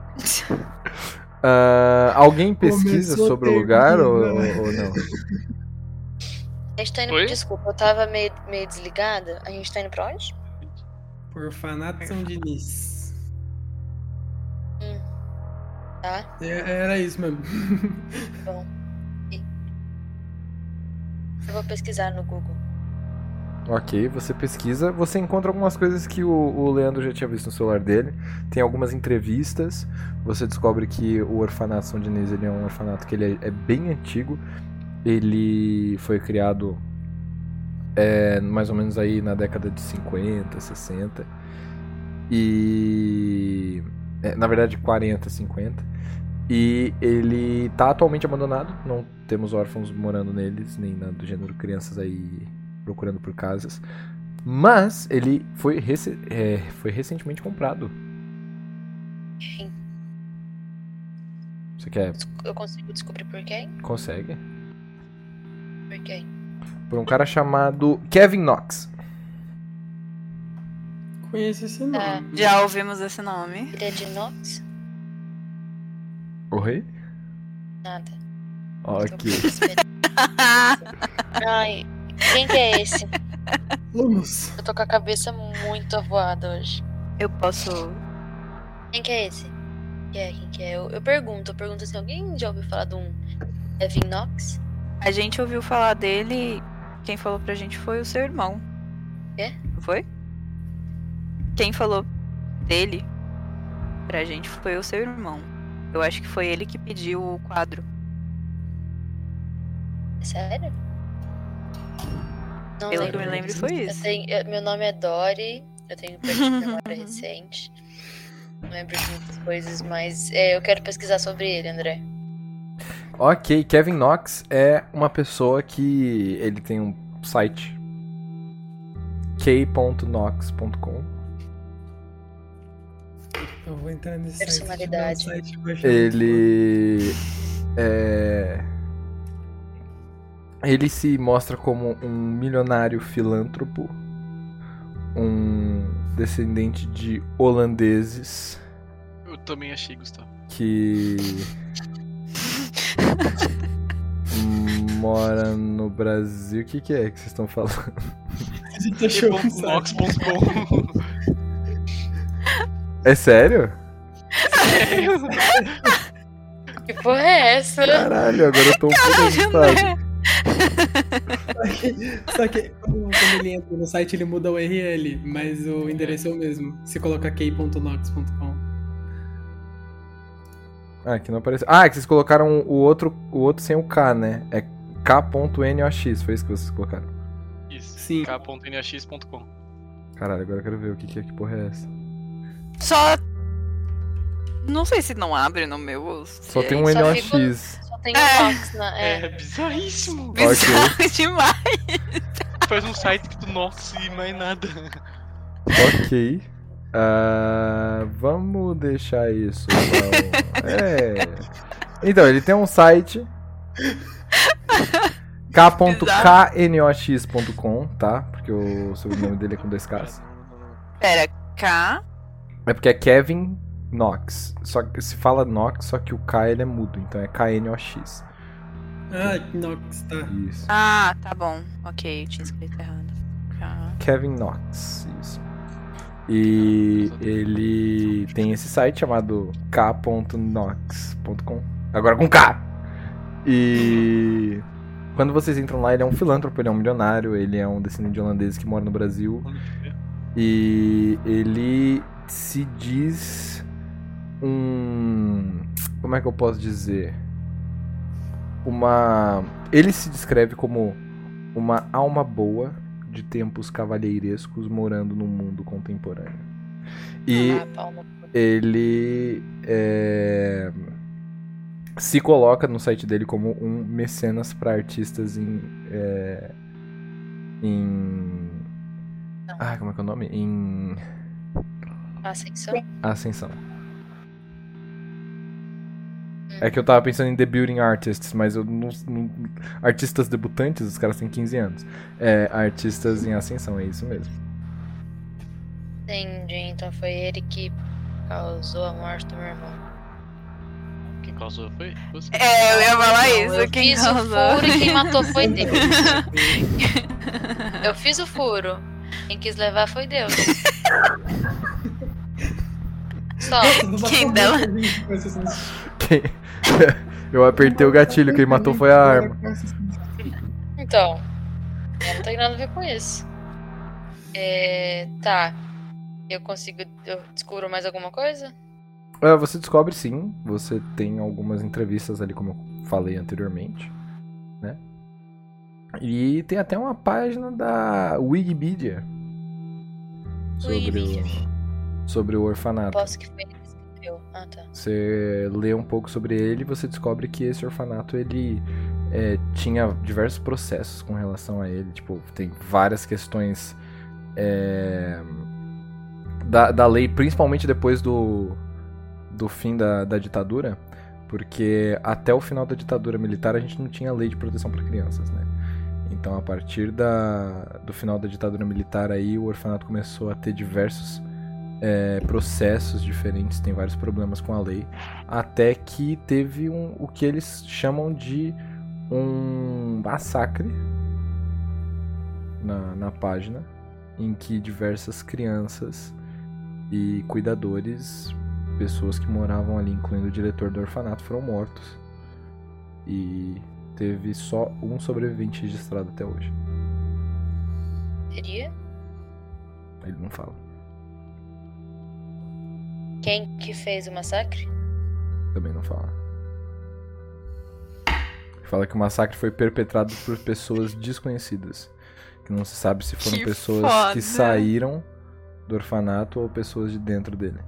Ah, alguém pesquisa Começou sobre o a lugar ou, terminar. ou não? A gente tá indo. Oi? Desculpa, eu tava meio, meio desligada. A gente tá indo pra onde? Orfanato São Diniz. Tá? É, era isso mesmo. Bom. E- Eu vou pesquisar no Google. Ok, você pesquisa, você encontra algumas coisas que o, o Leandro já tinha visto no celular dele. Tem algumas entrevistas. Você descobre que o orfanato São Diniz ele é um orfanato que ele é, é bem antigo. Ele foi criado é, mais ou menos aí na década de cinquenta, sessenta. E é, na verdade quarenta, cinquenta. E ele tá atualmente abandonado. Não temos órfãos morando neles, nem nada do gênero, crianças aí procurando por casas. Mas ele foi, rece- é, foi recentemente comprado. Quem? Você quer? Eu consigo descobrir por quem? Consegue? Por quem? Por um cara chamado Kevin Knox. Conheço esse nome. É. Já ouvimos esse nome. Ele é de Nox? Oi? Nada. Ok. Ai, quem que é esse? Vamos. Eu tô com a cabeça muito avoada hoje. Eu posso. Quem que é esse? Quem é? Quem que é? Eu, eu pergunto, eu pergunto assim, alguém já ouviu falar de um Kevin Knox? A gente ouviu falar dele. Quem falou pra gente foi o seu irmão. Quê? Não foi? Quem falou dele pra gente foi o seu irmão. Eu acho que foi ele que pediu o quadro. É sério? Não Pelo lembro. que eu me lembro, foi Eu isso. tenho- eu- meu nome é Dory, eu tenho perda de memória recente. Não lembro de muitas coisas, mas é, eu quero pesquisar sobre ele, André. Ok, Kevin Knox é uma pessoa que ele tem um site k ponto knox ponto com. Eu vou entrar nesse Personalidade. site. site baixar Ele é ele se mostra como um milionário filântropo, um descendente de holandeses. Eu Também achei, Gustavo. que mora no Brasil. O que, que é que vocês estão falando? A gente achou um site. Nox ponto com. É sério? Que porra é essa? Caralho, agora eu tô um pouco assustado. Só que, só que quando, quando ele entra no site, ele muda o U R L, mas o endereço é o mesmo. Você coloca key ponto nox ponto com. Ah, aqui não apareceu. Ah, é que vocês colocaram o outro, o outro sem o K, né? É k ponto nox, foi isso que vocês colocaram. Isso. Sim. k ponto nox ponto com. Caralho, agora eu quero ver o que, que é, que porra é essa. Só. Não sei se não abre no meu. ou se Só é tem um isso. Só N O X. Só tem um Nox na. É, É. bizarríssimo. Bizarro demais. Faz um site que tu Nox e mais nada. Ok. Ah, vamos deixar isso. Então. É. Então, ele tem um site. k ponto knox ponto com, tá? Porque o sobrenome dele é com dois Ks. Pera, K. É porque é Kevin Knox. Só que se fala Knox, só que o K ele é mudo, então é K N O X. Ah, Nox, tá. Isso. Ah, tá bom. Ok, eu tinha escrito errado. K. Kevin Knox, isso. E ele tem esse site chamado k ponto knox ponto com. Agora com K! E quando vocês entram lá, ele é um filântropo, ele é um milionário, ele é um descendente de holandeses que mora no Brasil. E ele se diz um... Como é que eu posso dizer? Uma... Ele se descreve como uma alma boa de tempos cavalheirescos morando no mundo contemporâneo. E Ah, palma. ele é, se coloca no site dele como um mecenas para artistas em... É, em... Ah, como é que é o nome? Em Ascensão? ascensão. É que eu tava pensando em debuting artists, mas eu não, não- artistas debutantes, os caras têm quinze anos. É, artistas em ascensão, é isso mesmo. Entendi, então foi ele que causou a morte do meu irmão. Quem causou foi você. É, eu ia falar Não, isso. eu Quem fiz causou? o furo e quem matou foi Deus. Eu fiz o furo. Quem quis levar foi Deus. Só. Quem dela? Quem- Eu apertei o gatilho, quem matou foi a arma. Então. Eu não tenho nada a ver com isso. É, tá. Eu consigo. Eu descubro mais alguma coisa? É, você descobre sim, você tem algumas entrevistas ali, como eu falei anteriormente, né? E tem até uma página da Wikipedia sobre, Wikipedia. O, sobre o orfanato. Posso que foi ele que escreveu. Ah, tá. Você lê um pouco sobre ele e você descobre que esse orfanato ele é, tinha diversos processos com relação a ele. Tipo, tem várias questões é, da, da lei, principalmente depois do, do fim da, da ditadura, porque até o final da ditadura militar a gente não tinha lei de proteção para crianças, né? Então, a partir da, do final da ditadura militar aí, o orfanato começou a ter diversos É, processos diferentes, tem vários problemas com a lei, até que teve um, o que eles chamam de um massacre na, na página, em que diversas crianças e cuidadores, pessoas que moravam ali, incluindo o diretor do orfanato, foram mortos. E teve só um sobrevivente registrado até hoje. Seria? Ele não fala. Quem que fez o massacre? Também não fala. Fala que o massacre foi perpetrado por pessoas desconhecidas. Que não se sabe se foram Que pessoas foda. que saíram do orfanato ou pessoas de dentro dele.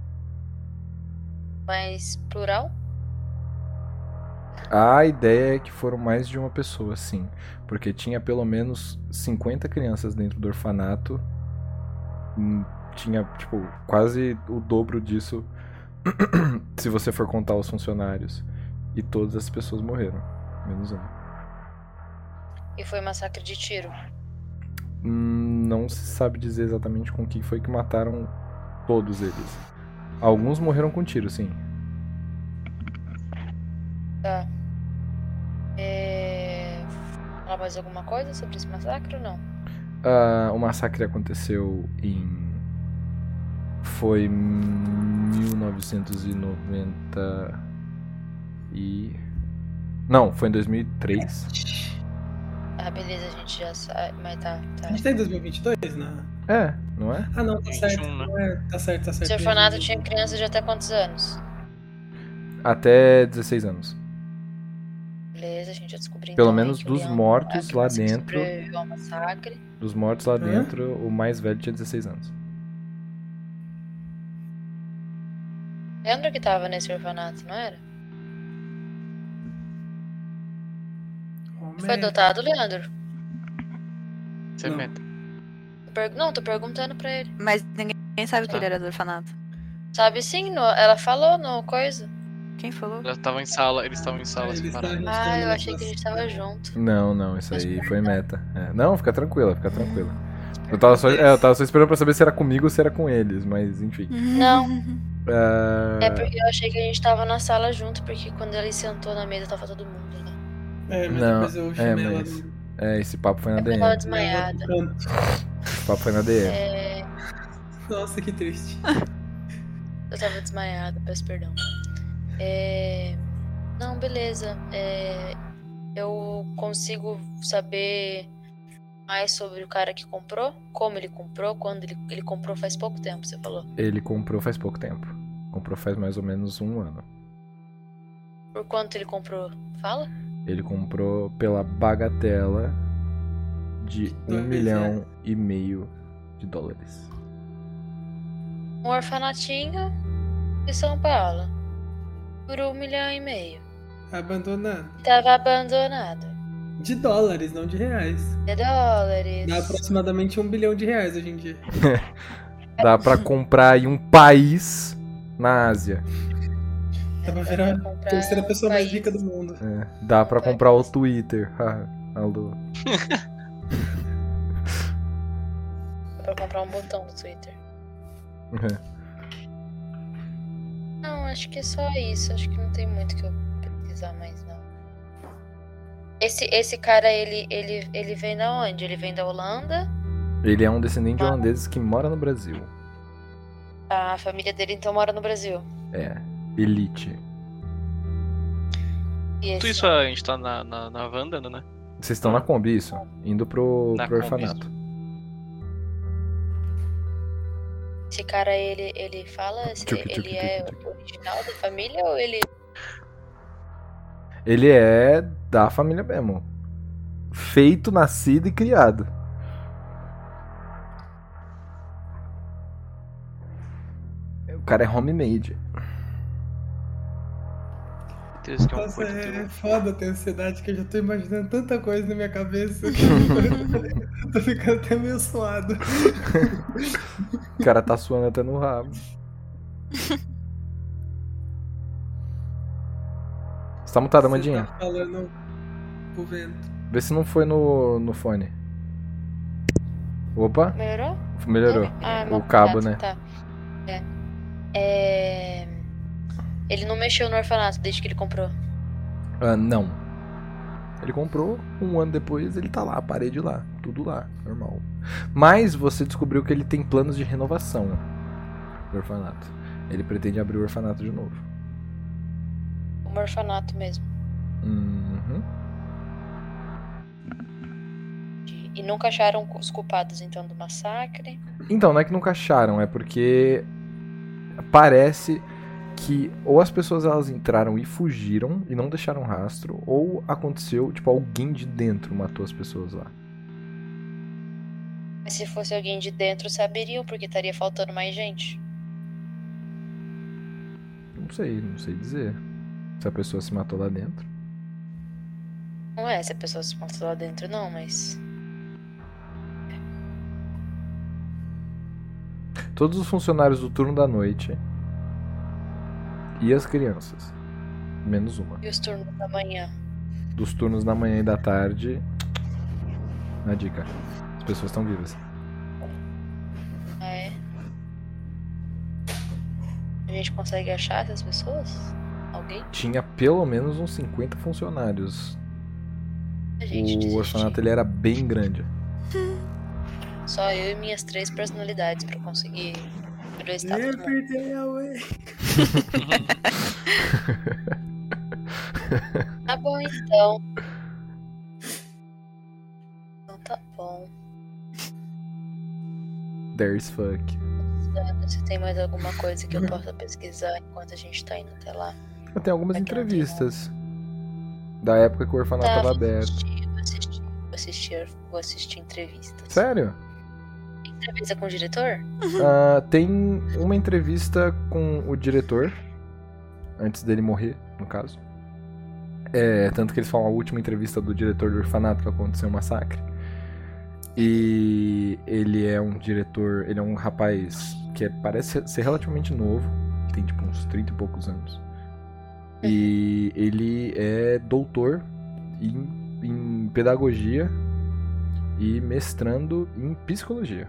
Mas plural? A ideia é que foram mais de uma pessoa, sim. Porque tinha pelo menos cinquenta crianças dentro do orfanato. Hum, Tinha, tipo, quase o dobro disso se você for contar os funcionários. E todas as pessoas morreram. Menos uma. E foi massacre de tiro. Hum, Não se sabe dizer exatamente com que foi que mataram todos eles. Alguns morreram com tiro, sim. Tá. É... Falar mais alguma coisa sobre esse massacre ou não? Ah, o massacre aconteceu em... Foi mil novecentos e noventa e... Não, foi em dois mil e três. Ah, beleza, a gente já sabe, mas tá, tá. A gente tá em dois mil e vinte e dois, né? É, não é? Ah, não, tá certo. vinte e um, né? Não é, tá certo, tá certo. Esse orfanato tinha criança de até quantos anos? Até dezesseis anos. Beleza, a gente já descobriu. Pelo então, menos que o dos Leandro, mortos a lá criança que dentro. sobreviveu ao massacre. Dos mortos lá Hã? dentro, o mais velho tinha dezesseis anos. Leandro que tava nesse orfanato, não era? Oh, Foi man. adotado, Leandro? Você Não. meta. Eu per- Não, tô perguntando pra ele. Mas ninguém sabe que Tá. ele era do orfanato. Sabe sim, no- ela falou no coisa. Quem falou? Eles estavam em sala, eles estavam em sala Eles separadas. estavam- Ah, eu Estamos achei que a nessa- gente tava junto. Não, não, isso Mas aí por foi quê? meta. É, não, fica tranquila, fica tranquila. Eu tava, só, é, eu tava só esperando pra saber se era comigo ou se era com eles, mas enfim. Não, Ah, é porque eu achei que a gente tava na sala junto, porque quando ele sentou na mesa tava todo mundo lá. É, mas Não, depois eu é, chamei ela mas- do... é, esse papo foi na Eu D M. tava ela desmaiada. do canto. Esse papo foi na D M. É, Nossa, que triste. eu tava desmaiada, peço perdão. É, não, beleza. É, eu consigo saber mais sobre o cara que comprou? Como ele comprou? Quando ele, ele comprou faz pouco tempo, você falou. Ele comprou faz pouco tempo. Comprou faz mais ou menos um ano. Por quanto ele comprou? Fala? Ele comprou pela bagatela de um Dois milhão e meio de dólares. Um orfanatinho de São Paulo. Por um milhão e meio. Abandonado. Tava abandonado. De dólares, não de reais. De dólares. Dá aproximadamente um bilhão de reais hoje em dia. Dá pra comprar aí um país na Ásia. Dá pra Dá virar pra comprar a terceira pessoa um mais país. rica do mundo. É, dá pra comprar o Twitter. Alô. Dá pra comprar um botão do Twitter. Não, acho que é só isso. Acho que não tem muito que eu pesquisar mais, não. Esse, esse cara, ele, ele, ele vem da onde? Ele vem da Holanda? Ele é um descendente de holandeses que mora no Brasil. A família dele, então, mora no Brasil. É, elite. E Tudo esse, isso a gente tá na, na, na van andando, né? Vocês estão na Kombi, isso? Indo pro, Na pro Kombi. orfanato. esse cara, ele, ele fala? Se Tchuc, tchuc, ele é tchuc, original da família ou ele... Ele é da família mesmo. Feito, nascido e criado. O cara é homemade. Certeza que é um Nossa, coito é do... foda ter ansiedade, que eu já tô imaginando tanta coisa na minha cabeça. Que eu tô ficando até meio suado. O cara tá suando até no rabo. Você tá mutada, Você Mandinha? tá falando pro vento. Vê se não foi no, no fone. Opa, Melhorou? melhorou. Ah, O mas- cabo, ah, né? Tá. É. É... Ele não mexeu no orfanato desde que ele comprou. Ah, não. Ele comprou, um ano depois ele tá lá, a parede lá, tudo lá, normal. Mas você descobriu que ele tem planos de renovação do orfanato. Ele pretende abrir o orfanato de novo. Um orfanato mesmo. Uhum. E, e nunca acharam os culpados, então, do massacre. Então, não é que nunca acharam, é porque parece que ou as pessoas elas entraram e fugiram e não deixaram rastro, ou aconteceu, tipo, alguém de dentro matou as pessoas lá. Mas se fosse alguém de dentro, saberiam, porque estaria faltando mais gente. Não sei, não sei dizer. Se a pessoa se matou lá dentro. Não é se a pessoa se matou lá dentro, não, mas... Todos os funcionários do turno da noite e as crianças. Menos uma. E os turnos da manhã? Dos turnos da manhã e da tarde. A dica. As pessoas estão vivas. Ah, é? A gente consegue achar essas pessoas? Alguém? Tinha pelo menos uns cinquenta funcionários. A gente O desistiu. orfanato ele era bem grande. Só eu e minhas três personalidades pra conseguir entrevistar todo mundo. Every day away. Tá bom, então. Então tá bom. There's fuck. Se tem mais alguma coisa que eu possa pesquisar enquanto a gente tá indo até lá. Eu tenho algumas Aqui não tem entrevistas. Da época que o orfanato Tá, tava vou aberto. assistir, vou assistir, vou assistir, vou assistir entrevistas. Sério? Entrevista com o diretor? Ah, tem uma entrevista com o diretor. Antes dele morrer, no caso. É, tanto que eles falam a última entrevista do diretor do orfanato que aconteceu um massacre. E ele é um diretor, ele é um rapaz que é, parece ser relativamente novo, tem tipo uns trinta e poucos anos. E ele é doutor em, em pedagogia e mestrando em psicologia.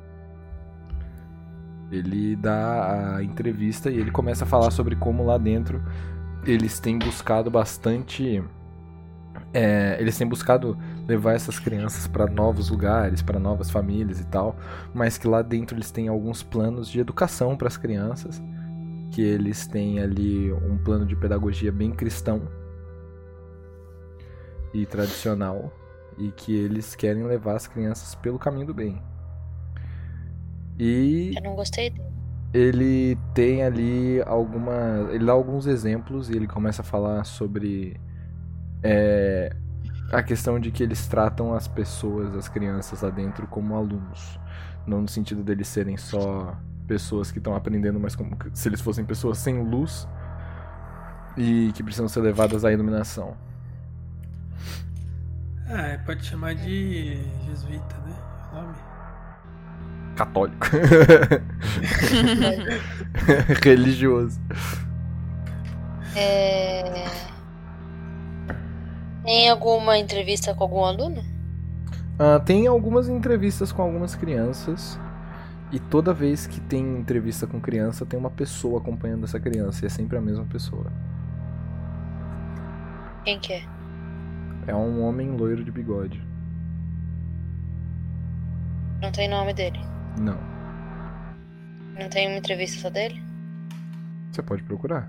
Ele dá a entrevista e ele começa a falar sobre como lá dentro eles têm buscado bastante. É, eles têm buscado levar essas crianças para novos lugares, para novas famílias e tal, mas que lá dentro eles têm alguns planos de educação para as crianças, que eles têm ali um plano de pedagogia bem cristão e tradicional, e que eles querem levar as crianças pelo caminho do bem. E Eu não gostei dele. ele tem ali alguma, ele dá alguns exemplos e ele começa a falar sobre é, a questão de que eles tratam as pessoas, as crianças lá dentro como alunos, não no sentido deles serem só pessoas que estão aprendendo, mas como se eles fossem pessoas sem luz e que precisam ser levadas à iluminação. Ah, pode chamar de jesuíta, né? O nome? Católico. Religioso. É... Tem alguma entrevista com algum aluno? Ah, tem algumas entrevistas com algumas crianças. E toda vez que tem entrevista com criança, tem uma pessoa acompanhando essa criança. E é sempre a mesma pessoa. Quem que é? É um homem loiro de bigode. Não tem nome dele? Não. Não tem uma entrevista só dele? Você pode procurar.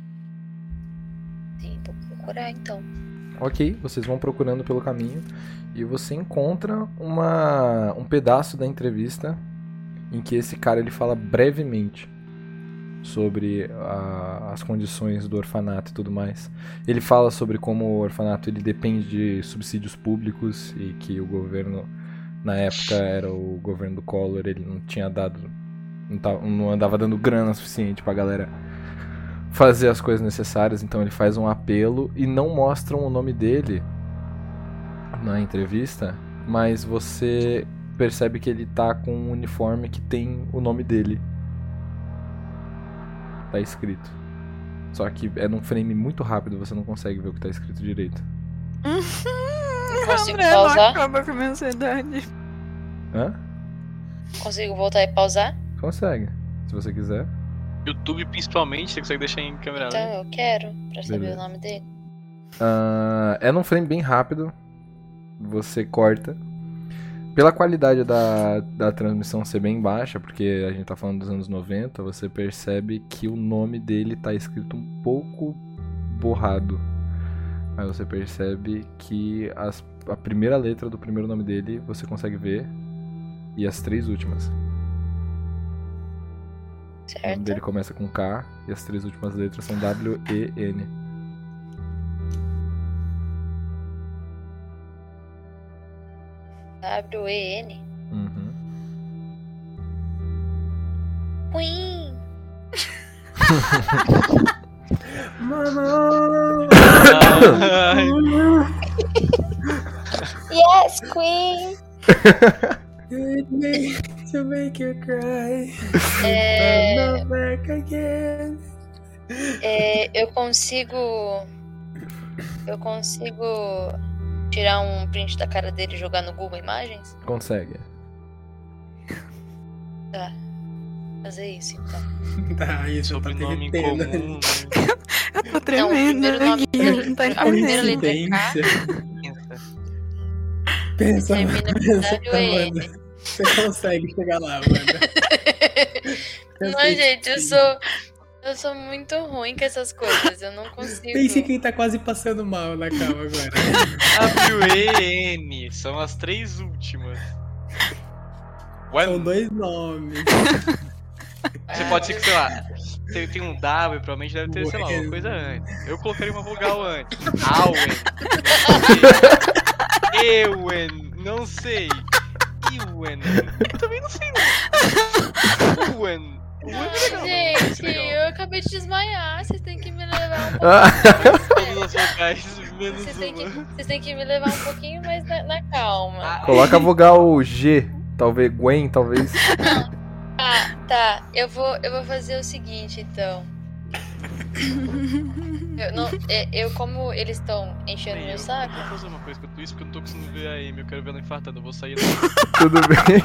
Sim, vou procurar então. Ok, vocês vão procurando pelo caminho. E você encontra uma, um pedaço da entrevista em que esse cara ele fala brevemente sobre a, as condições do orfanato e tudo mais. Ele fala sobre como o orfanato ele depende de subsídios públicos e que o governo, na época era o governo do Collor, ele não tinha dado, não, tava, não andava dando grana suficiente pra galera fazer as coisas necessárias, então ele faz um apelo e não mostram o nome dele na entrevista, mas você percebe que ele tá com um uniforme que tem o nome dele. Tá escrito. Só que é num frame muito rápido, você não consegue ver o que tá escrito direito. Consigo André, não pausar? acaba com a minha ansiedade. Hã? Consigo voltar e pausar? Consegue, se você quiser. YouTube, principalmente, você consegue deixar em câmera Então lenta. eu quero, pra saber Beleza. o nome dele. Ah, é num frame bem rápido. Você corta. Pela qualidade da, da transmissão ser bem baixa, porque a gente tá falando dos anos noventa, você percebe que o nome dele tá escrito um pouco borrado. Aí você percebe que as, a primeira letra do primeiro nome dele você consegue ver. E as três últimas. O nome Certo? dele começa com K e as três últimas letras são W E N. W E N. Uhum. Queen! Mano! Ai, Yes, Queen! Good me to make you cry. É, I'm not back again. é, eu consigo. Eu consigo tirar um print da cara dele e jogar no Google Imagens? Consegue. Tá. fazer isso, então. Tá, isso tá Sobrenome em derretendo. comum, né? Eu tô Não, o tremendo. primeiro nome Guinho, não tá a primeira entendendo. letra é K, Coincidência. Pensa, termina com pensa, W E N. Amanda. Você consegue chegar lá, Amanda. Eu Não, sei que gente, eu sim. sou. Eu sou muito ruim com essas coisas. Eu não consigo. Pense quem tá quase passando mal na calma agora. W E N, são as três últimas. São One. dois nomes. Você pode ser que, sei lá, tem, tem um W, provavelmente deve ter, sei lá, uma coisa antes. Eu colocaria uma vogal antes. Auen. Não sei. Ewen. Não sei. Iwen. Eu também não sei não. Uwen. Uwen é legal. Gente, Legal. eu acabei de desmaiar. Vocês têm que me levar um Ah, pouquinho. Todas as vocais, menos Vocês têm, que, uma. vocês têm que me levar um pouquinho mais na, na calma. coloca a vogal G. Talvez Gwen, talvez. Ah, tá. Eu vou, eu vou fazer o seguinte, então. Eu, não, é- eu como eles estão enchendo Bem, meu eu saco. vou fazer uma coisa com isso porque eu não tô conseguindo ver a Amy. Eu quero ver ela infartando. Eu vou sair Tudo bem.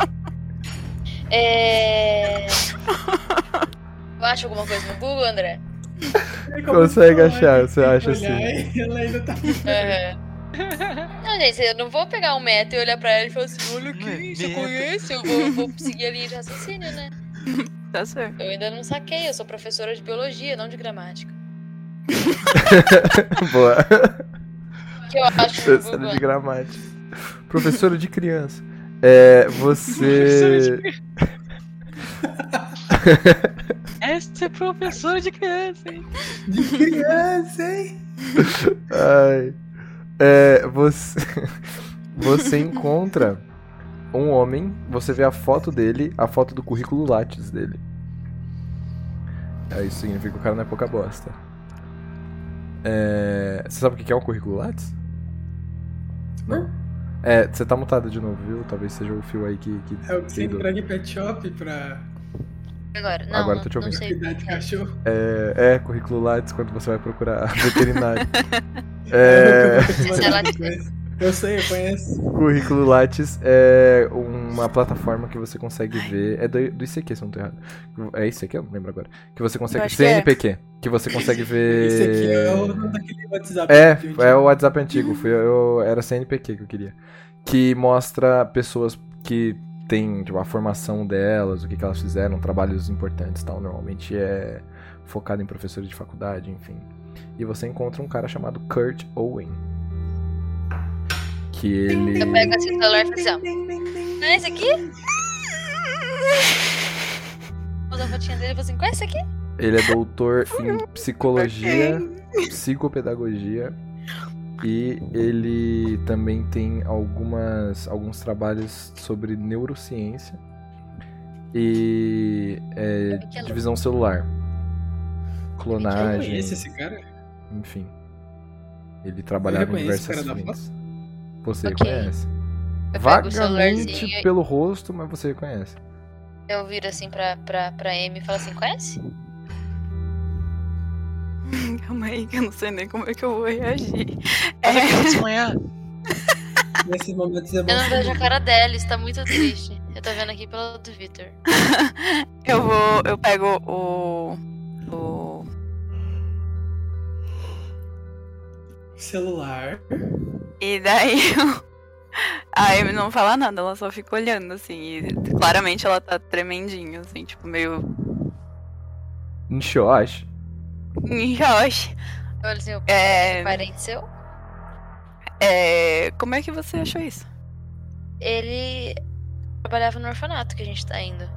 É. Eu acho alguma coisa no Google, André? Consegue achar, você acha assim. Ela ainda tá. Aham. Não, gente, eu não vou pegar um meta e olhar pra ela e falar assim: olha Não é aqui, você meta. conhece? Eu vou, vou seguir a linha de raciocínio, né? Tá certo. Eu ainda não saquei, eu sou professora de biologia, não de gramática. Boa. O que eu acho no Professora Google? de gramática. Professora de criança. É, você. Essa é professora de criança, hein? De criança, hein? Ai. É, você. Você encontra um homem, você vê a foto dele, a foto do currículo Lattes dele. É, isso significa que o cara não é pouca bosta. É, você sabe o que é um currículo Lattes? Não. É, você tá mutado de novo, viu? Talvez seja o fio aí que. que É o que você que- entrar de pet shop pra Agora, não, Agora não, tô te não ouvindo. sei. cuidar de cachorro. É, é, currículo Lattes quando você vai procurar veterinário. É, Se ela tiver- Eu sei, eu conheço. currículo Lattes é uma plataforma que você consegue ver. É do, do I C Q, se eu não tô errado. É I C Q? Eu não lembro agora. Que você consegue. acho que é. C N P Q. Que você consegue ver. Esse aqui é o nome daquele WhatsApp. É, que a gente- é o WhatsApp antigo. Foi, eu, era C N P Q que eu queria. Que mostra pessoas que têm tipo, a formação delas, o que, que elas fizeram, trabalhos importantes e tal. Normalmente é focado em professores de faculdade, enfim. E você encontra um cara chamado Kurt Owen. Que ele. Eu pego assim o celular e falo assim: ó. Não é esse aqui? Vou dar a fotinha dele e falo assim: qual é esse aqui? Ele é doutor em psicologia, psicopedagogia e ele também tem algumas, alguns trabalhos sobre neurociência e é, divisão celular, Eu clonagem, conheço esse cara. enfim. Ele trabalhava em reconheço diversas o cara da frentes. Você Ok. conhece? Eu pego o Vagamente celularzinho, pelo rosto, mas você conhece. eu viro assim pra, pra, pra Amy e falo assim: conhece? Calma aí, que eu não sei nem como é que eu vou reagir. Mas É, eu quero desmanhar. Nesses momentos é Eu não vejo a emocionante. cara dela, está muito triste. Eu tô vendo aqui pelo do Victor. eu vou. Eu pego o. O. Celular. E daí eu- a Amy não fala nada, ela só fica olhando, assim. E claramente ela tá tremendinha, assim, tipo, meio. Nchosh. Josh. Eu olho assim: o É. parente seu? É. Como é que você achou isso? Ele trabalhava no orfanato que a gente tá indo.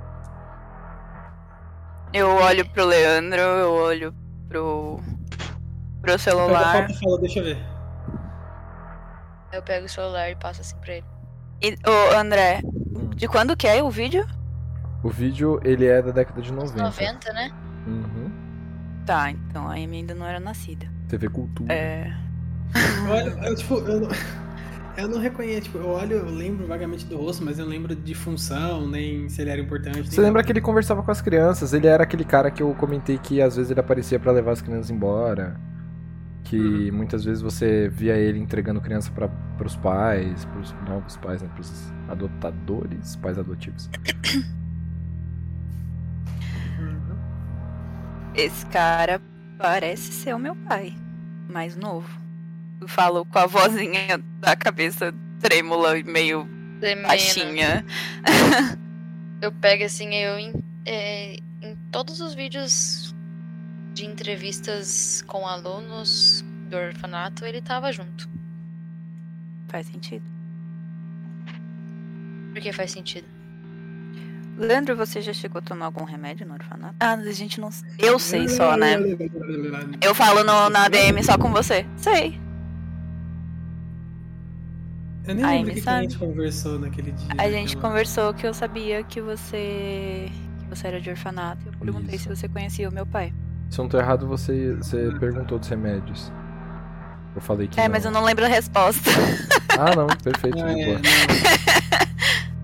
Eu olho pro Leandro, eu olho pro. pro Pega a celular. foto e fala, deixa eu ver. Eu pego o celular e passo assim pra ele. E, ô, André, de quando que é o vídeo? O vídeo, ele é da década de noventa. noventa, né? Uhum. Tá, então a Amy ainda não era nascida. T V Cultura. É. Eu, olho, eu, tipo, eu não, eu não reconheço. Tipo, eu olho, eu lembro vagamente do rosto, mas eu não lembro de função, nem se ele era importante. Você lembra que ele conversava com as crianças? Ele era aquele cara que eu comentei que às vezes ele aparecia pra levar as crianças embora. Que muitas vezes você via ele entregando criança para pros pais, pros novos pais, né? Pros adotadores, pais adotivos. esse cara parece ser o meu pai, mais novo. Eu falo com a vozinha da cabeça trêmula e meio Tremenda. baixinha. Eu pego assim, eu em, é, em todos os vídeos de entrevistas com alunos do orfanato, ele tava junto. Faz sentido. Por que faz sentido? Leandro, você já chegou a tomar algum remédio no orfanato? Ah, a gente não... Eu sei só, né? Eu falo no, na D M só com você. Sei. Eu nem Ai, lembro me o que, que a sabe. gente conversou naquele dia. A gente naquela- conversou que eu sabia que você... que você era de orfanato. Eu perguntei Isso. se você conhecia o meu pai. Se eu não tô errado, você, você perguntou dos remédios. Eu falei que É, não. mas eu não lembro a resposta. Ah, não, perfeito. Ah, de é, boa. não.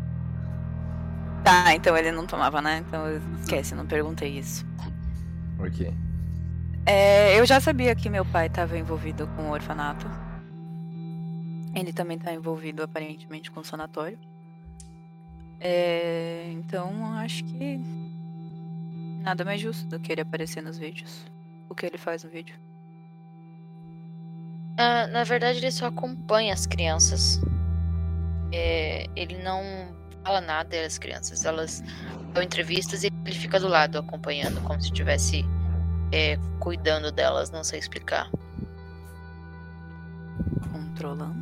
Tá, então ele não tomava, né? Então esquece, não perguntei isso. Ok. É, eu já sabia que meu pai estava envolvido com o orfanato. Ele também tá envolvido, aparentemente, com o sanatório. É, então, acho que nada mais justo do que ele aparecer nos vídeos. O que ele faz no vídeo. Ah, na verdade, ele só acompanha as crianças. É, ele não fala nada das crianças. Elas dão entrevistas e ele fica do lado acompanhando, como se estivesse é, cuidando delas, não sei explicar. Controlando.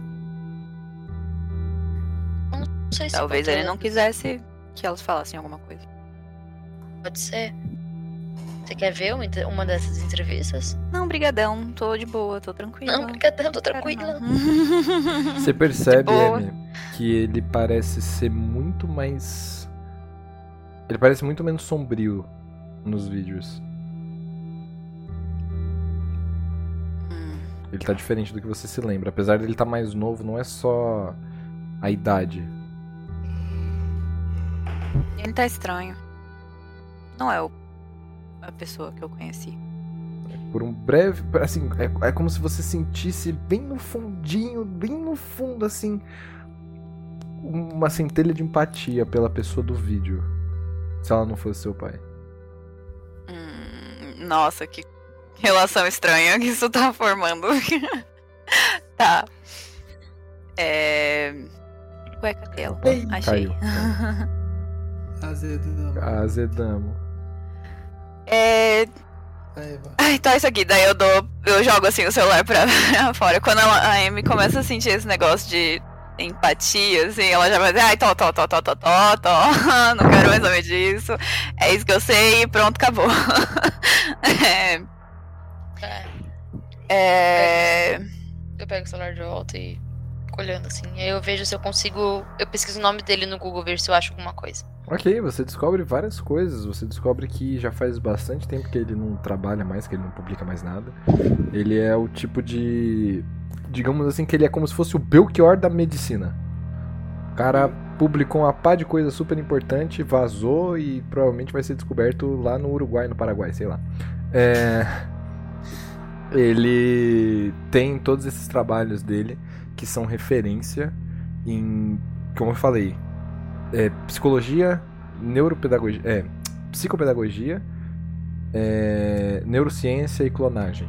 Não sei se Talvez ele não controlando. quisesse que elas falassem alguma coisa. Pode ser. Você quer ver uma, entre- uma dessas entrevistas? Não, brigadão. Tô de boa, tô tranquila. Não, brigadão, tô Quero tranquila. não. Você percebe, De boa. Amy, que ele parece ser muito mais. Ele parece muito menos sombrio nos vídeos. Hum, Ele tá diferente do que você se lembra. Apesar dele estar mais novo, não é só a idade. Ele tá estranho. Não é o... a pessoa que eu conheci. Por um breve. Assim, é, é como se você sentisse bem no fundinho, bem no fundo, assim. Uma centelha de empatia pela pessoa do vídeo. Se ela não fosse seu pai. Hum, nossa, que relação estranha que isso tá formando. Tá. É... Ué, cadê ela? Opa, Achei. caiu. Azedo. Azedamo. É... Aí, vai. Ai, tá isso aqui. Daí eu dou. Eu jogo assim o celular pra fora. Quando ela- a Amy começa a sentir esse negócio de empatia, assim, ela já vai dizer, ai, tó, tó, tó, tó, tó, tó, tó. Não quero mais saber disso. É isso que eu sei e pronto, acabou. É. É, É... eu pego o celular de volta e fico olhando assim. Aí eu vejo se eu consigo. Eu pesquiso o nome dele no Google, ver se eu acho alguma coisa. Ok, você descobre várias coisas. Você descobre que já faz bastante tempo que ele não trabalha mais, que ele não publica mais nada. Ele é o tipo de. Digamos assim, que ele é como se fosse o Belchior da medicina. O cara publicou uma pá de coisa super importante, vazou e provavelmente vai ser descoberto lá no Uruguai, no Paraguai, sei lá. É... Ele tem todos esses trabalhos dele que são referência em, como eu falei, é, psicologia, neuropedagogia, é, psicopedagogia, é, neurociência e clonagem.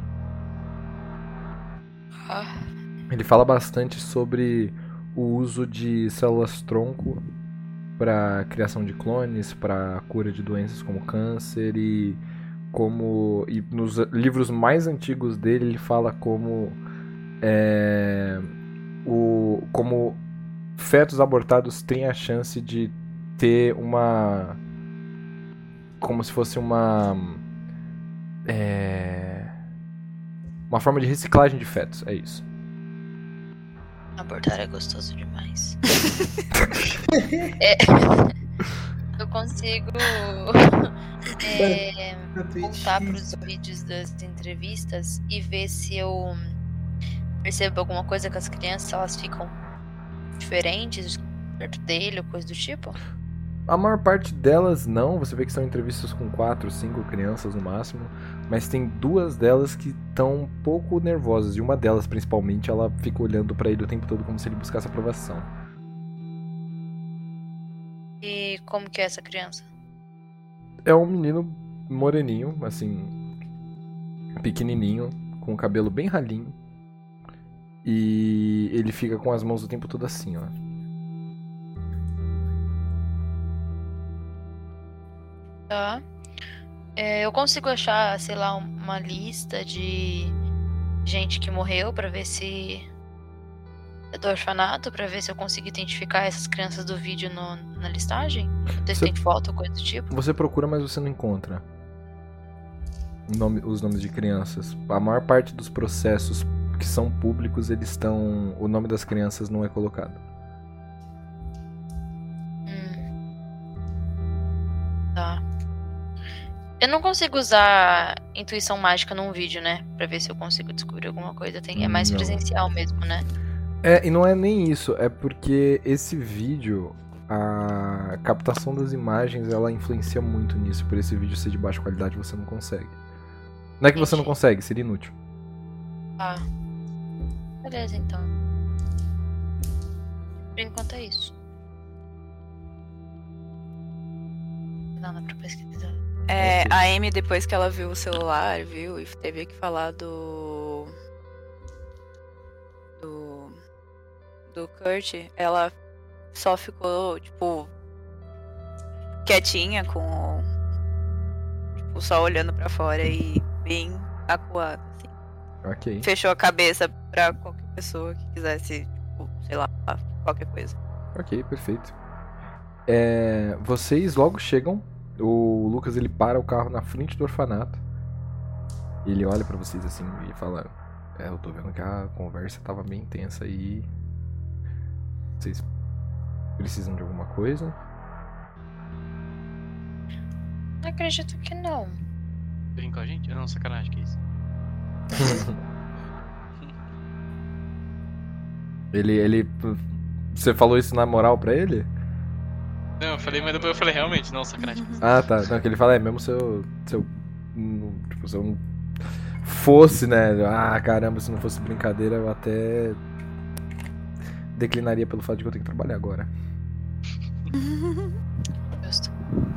Ah, Ele fala bastante sobre o uso de células-tronco para criação de clones, para cura de doenças como câncer e como e nos livros mais antigos dele ele fala como é, o como fetos abortados têm a chance de ter uma como se fosse uma é, uma forma de reciclagem de fetos, é isso. abortar é gostoso demais. É, eu consigo é, Na Twitch. voltar pros vídeos das entrevistas e ver se eu percebo alguma coisa com as crianças, se elas ficam diferentes perto dele ou coisa do tipo. A maior parte delas não, você vê que são entrevistas com quatro, cinco crianças no máximo, mas tem duas delas que estão um pouco nervosas, e uma delas principalmente, ela fica olhando pra ele o tempo todo como se ele buscasse aprovação. E como que é essa criança? É um menino moreninho, assim, pequenininho, com o cabelo bem ralinho. E ele fica com as mãos o tempo todo assim, ó. Tá. É, eu consigo achar, sei lá, uma lista de gente que morreu pra ver se é do orfanato, pra ver se eu consigo identificar essas crianças do vídeo no, na listagem? Não sei se Você- tem foto ou coisa do tipo. Você procura, mas você não encontra o nome- os nomes de crianças. A maior parte dos processos que são públicos, eles estão... O nome das crianças não é colocado. Hum. Tá. Eu não consigo usar intuição mágica num vídeo, né? Pra ver se eu consigo descobrir alguma coisa. Tem, é mais Não. presencial mesmo, né? É, e não é nem isso. É porque esse vídeo, a captação das imagens, ela influencia muito nisso. Por esse vídeo ser de baixa qualidade, você não consegue. Não é que você não Entendi. consegue, seria inútil. Ah. Beleza, então. Por enquanto é isso. Não dá pra pesquisar. É, Ok. a Amy, depois que ela viu o celular, viu, e teve que falar do. Do. Do Kurt, ela só ficou, tipo. Quietinha, com. Tipo, só olhando pra fora e bem acuada, assim. Ok. Fechou a cabeça pra qualquer pessoa que quisesse, tipo, sei lá, qualquer coisa. Ok, perfeito. É, vocês logo chegam. O Lucas, ele para o carro na frente do orfanato. Ele olha pra vocês assim e fala: É, eu tô vendo que a conversa tava bem intensa aí. Vocês precisam de alguma coisa? Acredito que não. Vem com a gente? Não, sacanagem, que isso. Ele, ele... Você falou isso na moral pra ele? Não, eu falei, mas depois eu falei, realmente, não, sacanagem. que isso. Ah, tá. Não, que ele fala, é mesmo se eu... Se eu hum, tipo, se eu não fosse, né? Ah, caramba, se não fosse brincadeira, eu até... declinaria pelo fato de que eu tenho que trabalhar agora. Justo.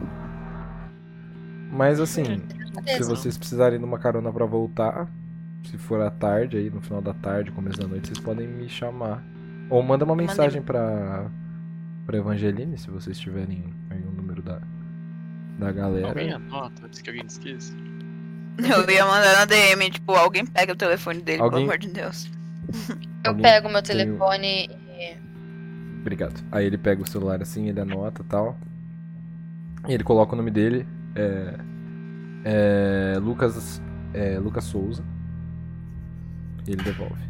Mas assim, se Beleza. vocês precisarem de uma carona pra voltar, se for à tarde, aí no final da tarde, começo da noite, vocês podem me chamar. Ou manda uma mensagem pra, pra Evangeline, se vocês tiverem aí o número da, da galera. Alguém anota, antes que alguém esqueça. Eu ia mandar na D M, tipo, alguém pega o telefone dele, Alguém- pelo amor de Deus. Eu Alguém pego meu tem o- telefone e. Obrigado. Aí ele pega o celular assim, ele anota e tal. E ele coloca o nome dele. É. É. Lucas. É. Lucas Souza. E ele devolve.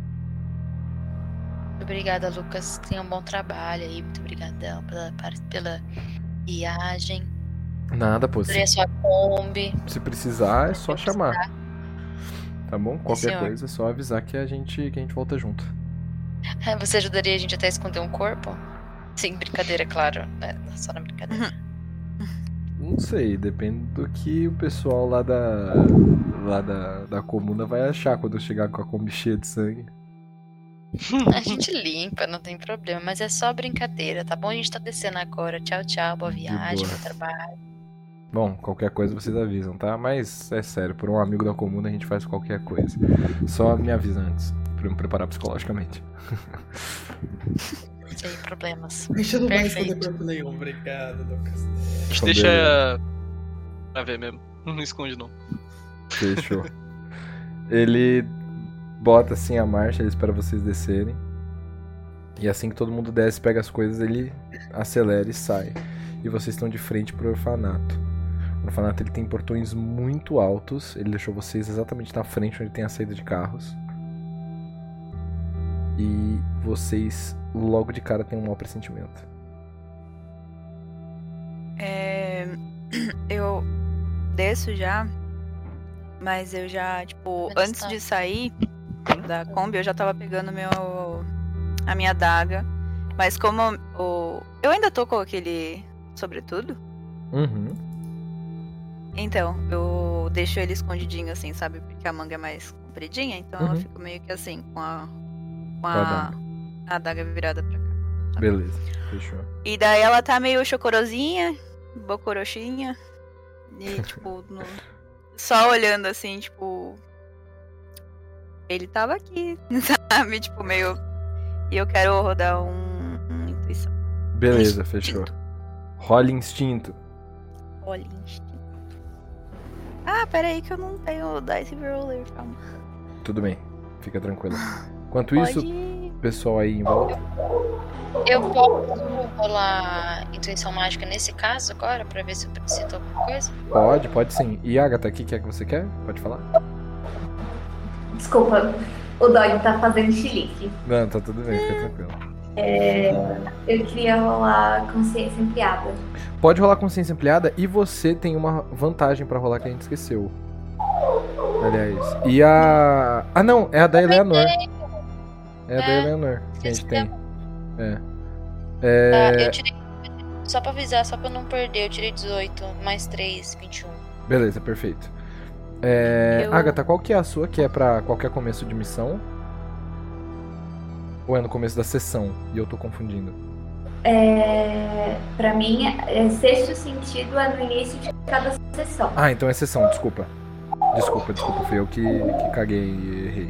Obrigada, Lucas. Tenha um bom trabalho aí. Muito obrigadão pela, pela viagem. Nada, pô. Adorei a Se, sua Kombi. se precisar, é só chamar. Tá bom? Qualquer senhor. coisa é só avisar que a gente, que a gente volta junto. Você ajudaria a gente até a esconder um corpo? Sim, brincadeira, claro. É, só na brincadeira. Não sei, depende do que o pessoal lá da. lá da, da comuna vai achar quando eu chegar com a Kombi cheia de sangue. A gente limpa, não tem problema. Mas é só brincadeira, tá bom? A gente tá descendo agora. Tchau, tchau. Boa De viagem, boa. bom trabalho. Bom, qualquer coisa vocês avisam, tá? Mas é sério, por um amigo da comuna a gente faz qualquer coisa. Só me avisa antes, pra eu me preparar psicologicamente. Sem problemas. A gente não vai Perfeito. esconder corpo nenhum, obrigado, Lucas. A gente Esconder- deixa pra ver mesmo. Não esconde não. Fechou. Ele bota assim a marcha, ele espera vocês descerem. E assim que todo mundo desce, pega as coisas, ele acelera e sai. E vocês estão de frente pro orfanato. O orfanato ele tem portões muito altos. Ele deixou vocês exatamente na frente onde tem a saída de carros. E vocês logo de cara têm um mau pressentimento. É, eu desço já, mas eu já, tipo, Onde antes está? de sair da Kombi, eu já tava pegando meu, a minha adaga. Mas como o, eu ainda tô com aquele sobretudo, Uhum. então eu deixo ele escondidinho assim, sabe? Porque a manga é mais compridinha, então ela Uhum. fica meio que assim, com a, com Com a a, adaga. a adaga virada pra cá. Beleza, fechou. E daí ela tá meio chocorosinha, bocorochinha. E tipo, no- só olhando assim, tipo. Ele tava aqui, sabe? Tipo, meio. E eu quero rodar um, um intuição. Beleza, Instinto. fechou. Role instinto. Olha, instinto. Ah, pera aí que eu não tenho o Dice Roller, calma. Tudo bem, fica tranquilo. Enquanto Pode... isso, pessoal aí em volta. Eu posso rolar intuição mágica nesse caso agora, pra ver se eu preciso alguma coisa? Pode, pode sim. E Agatha, o que que é que você quer? Pode falar? Desculpa, o Dog tá fazendo chilique. Não, tá tudo bem, fica tranquilo. É, eu queria rolar consciência ampliada. Pode rolar consciência ampliada e você tem uma vantagem pra rolar que a gente esqueceu. Aliás. E a... Ah, não, é a da Eleanor. É a da É, Eleanor que a gente tem. É. Tá, É... eu tirei. Só pra avisar, só pra eu não perder, eu tirei dezoito, mais três, vinte e um. Beleza, perfeito. É... Eu- Agatha, qual que é a sua que é pra qualquer começo de missão? Ou é no começo da sessão e eu tô confundindo? É, pra mim, é, sexto sentido é no início de cada sessão. Ah, então é sessão, desculpa. Desculpa, desculpa, fui eu que, que caguei e errei.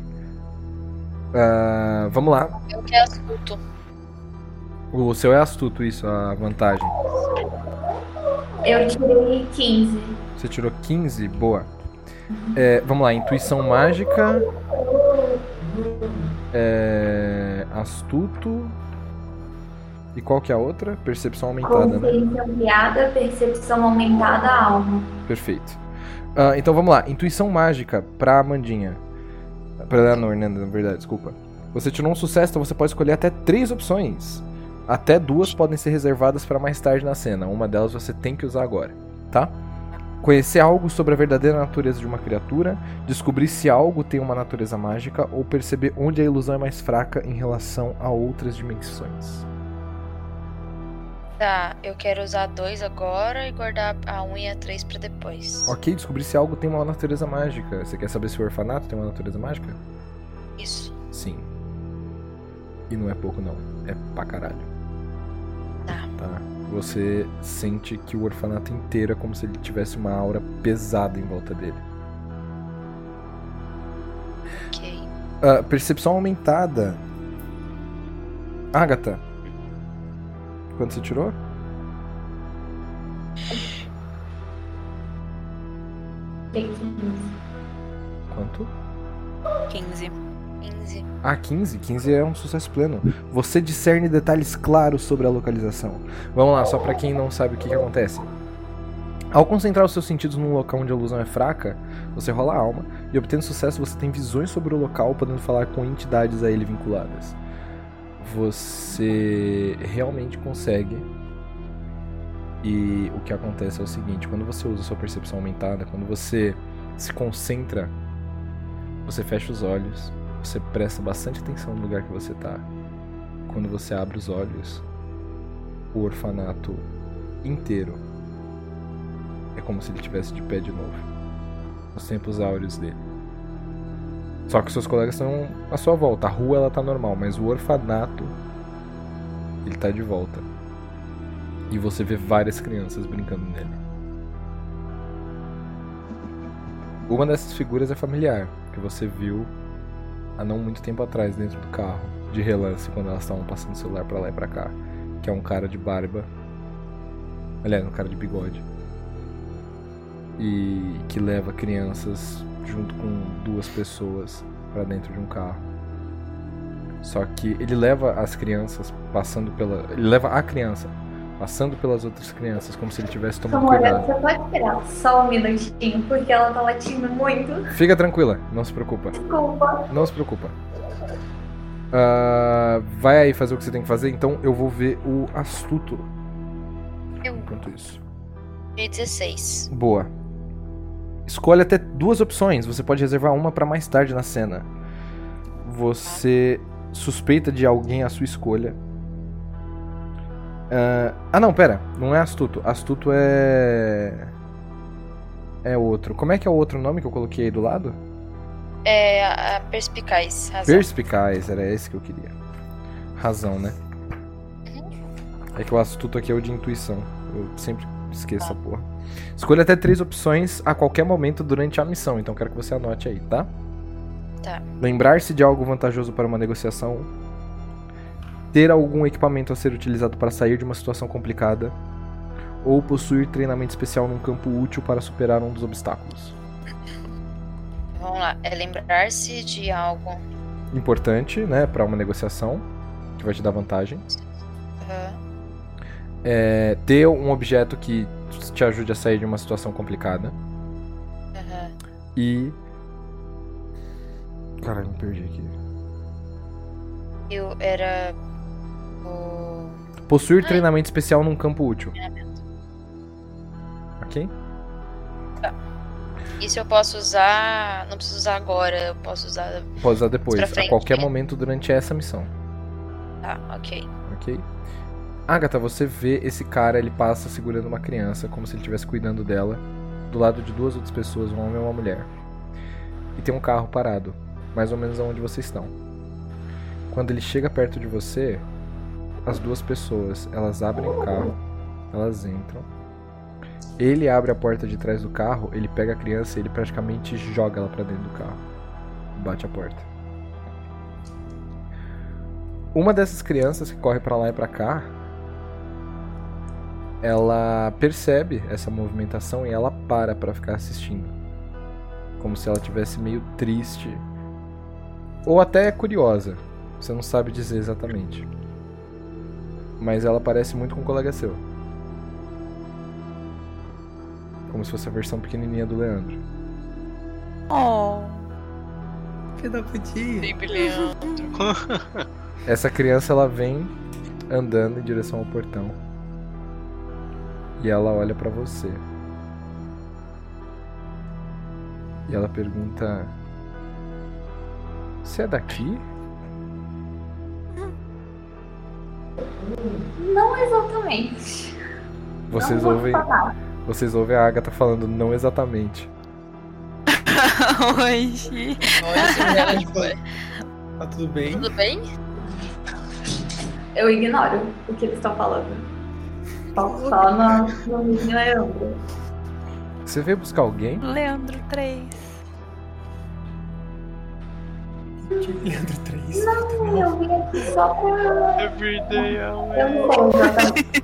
Ah, vamos lá. Eu que é astuto. O seu é astuto, isso, a vantagem. Eu tirei quinze. Você tirou quinze? Boa. É, vamos lá, intuição mágica. É, astuto. E qual que é a outra? Percepção aumentada, né? Consciência ampliada, percepção aumentada, alma. Perfeito. Ah, então vamos lá, intuição mágica pra Amandinha. Pra Eleanor, né? Na verdade, desculpa. Você tirou um sucesso, então você pode escolher até três opções. Até duas podem ser reservadas pra mais tarde na cena. Uma delas você tem que usar agora, tá? Conhecer algo sobre a verdadeira natureza de uma criatura, descobrir se algo tem uma natureza mágica ou perceber onde a ilusão é mais fraca em relação a outras dimensões. Tá, eu quero usar dois agora e guardar a um e a três pra depois. Ok, descobrir se algo tem uma natureza mágica. Você quer saber se o orfanato tem uma natureza mágica? Isso. Sim. E não é pouco não, é pra caralho. Tá. Tá. Você sente que o orfanato inteiro é como se ele tivesse uma aura pesada em volta dele. Ok. Ah, percepção aumentada. Agatha. Quanto você tirou? Tirei quinze. Quanto? quinze. quinze. Ah, quinze. quinze é um sucesso pleno. Você discerne detalhes claros sobre a localização. Vamos lá, só pra quem não sabe o que, que acontece. Ao concentrar os seus sentidos num local onde a ilusão é fraca, você rola a alma, e obtendo sucesso você tem visões sobre o local, podendo falar com entidades a ele vinculadas. Você realmente consegue. E o que acontece é o seguinte: quando você usa sua percepção aumentada, quando você se concentra, você fecha os olhos, você presta bastante atenção no lugar que você tá. Quando você abre os olhos, o orfanato inteiro é como se ele estivesse de pé de novo, nos tempos áureos dele. Só que seus colegas estão à sua volta. A rua ela tá normal, mas o orfanato ele tá de volta. E você vê várias crianças brincando nele. Uma dessas figuras é familiar, que você viu há não muito tempo atrás dentro do carro, de relance, quando elas estavam passando o celular pra lá e pra cá. Que é um cara de barba. Aliás, um cara de bigode. E que leva crianças junto com duas pessoas pra dentro de um carro. Só que ele leva as crianças passando pela... Ele leva a criança passando pelas outras crianças, como se ele estivesse tomando Samora, cuidado. você pode esperar só um minutinho, porque ela tá latindo muito. Fica tranquila, não se preocupa. Desculpa. Não se preocupa. Ah, vai aí fazer o que você tem que fazer, então eu vou ver o astuto. Eu. Enquanto isso. Tirei dezesseis. Boa. Escolhe até duas opções. Você pode reservar uma pra mais tarde na cena. Você suspeita de alguém à sua escolha. Uh, ah não, pera. Não é astuto. Astuto é... É outro. Como é que é o outro nome que eu coloquei aí do lado? É a, a perspicaz. Razão. Perspicaz. Era esse que eu queria. Razão, né? É que o astuto aqui é o de intuição. Eu sempre Esqueça essa porra. Escolha até três opções a qualquer momento durante a missão, então quero que você anote aí, tá? Tá. Lembrar-se de algo vantajoso para uma negociação. Ter algum equipamento a ser utilizado para sair de uma situação complicada. Ou possuir treinamento especial num campo útil para superar um dos obstáculos. Vamos lá. É lembrar-se de algo. Importante, né, para uma negociação, que vai te dar vantagem. Aham. É, ter um objeto que te ajude a sair de uma situação complicada. Aham. E... Caralho, me perdi aqui. Eu era. O. Possuir Ai. treinamento especial num campo útil. Treinamento. Ok? Isso eu posso usar. Não preciso usar agora, eu posso usar. Pode usar depois, Pra frente, a qualquer né? momento durante essa missão. Tá, ok. Ok? Agatha, você vê esse cara, ele passa segurando uma criança, como se ele estivesse cuidando dela, do lado de duas outras pessoas, um homem e uma mulher. E tem um carro parado, mais ou menos onde vocês estão. Quando ele chega perto de você, as duas pessoas, elas abrem o carro, elas entram. Ele abre a porta de trás do carro, ele pega a criança e ele praticamente joga ela pra dentro do carro. Bate a porta. Uma dessas crianças que corre pra lá e pra cá, ela percebe essa movimentação e ela para pra ficar assistindo. Como se ela tivesse meio triste. Ou até curiosa. Você não sabe dizer exatamente. Mas ela parece muito com um colega seu. Como se fosse a versão pequenininha do Leandro. Oh. Filho da putinha. Sempre Leandro. Essa criança, ela vem andando em direção ao portão. E ela olha pra você. E ela pergunta: você é daqui? Não exatamente. Vocês não vou ouvem, falar. vocês ouvem a Agatha falando não exatamente. Oi, Gi. Olha assim, ela tipo, Tá tudo bem? tudo bem? Eu ignoro o que eles estão falando. Só, só no, no mínimo Leandro. Você veio buscar alguém? Leandro três. Leandro três. Não, eu vim aqui só pra. Everyday Eu não sei exatamente.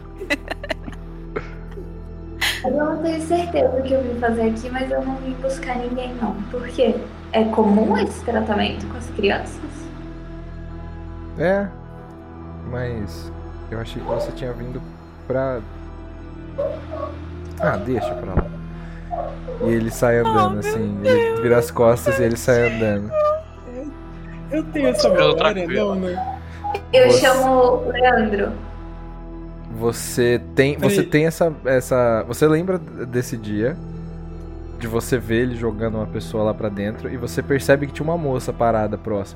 Eu não tenho certeza do que eu vim fazer aqui, mas eu não vim buscar ninguém, não. Por quê? É comum esse tratamento com as crianças? É, mas eu achei que você tinha vindo pra... Ah, deixa pra lá. E ele sai andando, assim, ele vira as costas e ele sai andando. Eu tenho essa Eu memória, tranquilo. não, né? Eu Você- chamo Leandro. Você tem, você Peraí. tem essa, essa, você lembra desse dia de você ver ele jogando uma pessoa lá pra dentro e você percebe que tinha uma moça parada próxima.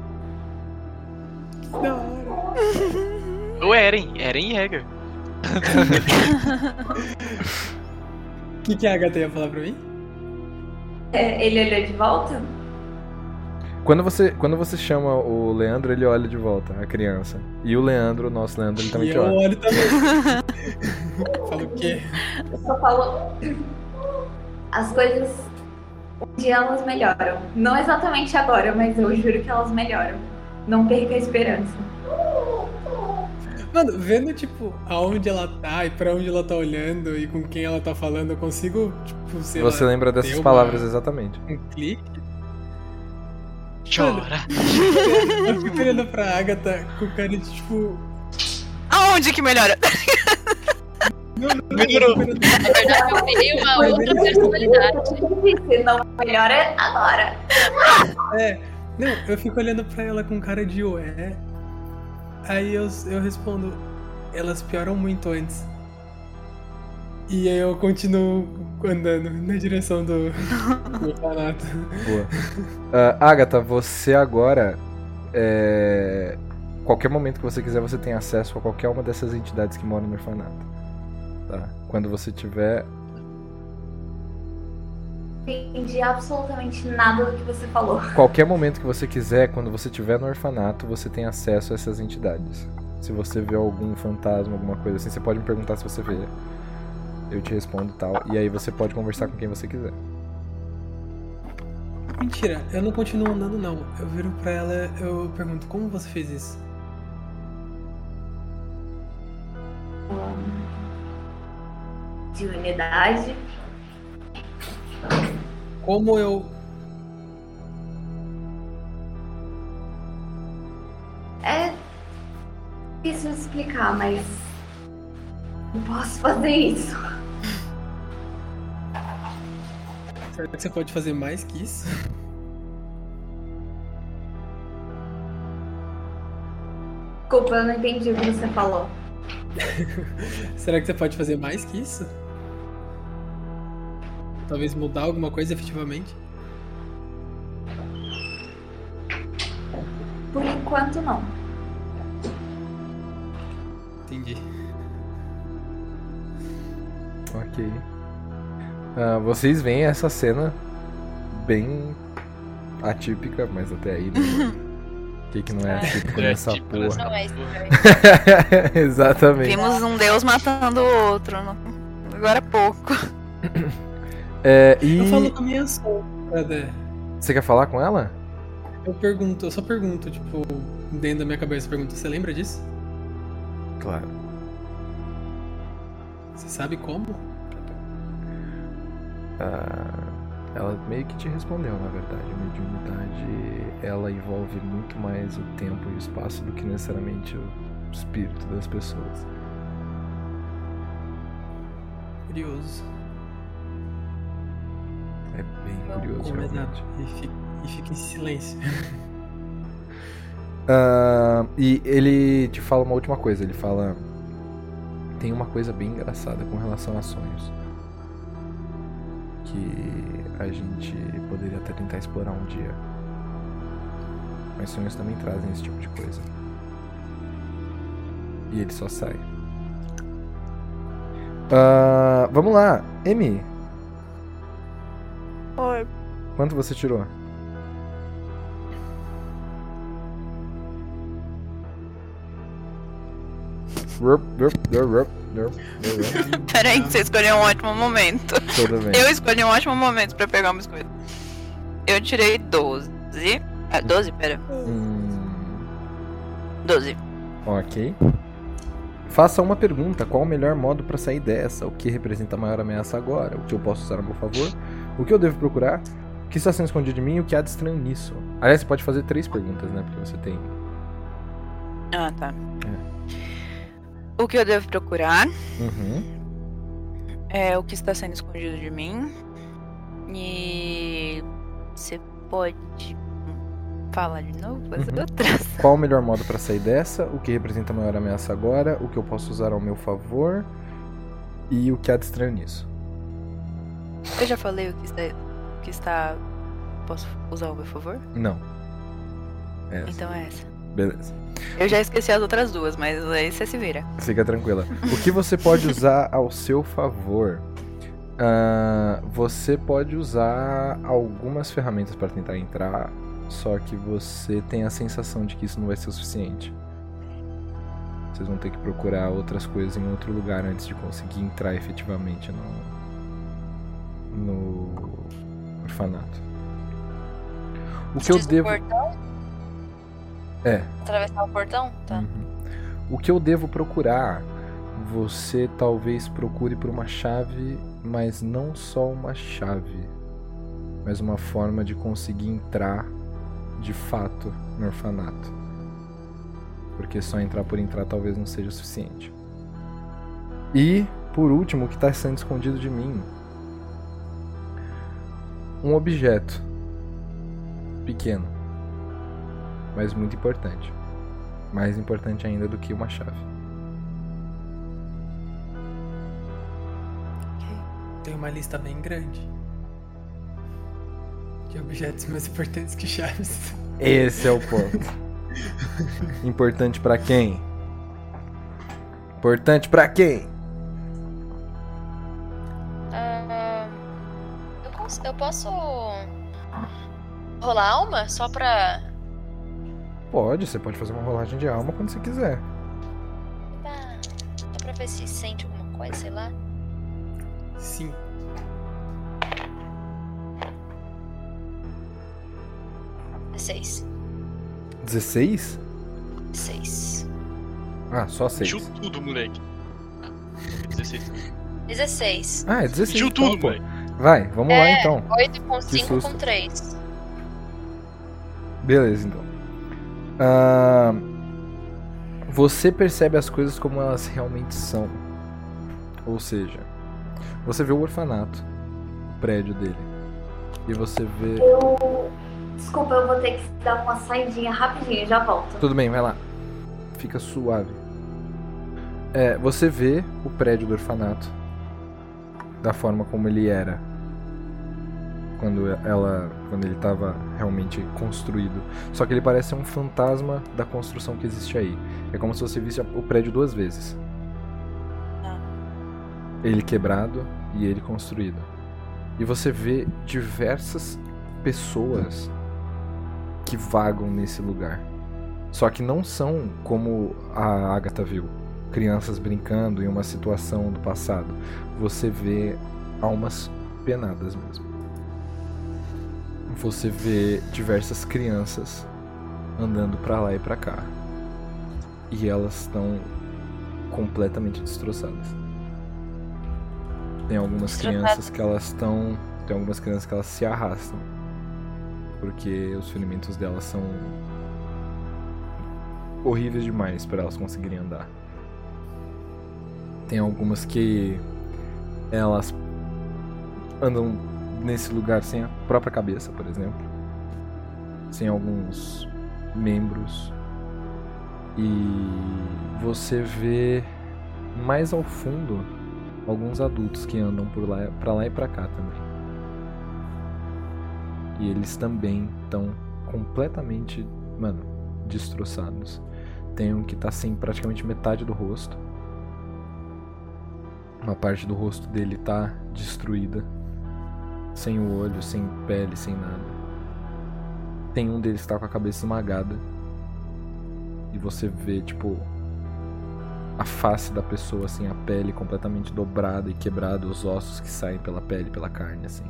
Da hora. O Eren, Eren Jäger. O que, que a Agatha ia falar pra mim? É, ele olhou de volta? Quando você, quando você chama o Leandro, ele olha de volta, a criança. E o Leandro, o nosso Leandro, ele também E te eu olha. olho também. Fala o quê? Eu só falo. As coisas. Um dia elas melhoram. Não exatamente agora, mas eu juro que elas melhoram. Não perca a esperança. Mano, vendo, tipo, aonde ela tá e pra onde ela tá olhando e com quem ela tá falando, eu consigo, tipo, sei Você lá, lembra dessas ter uma- palavras exatamente. um clique. Chora. Eu fico olhando pra Agatha com cara de, tipo... Aonde que melhora? Não, não, Melhorou. não, Na verdade, eu criei uma Foi outra isso personalidade. que eu disse, não melhora agora. É, não, eu fico olhando pra ela com cara de ué. Aí eu, eu respondo, elas pioram muito antes. E aí eu continuo andando na direção do, do orfanato. Boa. Ah, Agatha, você agora. É... Qualquer momento que você quiser, você tem acesso a qualquer uma dessas entidades que moram no orfanato. Tá? Quando você tiver. Não entendi absolutamente nada do que você falou. Qualquer momento que você quiser, quando você estiver no orfanato, você tem acesso a essas entidades. Se você vê algum fantasma, alguma coisa assim, você pode me perguntar se você vê. eu te respondo e tal. E aí você pode conversar com quem você quiser. Mentira, eu não continuo andando não. Eu viro pra ela, eu pergunto, como você fez isso? De unidade. Como eu... É difícil de explicar, mas não posso fazer isso. Será que você pode fazer mais que isso? Desculpa, eu não entendi o que você falou. Será que você pode fazer mais que isso? Talvez mudar alguma coisa efetivamente? Por enquanto, não. Entendi. Ok. Ah, vocês veem essa cena bem atípica, mas até aí, né? O que, que não é atípico É nessa atípico porra? nessa Não é isso. Exatamente. Vimos um deus matando o outro. não- Agora há pouco. É, e Eu falo com a minha sombra, né? você quer falar com ela? Eu pergunto, eu só pergunto, tipo, dentro da minha cabeça, eu pergunto, você lembra disso? Claro. Você sabe como? Ah, ela meio que te respondeu, na verdade. A mediunidade, ela envolve muito mais o tempo e o espaço do que necessariamente o espírito das pessoas. Curioso. É bem curioso, Como realmente. exato. E fica, e fica em silêncio. Ah, e ele te fala uma última coisa. Ele fala... Tem uma coisa bem engraçada com relação a sonhos. Que a gente poderia até tentar explorar um dia. Mas sonhos também trazem esse tipo de coisa. E ele só sai. Ah, vamos lá. Emi, Oi. quanto você tirou? Rup, rup, rup, rup, rup, rup. Peraí, que você escolheu um ótimo momento. Tudo bem. Eu escolhi um ótimo momento pra pegar uma biscoito. Eu tirei doze. Ah, doze? Pera. Hum, doze. ok. Faça uma pergunta. Qual o melhor modo pra sair dessa? O que representa a maior ameaça agora? O que eu posso usar a meu favor? O que eu devo procurar? O que está sendo escondido de mim e o que há de estranho nisso? Aliás, você pode fazer três perguntas, né? Porque você tem... Ah, tá. O que eu devo procurar? Uhum. É o que está sendo escondido de mim. E você pode falar de novo as Uhum. outras? Qual o melhor modo pra sair dessa? O que representa a maior ameaça agora? O que eu posso usar ao meu favor? E o que há de estranho nisso? Eu já falei o que está. O que está. Posso usar ao meu favor? Não. Essa. Então é essa. Beleza. Eu já esqueci as outras duas, mas aí você se vira. Fica tranquila. O que você pode usar ao seu favor? Ah, você pode usar algumas ferramentas para tentar entrar, só que você tem a sensação de que isso não vai ser o suficiente. Vocês vão ter que procurar outras coisas em outro lugar antes de conseguir entrar efetivamente no, no orfanato. O que eu Diz o devo... portão? É. Atravessar o portão? Tá. Uhum. O que eu devo procurar? Você talvez procure por uma chave, mas não só uma chave, mas uma forma de conseguir entrar de fato no orfanato. Porque só entrar por entrar talvez não seja o suficiente. E, por último, o que está sendo escondido de mim? Um objeto pequeno, mas muito importante. Mais importante ainda do que uma chave. Tem uma lista bem grande de objetos mais importantes que chaves. Esse é o ponto. Importante pra quem? Importante pra quem? Ah, eu, cons- eu posso rolar alma só pra. Pode, você pode fazer uma rolagem de alma quando você quiser. Ah, só pra ver se sente alguma coisa, sei lá. Sim. Seis. dezesseis? Seis. Ah, só seis. Viu tudo, moleque. Ah, dezesseis. Dezesseis. Ah, é dezesseis. Viu então, tudo, pô. moleque. Vai, vamos lá então. Oito com Que cinco susto. com três. Beleza, então. Ah, você percebe as coisas como elas realmente são. Ou seja, você vê o orfanato, o prédio dele. E você vê... Eu. Desculpa, eu vou ter que dar uma saidinha rapidinho, já volto. Tudo bem, vai lá. Fica suave. É, você vê o prédio do orfanato da forma como ele era quando ela, quando ele estava realmente construído. Só que ele parece um fantasma da construção que existe aí. É como se você visse o prédio duas vezes. Ah. Ele quebrado e ele construído. E você vê diversas pessoas que vagam nesse lugar. Só que não são como a Agatha viu, crianças brincando em uma situação do passado. Você vê almas penadas mesmo. Você vê diversas crianças andando pra lá e pra cá. E elas estão completamente destroçadas. Tem algumas Destroçadas. crianças que elas estão, tem algumas crianças que elas se arrastam. Porque os ferimentos delas são horríveis demais para elas conseguirem andar. Tem algumas que elas andam nesse lugar sem a própria cabeça, por exemplo. Sem alguns membros. E você vê mais ao fundo alguns adultos que andam por lá, pra lá e pra cá também. E eles também estão completamente, mano, destroçados. Tem um que tá sem praticamente metade do rosto. Uma parte do rosto dele tá destruída. Sem o olho, sem pele, sem nada. Tem um deles que tá com a cabeça esmagada. E você vê, tipo, a face da pessoa, assim, a pele completamente dobrada e quebrada, os ossos que saem pela pele, pela carne, assim.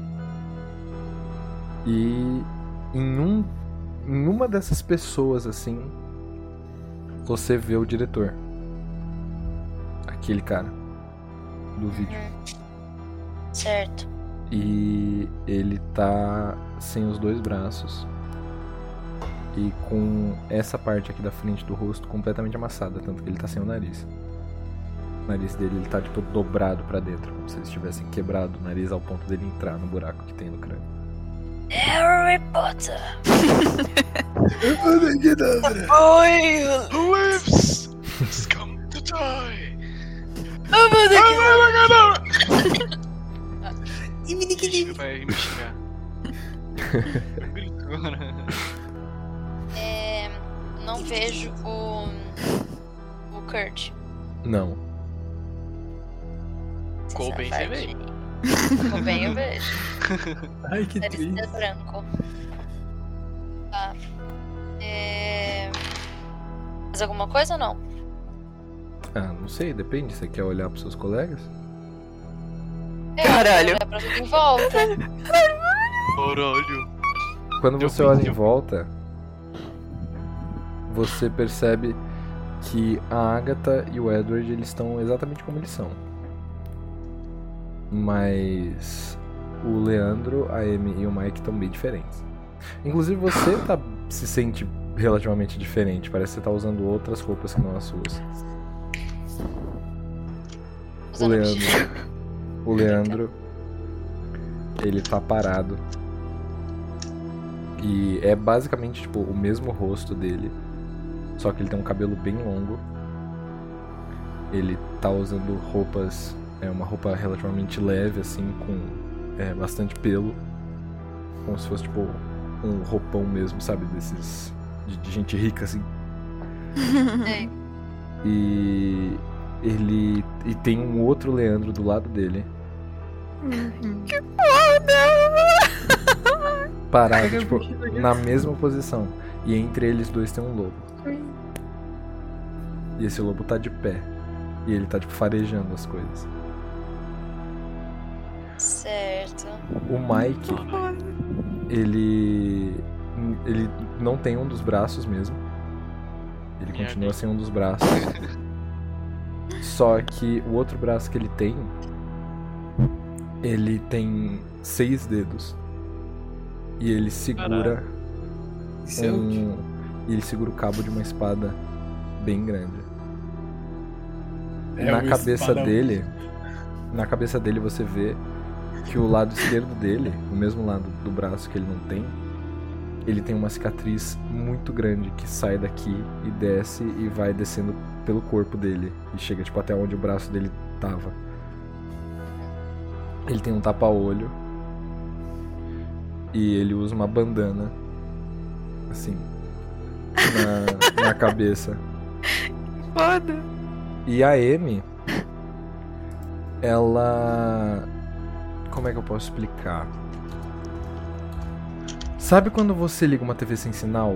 E em, um, em uma dessas pessoas, assim, você vê o diretor. Aquele cara do vídeo. Certo. E ele tá sem os dois braços. E com essa parte aqui da frente do rosto completamente amassada. Tanto que ele tá sem o nariz. O nariz dele ele tá tipo dobrado pra dentro. Como se eles tivessem quebrado o nariz ao ponto dele entrar no buraco que tem no crânio. Harry Potter. Oi! Who lives? Has come to die. Ele vai me xingar. Gritona. É, não vejo o. O Kurt. Não. Ficou bem, você vê. Ficou bem, eu vejo. Ai, que Nariz triste. é branco. Tá. É... Mais alguma coisa ou não? Ah, não sei, depende. Você quer olhar pros seus colegas? É, Caralho. É pra tudo em volta. Caralho. Quando Deu você bem, olha em deu. volta, você percebe que a Agatha e o Edward eles estão exatamente como eles são. Mas o Leandro, a Amy e o Mike estão bem diferentes. Inclusive você tá, se sente relativamente diferente. Parece que você tá usando outras roupas que não as suas. O Usando Leandro, o Leandro, ele tá parado. E é basicamente tipo o mesmo rosto dele, só que ele tem um cabelo bem longo. Ele tá usando roupas, é uma roupa relativamente leve assim, com é, bastante pelo, como se fosse tipo um roupão mesmo, sabe, desses de, de gente rica assim. É. E ele e tem um outro Leandro do lado dele, Que foda! parado, Pega tipo, o bicho daqui. na mesma posição. E entre eles dois tem um lobo. E esse lobo tá de pé. E ele tá, tipo, farejando as coisas. Certo. O Mike, ele. Ele não tem um dos braços mesmo. Ele Merda. continua sem um dos braços. Só que o outro braço que ele tem. Ele tem seis dedos. E ele segura Isso é um. útil. E ele segura o cabo de uma espada bem grande. É na um cabeça espadão. dele. Na cabeça dele você vê que o lado esquerdo dele, o mesmo lado do braço que ele não tem, ele tem uma cicatriz muito grande que sai daqui e desce e vai descendo pelo corpo dele e chega tipo até onde o braço dele tava. Ele tem um tapa-olho e ele usa uma bandana assim na, na cabeça. Foda. E a Amy, ela... Como é que eu posso explicar? Sabe quando você liga uma T V sem sinal?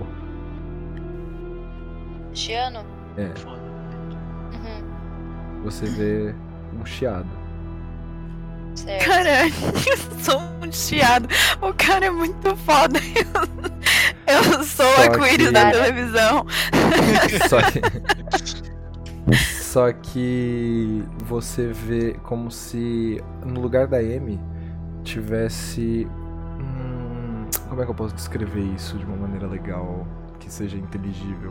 Chiano? É, Foda. Uhum. você vê um chiado. Certo. Caralho, eu sou um chiado. O cara é muito foda. Eu, eu sou o Só arco-íris que- da televisão. Só que... Só que você vê como se no lugar da Amy tivesse... Hum, como é que eu posso descrever isso de uma maneira legal, que seja inteligível?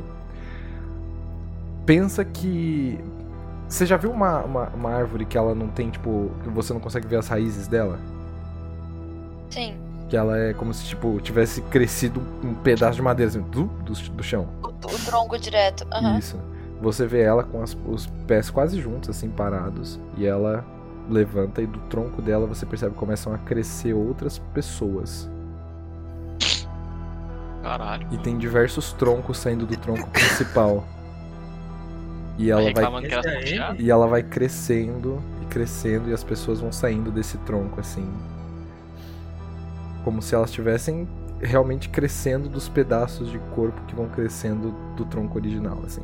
Pensa que... Você já viu uma, uma, uma árvore que ela não tem, tipo... Que você não consegue ver as raízes dela? Sim. Que ela é como se, tipo, tivesse crescido um pedaço de madeira, assim, do, do, do chão. O, o tronco direto. Aham. Isso. Você vê ela com as- os pés quase juntos, assim, parados. E ela levanta e do tronco dela você percebe que começam a crescer outras pessoas. Caralho. E tem diversos troncos saindo do tronco principal. E ela vai, reclamando que elas Esse estão é ele? chiadas? e ela vai crescendo e crescendo e as pessoas vão saindo desse tronco, assim. Como se elas estivessem realmente crescendo dos pedaços de corpo que vão crescendo do tronco original, assim.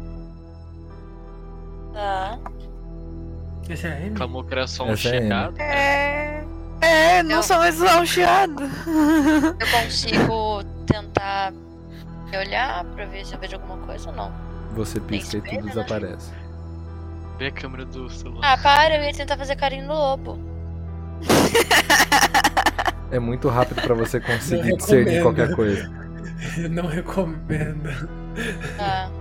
Tá. Esse é ele? Reclamou que era só um Essa é a Amy. chiado. É. É, não Eu- sou mais só um chiado. Eu consigo tentar me olhar pra ver se eu vejo alguma coisa ou não? Você pisca e espelho, tudo né? desaparece. Vê a câmera do celular. Ah, para, eu ia tentar fazer carinho no lobo. É muito rápido pra você conseguir Não discernir recomendo. qualquer coisa. Eu não recomendo. Tá.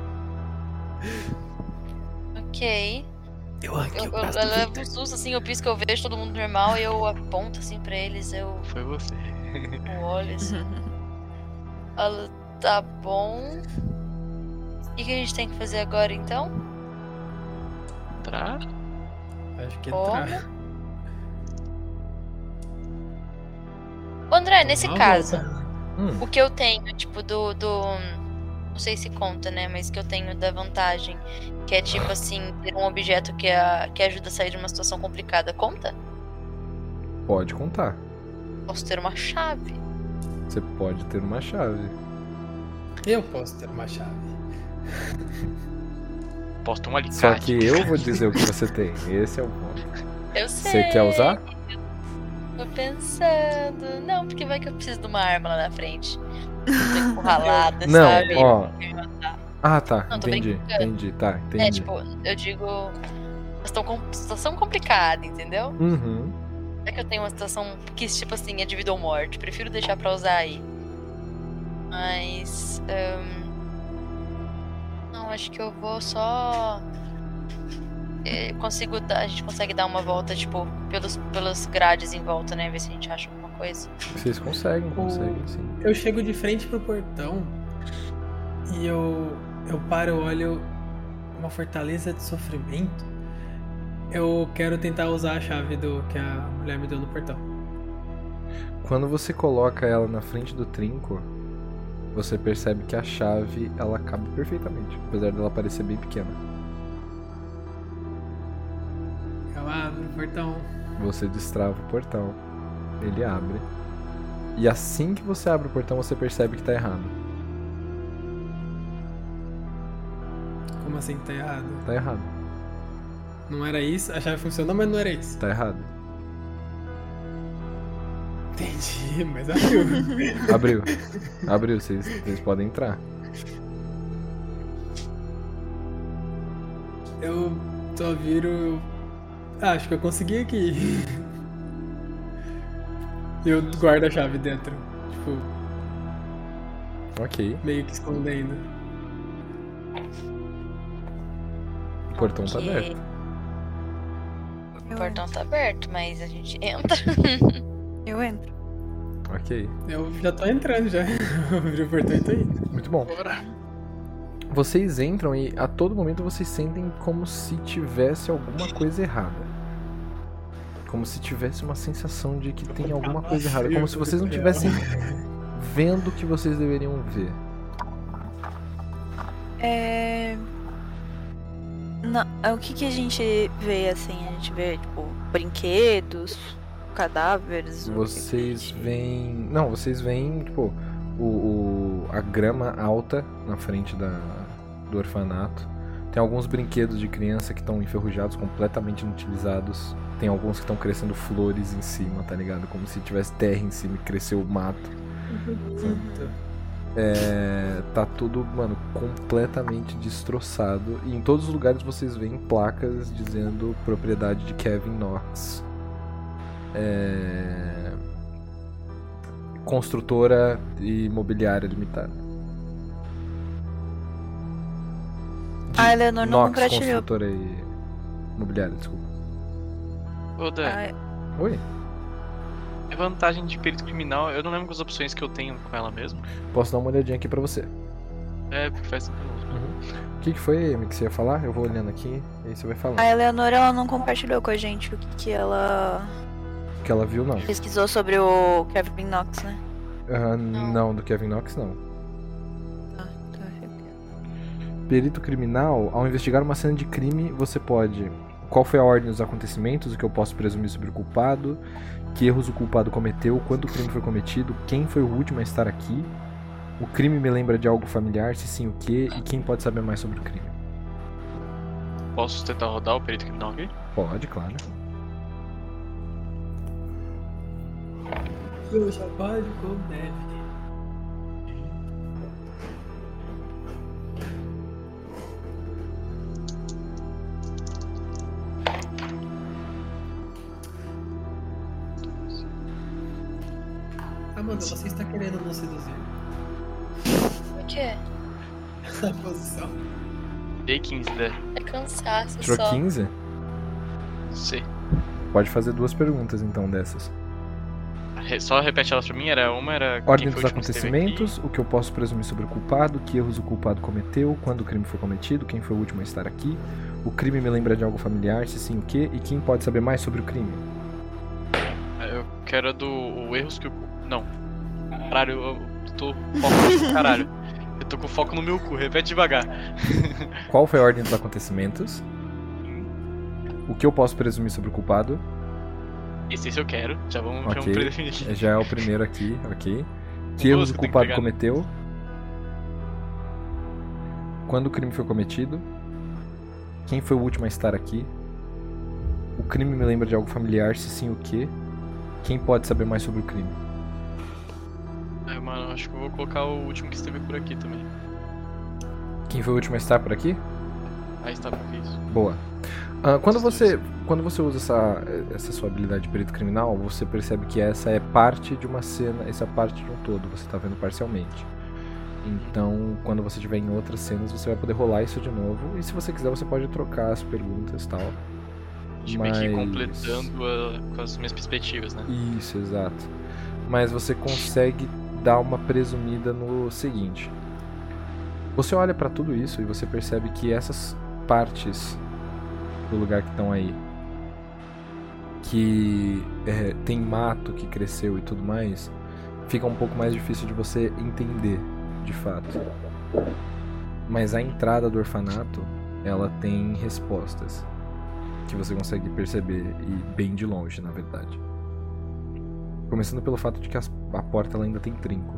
Ok. Eu aqui, Eu, o eu, braço eu do levo um Victor. susto, assim, eu pisco, eu vejo todo mundo normal e eu aponto, assim, pra eles, eu, Foi você. eu olho, assim. Falo, tá bom. O que, que a gente tem que fazer agora, então? Entrar? Acho que Como? entrar. Ô, André, nesse Uma caso, volta. Hum, o que eu tenho, tipo, do, do... Não sei se conta, né? Mas que eu tenho da vantagem, que é, tipo, assim, ter um objeto que, a, que ajuda a sair de uma situação complicada, conta? pode contar. Posso ter uma chave. Você pode ter uma chave. Eu posso ter uma chave. Posso ter um alicate. Só que eu vou dizer o que você tem. Esse é o ponto. Eu sei. Você quer usar? Tô pensando. Não, porque vai que eu preciso de uma arma lá na frente. Tô encurralada, Não, sabe? ó. Ah, tá. Não, tô Entendi. brincando. Entendi. Tá, É, entendi. tipo, eu digo. Situação, com- situação complicada, entendeu? Uhum. É que eu tenho uma situação que, tipo assim, é de vida ou morte. Prefiro deixar pra usar aí. Mas. ahn, Não, acho que eu vou só. É, consigo dar- a gente consegue dar uma volta, tipo, pelos, pelos grades em volta, né? Ver se a gente acha alguma coisa. Vocês conseguem, conseguem, sim. Eu chego de frente pro portão e eu, eu paro, eu olho uma fortaleza de sofrimento. Eu quero tentar usar a chave do que a mulher me deu no portão. Quando você coloca ela na frente do trinco, você percebe que a chave ela cabe perfeitamente, apesar dela parecer bem pequena. Eu abro o portão. Você destrava o portão, ele abre. E assim que você abre o portão, você percebe que tá errado. Como assim tá errado? Tá errado. Não era isso? A chave funcionou, mas não era isso. Tá errado. entendi, mas abriu. Abriu. Abriu, vocês, vocês podem entrar. Eu só viro. Ah, acho que eu consegui aqui. Eu guardo a chave dentro. Tipo, Ok. meio que escondendo. O portão tá Que- aberto. O portão tá aberto, mas a gente entra. Eu entro. Ok. Eu já tô entrando já. Eu abri o portão e tô indo. Muito bom. Bora. Vocês entram e a todo momento vocês sentem como se tivesse alguma coisa errada. Como se tivesse uma sensação de que tem alguma coisa errada. Como se vocês não estivessem vendo o que vocês deveriam ver. É... Não, é, o que que a gente vê, assim? A gente vê, tipo, brinquedos, cadáveres... o que que a Vocês gente- veem. Não, vocês veem, tipo, o, o- a grama alta na frente da, do orfanato. Tem alguns brinquedos de criança que estão enferrujados, completamente inutilizados. Tem alguns que estão crescendo flores em cima, tá ligado? Como se tivesse terra em cima e cresceu mato. É, tá tudo, mano, completamente destroçado. E em todos os lugares vocês veem placas dizendo propriedade de Kevin Knox. É... Construtora Imobiliária Limitada. De A Eleanor não Knox compartilhou. Construtora e... Imobiliária, desculpa. Ô, Dan, Ah, Oi? é vantagem de perito criminal. Eu não lembro as opções que eu tenho com ela mesmo. Posso dar uma olhadinha aqui pra você. É, faz tempo. O que, que foi, Amy, que você ia falar? Eu vou olhando aqui e aí você vai falando. a Eleanor, ela não compartilhou com a gente o que que ela O que ela viu, não. pesquisou sobre o Kevin Knox, né? Ah, não, do Kevin Knox, não. Ah, tá. Perito criminal, ao investigar uma cena de crime, você pode... Qual foi a ordem dos acontecimentos, o que eu posso presumir sobre o culpado, que erros o culpado cometeu, quando o crime foi cometido, quem foi o último a estar aqui, o crime me lembra de algo familiar, se sim o que, e quem pode saber mais sobre o crime. Posso tentar rodar o perito criminal aqui? Pode, claro. Eu já pode com neve. Amanda, você está querendo nos seduzir? Por quê? Na posição. Dei quinze, né? É cansaço Tirou só. quinze? Sei. Pode fazer duas perguntas, então, dessas. Re- Só repete elas pra mim, era uma, era Ordem quem foi dos o último que esteve acontecimentos, o que eu posso presumir sobre o culpado, que erros o culpado cometeu, quando o crime foi cometido, quem foi o último a estar aqui, o crime me lembra de algo familiar, se sim o que, e quem pode saber mais sobre o crime. aqui. Eu quero a do o erros que o... Não. Caralho, eu eu tô foco caralho. Eu tô com foco no meu cu, repete devagar. Qual foi a ordem dos acontecimentos? O que eu posso presumir sobre o culpado? Esse, esse eu quero, já vamos, já Ok. vamos predefinir. Já é o primeiro aqui, ok. Que Duas erros o que eu tenho que culpado pegar. cometeu? Quando o crime foi cometido? Quem foi o último a estar aqui? O crime me lembra de algo familiar, se sim o que? Quem pode saber mais sobre o crime? Ai, mano, acho que eu vou colocar o último que esteve por aqui também. Quem foi o último a estar por aqui? Aí está por isso. Boa. Ah, quando, Os você, quando você usa essa, essa sua habilidade de perito criminal, você percebe que essa é parte de uma cena, essa é parte de um todo, você tá vendo parcialmente. Então, quando você estiver em outras cenas, você vai poder rolar isso de novo. E se você quiser, você pode trocar as perguntas e tal. A gente meio que Mas- completando a- com as minhas perspectivas, né? Isso, exato. Mas você consegue dar uma presumida no seguinte. Você olha pra tudo isso e você percebe que essas partes do lugar que estão aí, que é, tem mato que cresceu e tudo mais, fica um pouco mais difícil de você entender, de fato. Mas a entrada do orfanato, ela tem respostas que você consegue perceber, e bem de longe, na verdade. Começando pelo fato de que as- a porta ela ainda tem trinco.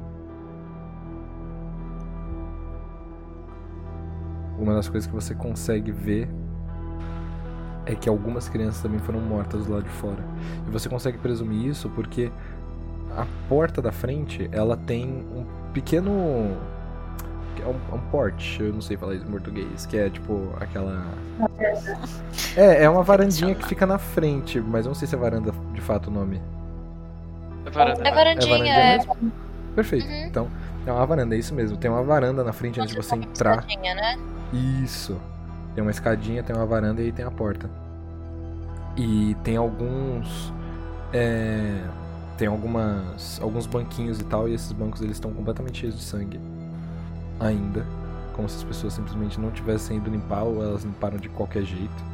Uma das coisas que você consegue ver é que algumas crianças também foram mortas do lado de fora. E você consegue presumir isso porque a porta da frente, ela tem um pequeno... É um, um porte, eu não sei falar isso em português, que é tipo aquela... É, é uma varandinha que fica na frente, mas eu não sei se é varanda de fato o nome. É varanda. É varandinha, varandinha é. mesmo? Perfeito, Uhum. então é uma varanda, é isso mesmo. Tem uma varanda na frente antes de você entrar. Escadinha, né? Isso. Tem uma escadinha, tem uma varanda e aí tem a porta. E tem alguns... É... Tem algumas... alguns banquinhos e tal, e esses bancos eles estão completamente cheios de sangue. Ainda. Como se as pessoas simplesmente não tivessem ido limpar ou elas limparam de qualquer jeito.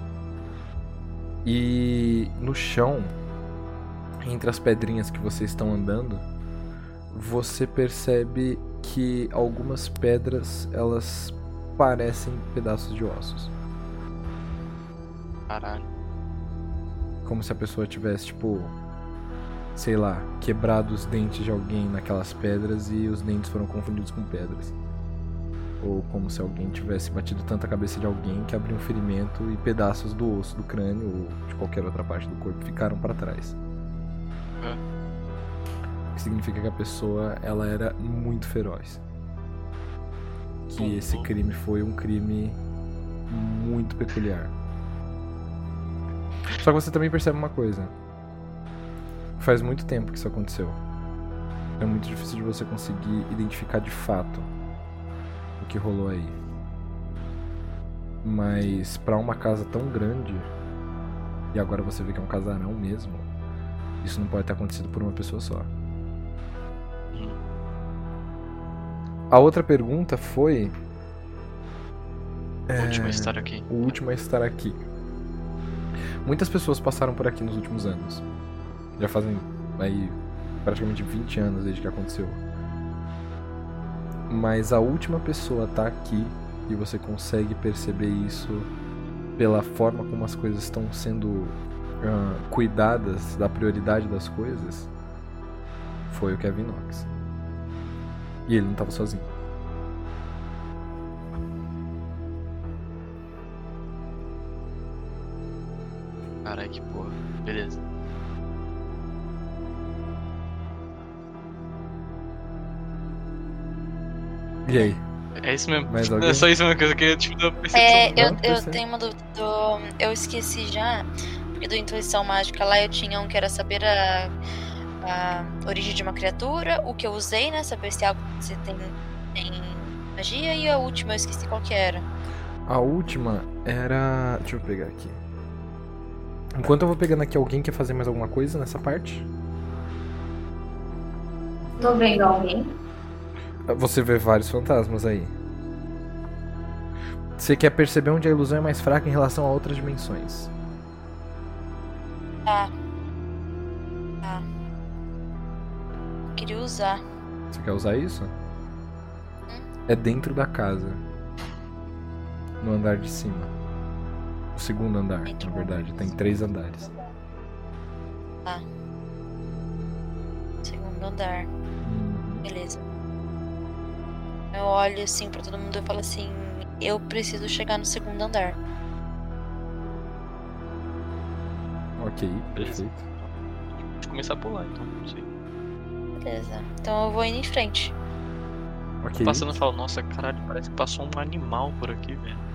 E no chão, entre as pedrinhas que vocês estão andando, você percebe que algumas pedras, elas parecem pedaços de ossos. Caralho. Como se a pessoa tivesse, tipo, sei lá, quebrado os dentes de alguém naquelas pedras e os dentes foram confundidos com pedras. Ou como se alguém tivesse batido tanta a cabeça de alguém que abriu um ferimento e pedaços do osso do crânio ou de qualquer outra parte do corpo ficaram para trás. É. O que significa que a pessoa, ela era muito feroz. Que Uhum. esse crime foi um crime muito peculiar. Só que você também percebe uma coisa. Faz muito tempo que isso aconteceu. É muito difícil de você conseguir identificar de fato o que rolou aí. Mas pra uma casa tão grande, e agora você vê que é um casarão mesmo, isso não pode ter acontecido por uma pessoa só. A outra pergunta foi... A última história aqui. O último a estar aqui. Muitas pessoas passaram por aqui nos últimos anos. Já fazem aí praticamente vinte anos desde que aconteceu. Mas a última pessoa tá aqui e você consegue perceber isso pela forma como as coisas estão sendo uh, cuidadas, da prioridade das coisas, foi o Kevin Knox. E ele não tava sozinho. Caralho, que porra. Beleza. E aí? É isso mesmo. Mais alguém? É só isso mesmo que eu queria tipo, dar uma percepção. É, eu, Não, eu percebe. tenho uma dúvida do. Eu esqueci já, porque do Intuição Mágica lá eu tinha um que era saber a, a origem de uma criatura, o que eu usei, né? Saber se algo se tem, tem magia, e a última eu esqueci qual que era. A última era... Deixa eu pegar aqui. Enquanto eu vou pegando aqui, alguém quer fazer mais alguma coisa nessa parte? Tô vendo alguém. Você vê vários fantasmas aí. Você quer perceber onde a ilusão é mais fraca em relação a outras dimensões. Tá. Tá. Queria usar. Você quer usar isso? É dentro da casa. No andar de cima. O segundo andar, Dentro na do verdade. andar. Tem três andares. Tá. Segundo andar. Hum, Beleza. Eu olho assim pra todo mundo e falo assim: eu preciso chegar no segundo andar. ok, Beleza. perfeito. Vou começar a pular, então. Não sei. Beleza. Então eu vou indo em frente. Ok. Passando e falo, nossa, caralho, parece que passou um animal por aqui, velho.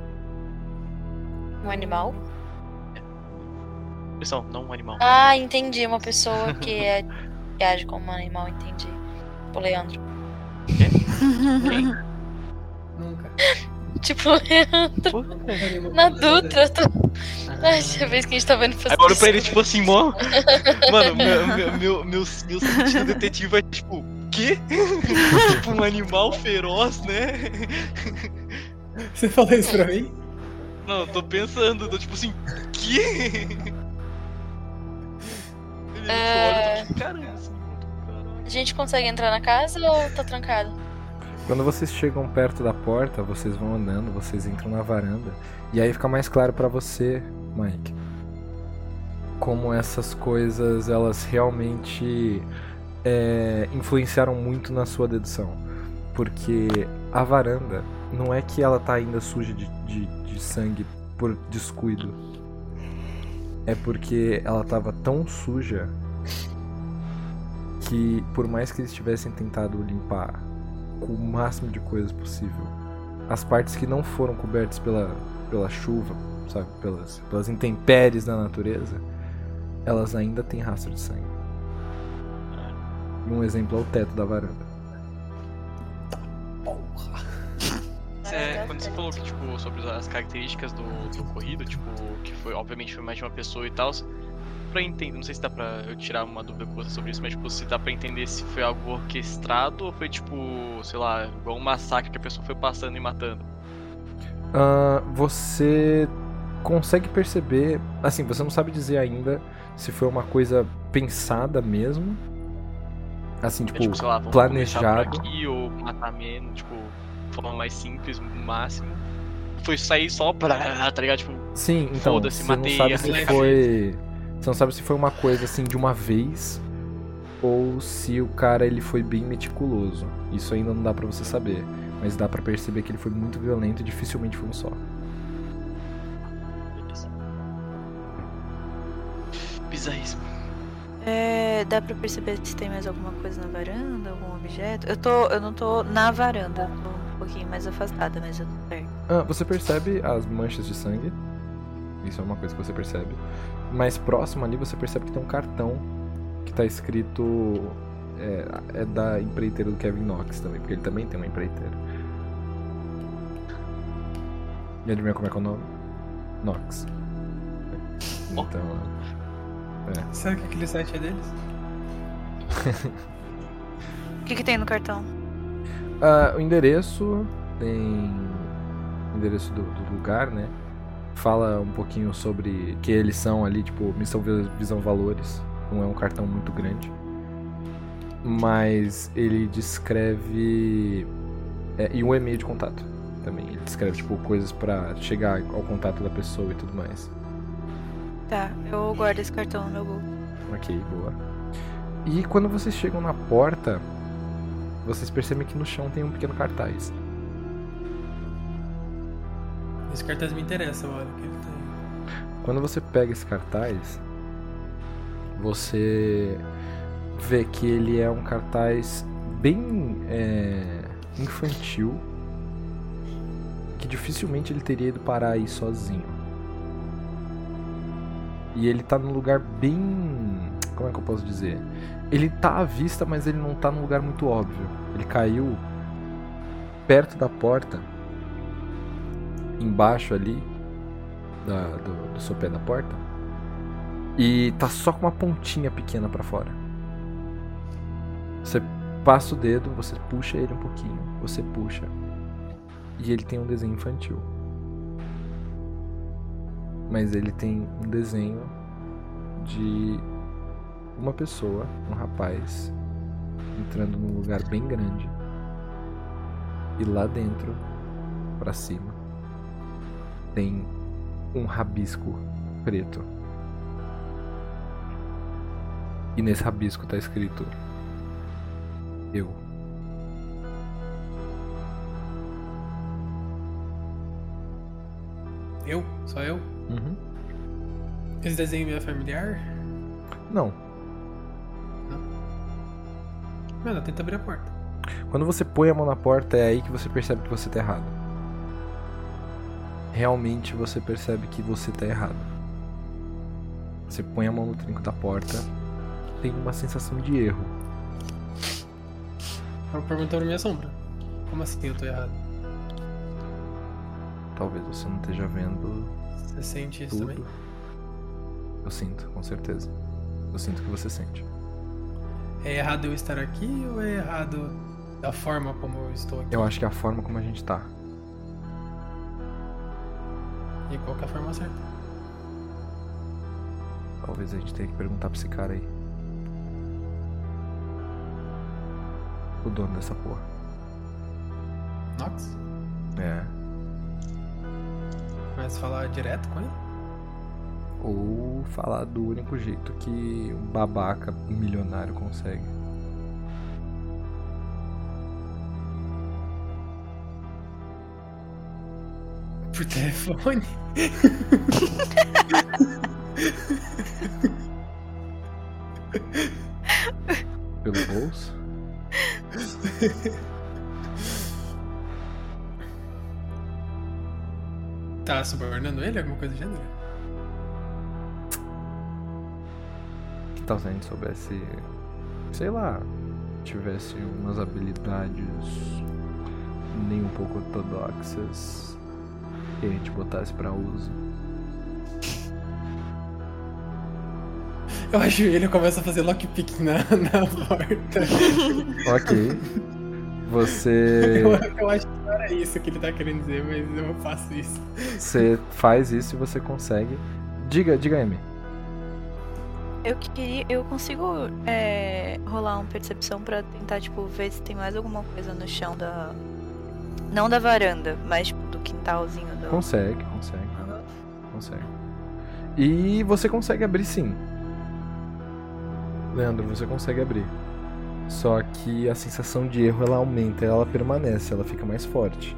Um animal? Pessoal, não um animal. Ah, entendi. Uma pessoa que, é, que age como um animal, entendi. O Leandro. Quem? Nunca. Tipo, Leandro. Na Dutra, eu tô. Ai, deixa eu ver que a gente tá vendo Aí eu olho pra ele, tipo assim, mó. Mano, meu, meu, meu, meu, meu sentido detetive é tipo, quê? Tipo um animal feroz, né? Você falou isso pra mim? Não, eu tô pensando, tô tipo assim, quê? Ele É. olha e tô tipo, caramba, assim, caralho. A gente consegue entrar na casa ou tá trancado? Quando vocês chegam perto da porta, vocês vão andando, vocês entram na varanda. E aí fica mais claro pra você, Mike, como essas coisas, elas realmente é, influenciaram muito na sua dedução. Porque a varanda, não é que ela tá ainda suja de, de, de sangue por descuido. É porque ela tava tão suja que por mais que eles tivessem tentado limpar com o máximo de coisas possível, as partes que não foram cobertas pela, pela chuva, sabe, pelas, pelas intempéries da natureza, elas ainda têm rastro de sangue. E um exemplo é o teto da varanda. É, quando você falou que, tipo, sobre as características do, do ocorrido, tipo, que foi, obviamente, foi mais de uma pessoa e tal, pra entender, não sei se dá pra eu tirar uma dúvida com você sobre isso, mas, tipo, se dá pra entender se foi algo orquestrado ou foi, tipo, sei lá, igual um massacre que a pessoa foi passando e matando. Uh, você consegue perceber, assim, você não sabe dizer ainda se foi uma coisa pensada mesmo, assim, tipo, é, tipo sei lá, vamos planejado. Por aqui, ou matar menos, tipo, de forma mais simples, no máximo. Foi sair só pra, tá ligado? Tipo, sim, então, foda-se, você matei não sabe a se cabeça. foi... Você não sabe se foi uma coisa, assim, de uma vez, ou se o cara, ele foi bem meticuloso. Isso ainda não dá pra você saber, mas dá pra perceber que ele foi muito violento e dificilmente foi um só. Bizarríssimo. É, dá pra perceber se tem mais alguma coisa na varanda, algum objeto? Eu tô, eu não tô na varanda, tô um pouquinho mais afastada, mas eu tô perto. Ah, você percebe as manchas de sangue. Isso é uma coisa que você percebe. Mais próximo ali você percebe que tem um cartão que tá escrito... É, é da empreiteira do Kevin Knox também, porque ele também tem uma empreiteira. E adivinha como é que é o nome? Knox. Então... É. Será que aquele site é deles? O que que tem no cartão? Ah, o endereço tem o endereço do, do lugar, né? Fala um pouquinho sobre que eles são ali, tipo, missão visão valores. Não é um cartão muito grande, mas ele descreve é, e um e-mail de contato também. Ele descreve tipo coisas pra chegar ao contato da pessoa e tudo mais. Tá, eu guardo esse cartão no meu bolso. Ok, boa. E quando vocês chegam na porta, vocês percebem que no chão tem um pequeno cartaz. Esse cartaz me interessa, olha que ele tem. Quando você pega esse cartaz, você vê que ele é um cartaz bem é, infantil, que dificilmente ele teria ido parar aí sozinho. E ele tá num lugar bem... Como é que eu posso dizer? Ele tá à vista, mas ele não tá num lugar muito óbvio. Ele caiu perto da porta, embaixo ali, da, do, do sopé da porta. E tá só com uma pontinha pequena pra fora. Você passa o dedo, você puxa ele um pouquinho, você puxa. E ele tem um desenho infantil. Mas ele tem um desenho de uma pessoa, um rapaz, entrando num lugar bem grande. E lá dentro, pra cima, tem um rabisco preto. E nesse rabisco tá escrito: eu. Eu? Só eu? Uhum. Esse desenho é familiar? Não. Mano, tenta abrir a porta. Quando você põe a mão na porta, é aí que você percebe que você tá errado. Realmente você percebe que você tá errado. Você põe a mão no trinco da porta, tem uma sensação de erro. Ela perguntou pra minha sombra. Como assim eu tô errado? Talvez você não esteja vendo Você sente isso tudo. também? Eu sinto, com certeza. Eu sinto que você sente. É errado eu estar aqui ou é errado da forma como eu estou aqui? Eu acho que é a forma como a gente tá. E qual que é a forma certa? Talvez a gente tenha que perguntar pra esse cara aí. O dono dessa porra. Nox? É. Começa a falar direto com ele? Ou falar do único jeito que um babaca milionário consegue. Por telefone? pelo bolso. Tá subornando ele? Alguma coisa do gênero? Que tal se a gente soubesse, sei lá, tivesse umas habilidades nem um pouco ortodoxas e a gente botasse pra uso? Eu ajoelho e começo a fazer lockpick na, na porta. Ok. Você. Eu, eu acho que não era isso que ele tá querendo dizer, mas eu faço isso. Você faz isso e você consegue. Diga, diga, Amy. Eu queria. Eu consigo é, rolar uma percepção pra tentar, tipo, ver se tem mais alguma coisa no chão da. Não da varanda, mas tipo, do quintalzinho do. Consegue, consegue. Consegue. E você consegue abrir sim. Leandro, você consegue abrir. Só que a sensação de erro ela aumenta, ela permanece, ela fica mais forte.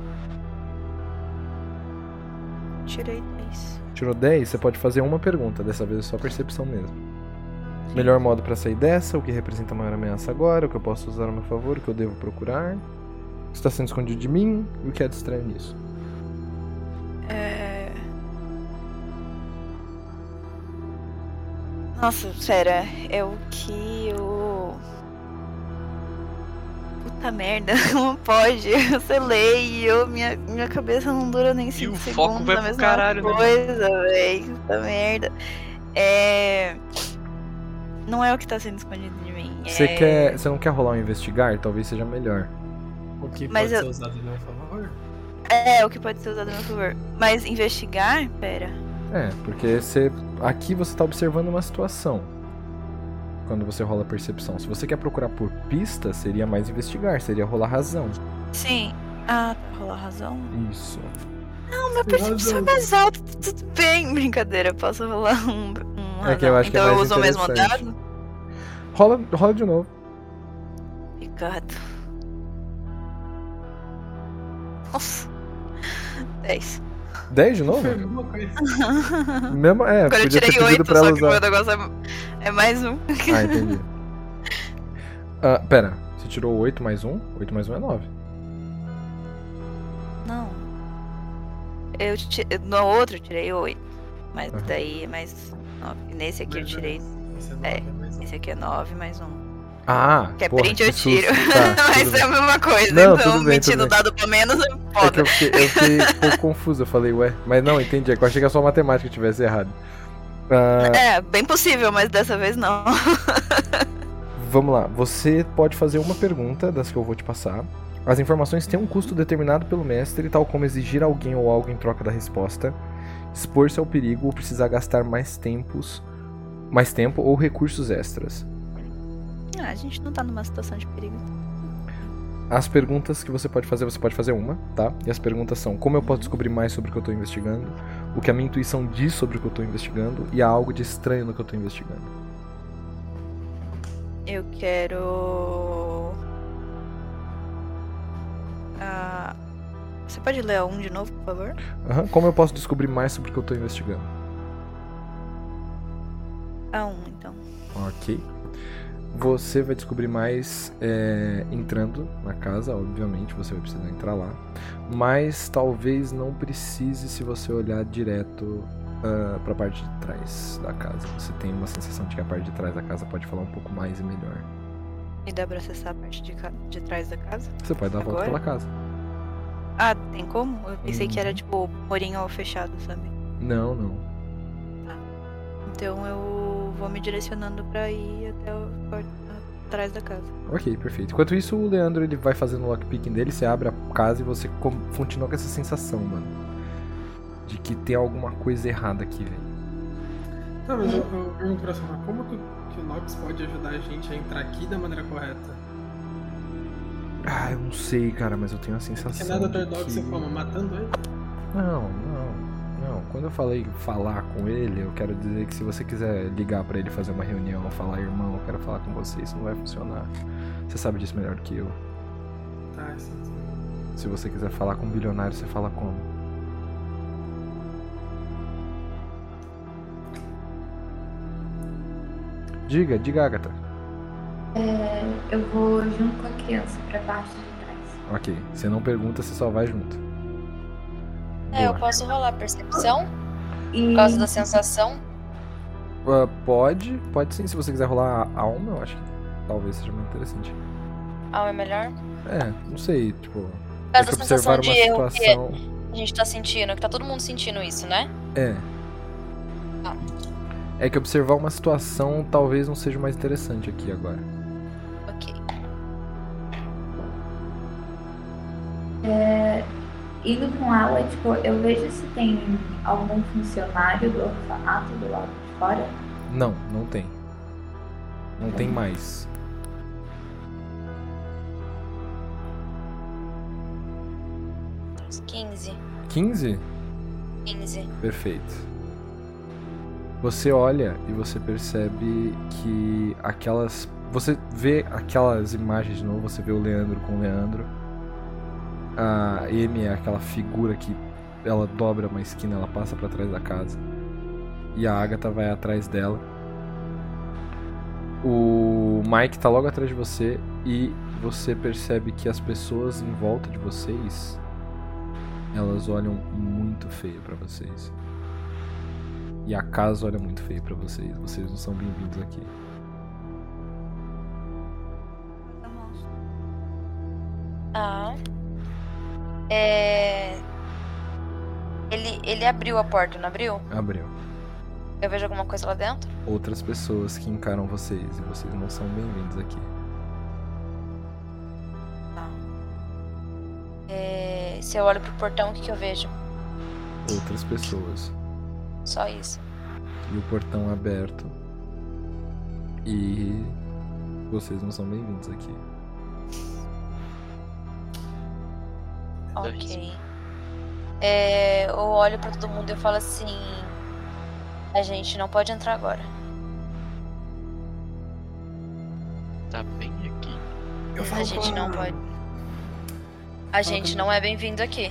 Tirei dez. Tirou dez? Você pode fazer uma pergunta, dessa vez é só percepção mesmo. Melhor modo pra sair dessa, o que representa a maior ameaça agora, o que eu posso usar a meu favor, o que eu devo procurar, o que está sendo escondido de mim e o que é de estranho nisso. É... Nossa, sério, é o que o... Puta merda, não pode, eu selei e eu, minha, minha cabeça não dura nem cinco o segundos foco vai na pro mesma caralho, né? coisa, véi, puta merda. É... Não é o que tá sendo escondido de mim, Você é... quer, você não quer rolar um investigar? Talvez seja melhor. O que Mas pode eu- ser usado a meu favor? É, o que pode ser usado a meu favor. Mas investigar? Pera. É, porque você, aqui você tá observando uma situação. Quando você rola percepção. Se você quer procurar por pista, seria mais investigar, seria rolar razão. Sim. Ah, tá, rolar razão. Isso. Não, minha Tem percepção é razão. mais alta, tudo bem. Brincadeira, posso rolar um, um É que eu razão. acho que é Então eu mais uso o mesmo interessante. dado? Rola, rola de novo. Obrigado. Nossa. dez. dez de novo? Foi a mesma coisa. Mesmo, é, Agora eu podia ter tirei pedido oito, pra só ela que o meu usar. negócio é, é mais um. Ah, entendi. Ah, pera, você tirou oito mais um? oito mais um é nove. Não. Eu ti- no outro eu tirei oito. Mas Aham. daí é mais nove. Nesse aqui eu Mas, tirei. Esse É. é nove, mais um. Esse aqui é nove mais um. Ah, Que é porra, print eu que susto. tiro. Tá, Mas tudo é bem. a mesma coisa. Não, então, tudo bem, mentindo tudo bem. dado pra menos é É que foda. eu fiquei, eu fiquei um pouco confuso, eu falei, ué, mas não, entendi, é que eu achei que a sua matemática tivesse errado. Ah, É, bem possível, mas dessa vez não. vamos lá, você pode fazer uma pergunta das que eu vou te passar. As informações têm um custo determinado pelo mestre, tal como exigir alguém ou algo em troca da resposta, expor-se ao perigo ou precisar gastar mais tempos, mais tempo ou recursos extras. Ah, a gente não tá numa situação de perigo. As perguntas que você pode fazer, você pode fazer uma, tá? E as perguntas são: como eu posso descobrir mais sobre o que eu tô investigando? O que a minha intuição diz sobre o que eu tô investigando? E há algo de estranho no que eu tô investigando. Eu quero. Ah, você pode ler a um de novo, por favor? Aham. Como eu posso descobrir mais sobre o que eu tô investigando? A um, então. Ok. Você vai descobrir mais é, entrando na casa, obviamente, você vai precisar entrar lá. Mas talvez não precise se você olhar direto uh, pra parte de trás da casa. Você tem uma sensação de que a parte de trás da casa pode falar um pouco mais e melhor. E dá pra acessar a parte de, ca- de trás da casa? Você pode dar a volta Agora? pela casa. Ah, tem como? Eu pensei que era Uhum. tipo morinho fechado, sabe? Não, não. Então eu vou me direcionando pra ir até o porta atrás da casa. Ok, perfeito. Enquanto isso, o Leandro ele vai fazendo o lockpicking dele, você abre a casa e você com- continua com essa sensação, mano. De que tem alguma coisa errada aqui, velho. Tá, mas eu, eu pergunto pra Soma, como que, que o Nox pode ajudar a gente a entrar aqui da maneira correta? Ah, eu não sei, cara, mas eu tenho a sensação. Porque nada de ortodoxo que... como? Matando ele? Não, não, não. Quando eu falei falar com ele, eu quero dizer que se você quiser ligar pra ele fazer uma reunião ou falar, irmão, eu quero falar com você, isso não vai funcionar. Você sabe disso melhor do que eu. Tá, sim, sim. Se você quiser falar com um bilionário, você fala como? Diga, diga, Agatha. É, eu vou junto com a criança pra parte de trás. Ok. Você não pergunta, você só vai junto. É, eu Boa. posso rolar percepção? E Por causa da sensação? Ah, pode, pode sim. Se você quiser rolar a alma, eu acho que talvez seja muito interessante. Ah, é melhor? É, não sei, tipo... Por Tem causa que da sensação observar de uma erro situação... que a gente tá sentindo, que tá todo mundo sentindo isso, né? É. Ah. É que observar uma situação talvez não seja o mais interessante aqui agora. Ok. é, indo com ela, tipo, eu vejo se tem algum funcionário do orfanato do lado de fora. Não, não tem. Não tem mais. Uns quinze. quinze? quinze. Perfeito. Você olha e você percebe que aquelas... Você vê aquelas imagens de novo, você vê o Leandro com o Leandro. A Amy é aquela figura que ela dobra uma esquina, ela passa pra trás da casa. E a Agatha vai atrás dela. O Mike tá logo atrás de você e você percebe que as pessoas em volta de vocês, elas olham muito feio pra vocês. E a casa olha muito feio pra vocês. Vocês não são bem-vindos aqui. Ah. É... Ele, ele abriu a porta, não abriu? Abriu. Eu vejo alguma coisa lá dentro? Outras pessoas que encaram vocês e vocês não são bem-vindos aqui. É... Se eu olho pro portão, o que, que eu vejo? Outras pessoas. Só isso. E o portão aberto. E vocês não são bem-vindos aqui. Ok. É, eu olho pra todo mundo e eu falo assim: a gente não pode entrar agora. Tá bem aqui. Eu A falo gente com não pode. A gente não é bem-vindo aqui.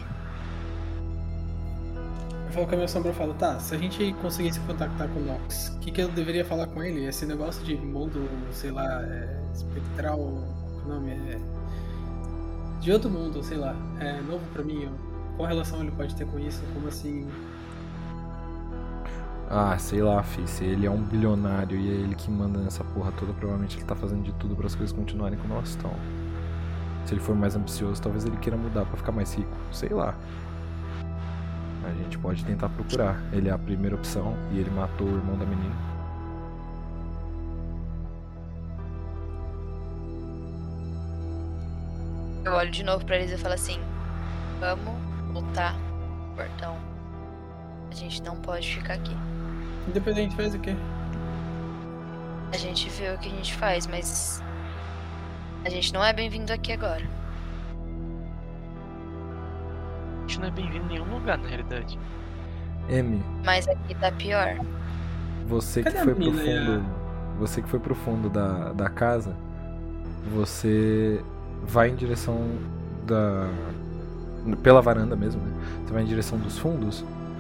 Eu falo com a minha sombra e falo, tá, se a gente conseguisse contactar com o Nox, o que, que eu deveria falar com ele? Esse negócio de mundo, sei lá, é, espectral, qual o nome é? De outro mundo, sei lá, é novo pra mim. Qual relação ele pode ter com isso? Como assim? Ah, sei lá, fi. Se ele é um bilionário e é ele que manda nessa porra toda, provavelmente ele tá fazendo de tudo para as coisas continuarem como elas estão. Se ele for mais ambicioso, talvez ele queira mudar pra ficar mais rico. Sei lá. A gente pode tentar procurar. Ele é a primeira opção e ele matou o irmão da menina. Eu olho de novo pra eles e falo assim: vamos voltar pro portão. A gente não pode ficar aqui. Independente faz o quê? A gente vê o que a gente faz, mas a gente não é bem-vindo aqui agora. A gente não é bem-vindo em nenhum lugar, na realidade. M, Mas aqui tá pior. você que Cadê a foi pro mina, fundo. Você que foi pro fundo da, da casa, você vai em direção da. Pela varanda mesmo, né? Você vai em direção dos fundos.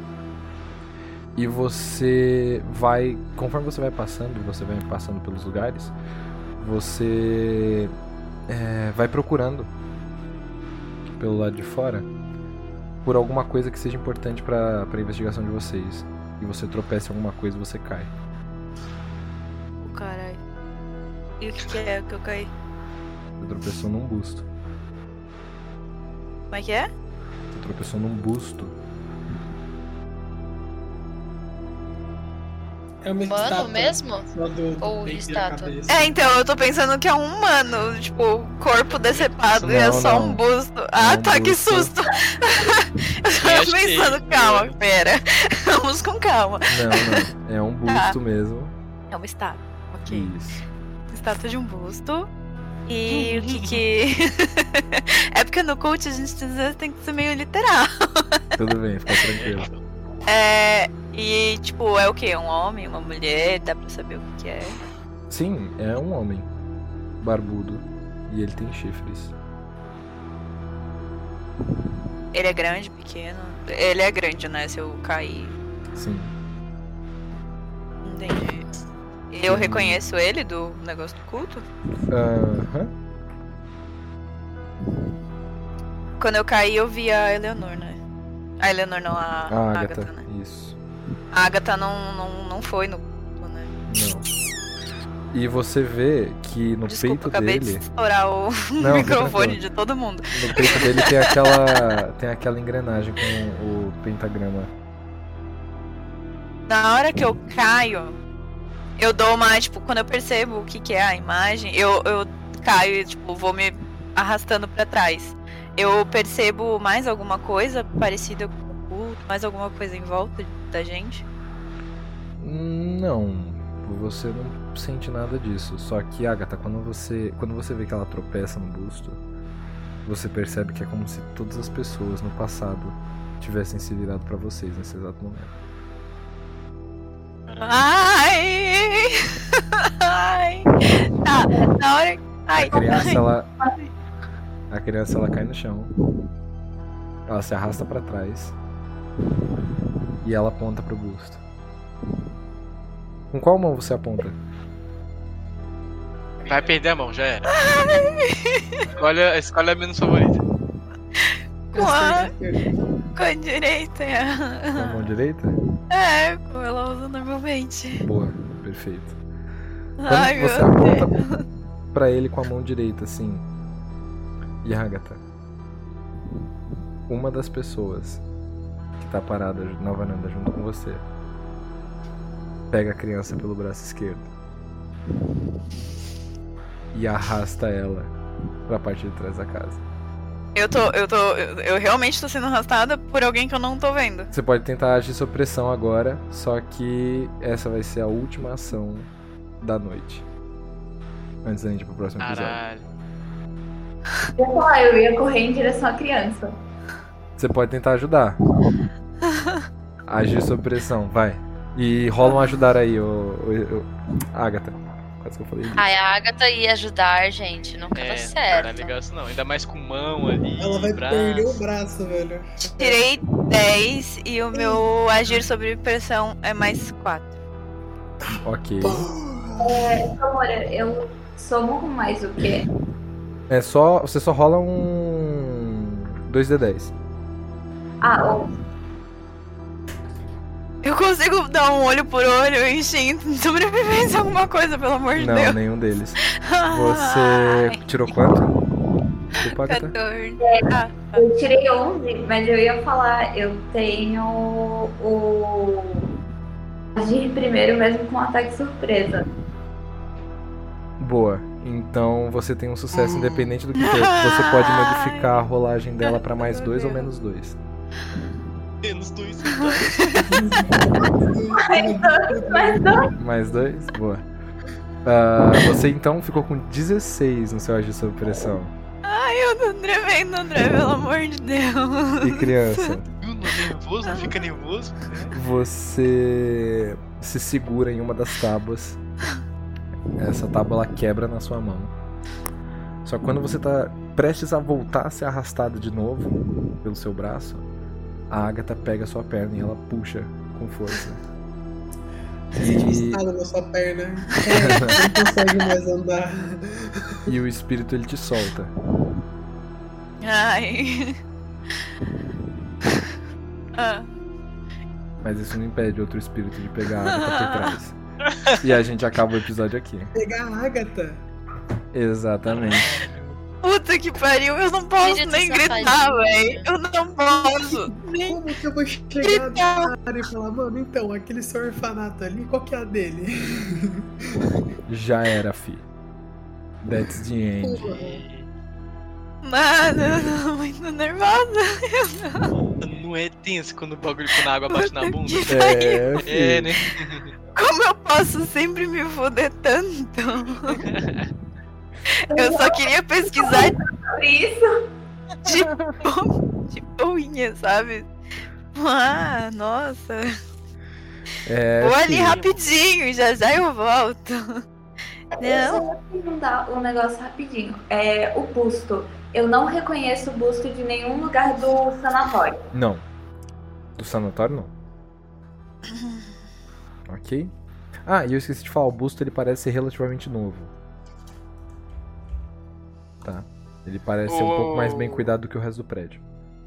E você vai. Conforme você vai passando, você vai passando pelos lugares, você é, vai procurando pelo lado de fora por alguma coisa que seja importante pra, pra investigação de vocês. E você tropeça em alguma coisa e você cai. O caralho. E o que, que é que eu caí? Você tropeçou num busto. Como é que é? Você tropeçou num busto. É uma Mano estátua mesmo? só do, do Ou peito e a estátua? cabeça. É, então, eu tô pensando que é um humano, tipo, corpo decepado e é Não, só não. um busto. Ah, um tá, que busto. susto! Eu Eu tava achei, pensando, calma, pera. Vamos com calma. Não, não. É um busto mesmo. É uma estátua, ok. Isso. Estátua de um busto. E o que que... É porque no coach a gente às vezes tem que ser meio literal. Tudo bem, fica tranquilo. É... E, tipo, é o quê? Um homem, uma mulher? Dá pra saber o que que é? Sim, é um homem. Barbudo. E ele tem chifres. Ele é grande, pequeno? Ele é grande, né? Se eu cair... Sim. Entendi. Eu reconheço ele do negócio do culto? Aham. Quando eu caí, eu vi a Eleanor, né? A Eleanor não, a, A a Agatha, Agatha, né? isso. A Agatha não, não, não foi no culto, né? Não. E você vê que no Desculpa, peito acabei dele... de estourar o Não, microfone tranquilo. de todo mundo. No peito dele tem aquela, tem aquela engrenagem com o pentagrama. Na hora que eu caio, eu dou uma, tipo, quando eu percebo o que, que é a imagem, eu, eu caio e, tipo, vou me arrastando pra trás. Eu percebo mais alguma coisa parecida com o culto, mais alguma coisa em volta da gente? Não, você não sente nada disso. Só que, Agatha, quando você, quando você vê que ela tropeça no busto, você percebe que é como se todas as pessoas no passado tivessem se virado pra vocês nesse exato momento. Ai! Ai! Tá, na hora. Ai! A criança, ai. ela, a criança, ela cai no chão. Ela se arrasta pra trás e ela aponta pro busto. Com qual mão você aponta? Vai perder a mão, já era. Escolhe, escolhe a menos favorita. Com a, com a direita. Com a mão direita? É, como ela usa normalmente. Boa, perfeito. Quando Ai, você meu aponta Deus. pra ele com a mão direita, assim. E Agatha, uma das pessoas que tá parada na varanda junto com você pega a criança pelo braço esquerdo e arrasta ela pra parte de trás da casa. Eu tô, eu tô, eu, eu realmente tô sendo arrastada por alguém que eu não tô vendo. Você pode tentar agir sob pressão agora, só que essa vai ser a última ação da noite. Antes da gente ir pro próximo episódio. Caralho. Eu ia falar, eu ia correr em direção à criança. Você pode tentar ajudar. Agir sob pressão, vai. E rola um ajudar aí, ô, ô, ô, Agatha. Quase que eu falei isso. Ai, a Agatha ia ajudar, gente. Nunca É, dá não certo. é legal isso não. Ainda mais com mão ali. Ela vai braço. perder o braço, velho. Tirei dez e o meu agir sob pressão é mais quatro. Ok. É, Samora, eu somo com mais o quê? É só. Você só rola um. dois D dez. Ah, o Eu consigo dar um olho por olho, instinto, sobrevivência, alguma coisa, pelo amor de Não, Deus. nenhum deles. Você tirou quanto? Desculpa, Agatha. quatorze. Ah, eu tirei onze, mas eu ia falar, eu tenho o agir primeiro mesmo com ataque surpresa. Boa. Então você tem um sucesso independente do que for. Você pode modificar a rolagem dela pra mais dois ou menos dois. Menos dois. Mas não. Mais dois? Boa. Ah, você então ficou com dezesseis no seu agir sob pressão. ai, eu tô tremendo, André, pelo amor de Deus. E criança, Não é nervoso? Não fica nervoso? você se segura em uma das tábuas. Essa tábua ela quebra na sua mão. Só que quando você tá prestes a voltar a ser arrastado de novo pelo seu braço, a Agatha pega a sua perna e ela puxa com força. E, Estala na sua perna. Não consegue mais andar. e o espírito ele te solta. Ai. Ah, Mas isso não impede outro espírito de pegar a Agatha por trás. E a gente acaba o episódio aqui. Pegar a Agatha. Exatamente. puta que pariu, eu não posso Gente, nem essa gritar, safadinha. velho. Eu não posso. Nem... Como que eu vou chegar na área e falar, mano, então, aquele seu orfanato ali, qual que é a dele? Já era, fi. That's the end. Mano, eu tô muito nervosa. Não é tenso quando o bagulho quando a água bate na bunda? Que É, É, fi. né? Como eu posso sempre me foder tanto? Eu só queria pesquisar Sobre isso. de, bo- de boinha, sabe? Ah, nossa. É, Vou ali fi. rapidinho, já já eu volto. Não. Eu só vou perguntar um negócio rapidinho. É, o busto. Eu não reconheço o busto de nenhum lugar do sanatório. Não. Do sanatório, não. Ok. Ah, e eu esqueci de falar, o busto ele parece ser relativamente novo. Tá. Ele parece ser um O- pouco mais bem cuidado do que o resto do prédio.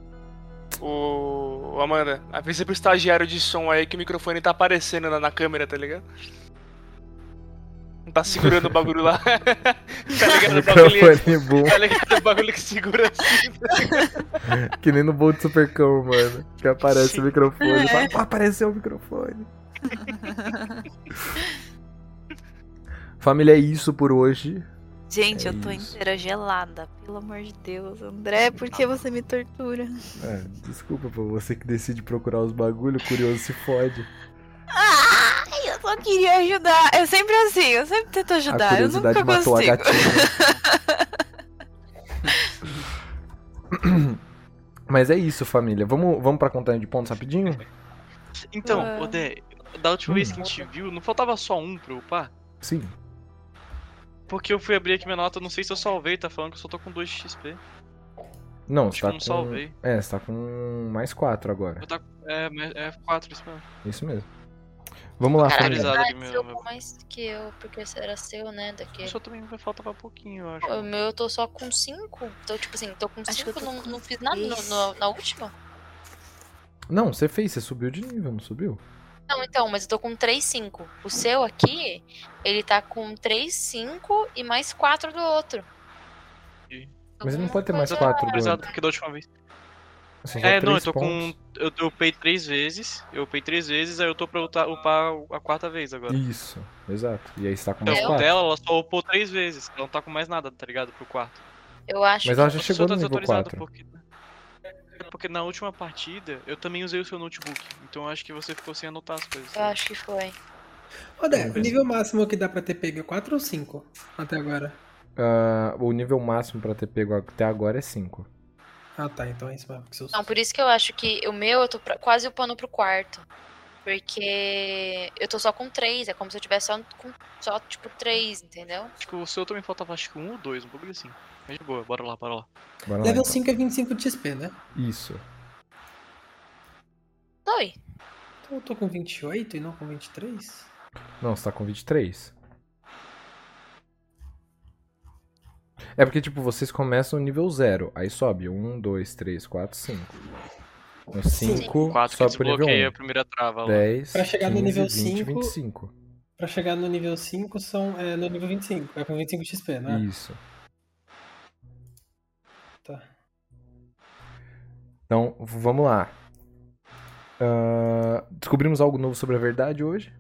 Ô, ô, Amanda, avisa pro estagiário de som aí que o microfone tá aparecendo na, na câmera, tá ligado? Não tá segurando o bagulho lá. Tá ligado? O bagulho, Microfone boom. tá ligado? O bagulho que segura assim. Que nem no Bolt Supercão, mano. Que aparece Sim. o microfone. Fala, "Pá, apareceu o microfone. Família, é isso por hoje. Gente, É eu tô isso. inteira gelada. Pelo amor de Deus, André, por que você me tortura? É, desculpa, pô. Você que decide procurar os bagulho, curioso se fode. Ai, eu só queria ajudar. Eu sempre assim, eu sempre tento A ajudar. Eu curiosidade nunca matou a consigo. gatinha. Mas é isso, família. Vamos, vamos pra contagem de pontos rapidinho? Então, Ah. Odé, da última Hum. vez que a gente viu, não faltava só um pra eu upar? Sim. Porque eu fui abrir aqui minha nota, não sei se eu salvei, tá falando que eu só tô com dois X P. Não, Acho você que tá eu não com... salvei. É, você tá com mais quatro agora. Eu tá, é, mas é quatro isso mesmo. Isso mesmo. Vamos lá, Caralho, família. Atualizado ah, ali, você meu- upou mais que eu, porque era seu, né? Daqui. O seu também vai faltava pouquinho, eu acho. O meu eu tô só com cinco. Então, tipo assim, tô com Acho que cinco, eu tô não, com não fiz nada no- seis. no- na última. Não, você fez, você subiu de nível, não subiu? Não, então, mas eu tô com três, cinco. O seu aqui, ele tá com três, cinco e mais quatro do outro. Ih. Mas ele não pode ter mais Alguma quatro do Atualizado outro. porque da última vez. Assim, só É, não, eu três tô com. pontos. Eu, eu upei três vezes. Eu upei três vezes, aí eu tô pra upar, upar a quarta vez agora. Isso, exato. E aí você tá com Então, mais o quatro. dela, ela só upou três vezes. Ela não tá com mais nada, tá ligado? Pro quarto. Eu acho Mas que ela já O chegou seu no tá nível desatualizado quatro. porque. É porque na última partida eu também usei o seu notebook. Então eu acho que você ficou sem anotar as coisas. eu acho que foi. Odé, o nível máximo que dá pra ter pego é quatro ou cinco até agora? Ah, o nível máximo pra ter pego até agora é cinco. Ah, tá, então é isso mesmo. Que seus... Não, por isso que eu acho que o meu eu tô pra- quase upando pro quarto. Porque eu tô só com três. É como se eu tivesse só com só, tipo, três, entendeu? Acho que o seu também faltava acho que um ou dois, um pouco assim. Mas de boa, bora lá, bora lá. Bora lá, Level então. cinco é vinte e cinco de X P, né? Isso. Oi. Então eu tô com vinte e oito e não com vinte e três? Não, você tá com vinte e três. É porque, tipo, vocês começam no nível zero. Aí sobe um, dois, três, quatro, cinco. No cinco, quatro que sobe pro nível desbloqueia a um. primeira trava lá. dez, Pra chegar no quinze, nível vinte, cinco. vinte e cinco. Pra chegar no nível cinco são é, no nível vinte e cinco. É com vinte e cinco de X P, né? Isso. Tá. Então, v- vamos lá. Ah, descobrimos algo novo sobre a verdade hoje?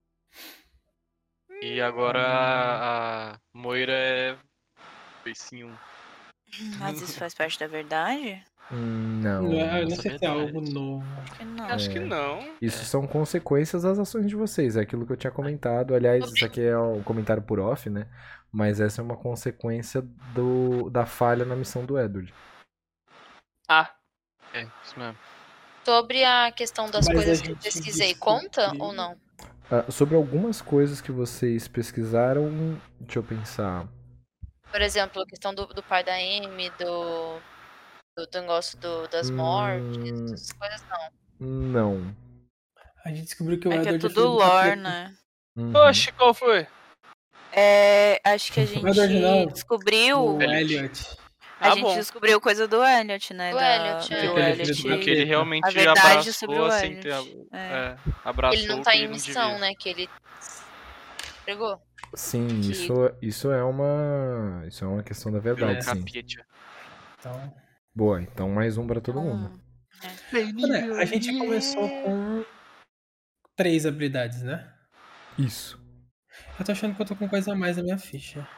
E agora a, a Moira é. Beicinho. Mas isso faz parte da verdade? Hum, Não. Não, é- eu não nossa, sei se é verdade. algo novo. Acho que não. Acho É. que não. Isso são consequências das ações de vocês. É aquilo que eu tinha comentado. Aliás, isso aqui é um comentário por off, né? Mas essa é uma consequência do, da falha na missão do Edward. Ah, É, isso mesmo. Sobre a questão das Mas coisas a que eu gente pesquisei, descobriu- conta ou não? Ah, sobre algumas coisas que vocês pesquisaram, deixa eu pensar. Por exemplo, a questão do, do pai da Amy, do, do, do negócio do, das mortes, Hum. essas coisas não. Não. A gente descobriu que o É que é Edward tudo fez um lore, capeta. né? Uhum. oxe, qual foi? É, acho que a gente Edward não. descobriu. O Elliot. Elliot. A Ah, gente bom. descobriu coisa do Elliot, né? Do da- Elliot, que é. o Que ele Elliot. fez Porque ele A realmente verdade abraçou sobre o assim, Elliot. tem- É. é, abraçou Ele não o tá que em ele não missão, devia. né? Que ele pegou. Sim, Que- isso, isso é uma. Isso é uma questão da verdade, É. sim. Capete. Então, Boa, então mais um pra todo mundo. Hum. Olha, a gente começou com três habilidades, né? Isso. Eu tô achando que eu tô com coisa a mais na minha ficha.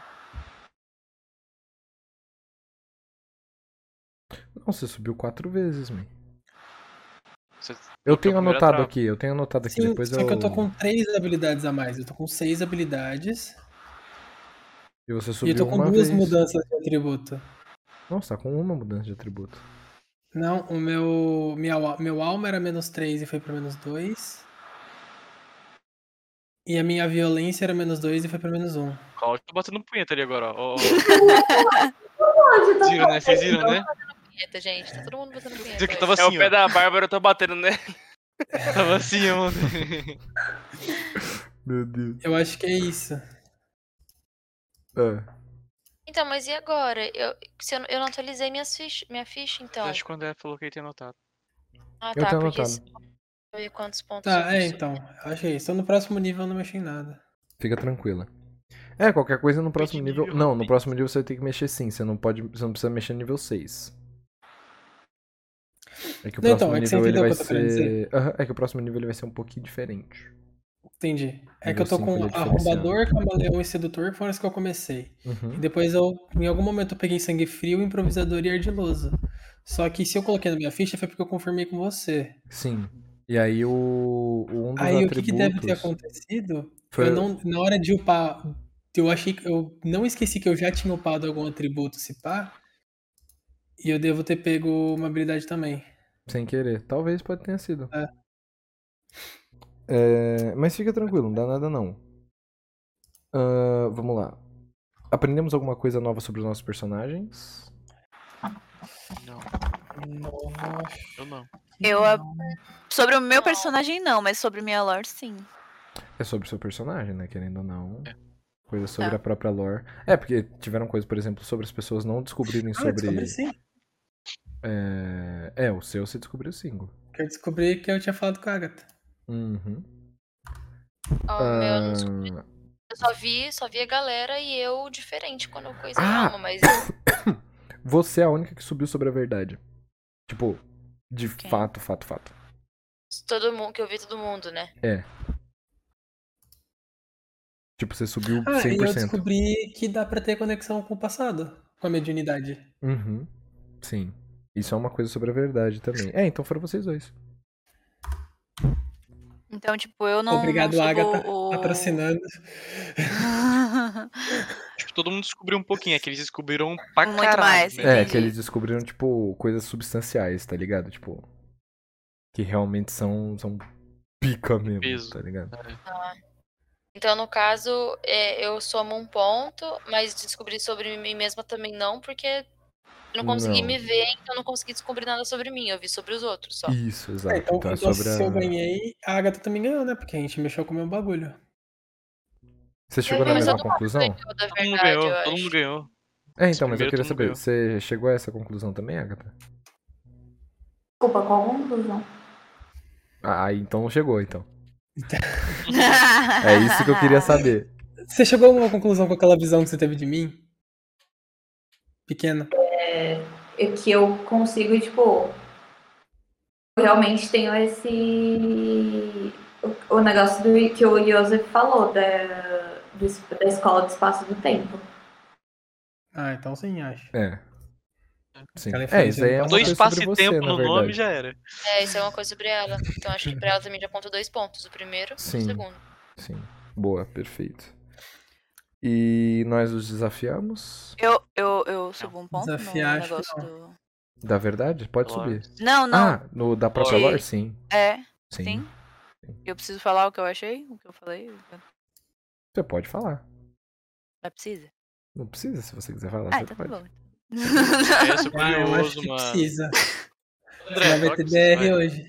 Não, você subiu quatro vezes, man. Você- Eu Porque a tenho primeira anotado trava. aqui, eu tenho anotado aqui, Sim, depois só eu... que eu tô com três habilidades a mais. Eu tô com seis habilidades. E você E subiu eu tô com uma duas vez. mudanças de atributo. Não, você tá com uma mudança de atributo. Não, o meu. Minha, al- meu alma era menos três e foi pra menos dois. E a minha violência era menos dois e foi pra menos um. Ó, tô batendo punheta ali agora, ó. ó. Pode, tá Viram, né? Vocês viram, né? Punheta, gente. Tá todo mundo botando punheta. Dizer que hoje. tava É o assim, pé ó. da Bárbara, eu tô batendo, né? Tava assim, ó. Meu Deus. Eu acho que é isso. Ah, Então, mas e agora? Eu, se eu, eu não atualizei minhas ficha, minha ficha, então. Acho que quando ela falou que ele tinha anotado. Ah, eu tá, tenho porque anotado. se- eu ver quantos pontos eu Tá, é, subi. então. Eu acho que é isso. Então no próximo nível eu não mexi em nada. Fica tranquila. É, qualquer coisa no próximo de nível. nível, Não, no rapidinho. próximo nível você vai ter que mexer sim. Você não pode. Você não precisa mexer no nível seis. É que o Não, então, próximo é que você nível ele entendeu o vai que eu tô querendo ser. Aham, é que o próximo nível ele vai ser um pouquinho diferente. Entendi. É que Nível eu tô cinco, com ele é diferenciado. Arrombador, Camaleão e Sedutor, que foram os que eu comecei. Uhum. E depois eu, em algum momento, eu peguei Sangue Frio, Improvisador e Ardiloso. Só que se eu coloquei na minha ficha foi porque eu confirmei com você. Sim. E aí o, o um dos Aí o atributos. que, que deve ter acontecido? Foi- Eu não, na hora de upar, eu achei que eu não esqueci que eu já tinha upado algum atributo, se pá. E eu devo ter pego uma habilidade também. Sem querer. Talvez pode tenha sido. É. É, mas fica tranquilo, não dá nada não. Ah, vamos lá. Aprendemos alguma coisa nova sobre os nossos personagens? Não, Nossa. eu não. Eu, a- Não. sobre o meu Não. personagem, não, mas sobre minha lore, sim. É sobre o seu personagem, né? Querendo ou não. É. Coisa sobre Tá. a própria lore. É, porque tiveram coisas, por exemplo, sobre as pessoas não descobrirem Ah, sobre. descobri sim. É... é, o seu você descobriu cinco. Que eu descobri que eu tinha falado com a Agatha. Uhum. Ó, o meu eu não descobri. Ah, Eu só vi, só vi a galera e eu diferente quando eu coisei Ah! alma, mas Você é a única que subiu sobre a verdade. Tipo, de Quem? fato, fato, fato. todo mundo, que eu vi todo mundo, né? É. Tipo, você subiu Ah, cem e por eu cento. descobri que dá pra ter conexão com o passado, com a mediunidade. Uhum. Sim. Isso é uma coisa sobre a verdade também. É, então foram vocês dois. Então, tipo, eu não. Obrigado, não subo Agatha, o... patrocinando. Acho que todo mundo descobriu um pouquinho, é que eles descobriram pra Muito caralho. mais, né? É, Entendi. que eles descobriram, tipo, coisas substanciais, tá ligado? Tipo, que realmente são, são pica mesmo, Peso. tá ligado? Então, no caso, é, eu somo um ponto, mas descobrir sobre mim mesma também não, porque eu não consegui Não. me ver, então eu não consegui descobrir nada sobre mim. Eu vi sobre os outros só. Isso, exato. É, então, Então, é então sobre se eu a... ganhei, a Agatha também ganhou, né? Porque a gente mexeu com o meu bagulho. Você chegou na Mas mesma todo mundo conclusão? ganhou, da Todo mundo verdade, ganhou, eu todo acho. mundo ganhou. É, então, mas eu Primeiro queria todo mundo saber, ganhou. você chegou a essa conclusão também, Agatha? Desculpa, qual a conclusão? Ah, então não chegou, então. É isso que eu queria saber. Você chegou a alguma conclusão com aquela visão que você teve de mim? Pequena. É que eu consigo, tipo. Eu realmente tenho esse. O, o negócio do, que o Joseph falou, da, do, da escola do espaço do tempo. Ah, então sim, acho. É. Sim. Aquela É, isso aí é uma Dois coisa espaço sobre e você, tempo na no verdade. nome já era. É, isso é uma coisa sobre ela. Então acho que pra ela também já conta dois pontos. O primeiro e o Sim. segundo. Sim. Boa, perfeito. E nós os desafiamos? eu, eu, eu subo um ponto Desafiar, no acho que negócio não. do. Da verdade? Pode Lore. subir. Não, não. Ah, no da própria Lore. lore? Sim. É, Sim. sim. Eu preciso falar o que eu achei? O que eu falei? Você pode falar. Não precisa? Não precisa, se você quiser falar, Ah, você então tá pode. bom. É, eu sou Ah, eu acho curioso, que mano. precisa. André, Senão vai fala ter que D R vai. hoje.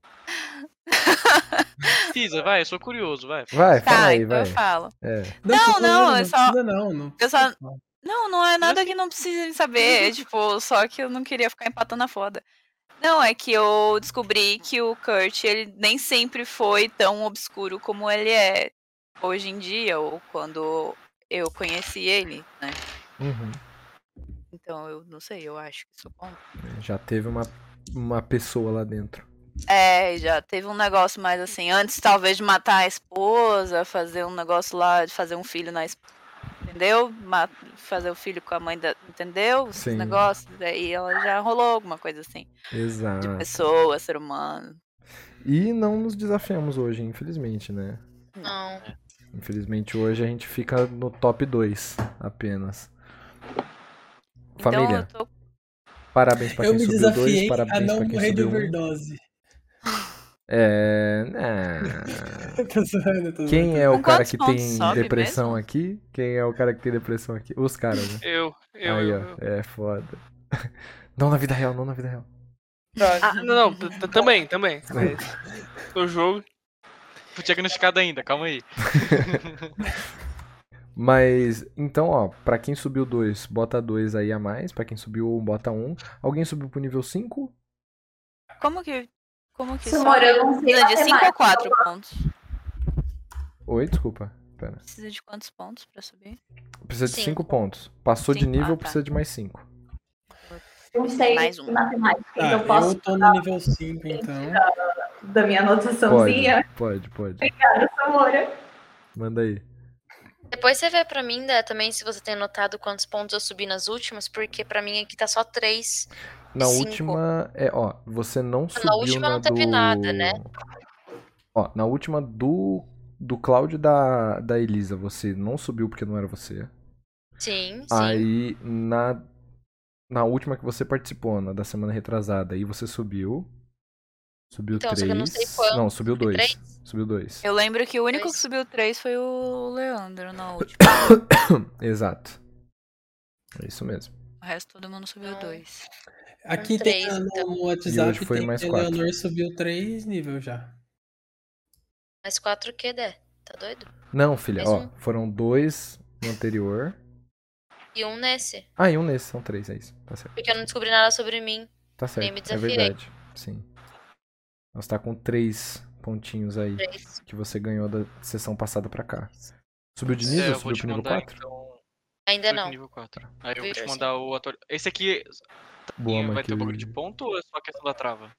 Precisa, vai, eu sou curioso, vai. Vai, fala Tá, aí, então vai. eu falo. É. Não, precisa, não, não é só- precisa não, não Eu só- precisa, não. Não, não é nada que não precisem saber. É, tipo, só que eu não queria ficar empatando a foda. Não, é que eu descobri que o Kurt, ele nem sempre foi tão obscuro como ele é hoje em dia, ou quando eu conheci ele, né? Uhum. Então, eu não sei, eu acho que isso conta. Já teve uma, uma pessoa lá dentro. É, já teve um negócio mais assim, antes talvez de matar a esposa, fazer um negócio lá, de fazer um filho na esposa, entendeu? Ma- fazer o filho com a mãe da, entendeu? Esses Sim. negócios, daí ela já rolou alguma coisa assim, de Exato. pessoa, ser humano. E não nos desafiamos hoje, infelizmente, né? Não. Infelizmente hoje a gente fica no top dois apenas. Então Família, eu tô. parabéns pra Eu quem me subiu dois, desafiei a parabéns não pra quem morrer de subiu um. overdose. É. é. Tô zoando, tô zoando. Quem é o Com cara quantos que pontos tem sobe depressão mesmo? aqui? Quem é o cara que tem depressão aqui? Os caras, né? Eu, eu, Aí, eu, ó. eu. É foda. Não na vida real, não na vida real. Ah, não, não, t- t- também, também. É. No jogo. fui diagnosticado ainda, calma aí. Mas, então, ó, pra quem subiu dois, bota dois aí a mais. Pra quem subiu um, bota um. Alguém subiu pro nível cinco? Como que. Como que Samora, eu não sei Precisa de cinco ou matemática. quatro pontos? Oi, desculpa. Pera. Precisa de quantos pontos pra subir? Precisa de Cinco. cinco pontos. Passou de Cinco, nível, ah, tá. precisa de mais cinco. Eu sei Mais um. matemática, Tá, então eu posso eu tô no nível cinco, então. da minha Pode, anotaçãozinha. pode, pode. Obrigada, Samora. Manda aí. Depois você vê pra mim, Dé, também se você tem notado quantos pontos eu subi nas últimas, porque pra mim aqui tá só três. Na Cinco. última, é, ó, você não subiu última na não teve do... nada, né? Ó, na última do do Cláudio e da, da Elisa, você não subiu porque não era você. Sim, sim. Aí, na, na última que você participou, na da semana retrasada, aí você subiu. Subiu Então, só três. que eu não sei quanto. Não, subiu Subi dois. três? Subiu dois. Eu lembro que o único Dois. que subiu três foi o Leandro na última. Exato. É isso mesmo. O resto todo mundo subiu Não. dois. Aqui Um tem três, a- no, então. no WhatsApp hoje foi tem mais que a quatro. Leonor subiu três níveis já. Mais quatro o quê, Dé? Tá doido? Não, filha, Mais ó, um. foram dois no anterior. E um nesse. Ah, e um nesse, são três, é isso. Tá certo. Porque eu não descobri nada sobre mim. Tá Nem certo, me é desafiei. verdade. Sim. Nós tá com três pontinhos aí Três. que você ganhou da sessão passada pra cá. Subiu de É, nível? eu vou Subiu te pro nível mandar quatro? então. Ainda Foi pro não. nível quatro. Aí eu vou te Victor, mandar o atual. Esse aqui Boa, vai ter um bagulho de Matheus. ponto ou é só questão da trava?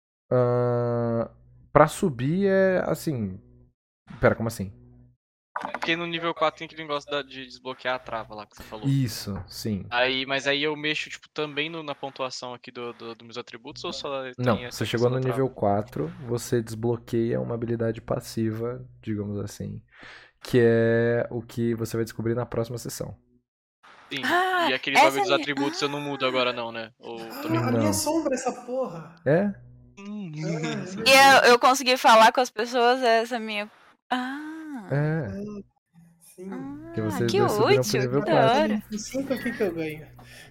Ah, pra subir é assim. Pera, como assim? Porque no nível quatro tem aquele negócio da- de desbloquear a trava lá que você falou. Isso, sim. Aí, mas aí eu mexo, tipo, também no- na pontuação aqui do, do- dos meus atributos ou só tem Não, essa você chegou questão no da nível trava? quatro, você desbloqueia uma habilidade passiva, digamos assim, que é o que você vai descobrir na próxima sessão. Sim. Ah, E aquele essa bagulho dos é minha- atributos eu não mudo agora não, né? Ou também Ah, a Não. minha sombra, essa porra. É? Hum, E eu, eu consegui falar com as pessoas essa minha. Ah, É. Sim. Que ah, vocês que dois subiram pro útil, nível que quatro. da hora. Os cinco aqui que eu ganho.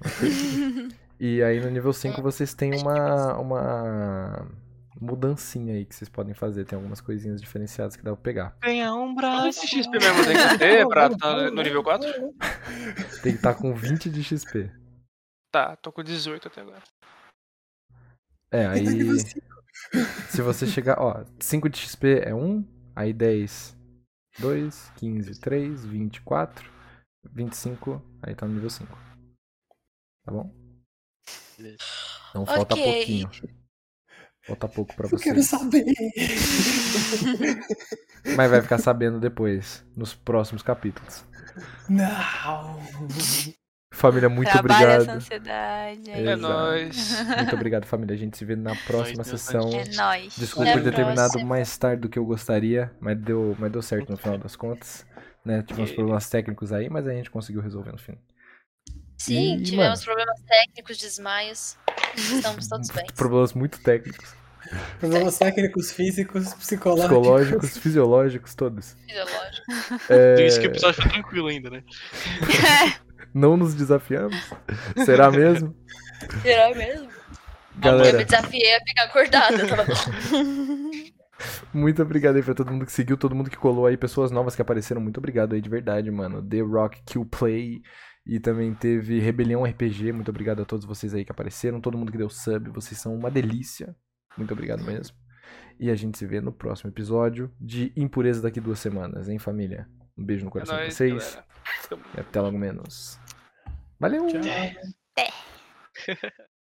E aí no nível cinco vocês têm uma, uma mudancinha aí que vocês podem fazer. Tem algumas coisinhas diferenciadas que dá pra pegar. Ganhar um braço. X P mesmo tem que ter pra estar no nível quatro? Tem que estar com vinte de X P. Tá, tô com dezoito até agora. É, Quem tá nível aí cinco? se você chegar, ó, cinco de X P é um, aí dez, dois, quinze, três, vinte, quatro, vinte e cinco, aí tá no nível cinco. Tá bom? Então falta Ok. pouquinho. Falta pouco pra Eu quero vocês. saber. Mas vai ficar sabendo depois, nos próximos capítulos. Não. Família, muito Trabalha essa obrigado. ansiedade. É Exato. nóis. Muito obrigado, família. A gente se vê na próxima Deus, sessão. É nóis. Desculpa Até por a ter terminado próxima. mais tarde do que eu gostaria, mas deu, mas deu certo no final das contas. Né? Tivemos problemas técnicos aí, mas a gente conseguiu resolver no fim. Sim, E, tivemos mano, problemas técnicos, desmaios. Estamos todos bem. problemas muito técnicos, Problemas técnicos, físicos, psicológicos. psicológicos, fisiológicos, todos. Fisiológico. É, Por isso que o episódio foi tranquilo ainda, né? não nos desafiamos? Será mesmo? Será mesmo? Eu Galera, me desafiei a ficar acordada. Tava... muito obrigado aí pra todo mundo que seguiu, todo mundo que colou aí, pessoas novas que apareceram, muito obrigado aí de verdade, mano. The Rock Kill Play. E também teve Rebelião R P G, muito obrigado a todos vocês aí que apareceram, todo mundo que deu sub, vocês são uma delícia. Muito obrigado mesmo. E a gente se vê no próximo episódio de Impureza daqui duas semanas, hein, família? Um beijo no É coração de nóis, vocês. galera. Tamo E até logo menos. Valeu! Tchau.